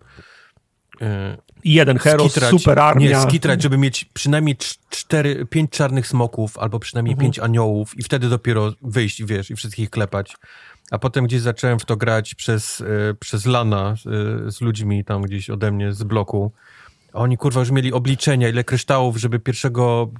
jeden hero, super armia. Nie, skitrać, żeby mieć przynajmniej 5 czarnych smoków, albo przynajmniej 5 aniołów i wtedy dopiero wyjść, wiesz, i wszystkich klepać. A potem gdzieś zacząłem w to grać przez lana z ludźmi tam gdzieś ode mnie z bloku. A oni, kurwa, już mieli obliczenia, ile kryształów, żeby pierwszego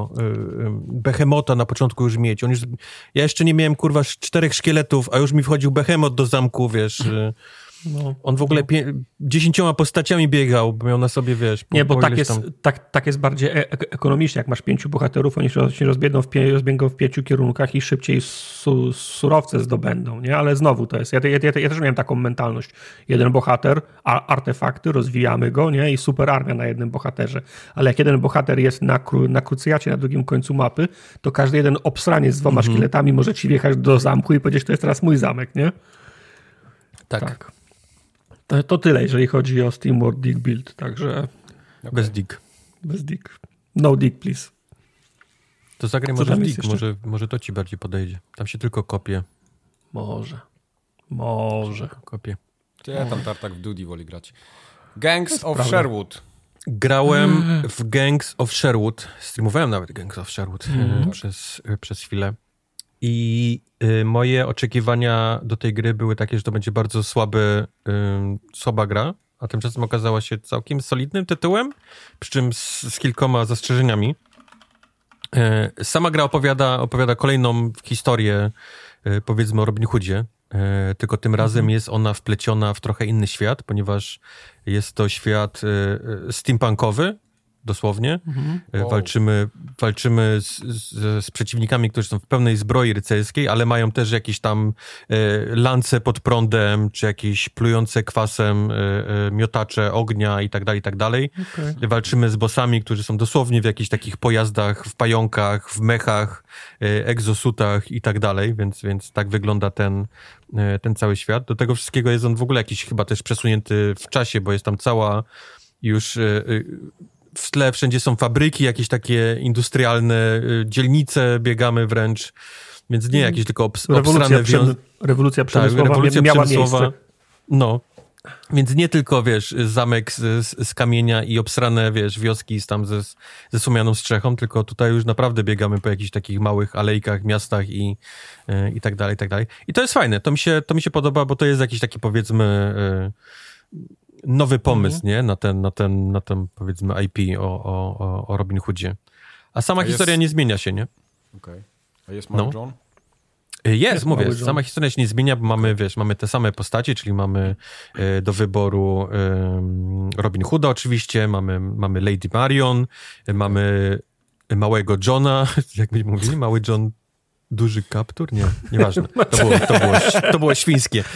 behemota na początku już mieć. Ja jeszcze nie miałem, kurwa, 4 szkieletów, a już mi wchodził behemot do zamku, wiesz... On w ogóle 10 postaciami biegał, bo miał na sobie, wiesz... Nie, bo tak jest bardziej ekonomicznie. Jak masz 5 bohaterów, oni się rozbiegną w 5 kierunkach i szybciej surowce zdobędą, nie? Ale znowu to jest... Ja też miałem taką mentalność. Jeden bohater, artefakty, rozwijamy go, nie? I super armia na jednym bohaterze. Ale jak jeden bohater jest na krucjacie na drugim końcu mapy, to każdy jeden obsraniec z 2 szkieletami może ci wjechać do zamku i powiedzieć, to jest teraz mój zamek, nie? Tak. To tyle, jeżeli chodzi o SteamWorld Dig Build, także... Bez dig. Bez dig. No dig, please. To zagraj może w dig, może to ci bardziej podejdzie. Tam się tylko kopie. Może. Kopie. Ja tam tartak w Duty woli grać. Gangs of Sherwood. Grałem w Gangs of Sherwood. Streamowałem nawet Gangs of Sherwood przez chwilę. I moje oczekiwania do tej gry były takie, że to będzie bardzo słaba gra, a tymczasem okazała się całkiem solidnym tytułem, przy czym z kilkoma zastrzeżeniami. Sama gra opowiada kolejną historię, powiedzmy o Robin Hoodzie, tylko tym razem jest ona wpleciona w trochę inny świat, ponieważ jest to świat steampunkowy, dosłownie. Wow. Walczymy z przeciwnikami, którzy są w pełnej zbroi rycerskiej, ale mają też jakieś tam lance pod prądem, czy jakieś plujące kwasem miotacze ognia i tak dalej. Okay. Walczymy z bossami, którzy są dosłownie w jakichś takich pojazdach, w pająkach, w mechach, egzosutach i tak dalej, więc tak wygląda ten cały świat. Do tego wszystkiego jest on w ogóle jakiś chyba też przesunięty w czasie, bo jest tam cała już... W tle wszędzie są fabryki, jakieś takie industrialne dzielnice, biegamy wręcz, więc nie jakieś tylko obsrane... Rewolucja przemysłowa miała miejsce. No, więc nie tylko, wiesz, zamek z kamienia i obsrane, wiesz, wioski tam ze słomianą strzechą, tylko tutaj już naprawdę biegamy po jakichś takich małych alejkach, miastach i tak dalej, i tak dalej. I to jest fajne, to mi się podoba, bo to jest jakiś taki, powiedzmy... nowy pomysł, nie? Na ten powiedzmy IP o Robin Hoodzie. A sama historia nie zmienia się, nie? Okej. A jest Mały John? Jest, mówię. Sama historia się nie zmienia, bo mamy te same postacie, czyli mamy do wyboru Robin Hooda oczywiście, mamy Lady Marion, mamy Małego Johna, jak byśmy mówili, Mały John Duży kaptur? Nie, nieważne. To było świńskie.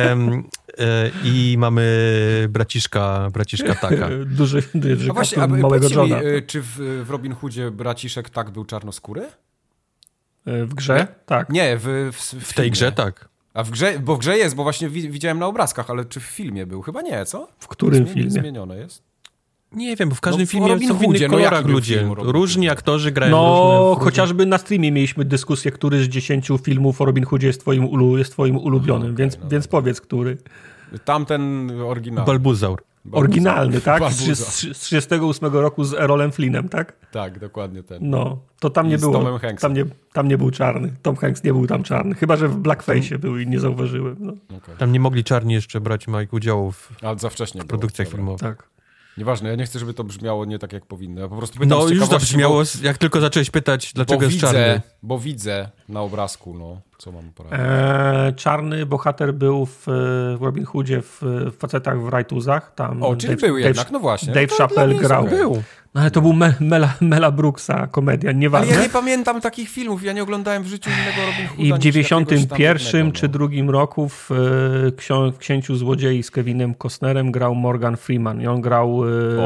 I mamy braciszka Taka. Duży a właśnie, kaptur małego Johna. Czy w Robin Hoodzie braciszek Tak był czarnoskóry? W grze? Tak. Nie, w tej grze tak. A w grze, bo w grze jest, bo właśnie widziałem na obrazkach, ale czy w filmie był? Chyba nie, co? W którym filmie? Zmienione jest? Nie wiem, bo w każdym filmie Robin są w innych Hoodzie, kolorach ludzie. Różni aktorzy grają różne... chociażby na streamie mieliśmy dyskusję, który z 10 filmów o Robin Hoodzie jest twoim ulubionym, więc powiedz, który. Tamten oryginalny. Balbuzaur. Oryginalny, tak? Z 38 roku z Errolem Flynnem, tak? Tak, dokładnie ten. No, to tam nie było. Tomem Hanksem. Tam nie był czarny. Tom Hanks nie był tam czarny. Chyba że w blackface'ie był i nie zauważyłem. No. Okay. Tam nie mogli czarni jeszcze brać udziału w za wcześnie produkcjach filmowych. Tak. Nieważne, ja nie chcę, żeby to brzmiało nie tak jak powinno. Ja po prostu pytam już to brzmiało, jak tylko zacząłeś pytać, dlaczego jest czarny. Bo widzę na obrazku, co mam poradzić. Czarny bohater był w Robin Hoodzie w Facetach w Rajtuzach. Czyli był jednak, no właśnie. Dave Chappelle grał. Okay. Był. No ale to był Mela Brooksa komedia, nieważne. Ale ja nie pamiętam takich filmów, ja nie oglądałem w życiu innego Robin Hooda. I w 91 czy drugim roku w Księciu Złodziei z Kevinem Costnerem grał Morgan Freeman i on grał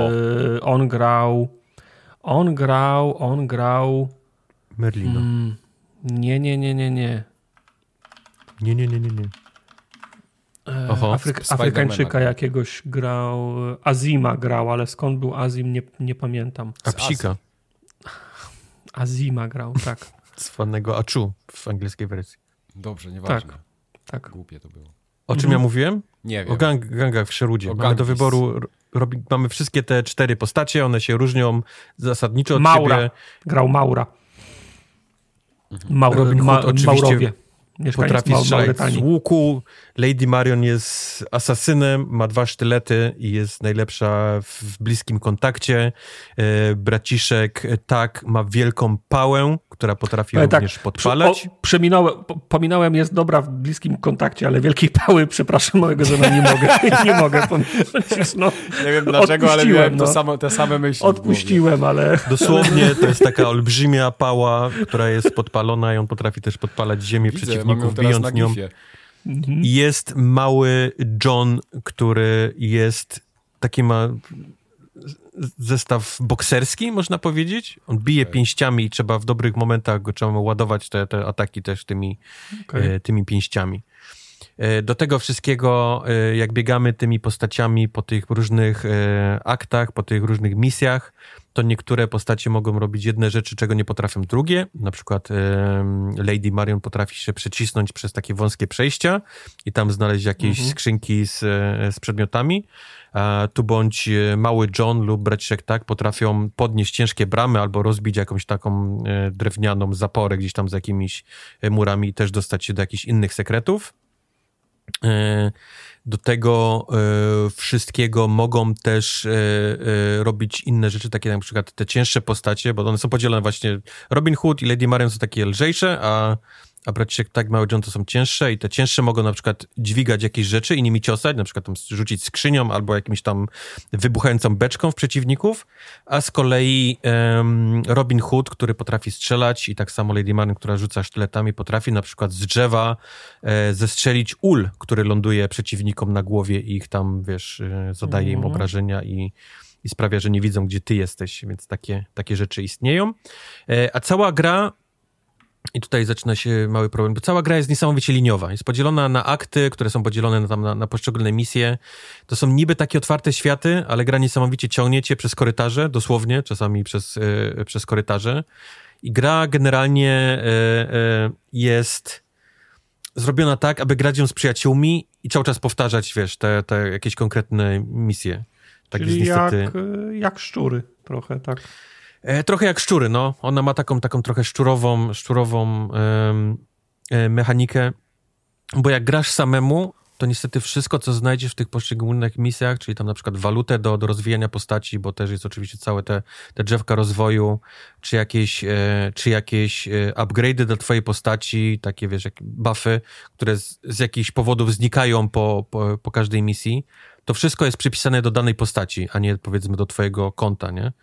Merlina. Nie. Nie. Afrykańczyka jakiegoś grał, Azima grał, ale skąd był Azim, nie pamiętam. A psika. Azima grał, tak. Zwanego Achu w angielskiej wersji. Dobrze, nieważne. Tak. Głupie to było. O czym ja mówiłem? Nie wiem. O gangach w Sherwoodzie. Mamy do wyboru, mamy wszystkie te 4 postacie, one się różnią zasadniczo od siebie. Grał Maura. Robin Hood oczywiście Maurowie. Potrafi strzelać z łuku. Lady Marion jest asasynem, ma 2 sztylety i jest najlepsza w bliskim kontakcie. Braciszek Tak ma wielką pałę, która potrafi również podpalać. Pominąłem, jest dobra w bliskim kontakcie, ale wielkiej pały, przepraszam, mojego żona nie mogę pominąć. No, nie wiem dlaczego, ale miałem te same myśli. Odpuściłem, ale... Dosłownie to jest taka olbrzymia pała, która jest podpalona i on potrafi też podpalać ziemię przeciwników, bijąc nią. Jest mały John, który jest taki ma zestaw bokserski, można powiedzieć. On bije pięściami i trzeba w dobrych momentach go trzeba ładować te ataki też tymi pięściami. Do tego wszystkiego, jak biegamy tymi postaciami po tych różnych aktach, po tych różnych misjach, to niektóre postacie mogą robić jedne rzeczy, czego nie potrafią drugie. Na przykład Lady Marion potrafi się przecisnąć przez takie wąskie przejścia i tam znaleźć jakieś skrzynki z przedmiotami. Tu bądź mały John lub braciszek Tak potrafią podnieść ciężkie bramy albo rozbić jakąś taką drewnianą zaporę gdzieś tam z jakimiś murami i też dostać się do jakichś innych sekretów. Do tego wszystkiego mogą też robić inne rzeczy, takie na przykład te cięższe postacie, bo one są podzielone właśnie, Robin Hood i Lady Marion są takie lżejsze, a braciszek Tak, mały John to są cięższe i te cięższe mogą na przykład dźwigać jakieś rzeczy i nimi ciosać, na przykład tam rzucić skrzynią albo jakimś tam wybuchającą beczką w przeciwników, a z kolei Robin Hood, który potrafi strzelać i tak samo Lady Marion, która rzuca sztyletami, potrafi na przykład z drzewa zestrzelić ul, który ląduje przeciwnikom na głowie i ich tam, wiesz, zadaje im obrażenia i sprawia, że nie widzą, gdzie ty jesteś, więc takie rzeczy istnieją. A cała gra, i tutaj zaczyna się mały problem, bo cała gra jest niesamowicie liniowa. Jest podzielona na akty, które są podzielone na poszczególne misje. To są niby takie otwarte światy, ale gra niesamowicie ciągnie cię przez korytarze, dosłownie, czasami przez korytarze. I gra generalnie jest zrobiona tak, aby grać ją z przyjaciółmi i cały czas powtarzać, wiesz, te jakieś konkretne misje. Tak czyli jest niestety... jak szczury trochę, tak? Trochę jak szczury, no. Ona ma taką trochę szczurową mechanikę, bo jak grasz samemu, to niestety wszystko, co znajdziesz w tych poszczególnych misjach, czyli tam na przykład walutę do rozwijania postaci, bo też jest oczywiście całe te drzewka rozwoju, czy jakieś upgrade'y dla twojej postaci, takie, wiesz, jak buffy, które z jakichś powodów znikają po każdej misji, to wszystko jest przypisane do danej postaci, a nie, powiedzmy, do twojego konta, nie?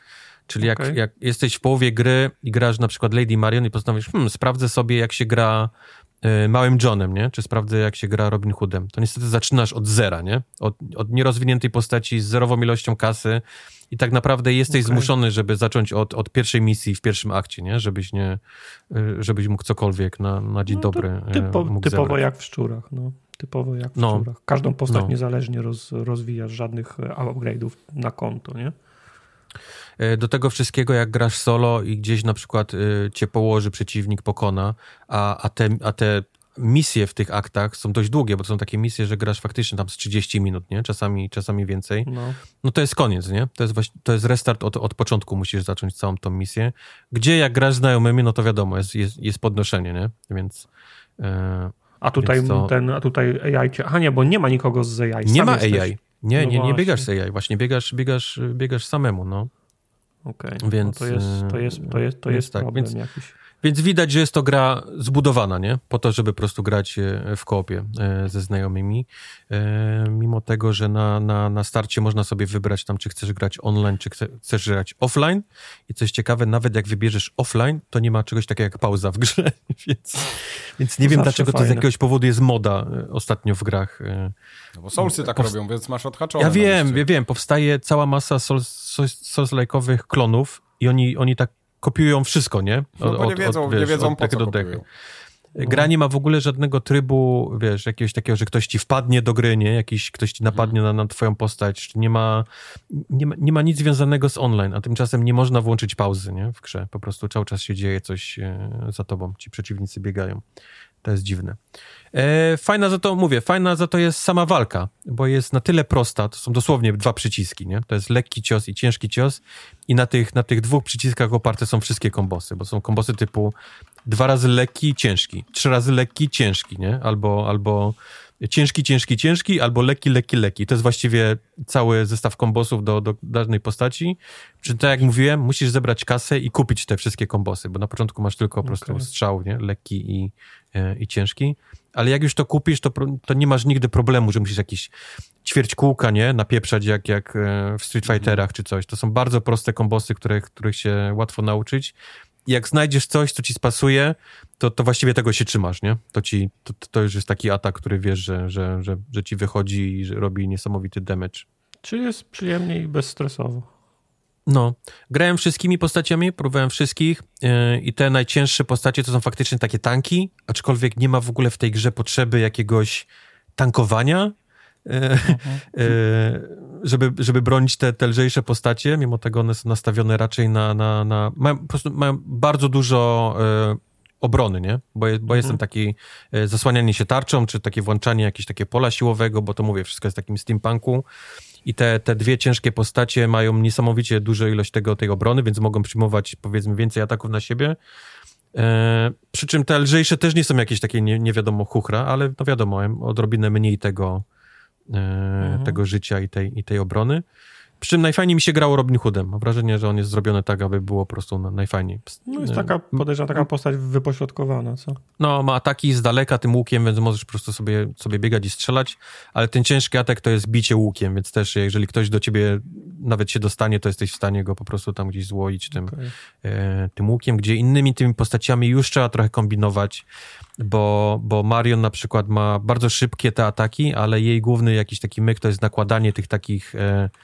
Czyli jak jesteś w połowie gry i grasz na przykład Lady Marion i postanowisz, sprawdzę sobie, jak się gra Małym Johnem, nie? Czy sprawdzę, jak się gra Robin Hoodem. To niestety zaczynasz od zera, nie? Od nierozwiniętej postaci z zerową ilością kasy i tak naprawdę jesteś zmuszony, żeby zacząć od pierwszej misji w pierwszym akcie, nie? Żebyś mógł cokolwiek na dzień dobry mógł typowo zebrać. jak w Szczurach, Typowo jak w Szczurach. Każdą postać niezależnie rozwijasz, żadnych upgrade'ów na konto, nie? Do tego wszystkiego, jak grasz solo i gdzieś na przykład cię położy, przeciwnik pokona, a te misje w tych aktach są dość długie, bo to są takie misje, że grasz faktycznie tam z 30 minut, nie? Czasami więcej. No to jest koniec, nie? To jest restart od początku, musisz zacząć całą tą misję. Gdzie jak grasz z znajomymi, no to wiadomo, jest podnoszenie, nie? Więc... A tutaj AI... nie, bo nie ma nikogo z AI. Nie ma AI. Nie biegasz z AI. Właśnie biegasz samemu, no. Okej, więc to jest tak, problem jakiś. Więc widać, że jest to gra zbudowana, nie? Po to, żeby po prostu grać w koopie ze znajomymi. Mimo tego, że na starcie można sobie wybrać tam, czy chcesz grać online, czy chcesz grać offline. I coś ciekawe, nawet jak wybierzesz offline, to nie ma czegoś takiego jak pauza w grze. Więc nie wiem, dlaczego to z jakiegoś powodu jest moda ostatnio w grach. No bo Soulsy tak robią, więc masz odhaczone. Ja wiem. Powstaje cała masa Souls-like'owych klonów i oni tak kopiują wszystko, nie? Bo nie wiedzą po co kopiują. Gra nie ma w ogóle żadnego trybu, jakiegoś takiego, że ktoś ci wpadnie do gry, nie? Ktoś ci napadnie na twoją postać. Nie ma nic związanego z online, a tymczasem nie można włączyć pauzy, nie? W grze. Po prostu cały czas się dzieje coś za tobą. Ci przeciwnicy biegają. To jest dziwne. Fajna za to jest sama walka, bo jest na tyle prosta, to są dosłownie 2 przyciski, nie? To jest lekki cios i ciężki cios i na tych 2 przyciskach oparte są wszystkie kombosy, bo są kombosy typu 2 razy lekki, ciężki, 3 razy lekki, ciężki, nie? Albo ciężki, albo lekki. To jest właściwie cały zestaw kombosów do danej postaci. Przy tak jak mówiłem, musisz zebrać kasę i kupić te wszystkie kombosy, bo na początku masz tylko po prostu strzał, nie? Lekki i ciężki. Ale jak już to kupisz, to nie masz nigdy problemu, że musisz jakieś ćwierć kółka, nie? Napieprzać jak w Street Fighterach czy coś. To są bardzo proste kombosy, których się łatwo nauczyć. I jak znajdziesz coś, co ci spasuje, to właściwie tego się trzymasz, nie? To już jest taki atak, który wiesz, że ci wychodzi i że robi niesamowity damage. Czyli jest przyjemnie i bezstresowo. No. Grałem wszystkimi postaciami, próbowałem wszystkich i te najcięższe postacie to są faktycznie takie tanki, aczkolwiek nie ma w ogóle w tej grze potrzeby jakiegoś tankowania, żeby bronić te lżejsze postacie, mimo tego one są nastawione raczej mają bardzo dużo obrony, nie? Bo jest ten taki zasłanianie się tarczą, czy takie włączanie jakiegoś takiego pola siłowego, bo to mówię, wszystko jest w takim steampunku i te 2 ciężkie postacie mają niesamowicie dużą ilość tej obrony, więc mogą przyjmować, powiedzmy, więcej ataków na siebie. Przy czym te lżejsze też nie są jakieś takie nie wiadomo chuchra, ale no wiadomo, odrobinę mniej tego życia i tej obrony. Przy czym najfajniej mi się grało Robin Hoodem. Mam wrażenie, że on jest zrobiony tak, aby było po prostu najfajniej. No jest taka postać wypośrodkowana, co? No, ma ataki z daleka tym łukiem, więc możesz po prostu sobie biegać i strzelać, ale ten ciężki atak to jest bicie łukiem, więc też jeżeli ktoś do ciebie nawet się dostanie, to jesteś w stanie go po prostu tam gdzieś złoić tym łukiem, gdzie innymi tymi postaciami już trzeba trochę kombinować, bo Marion na przykład ma bardzo szybkie te ataki, ale jej główny jakiś taki myk to jest nakładanie tych takich...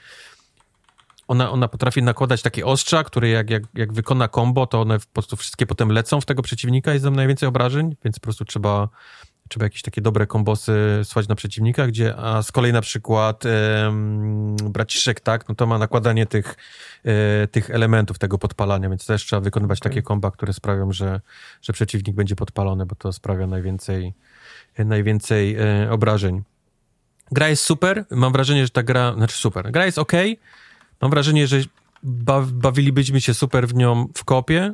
Ona potrafi nakładać takie ostrza, które jak wykona combo, to one po prostu wszystkie potem lecą w tego przeciwnika i zrobią najwięcej obrażeń, więc po prostu trzeba jakieś takie dobre kombosy słać na przeciwnika, a z kolei na przykład braciszek, tak, no to ma nakładanie tych elementów, tego podpalania, więc też trzeba wykonywać takie komba, które sprawią, że przeciwnik będzie podpalony, bo to sprawia najwięcej obrażeń. Gra jest super, mam wrażenie, że gra jest okej. Mam wrażenie, że bawilibyśmy się super w nią w koopie,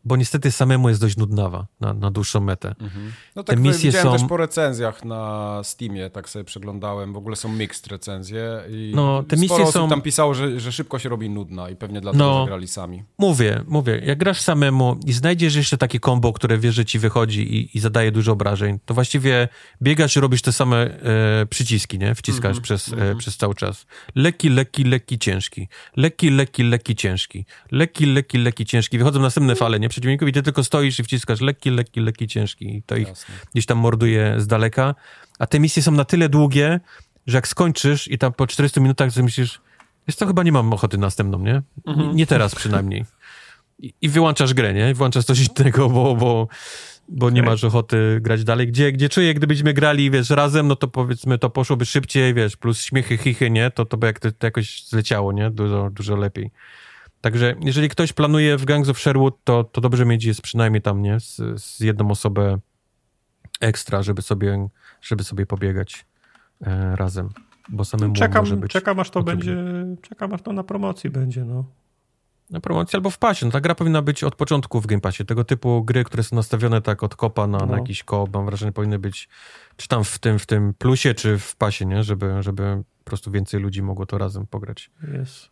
bo niestety samemu jest dość nudnawa na dłuższą metę. No tak, te misje widziałem są... też po recenzjach na Steamie, tak sobie przeglądałem, w ogóle są mixed recenzje i te misje sporo osób są... tam pisało, że szybko się robi nudna i pewnie dlatego zagrali sami. Mówię, jak grasz samemu i znajdziesz jeszcze takie combo, które wiesz, że ci wychodzi i zadaje dużo obrażeń, to właściwie biegasz i robisz te same przyciski, nie? Wciskasz przez cały czas. Lekki, ciężki. Lekki, ciężki. Lekki, ciężki. Wychodzą następne fale, nie? Przeciwników i ty tylko stoisz i wciskasz lekki, ciężki. I to ich gdzieś tam morduje z daleka. A te misje są na tyle długie, że jak skończysz i tam po 40 minutach sobie myślisz, wiesz co, chyba nie mam ochoty następną, nie? Nie teraz przynajmniej. I wyłączasz grę, nie? Wyłączasz coś innego, bo nie masz ochoty grać dalej. Gdzie czuję, gdybyśmy grali, wiesz, razem, no to powiedzmy, to poszłoby szybciej, wiesz, plus śmiechy, chichy, nie? To by to jakoś zleciało, nie? Dużo lepiej. Także jeżeli ktoś planuje w Gangs of Sherwood, to dobrze mieć jest przynajmniej tam, nie? Z jedną osobę ekstra, żeby sobie pobiegać razem. Bo samemu może być... Czekam aż to będzie, czekam aż to na promocji będzie, no. Na promocji albo w pasie. No, ta gra powinna być od początku w Game Passie. Tego typu gry, które są nastawione tak od kopa na jakiś koop, mam wrażenie, powinny być czy tam w tym plusie, czy w pasie, nie? Żeby po prostu więcej ludzi mogło to razem pograć. Jest.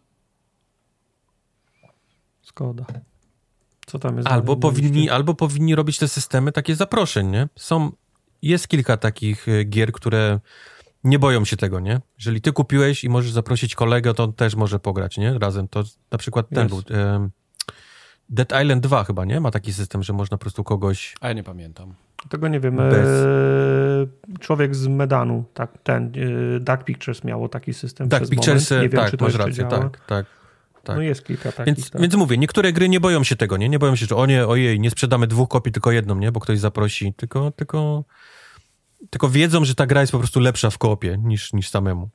Zgoda. Co tam jest? Albo powinni robić te systemy takie zaproszeń, nie? Jest kilka takich gier, które nie boją się tego, nie? Jeżeli ty kupiłeś i możesz zaprosić kolegę, to on też może pograć, nie? Razem. To na przykład ten był... Dead Island 2 chyba, nie? Ma taki system, że można po prostu kogoś... A ja nie pamiętam. Tego nie wiem. Człowiek z Medanu, Dark Pictures miało taki system Dark przez Pictures, moment. Nie wiem, tak, czy to masz jeszcze rację, działa. tak. No jest kilka takich. Więc mówię, niektóre gry nie boją się tego, nie? Nie boją się, że ojej, nie sprzedamy 2 kopii, tylko jedną, nie? Bo ktoś zaprosi. Tylko wiedzą, że ta gra jest po prostu lepsza w koopie niż samemu.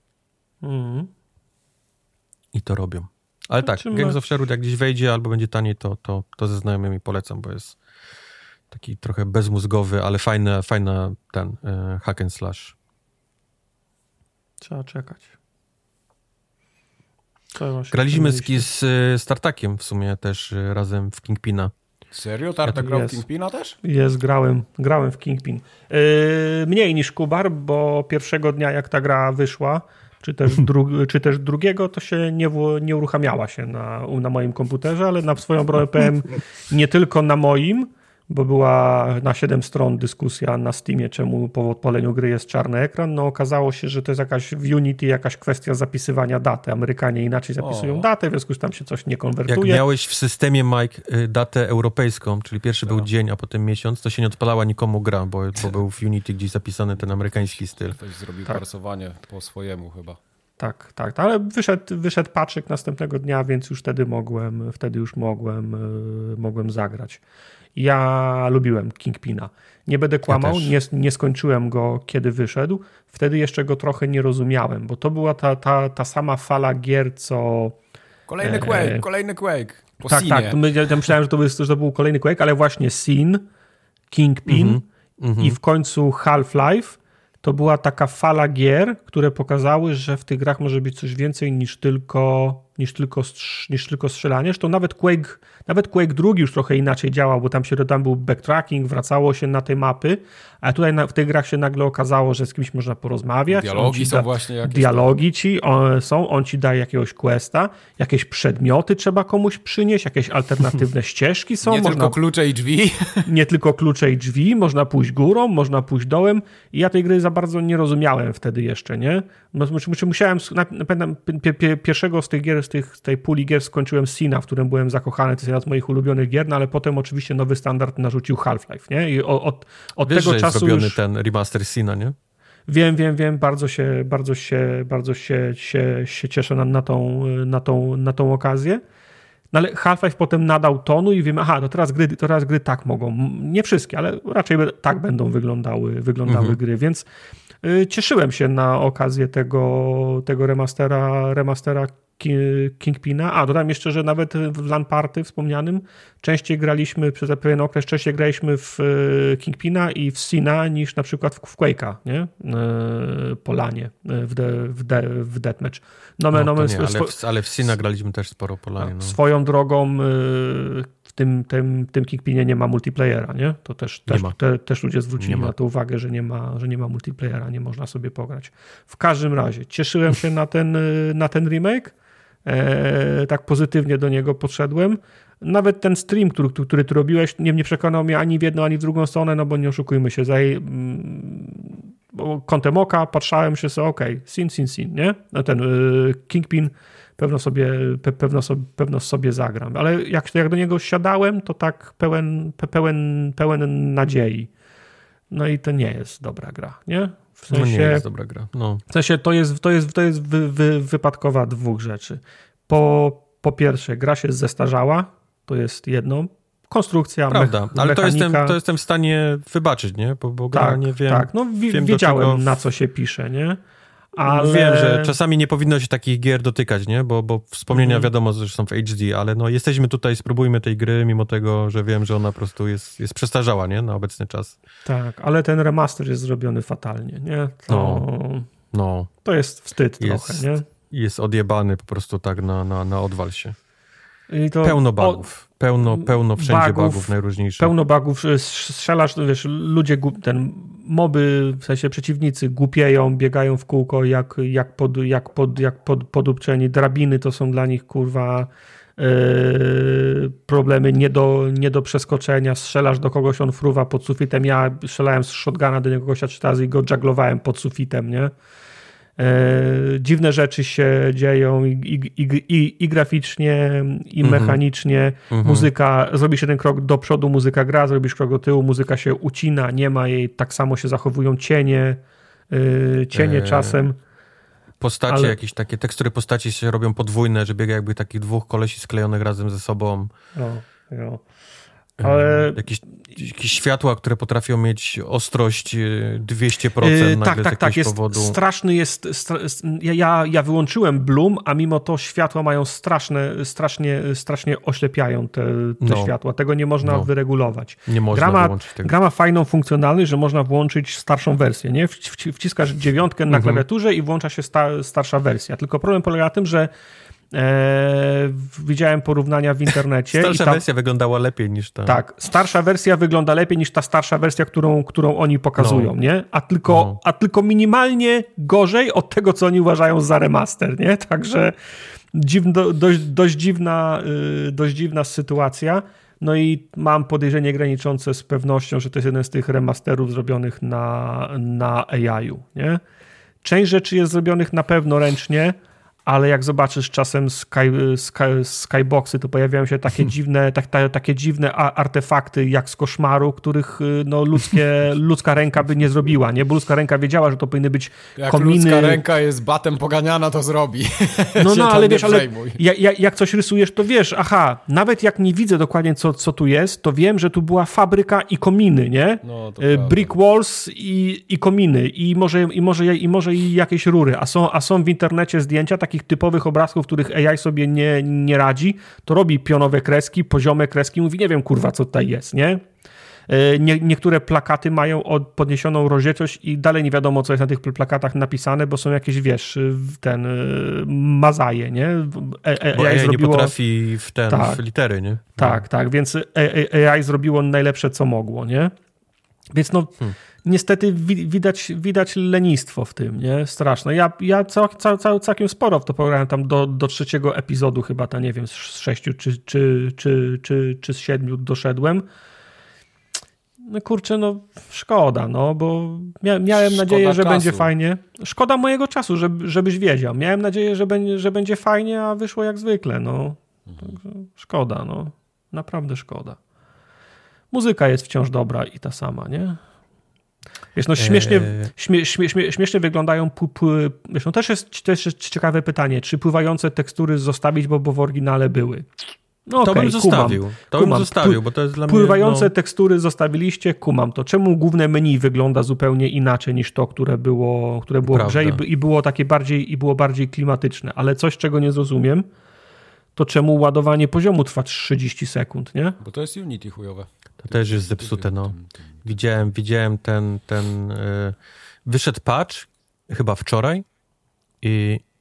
I to robią. Ale tak, Gangs of Sherwood jak gdzieś wejdzie albo będzie taniej, to ze znajomymi polecam, bo jest taki trochę bezmózgowy, ale fajna ten hack and slash. Trzeba czekać. Graliśmy z Tartakiem w sumie też razem w Kingpina. Serio? Tartak grał w Kingpina też? Jest, grałem w Kingpin. Mniej niż Kubar, bo pierwszego dnia jak ta gra wyszła, czy też drugiego, to się nie uruchamiała się na moim komputerze, ale na swoją obronę powiem, nie tylko na moim, bo była na 7 stron dyskusja na Steamie, czemu po odpaleniu gry jest czarny ekran. No okazało się, że to jest w Unity jakaś kwestia zapisywania daty. Amerykanie inaczej zapisują datę, w związku z tym tam się coś nie konwertuje. Jak miałeś w systemie, Mike, datę europejską, czyli pierwszy był dzień, a potem miesiąc, to się nie odpalała nikomu gra, bo był w Unity gdzieś zapisany ten amerykański styl. Ktoś zrobił parsowanie po swojemu chyba. Tak, ale wyszedł patchek następnego dnia, więc już wtedy już mogłem zagrać. Ja lubiłem Kingpina. Nie będę kłamał, nie skończyłem go, kiedy wyszedł. Wtedy jeszcze go trochę nie rozumiałem, bo to była ta sama fala gier, co... Kolejny Quake. Po tak, ja myślałem, że to był kolejny Quake, ale właśnie Sin, Kingpin i w końcu Half-Life to była taka fala gier, które pokazały, że w tych grach może być coś więcej niż tylko strzelanie. Zresztą nawet Quake 2 już trochę inaczej działał, bo tam był backtracking, wracało się na te mapy, a tutaj w tych grach się nagle okazało, że z kimś można porozmawiać. Dialogi są właśnie jakieś. Dialogi on ci daje jakiegoś questa, jakieś przedmioty trzeba komuś przynieść, jakieś alternatywne ścieżki są. Tylko klucze i drzwi. Nie tylko klucze i drzwi, można pójść górą, można pójść dołem i ja tej gry za bardzo nie rozumiałem wtedy jeszcze, nie? Musiałem, pierwszego z tych gier, z tej puli gier skończyłem Sina, w którym byłem zakochany, to jest jedna z moich ulubionych gier, no ale potem oczywiście nowy standard narzucił Half-Life, nie? I od wiesz, tego że czasu jest zrobiony już... ten remaster Sina, nie? Wiem, bardzo się cieszę na tą okazję. No ale Half-Life potem nadał tonu i wiemy, to teraz gry tak mogą. Nie wszystkie, ale raczej tak będą wyglądały gry, więc cieszyłem się na okazję tego remastera Kingpina. Dodam jeszcze, że nawet w LAN Party wspomnianym przez pewien okres częściej graliśmy w Kingpina i w Sina niż na przykład w Quake'a, nie? Po LANie, w Deathmatch. Ale w Sina graliśmy też sporo po LANie. Swoją drogą tym Kingpinie nie ma multiplayera, nie? To też ludzie zwrócili na to uwagę, że nie ma multiplayera, nie można sobie pograć. W każdym razie cieszyłem się na ten remake, tak pozytywnie do niego podszedłem. Nawet ten stream, który ty robiłeś, nie przekonał mnie ani w jedną, ani w drugą stronę, no bo nie oszukujmy się, kątem oka patrzałem się sobie, okej, sin, nie? No ten Kingpin pewno sobie zagram, ale jak do niego siadałem, to tak pełen nadziei. No i to nie jest dobra gra, nie? W sensie, nie jest dobra gra. No. W sensie to jest wypadkowa dwóch rzeczy. Po pierwsze, gra się zestarzała, to jest jedno. Konstrukcja, prawda, ale mechanika. to jestem w stanie wybaczyć, nie? Bo gra nie wiem. Tak, no wiedziałem na co się pisze, nie? Ale... Wiem, że czasami nie powinno się takich gier dotykać, nie? Bo wspomnienia wiadomo, że są w HD, ale no jesteśmy tutaj, spróbujmy tej gry, mimo tego, że wiem, że ona po prostu jest przestarzała, nie? Na obecny czas. Tak, ale ten remaster jest zrobiony fatalnie, nie? To jest wstyd trochę, nie? Jest odjebany po prostu tak na odwal się. Pełno bugów. Pełno wszędzie bugów najróżniejszych. Pełno bugów, strzelasz, wiesz, ludzie, moby, w sensie przeciwnicy głupieją, biegają w kółko jak podupczeni. Drabiny to są dla nich, kurwa, problemy nie do przeskoczenia. Strzelasz do kogoś, on fruwa pod sufitem. Ja strzelałem z shotguna do niego 3 razy i go dżaglowałem pod sufitem, nie? Dziwne rzeczy się dzieją i graficznie, i mechanicznie. Muzyka, zrobisz jeden krok do przodu, muzyka gra, zrobisz krok do tyłu, muzyka się ucina, nie ma jej, tak samo się zachowują cienie czasem. Postacie, jakieś takie tekstury postaci się robią podwójne, że biega jakby takich dwóch kolesi sklejonych razem ze sobą. Ale... Jakieś światła, które potrafią mieć ostrość 200% nagle z jakiegoś powodu. Straszny jest... Ja wyłączyłem Bloom, a mimo to światła mają strasznie oślepiają te światła. Tego nie można wyregulować. Nie można wyłączyć tego. Gra ma fajną funkcjonalność, że można włączyć starszą wersję. Nie? Wciskasz 9 na klawiaturze i włącza się starsza wersja. Tylko problem polega na tym, że widziałem porównania w internecie. Starsza wersja wyglądała lepiej niż ta. Tak, starsza wersja wygląda lepiej niż ta starsza wersja, którą oni pokazują, nie? A tylko minimalnie gorzej od tego, co oni uważają za remaster, nie? Także dość dziwna sytuacja. No i mam podejrzenie graniczące z pewnością, że to jest jeden z tych remasterów zrobionych na AI-u, nie? Część rzeczy jest zrobionych na pewno ręcznie, ale jak zobaczysz czasem skyboxy, to pojawiają się takie dziwne artefakty jak z koszmaru, których no, ludzka ręka by nie zrobiła, nie? Bo ludzka ręka wiedziała, że to powinny być kominy. Jak ludzka ręka jest batem poganiana, to zrobi. No ale wiesz, jak coś rysujesz, to wiesz, nawet jak nie widzę dokładnie co tu jest, to wiem, że tu była fabryka i kominy, nie? No, brick walls i kominy i może i jakieś rury, a są w internecie zdjęcia takich typowych obrazków, których AI sobie nie radzi, to robi pionowe kreski, poziome kreski, mówi, nie wiem, kurwa, co tutaj jest, nie? Niektóre plakaty mają podniesioną rozdzielczość i dalej nie wiadomo, co jest na tych plakatach napisane, bo są jakieś, wiesz, mazaje, nie? Bo AI nie potrafi w litery, nie? Tak, więc AI zrobiło najlepsze, co mogło, nie? Więc niestety widać lenistwo w tym, nie? Straszne. Ja całkiem sporo w to pograłem tam do 3 epizodu chyba, nie wiem, z 6 czy z 7 doszedłem. No kurczę, no szkoda, no, bo miałem nadzieję, że będzie fajnie. Szkoda mojego czasu, żebyś wiedział. Miałem nadzieję, że będzie fajnie, a wyszło jak zwykle, no. Także szkoda, no. Naprawdę szkoda. Muzyka jest wciąż dobra i ta sama, nie? Wiesz, no śmiesznie wyglądają wiesz, no też jest ciekawe pytanie, czy pływające tekstury zostawić, bo w oryginale były. No to bym zostawił. Bym zostawił, bo to jest dla mnie... Pływające tekstury zostawiliście, kumam to. Czemu główne menu wygląda zupełnie inaczej niż to, które było w grze i było bardziej klimatyczne, ale coś, czego nie zrozumiem, to czemu ładowanie poziomu trwa 30 sekund, nie? Bo to jest Unity chujowe. To też jest zepsute, no. Widziałem ten wyszedł patch chyba wczoraj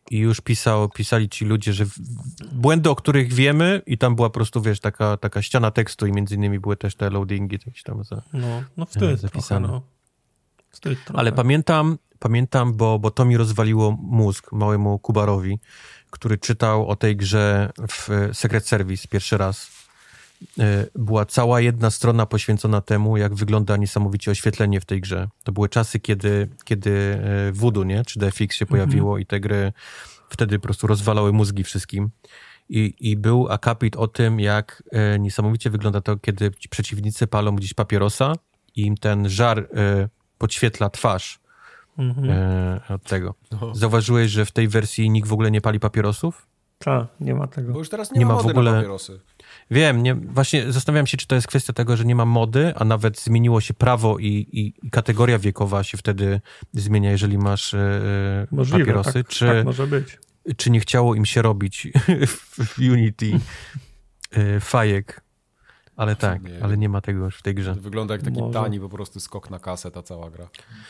i już pisali ci ludzie, że błędy, o których wiemy i tam była po prostu, wiesz, taka ściana tekstu i między innymi były też te loadingi jakieś tam wstyd zapisane. trochę, Wstyd trochę. Ale pamiętam, bo to mi rozwaliło mózg małemu Kubarowi, który czytał o tej grze w Secret Service pierwszy raz. Była cała jedna strona poświęcona temu, jak wygląda niesamowicie oświetlenie w tej grze. To były czasy, kiedy Voodoo, nie? Czy DFX się pojawiło i te gry wtedy po prostu rozwalały mózgi wszystkim. I był akapit o tym, jak niesamowicie wygląda to, kiedy przeciwnicy palą gdzieś papierosa i im ten żar podświetla twarz od tego. Zauważyłeś, że w tej wersji nikt w ogóle nie pali papierosów? Tak, nie ma tego. Bo już teraz nie ma mody w ogóle na papierosy. Wiem, właśnie zastanawiam się, czy to jest kwestia tego, że nie ma mody, a nawet zmieniło się prawo i kategoria wiekowa się wtedy zmienia, jeżeli masz papierosy. Tak, tak może być. Czy nie chciało im się robić w Unity fajek? Ale tak, ale nie ma tego już w tej grze. To wygląda jak taki tani po prostu skok na kasę ta cała gra.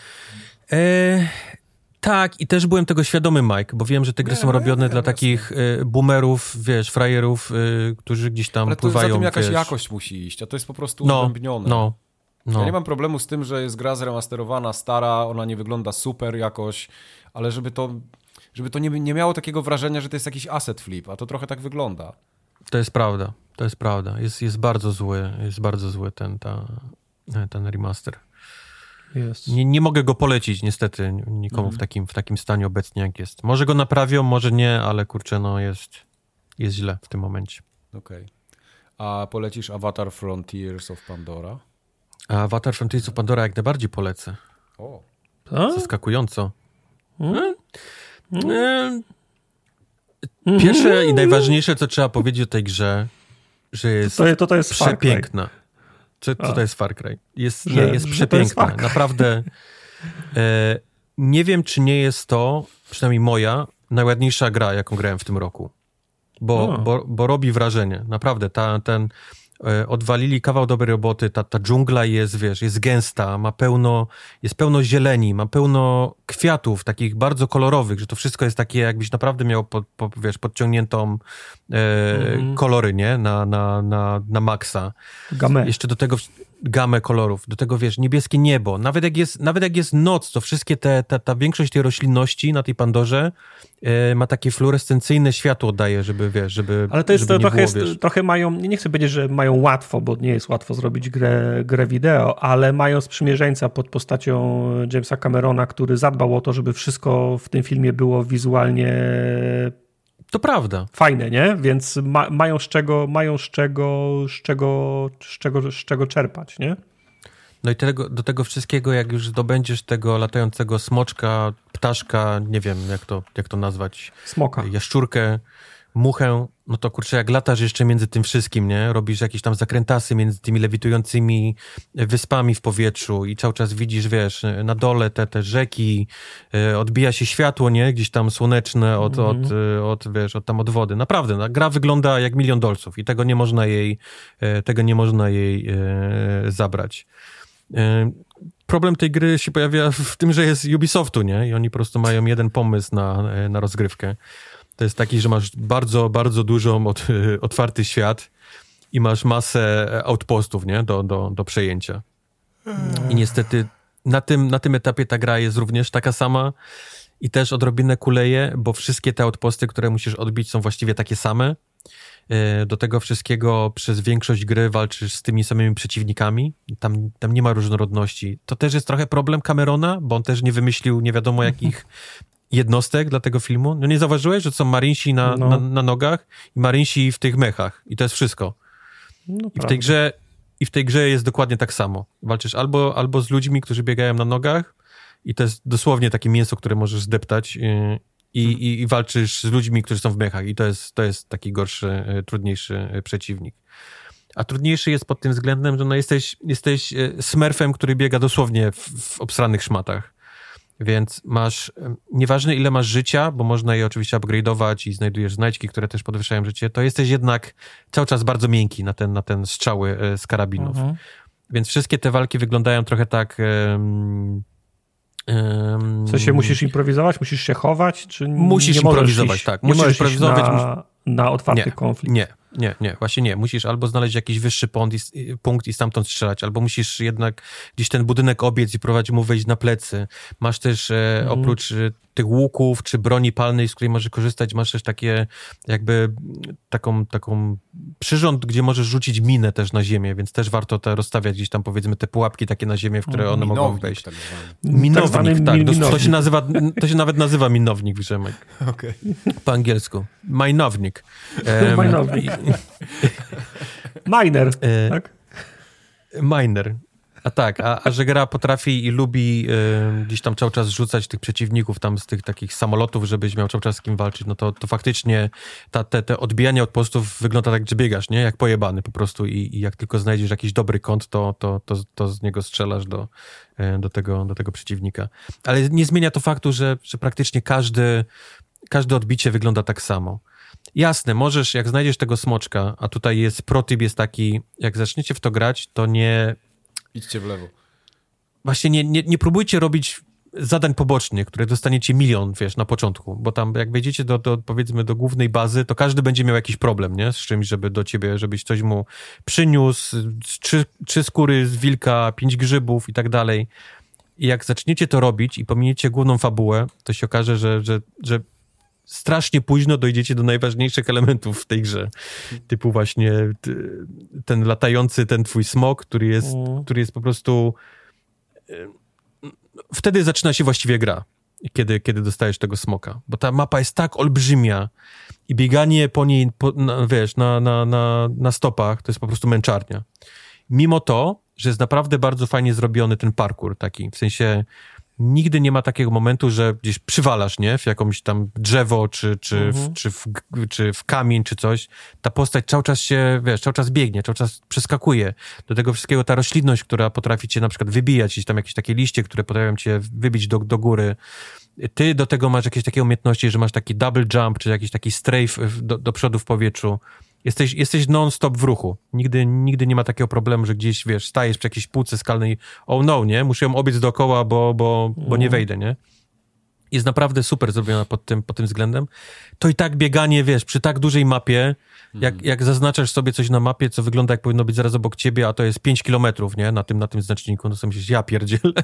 Tak, i też byłem tego świadomy, Mike, bo wiem, że te gry są robione dla takich boomerów, wiesz, frajerów, którzy gdzieś tam ale to pływają. za tym jakaś wiesz, jakość musi iść, a to jest po prostu uzębnione. No. Ja nie mam problemu z tym, że jest gra zremasterowana, stara, ona nie wygląda super jakoś, ale żeby to nie miało takiego wrażenia, że to jest jakiś asset flip, a to trochę tak wygląda. To jest prawda. Jest bardzo zły ten remaster. Jest. Nie mogę go polecić niestety nikomu w takim stanie obecnie jak jest. Może go naprawią, może nie, ale kurczę, no jest źle w tym momencie. Okej. A polecisz Avatar Frontiers of Pandora? A Avatar Frontiers of Pandora jak najbardziej polecę. O. Zaskakująco. Pierwsze i najważniejsze, co trzeba powiedzieć o tej grze, że jest to jest przepiękna. Co to jest Far Cry? Jest przepiękna. Naprawdę nie wiem, czy nie jest to, przynajmniej moja, najładniejsza gra, jaką grałem w tym roku. Bo robi wrażenie. Naprawdę, odwalili kawał dobrej roboty, ta dżungla jest, wiesz, jest gęsta, jest pełno zieleni, ma pełno kwiatów, takich bardzo kolorowych, że to wszystko jest takie, jakbyś naprawdę miał podciągniętą kolory, nie? Na maksa. Gamę. Jeszcze do tego gamę kolorów, do tego, wiesz, niebieskie niebo. Nawet jak jest noc, to wszystkie ta większość tej roślinności na tej Pandorze ma takie fluorescencyjne światło daje, żeby, wiesz, żeby ale to jest żeby trochę mają, nie chcę powiedzieć, że mają łatwo, bo nie jest łatwo zrobić grę wideo, ale mają sprzymierzeńca pod postacią Jamesa Camerona, który zadbał o to, żeby wszystko w tym filmie było wizualnie to prawda. Fajne, nie? Więc mają z czego czerpać, nie? No i do tego wszystkiego, jak już zdobędziesz tego latającego smoczka, ptaszka, nie wiem jak to nazwać. Smoka. Jaszczurkę, muchę, no to kurczę, jak latasz jeszcze między tym wszystkim, nie? Robisz jakieś tam zakrętasy między tymi lewitującymi wyspami w powietrzu i cały czas widzisz, wiesz, na dole te rzeki, odbija się światło, nie? Gdzieś tam słoneczne od wody. Naprawdę, gra wygląda jak $1 000 000 i tego nie można jej zabrać. Problem tej gry się pojawia w tym, że jest Ubisoftu, nie? I oni po prostu mają jeden pomysł na rozgrywkę. To jest taki, że masz bardzo, bardzo dużo otwarty świat i masz masę outpostów, nie? Do przejęcia. I niestety na tym etapie ta gra jest również taka sama i też odrobinę kuleje, bo wszystkie te outposty, które musisz odbić, są właściwie takie same. Do tego wszystkiego przez większość gry walczysz z tymi samymi przeciwnikami. Tam nie ma różnorodności. To też jest trochę problem Camerona, bo on też nie wymyślił nie wiadomo jakich jednostek dla tego filmu. No nie zauważyłeś, że są marynsi na nogach i marynsi w tych mechach. I to jest wszystko. No, I w tej grze jest dokładnie tak samo. Walczysz albo z ludźmi, którzy biegają na nogach i to jest dosłownie takie mięso, które możesz zdeptać i walczysz z ludźmi, którzy są w mechach. I to jest taki gorszy, trudniejszy przeciwnik. A trudniejszy jest pod tym względem, że jesteś smurfem, który biega dosłownie w obsranych szmatach. Więc nieważne ile masz życia, bo można je oczywiście upgrade'ować i znajdujesz znajdźki, które też podwyższają życie, to jesteś jednak cały czas bardzo miękki na ten strzały z karabinów. Więc wszystkie te walki wyglądają trochę tak W sensie musisz improwizować, musisz się chować, czy musisz nie improwizować, iść, tak. Nie musisz improwizować na otwarty konflikt. Nie, właśnie nie. Musisz albo znaleźć jakiś wyższy punkt i stamtąd strzelać, albo musisz jednak gdzieś ten budynek obiec i próbować mu wejść na plecy. Masz też oprócz tych łuków czy broni palnej, z której możesz korzystać, masz też takie jakby taką przyrząd, gdzie możesz rzucić minę też na ziemię, więc też warto rozstawiać gdzieś tam powiedzmy te pułapki takie na ziemię, w które one mogą wejść. Tak zwany. Minownik, tak. Minownik. To się nawet nazywa minownik, Grzemek. Okay. Po angielsku. Minownik. Minownik. Miner, tak? Miner. A tak, a że gra potrafi i lubi gdzieś tam cały czas rzucać tych przeciwników tam z tych takich samolotów, żebyś miał cały czas z kim walczyć, no to faktycznie te odbijanie outpostów wygląda tak, że biegasz, nie? Jak pojebany po prostu i jak tylko znajdziesz jakiś dobry kąt, to z niego strzelasz do tego przeciwnika. Ale nie zmienia to faktu, że praktycznie każde odbicie wygląda tak samo. Jasne, możesz, jak znajdziesz tego smoczka, a tutaj jest protip jest taki, jak zaczniecie w to grać, to nie... Idźcie w lewo. Właśnie nie próbujcie robić zadań pobocznych, które dostaniecie 1 000 000, wiesz, na początku, bo tam jak wejdziecie powiedzmy do głównej bazy, to każdy będzie miał jakiś problem, nie? Z czymś, żeby do ciebie, żebyś coś mu przyniósł, 3 skóry z wilka, 5 grzybów i tak dalej. I jak zaczniecie to robić i pominiecie główną fabułę, to się okaże, że strasznie późno dojdziecie do najważniejszych elementów w tej grze. Typu właśnie ten latający, ten twój smok, który jest po prostu... Wtedy zaczyna się właściwie gra, kiedy dostajesz tego smoka. Bo ta mapa jest tak olbrzymia i bieganie po niej, wiesz, na stopach, to jest po prostu męczarnia. Mimo to, że jest naprawdę bardzo fajnie zrobiony ten parkour taki, w sensie... Nigdy nie ma takiego momentu, że gdzieś przywalasz, nie? W jakąś tam drzewo, czy w kamień, czy coś. Ta postać cały czas się, wiesz, cały czas biegnie, cały czas przeskakuje. Do tego wszystkiego ta roślinność, która potrafi cię na przykład wybijać, gdzieś tam jakieś takie liście, które potrafią cię wybić do góry. Ty do tego masz jakieś takie umiejętności, że masz taki double jump, czy jakiś taki strafe do przodu w powietrzu. Jesteś non-stop w ruchu. Nigdy nie ma takiego problemu, że gdzieś, wiesz, stajesz przy jakiejś półce skalnej, oh no, nie? Muszę ją obiec dookoła, bo nie wejdę, nie? Jest naprawdę super zrobiona pod tym względem. To i tak bieganie, wiesz, przy tak dużej mapie, jak zaznaczasz sobie coś na mapie, co wygląda jak powinno być zaraz obok ciebie, a to jest 5 kilometrów, nie? Na tym znaczniku, no sobie myślisz, ja pierdzielę.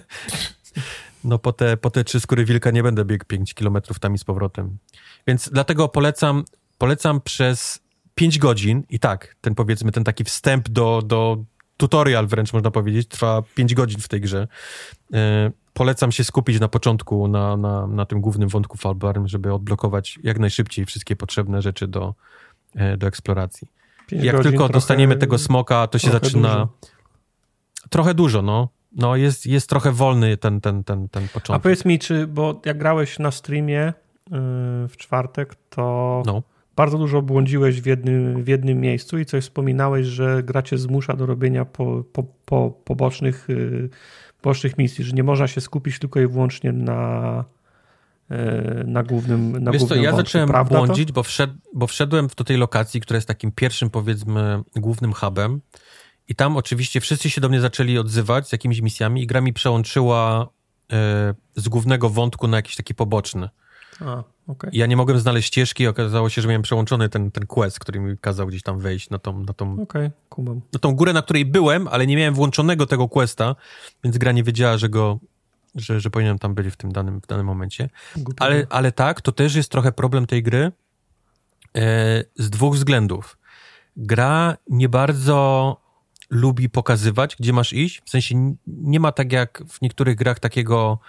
No po te 3 skóry wilka nie będę biegł 5 kilometrów tam i z powrotem. Więc dlatego polecam przez 5 godzin i tak, ten taki wstęp do tutorial wręcz można powiedzieć, trwa 5 godzin w tej grze. Polecam się skupić na początku na tym głównym wątku fabularnym, żeby odblokować jak najszybciej wszystkie potrzebne rzeczy do eksploracji. Jak tylko dostaniemy tego smoka, to się zaczyna... Dużo. Trochę dużo, no. No jest trochę wolny ten początek. A powiedz mi, bo jak grałeś na streamie w czwartek, to... No. Bardzo dużo błądziłeś w jednym miejscu i coś wspominałeś, że gra cię zmusza do robienia pobocznych misji, że nie można się skupić tylko i wyłącznie na głównym Wiesz co, ja zacząłem błądzić, to? bo wszedłem do tej lokacji, która jest takim pierwszym, powiedzmy, głównym hubem i tam oczywiście wszyscy się do mnie zaczęli odzywać z jakimiś misjami i gra mi przełączyła z głównego wątku na jakiś taki poboczny. Okay. Ja nie mogłem znaleźć ścieżki, okazało się, że miałem przełączony ten quest, który mi kazał gdzieś tam wejść na tą górę, na której byłem, ale nie miałem włączonego tego questa, więc gra nie wiedziała, że powinienem tam być w danym momencie. Ale tak, to też jest trochę problem tej gry z 2 względów. Gra nie bardzo lubi pokazywać, gdzie masz iść, w sensie nie ma tak jak w niektórych grach takiego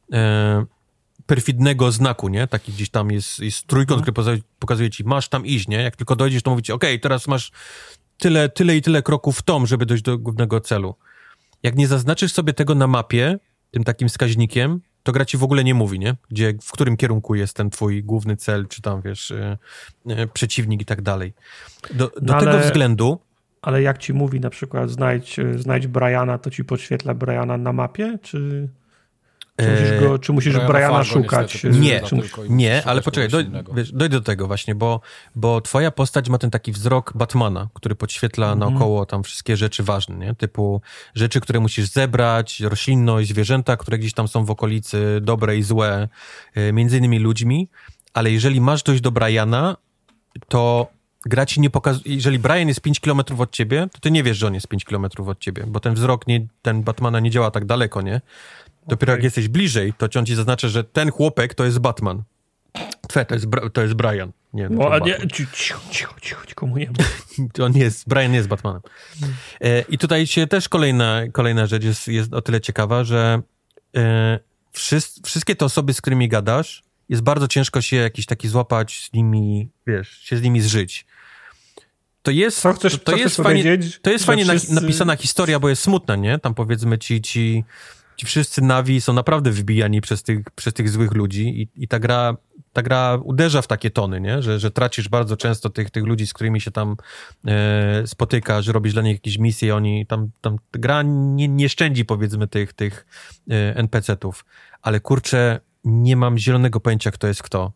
perfidnego znaku, nie? Taki gdzieś tam jest trójkąt, który pokazuje ci, masz tam iść, nie? Jak tylko dojdziesz, to mówi ci, okej, teraz masz tyle i tyle kroków w tom, żeby dojść do głównego celu. Jak nie zaznaczysz sobie tego na mapie, tym takim wskaźnikiem, to gra ci w ogóle nie mówi, nie? W którym kierunku jest ten twój główny cel, czy tam, wiesz, przeciwnik i tak dalej. Do tego względu... Ale jak ci mówi na przykład znajdź Briana, to ci podświetla Briana na mapie, czy... Czy musisz Briana szukać? Nie, ale poczekaj, dojdę do tego właśnie, bo twoja postać ma ten taki wzrok Batmana, który podświetla naokoło tam wszystkie rzeczy ważne, nie? Typu rzeczy, które musisz zebrać, roślinność, zwierzęta, które gdzieś tam są w okolicy, dobre i złe, między innymi ludźmi, ale jeżeli masz dojść do Briana, to gra ci nie pokazuje, jeżeli Brian jest 5 km od ciebie, to ty nie wiesz, że on jest 5 km od ciebie, bo ten wzrok, ten Batmana nie działa tak daleko, nie? Dopiero jak jesteś bliżej, to on ci zaznaczy, że ten chłopek to jest Batman. To jest Brian. Nie, Cicho, komu nie Brian nie jest Batmanem. I tutaj się też kolejna rzecz jest o tyle ciekawa, że wszystkie te osoby, z którymi gadasz, jest bardzo ciężko się jakiś taki złapać z nimi, wiesz, się z nimi zżyć. To jest fajnie napisana historia, bo jest smutna, nie? Tam powiedzmy ci wszyscy Navi są naprawdę wybijani przez tych złych ludzi i ta gra uderza w takie tony, nie? Że tracisz bardzo często tych ludzi, z którymi się tam spotykasz, robisz dla nich jakieś misje, oni tam gra nie szczędzi powiedzmy tych NPC-ów, ale kurczę, nie mam zielonego pojęcia, kto jest kto.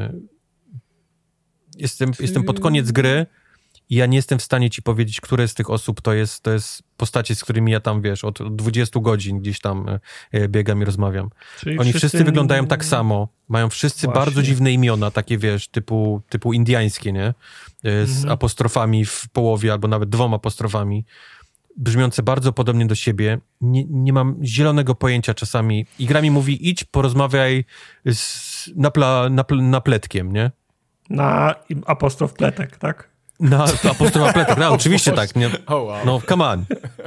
Jestem pod koniec gry i ja nie jestem w stanie ci powiedzieć, które z tych osób to jest postacie, z którymi ja tam, wiesz, od 20 godzin gdzieś tam biegam i rozmawiam. Czyli oni wszyscy wyglądają tak samo, mają wszyscy bardzo dziwne imiona, takie, wiesz, typu indiańskie, nie? Z apostrofami w połowie, albo nawet 2 apostrofami, brzmiące bardzo podobnie do siebie. Nie mam zielonego pojęcia czasami. I gra mi mówi, idź, porozmawiaj na pletkiem, nie? Na apostrof pletek, tak? Na apostrof pletek, no oczywiście tak. Nie, no, come on.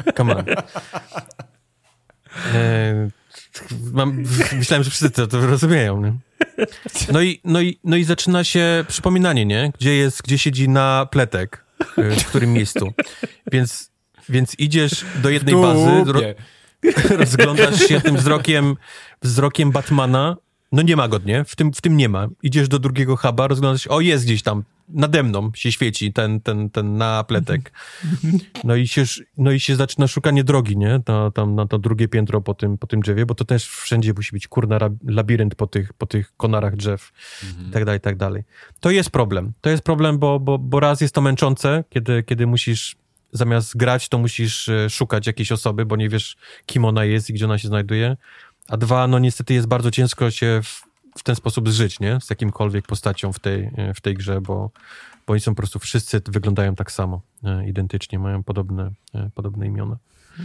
Myślałem, że wszyscy to rozumieją, nie? No i zaczyna się przypominanie, nie? Gdzie siedzi na pletek, w którym miejscu. Więc idziesz do jednej bazy, rozglądasz się tym wzrokiem Batmana, no nie ma go, nie? W tym nie ma. Idziesz do drugiego huba, rozglądasz się, jest gdzieś tam, nade mną się świeci ten napletek. No i się zaczyna szukanie drogi, nie? Na to drugie piętro po tym drzewie, bo to też wszędzie musi być, kurna, labirynt po tych konarach drzew i tak dalej. To jest problem, bo raz jest to męczące, kiedy musisz zamiast grać, to musisz szukać jakiejś osoby, bo nie wiesz, kim ona jest i gdzie ona się znajduje. A 2, no niestety jest bardzo ciężko się w ten sposób zżyć, nie? Z jakimkolwiek postacią w tej grze, bo oni są po prostu wszyscy wyglądają tak samo, identycznie, mają podobne imiona.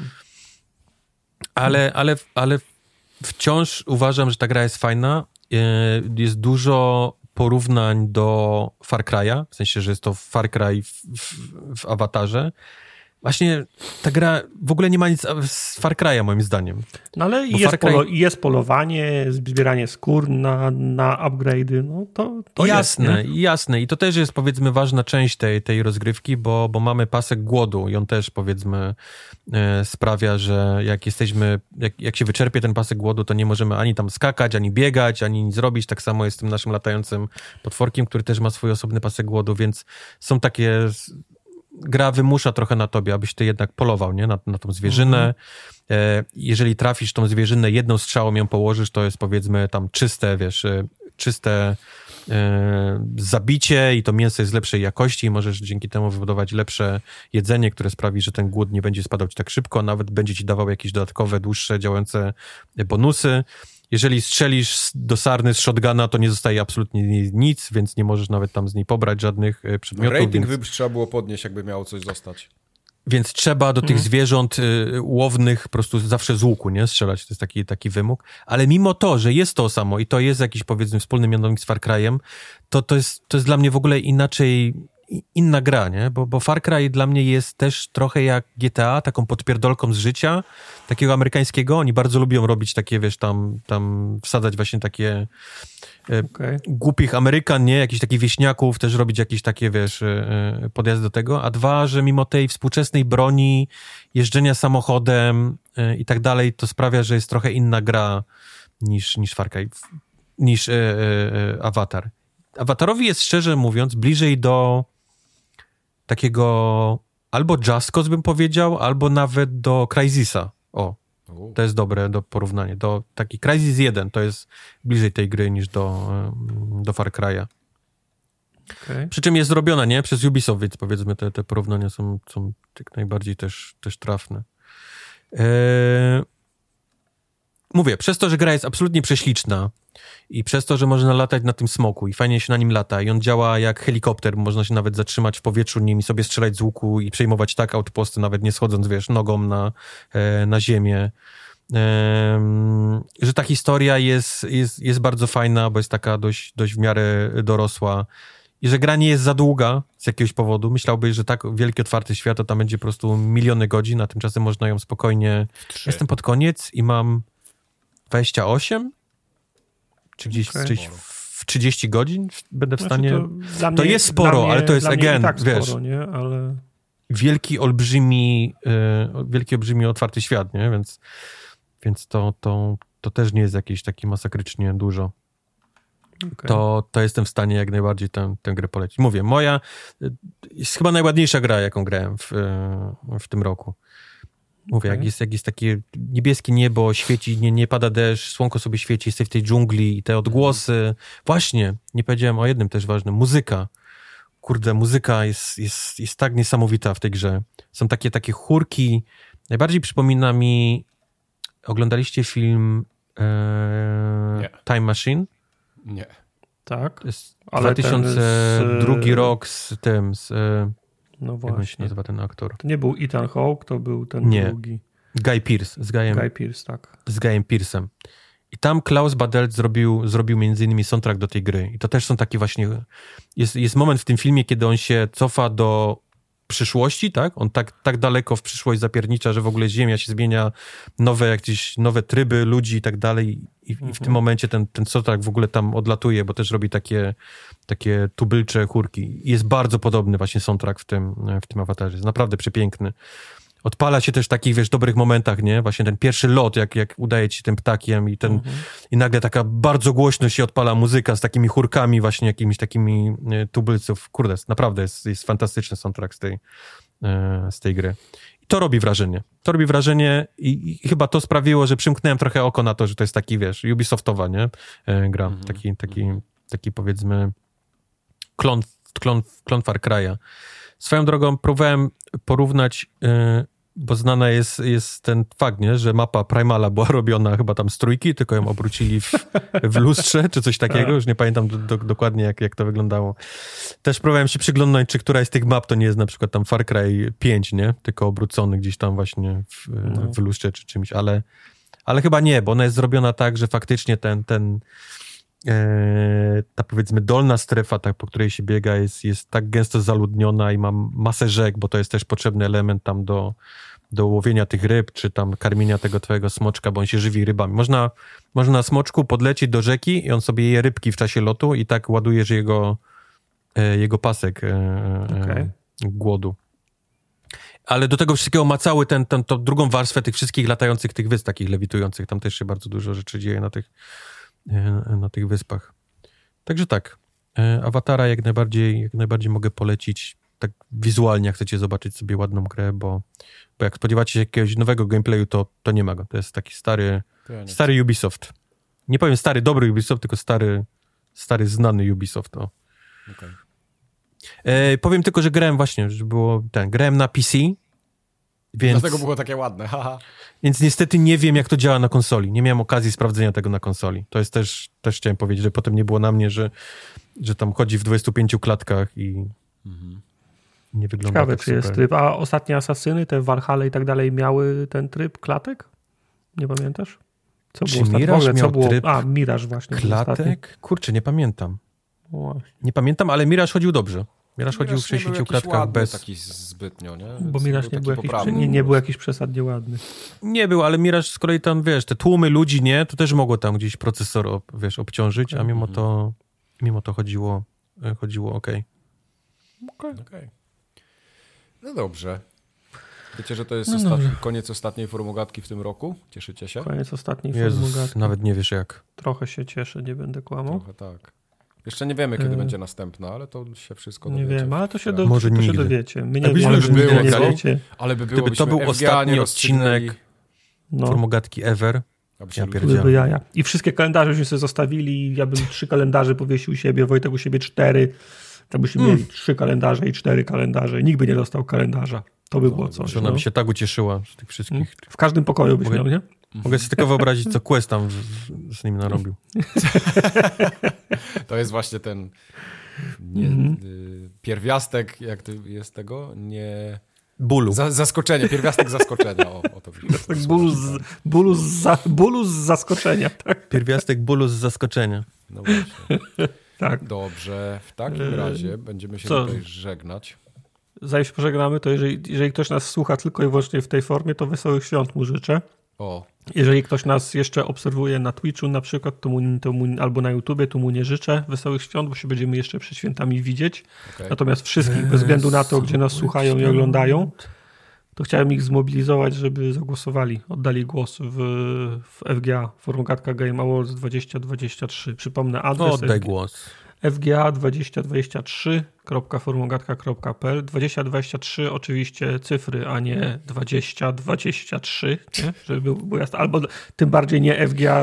Ale wciąż uważam, że ta gra jest fajna. Jest dużo porównań do Far Cry'a, w sensie, że jest to Far Cry w awatarze. Właśnie ta gra w ogóle nie ma nic z Far Cry'a, moim zdaniem. No ale jest polowanie, zbieranie skór na upgrade'y, no to jasne, jest, jasne. I to też jest, powiedzmy, ważna część tej rozgrywki, bo mamy pasek głodu i on też, powiedzmy, sprawia, że jak się wyczerpie ten pasek głodu, to nie możemy ani tam skakać, ani biegać, ani nic zrobić. Tak samo jest z tym naszym latającym potworkiem, który też ma swój osobny pasek głodu, więc są takie... Gra wymusza trochę na tobie, abyś ty jednak polował, nie? Na tą zwierzynę. Jeżeli trafisz tą zwierzynę, jedną strzałą ją położysz, to jest, powiedzmy, tam czyste zabicie i to mięso jest lepszej jakości i możesz dzięki temu wybudować lepsze jedzenie, które sprawi, że ten głód nie będzie spadał ci tak szybko, a nawet będzie ci dawał jakieś dodatkowe, dłuższe, działające bonusy. Jeżeli strzelisz do sarny z shotguna, to nie zostaje absolutnie nic, więc nie możesz nawet tam z niej pobrać żadnych przedmiotów. Rating trzeba było podnieść, jakby miało coś zostać. Więc trzeba do tych zwierząt łownych po prostu zawsze z łuku, nie? Strzelać, to jest taki wymóg. Ale mimo to, że jest to samo i to jest jakiś, powiedzmy, wspólny mianownik z Far Cry'em, to jest dla mnie w ogóle inna gra, nie? Bo Far Cry dla mnie jest też trochę jak GTA, taką podpierdolką z życia, takiego amerykańskiego. Oni bardzo lubią robić takie, wiesz, tam wsadzać właśnie takie głupich Amerykan, nie? Jakichś takich wieśniaków, też robić jakieś takie, wiesz, podjazdy do tego. A 2, że mimo tej współczesnej broni, jeżdżenia samochodem i tak dalej, to sprawia, że jest trochę inna gra niż Far Cry, niż Avatar. Awatarowi jest, szczerze mówiąc, bliżej do takiego albo Just Cause bym powiedział, albo nawet do Crysisa. To jest dobre do porównania. Taki Crysis 1 to jest bliżej tej gry niż do Far Cry'a. Okay. Przy czym jest zrobiona, nie? Przez Ubisoft, więc powiedzmy te porównania są jak najbardziej też trafne. Mówię, przez to, że gra jest absolutnie prześliczna i przez to, że można latać na tym smoku i fajnie się na nim lata i on działa jak helikopter, można się nawet zatrzymać w powietrzu nim i sobie strzelać z łuku i przejmować tak outposty, nawet nie schodząc, wiesz, nogą na ziemię. Że ta historia jest bardzo fajna, bo jest taka dość w miarę dorosła i że gra nie jest za długa z jakiegoś powodu. Myślałbyś, że tak wielki, otwarty świat, to tam będzie po prostu miliony godzin, a tymczasem można ją spokojnie... Jestem pod koniec i mam 28? Czy gdzieś w 30 godzin będę w stanie... To jest sporo, ale to jest, again, tak wiesz... Sporo, nie? Ale... Wielki, olbrzymi otwarty świat, nie? Więc to też nie jest jakieś takie masakrycznie dużo. Okay. To jestem w stanie jak najbardziej tę grę polecić. Mówię, moja jest chyba najładniejsza gra, jaką grałem w tym roku. Mówię, okay. jak jest takie niebieskie niebo, świeci, nie pada deszcz, słonko sobie świeci, jesteś w tej dżungli i te odgłosy. Właśnie, nie powiedziałem o jednym też ważnym. Muzyka. Kurde, muzyka jest tak niesamowita w tej grze. Są takie chórki. Najbardziej przypomina mi... Oglądaliście film Time Machine? Nie. Tak. Ale 2002 rok z tym... No właśnie. Jak się nazywa ten aktor? To nie był Ethan Hawke, to był ten drugi. Guy Pearce. Guy Pearce, tak. Z Guyem Pearce'em. I tam Klaus Badelt zrobił między innymi soundtrack do tej gry. I to też są takie właśnie... Jest moment w tym filmie, kiedy on się cofa do przyszłości, tak? On tak daleko w przyszłość zapiernicza, że w ogóle Ziemia się zmienia, nowe tryby ludzi i tak dalej. I w tym momencie ten soundtrack w ogóle tam odlatuje, bo też robi takie tubylcze chórki. I jest bardzo podobny właśnie soundtrack w tym awatarze. Jest naprawdę przepiękny. Odpala się też w takich, wiesz, dobrych momentach, nie? Właśnie ten pierwszy lot, jak udaje ci tym ptakiem i nagle taka bardzo głośno się odpala muzyka z takimi chórkami, właśnie jakimiś takimi tubylców. Kurde, naprawdę jest fantastyczny soundtrack z tej gry. I to robi wrażenie. To robi wrażenie i chyba to sprawiło, że przymknąłem trochę oko na to, że to jest taki, wiesz, Ubisoftowa, nie? Gra. Taki powiedzmy klon Far Cry'a. Swoją drogą próbowałem porównać, bo znana jest ten fakt, nie, że mapa Primala była robiona chyba tam z trójki, tylko ją obrócili w lustrze, czy coś takiego, już nie pamiętam dokładnie jak to wyglądało. Też próbowałem się przyglądać, czy któraś z tych map to nie jest na przykład tam Far Cry 5, nie, tylko obrócony gdzieś tam właśnie w lustrze czy czymś, ale chyba nie, bo ona jest zrobiona tak, że faktycznie ta powiedzmy dolna strefa, po której się biega, jest tak gęsto zaludniona i ma masę rzek, bo to jest też potrzebny element tam do łowienia tych ryb, czy tam karmienia tego twojego smoczka, bo on się żywi rybami. Można na smoczku podlecieć do rzeki i on sobie je rybki w czasie lotu i tak ładujesz jego pasek głodu. Ale do tego wszystkiego ma cały tą drugą warstwę tych wszystkich latających tych wysp, takich lewitujących. Tam też się bardzo dużo rzeczy dzieje na tych wyspach. Także tak, Awatara jak najbardziej mogę polecić. Tak wizualnie, jak chcecie zobaczyć sobie ładną grę, bo jak spodziewacie się jakiegoś nowego gameplayu, to nie ma go. To jest taki stary Ubisoft. Nie powiem stary, dobry Ubisoft, tylko stary znany Ubisoft. Okay. Powiem tylko, że grałem właśnie, że było grałem na PC, więc... Dlatego było takie ładne, haha. Więc niestety nie wiem, jak to działa na konsoli. Nie miałem okazji sprawdzenia tego na konsoli. To jest też chciałem powiedzieć, że potem nie było na mnie, że tam chodzi w 25 klatkach i nie wygląda ciekawe, tak czy jest tryb. A ostatnie Asasyny, te Valhalla i tak dalej miały ten tryb klatek? Nie pamiętasz? Co było Mirage miał tryb Mirage właśnie. Klatek? Kurczę, nie pamiętam. Właśnie. Nie pamiętam, ale Mirage chodził dobrze. Mirage chodził w 60 klatkach bez... taki zbytnio, nie? Więc bo Mirage nie był jakiś przesadnie ładny. Nie był, ale Mirage z kolei tam, wiesz, te tłumy ludzi, nie? To też mogło tam gdzieś procesor, obciążyć, a mimo to chodziło okej. Okej. No dobrze. Wiecie, że to jest koniec ostatniej formogatki w tym roku? Cieszycie się? Koniec ostatniej formogatki. Nawet nie wiesz jak. Trochę się cieszę, nie będę kłamał. Trochę tak. Jeszcze nie wiemy, kiedy będzie następna, ale to się wszystko dowiecie. Nie wiem, ale to się dowiecie. My nie wiemy, że nie wiecie. Ale by było, gdyby to był ostatni odcinek, formogatki ever. Absolutnie. Byłyby jaja. I wszystkie kalendarze już sobie zostawili. Ja bym 3 kalendarze powiesił u siebie, Wojtek u siebie 4. To byśmy mieli 3 kalendarze i 4 kalendarze. Nikt by nie dostał kalendarza. To by było coś. Ona by się tak ucieszyła z tych wszystkich. W każdym pokoju byś miał, nie? Mogę sobie tylko wyobrazić, co Quest tam z nim narobił. To jest właśnie ten pierwiastek, jak to jest tego? Nie... Bólu. Zaskoczenie, pierwiastek zaskoczenia. O to tak bólu z zaskoczenia. Tak? Pierwiastek bólu z zaskoczenia. No właśnie. Tak. Dobrze, w takim razie będziemy się tutaj żegnać. Zanim się pożegnamy, to jeżeli ktoś nas słucha tylko i wyłącznie w tej formie, to wesołych świąt mu życzę. Jeżeli ktoś nas jeszcze obserwuje na Twitchu na przykład, to mu, albo na YouTubie, to mu nie życzę wesołych świąt, bo się będziemy jeszcze przed świętami widzieć. Okay. Natomiast wszystkich, bez względu na to, gdzie nas słuchają i oglądają, to chciałem ich zmobilizować, żeby zagłosowali, oddali głos w FGA, Formogatka Game Awards 2023. Przypomnę adres. Oddaj głos. fga2023.formogatka.pl 2023 oczywiście cyfry, a nie 2023, nie? Żeby było jasne. Albo tym bardziej nie FGA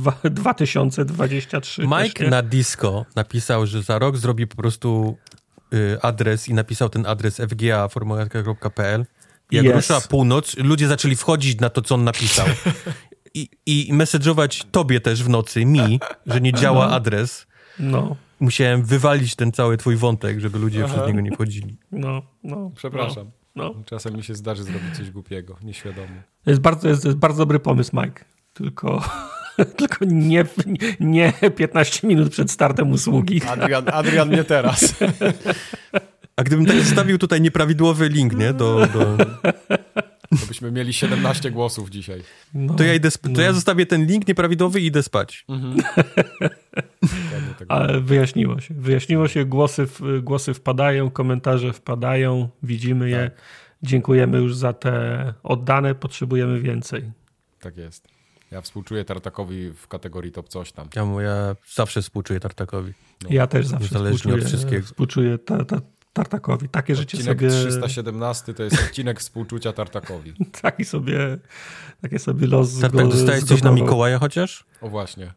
2023. Mike na Disco napisał, że za rok zrobi po prostu adres i napisał ten adres fga.formogatka.pl. Jak rusza północ, ludzie zaczęli wchodzić na to, co on napisał. I message'ować tobie też w nocy, że nie działa adres. No. Musiałem wywalić ten cały twój wątek, żeby ludzie przez niego nie wchodzili. Przepraszam. Czasem mi się zdarzy zrobić coś głupiego, nieświadomie. To jest bardzo dobry pomysł, Mike. Tylko nie 15 minut przed startem usługi. Adrian nie teraz. A gdybym tak zostawił tutaj nieprawidłowy link, nie? To byśmy mieli 17 głosów dzisiaj. To ja zostawię ten link nieprawidłowy i idę spać. Ale wyjaśniło się, głosy wpadają, komentarze wpadają, widzimy je. Dziękujemy już za te oddane, potrzebujemy więcej. Tak jest. Ja współczuję Tartakowi w kategorii top coś tam. Ja zawsze współczuję Tartakowi. Ja też zawsze współczuję Tartakowi. Takie życie sobie... 317 to jest odcinek współczucia Tartakowi. Taki sobie los Tartak, dostałeś coś na Mikołaja chociaż? O właśnie.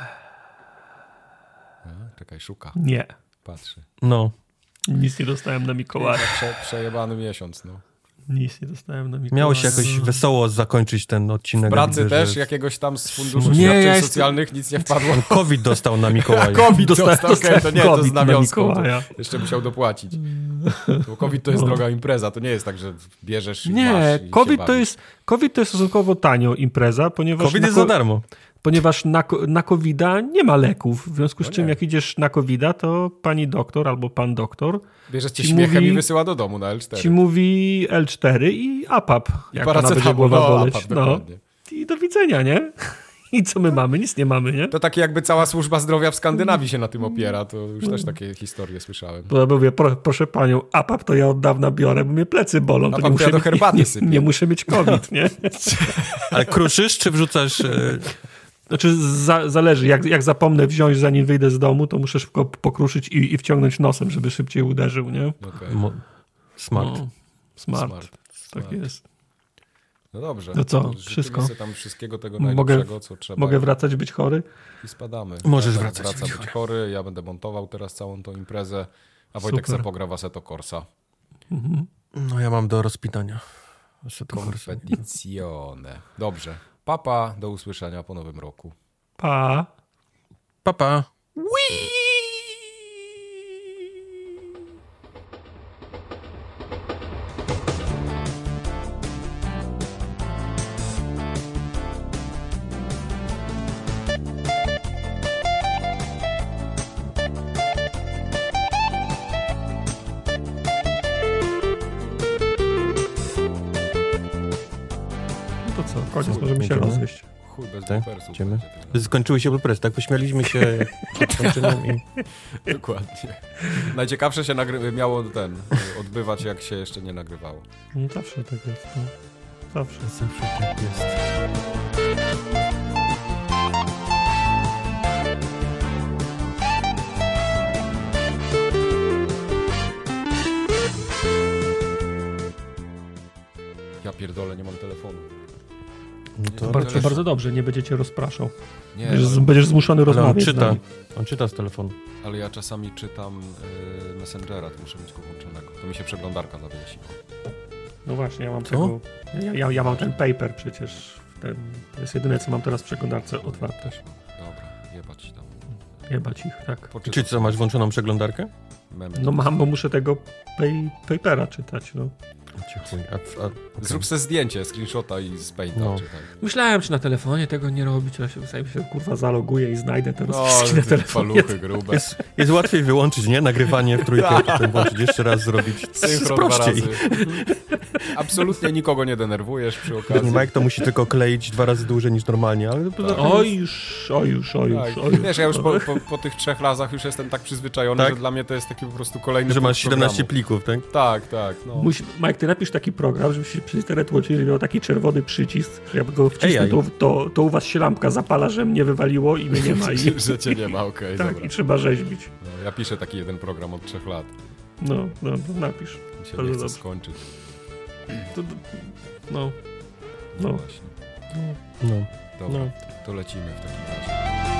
Czekaj, szuka. Nie. Patrzy. No. Nic nie dostałem na Mikołaja. Przejebany miesiąc, no. Nic nie dostałem na Mikołaja. Miało się jakoś wesoło zakończyć ten odcinek. W pracy też jakiegoś tam z funduszu świadczeń socjalnych nic nie wpadło. COVID dostał na Mikołaja. COVID dostał, to nie, to z nawiązką. Jeszcze musiał dopłacić. Bo COVID to jest droga impreza, to nie jest tak, że bierzesz i masz i COVID to jest stosunkowo tanio impreza, ponieważ... COVID jest za darmo. Ponieważ na COVID-a nie ma leków, w związku z czym jak idziesz na COVID-a, to pani doktor albo pan doktor bierze cię śmiechem i wysyła do domu na L4. Ci mówi L4 i APAP. I paracetamol, boleć. I do widzenia, nie? I co my mamy? Nic nie mamy, nie? To takie jakby cała służba zdrowia w Skandynawii się na tym opiera. To już też takie historie słyszałem. Bo ja mówię, proszę panią, APAP to ja od dawna biorę, bo mnie plecy bolą. To nie do herbaty sypie. Nie muszę mieć COVID, nie? Ale kruszysz, czy wrzucasz... Znaczy zależy, jak zapomnę wziąć, zanim wyjdę z domu, to muszę szybko pokruszyć i wciągnąć nosem, żeby szybciej uderzył, nie? Okay. Smart. Tak jest. No dobrze. No co, wszystko? Tam wszystkiego tego najlepszego, co trzeba. Mogę wracać być chory? I spadamy. Możesz wracać być chory. Ja będę montował teraz całą tą imprezę, a Wojtek se pogra w Assetto Corsa. No ja mam do rozpitania. Competizione. Dobrze. Papa, do usłyszenia po nowym roku. Pa. Papa. To co, koniec, możemy się rozejść. Chuj, bez bloopersów. Skończyły się bloopersy, tak? Pośmialiśmy się Dokładnie. Najciekawsze się miało odbywać, jak się jeszcze nie nagrywało. No zawsze tak jest. No. Zawsze tak jest. Ja pierdolę, nie mam telefonu. No to To bardzo dobrze, nie będziecie rozpraszał. Nie, Będziesz zmuszony ale on rozmawiać z czyta. nami. On czyta z telefonu. ale ja czasami czytam Messengera, to muszę mieć go włączonego. To mi się przeglądarka zawiesi. No właśnie, ja mam Co? tego... Ja mam ten paper przecież. To jest jedyne, co mam teraz w przeglądarce otwarte. Dobra, jebać tam. Jebać ich, tak. Czy co, masz włączoną przeglądarkę? Memy. No mam, bo muszę tego papera czytać, no. Zrób sobie zdjęcie, screenshota i z Painta No. czytaj. Myślałem, czy na telefonie tego nie robić, ale się kurwa zaloguję i znajdę te No, rozpiski na te telefonie. paluchy grube. Jest łatwiej wyłączyć, nie? Nagrywanie w trójkę, potem włączyć jeszcze raz zrobić. Jest Synchron 2 prościej. razy. Absolutnie nikogo nie denerwujesz przy okazji. Mike to musi tylko kleić 2 razy dłużej niż normalnie, ale Tak. Oj już. Tak. Wiesz, ja już po tych 3 latach już jestem tak przyzwyczajony, Tak? że dla mnie to jest taki po prostu kolejny że masz punkt 17 programu. plików, tak? Tak, no. Mike, ty napisz taki program, żeby się przez Internet łączyli, żeby miał taki czerwony przycisk, że jak go wcisnę, AI. to u was się lampka zapala, że mnie wywaliło i mnie nie ma. Że cię nie ma, okej, Tak, dobra. i trzeba rzeźbić. No, ja piszę taki jeden program od 3 lat. No, napisz. Mi się Bardzo nie chce dobrze. skończyć. No. No właśnie. No. Dobra, No. to lecimy w takim razie.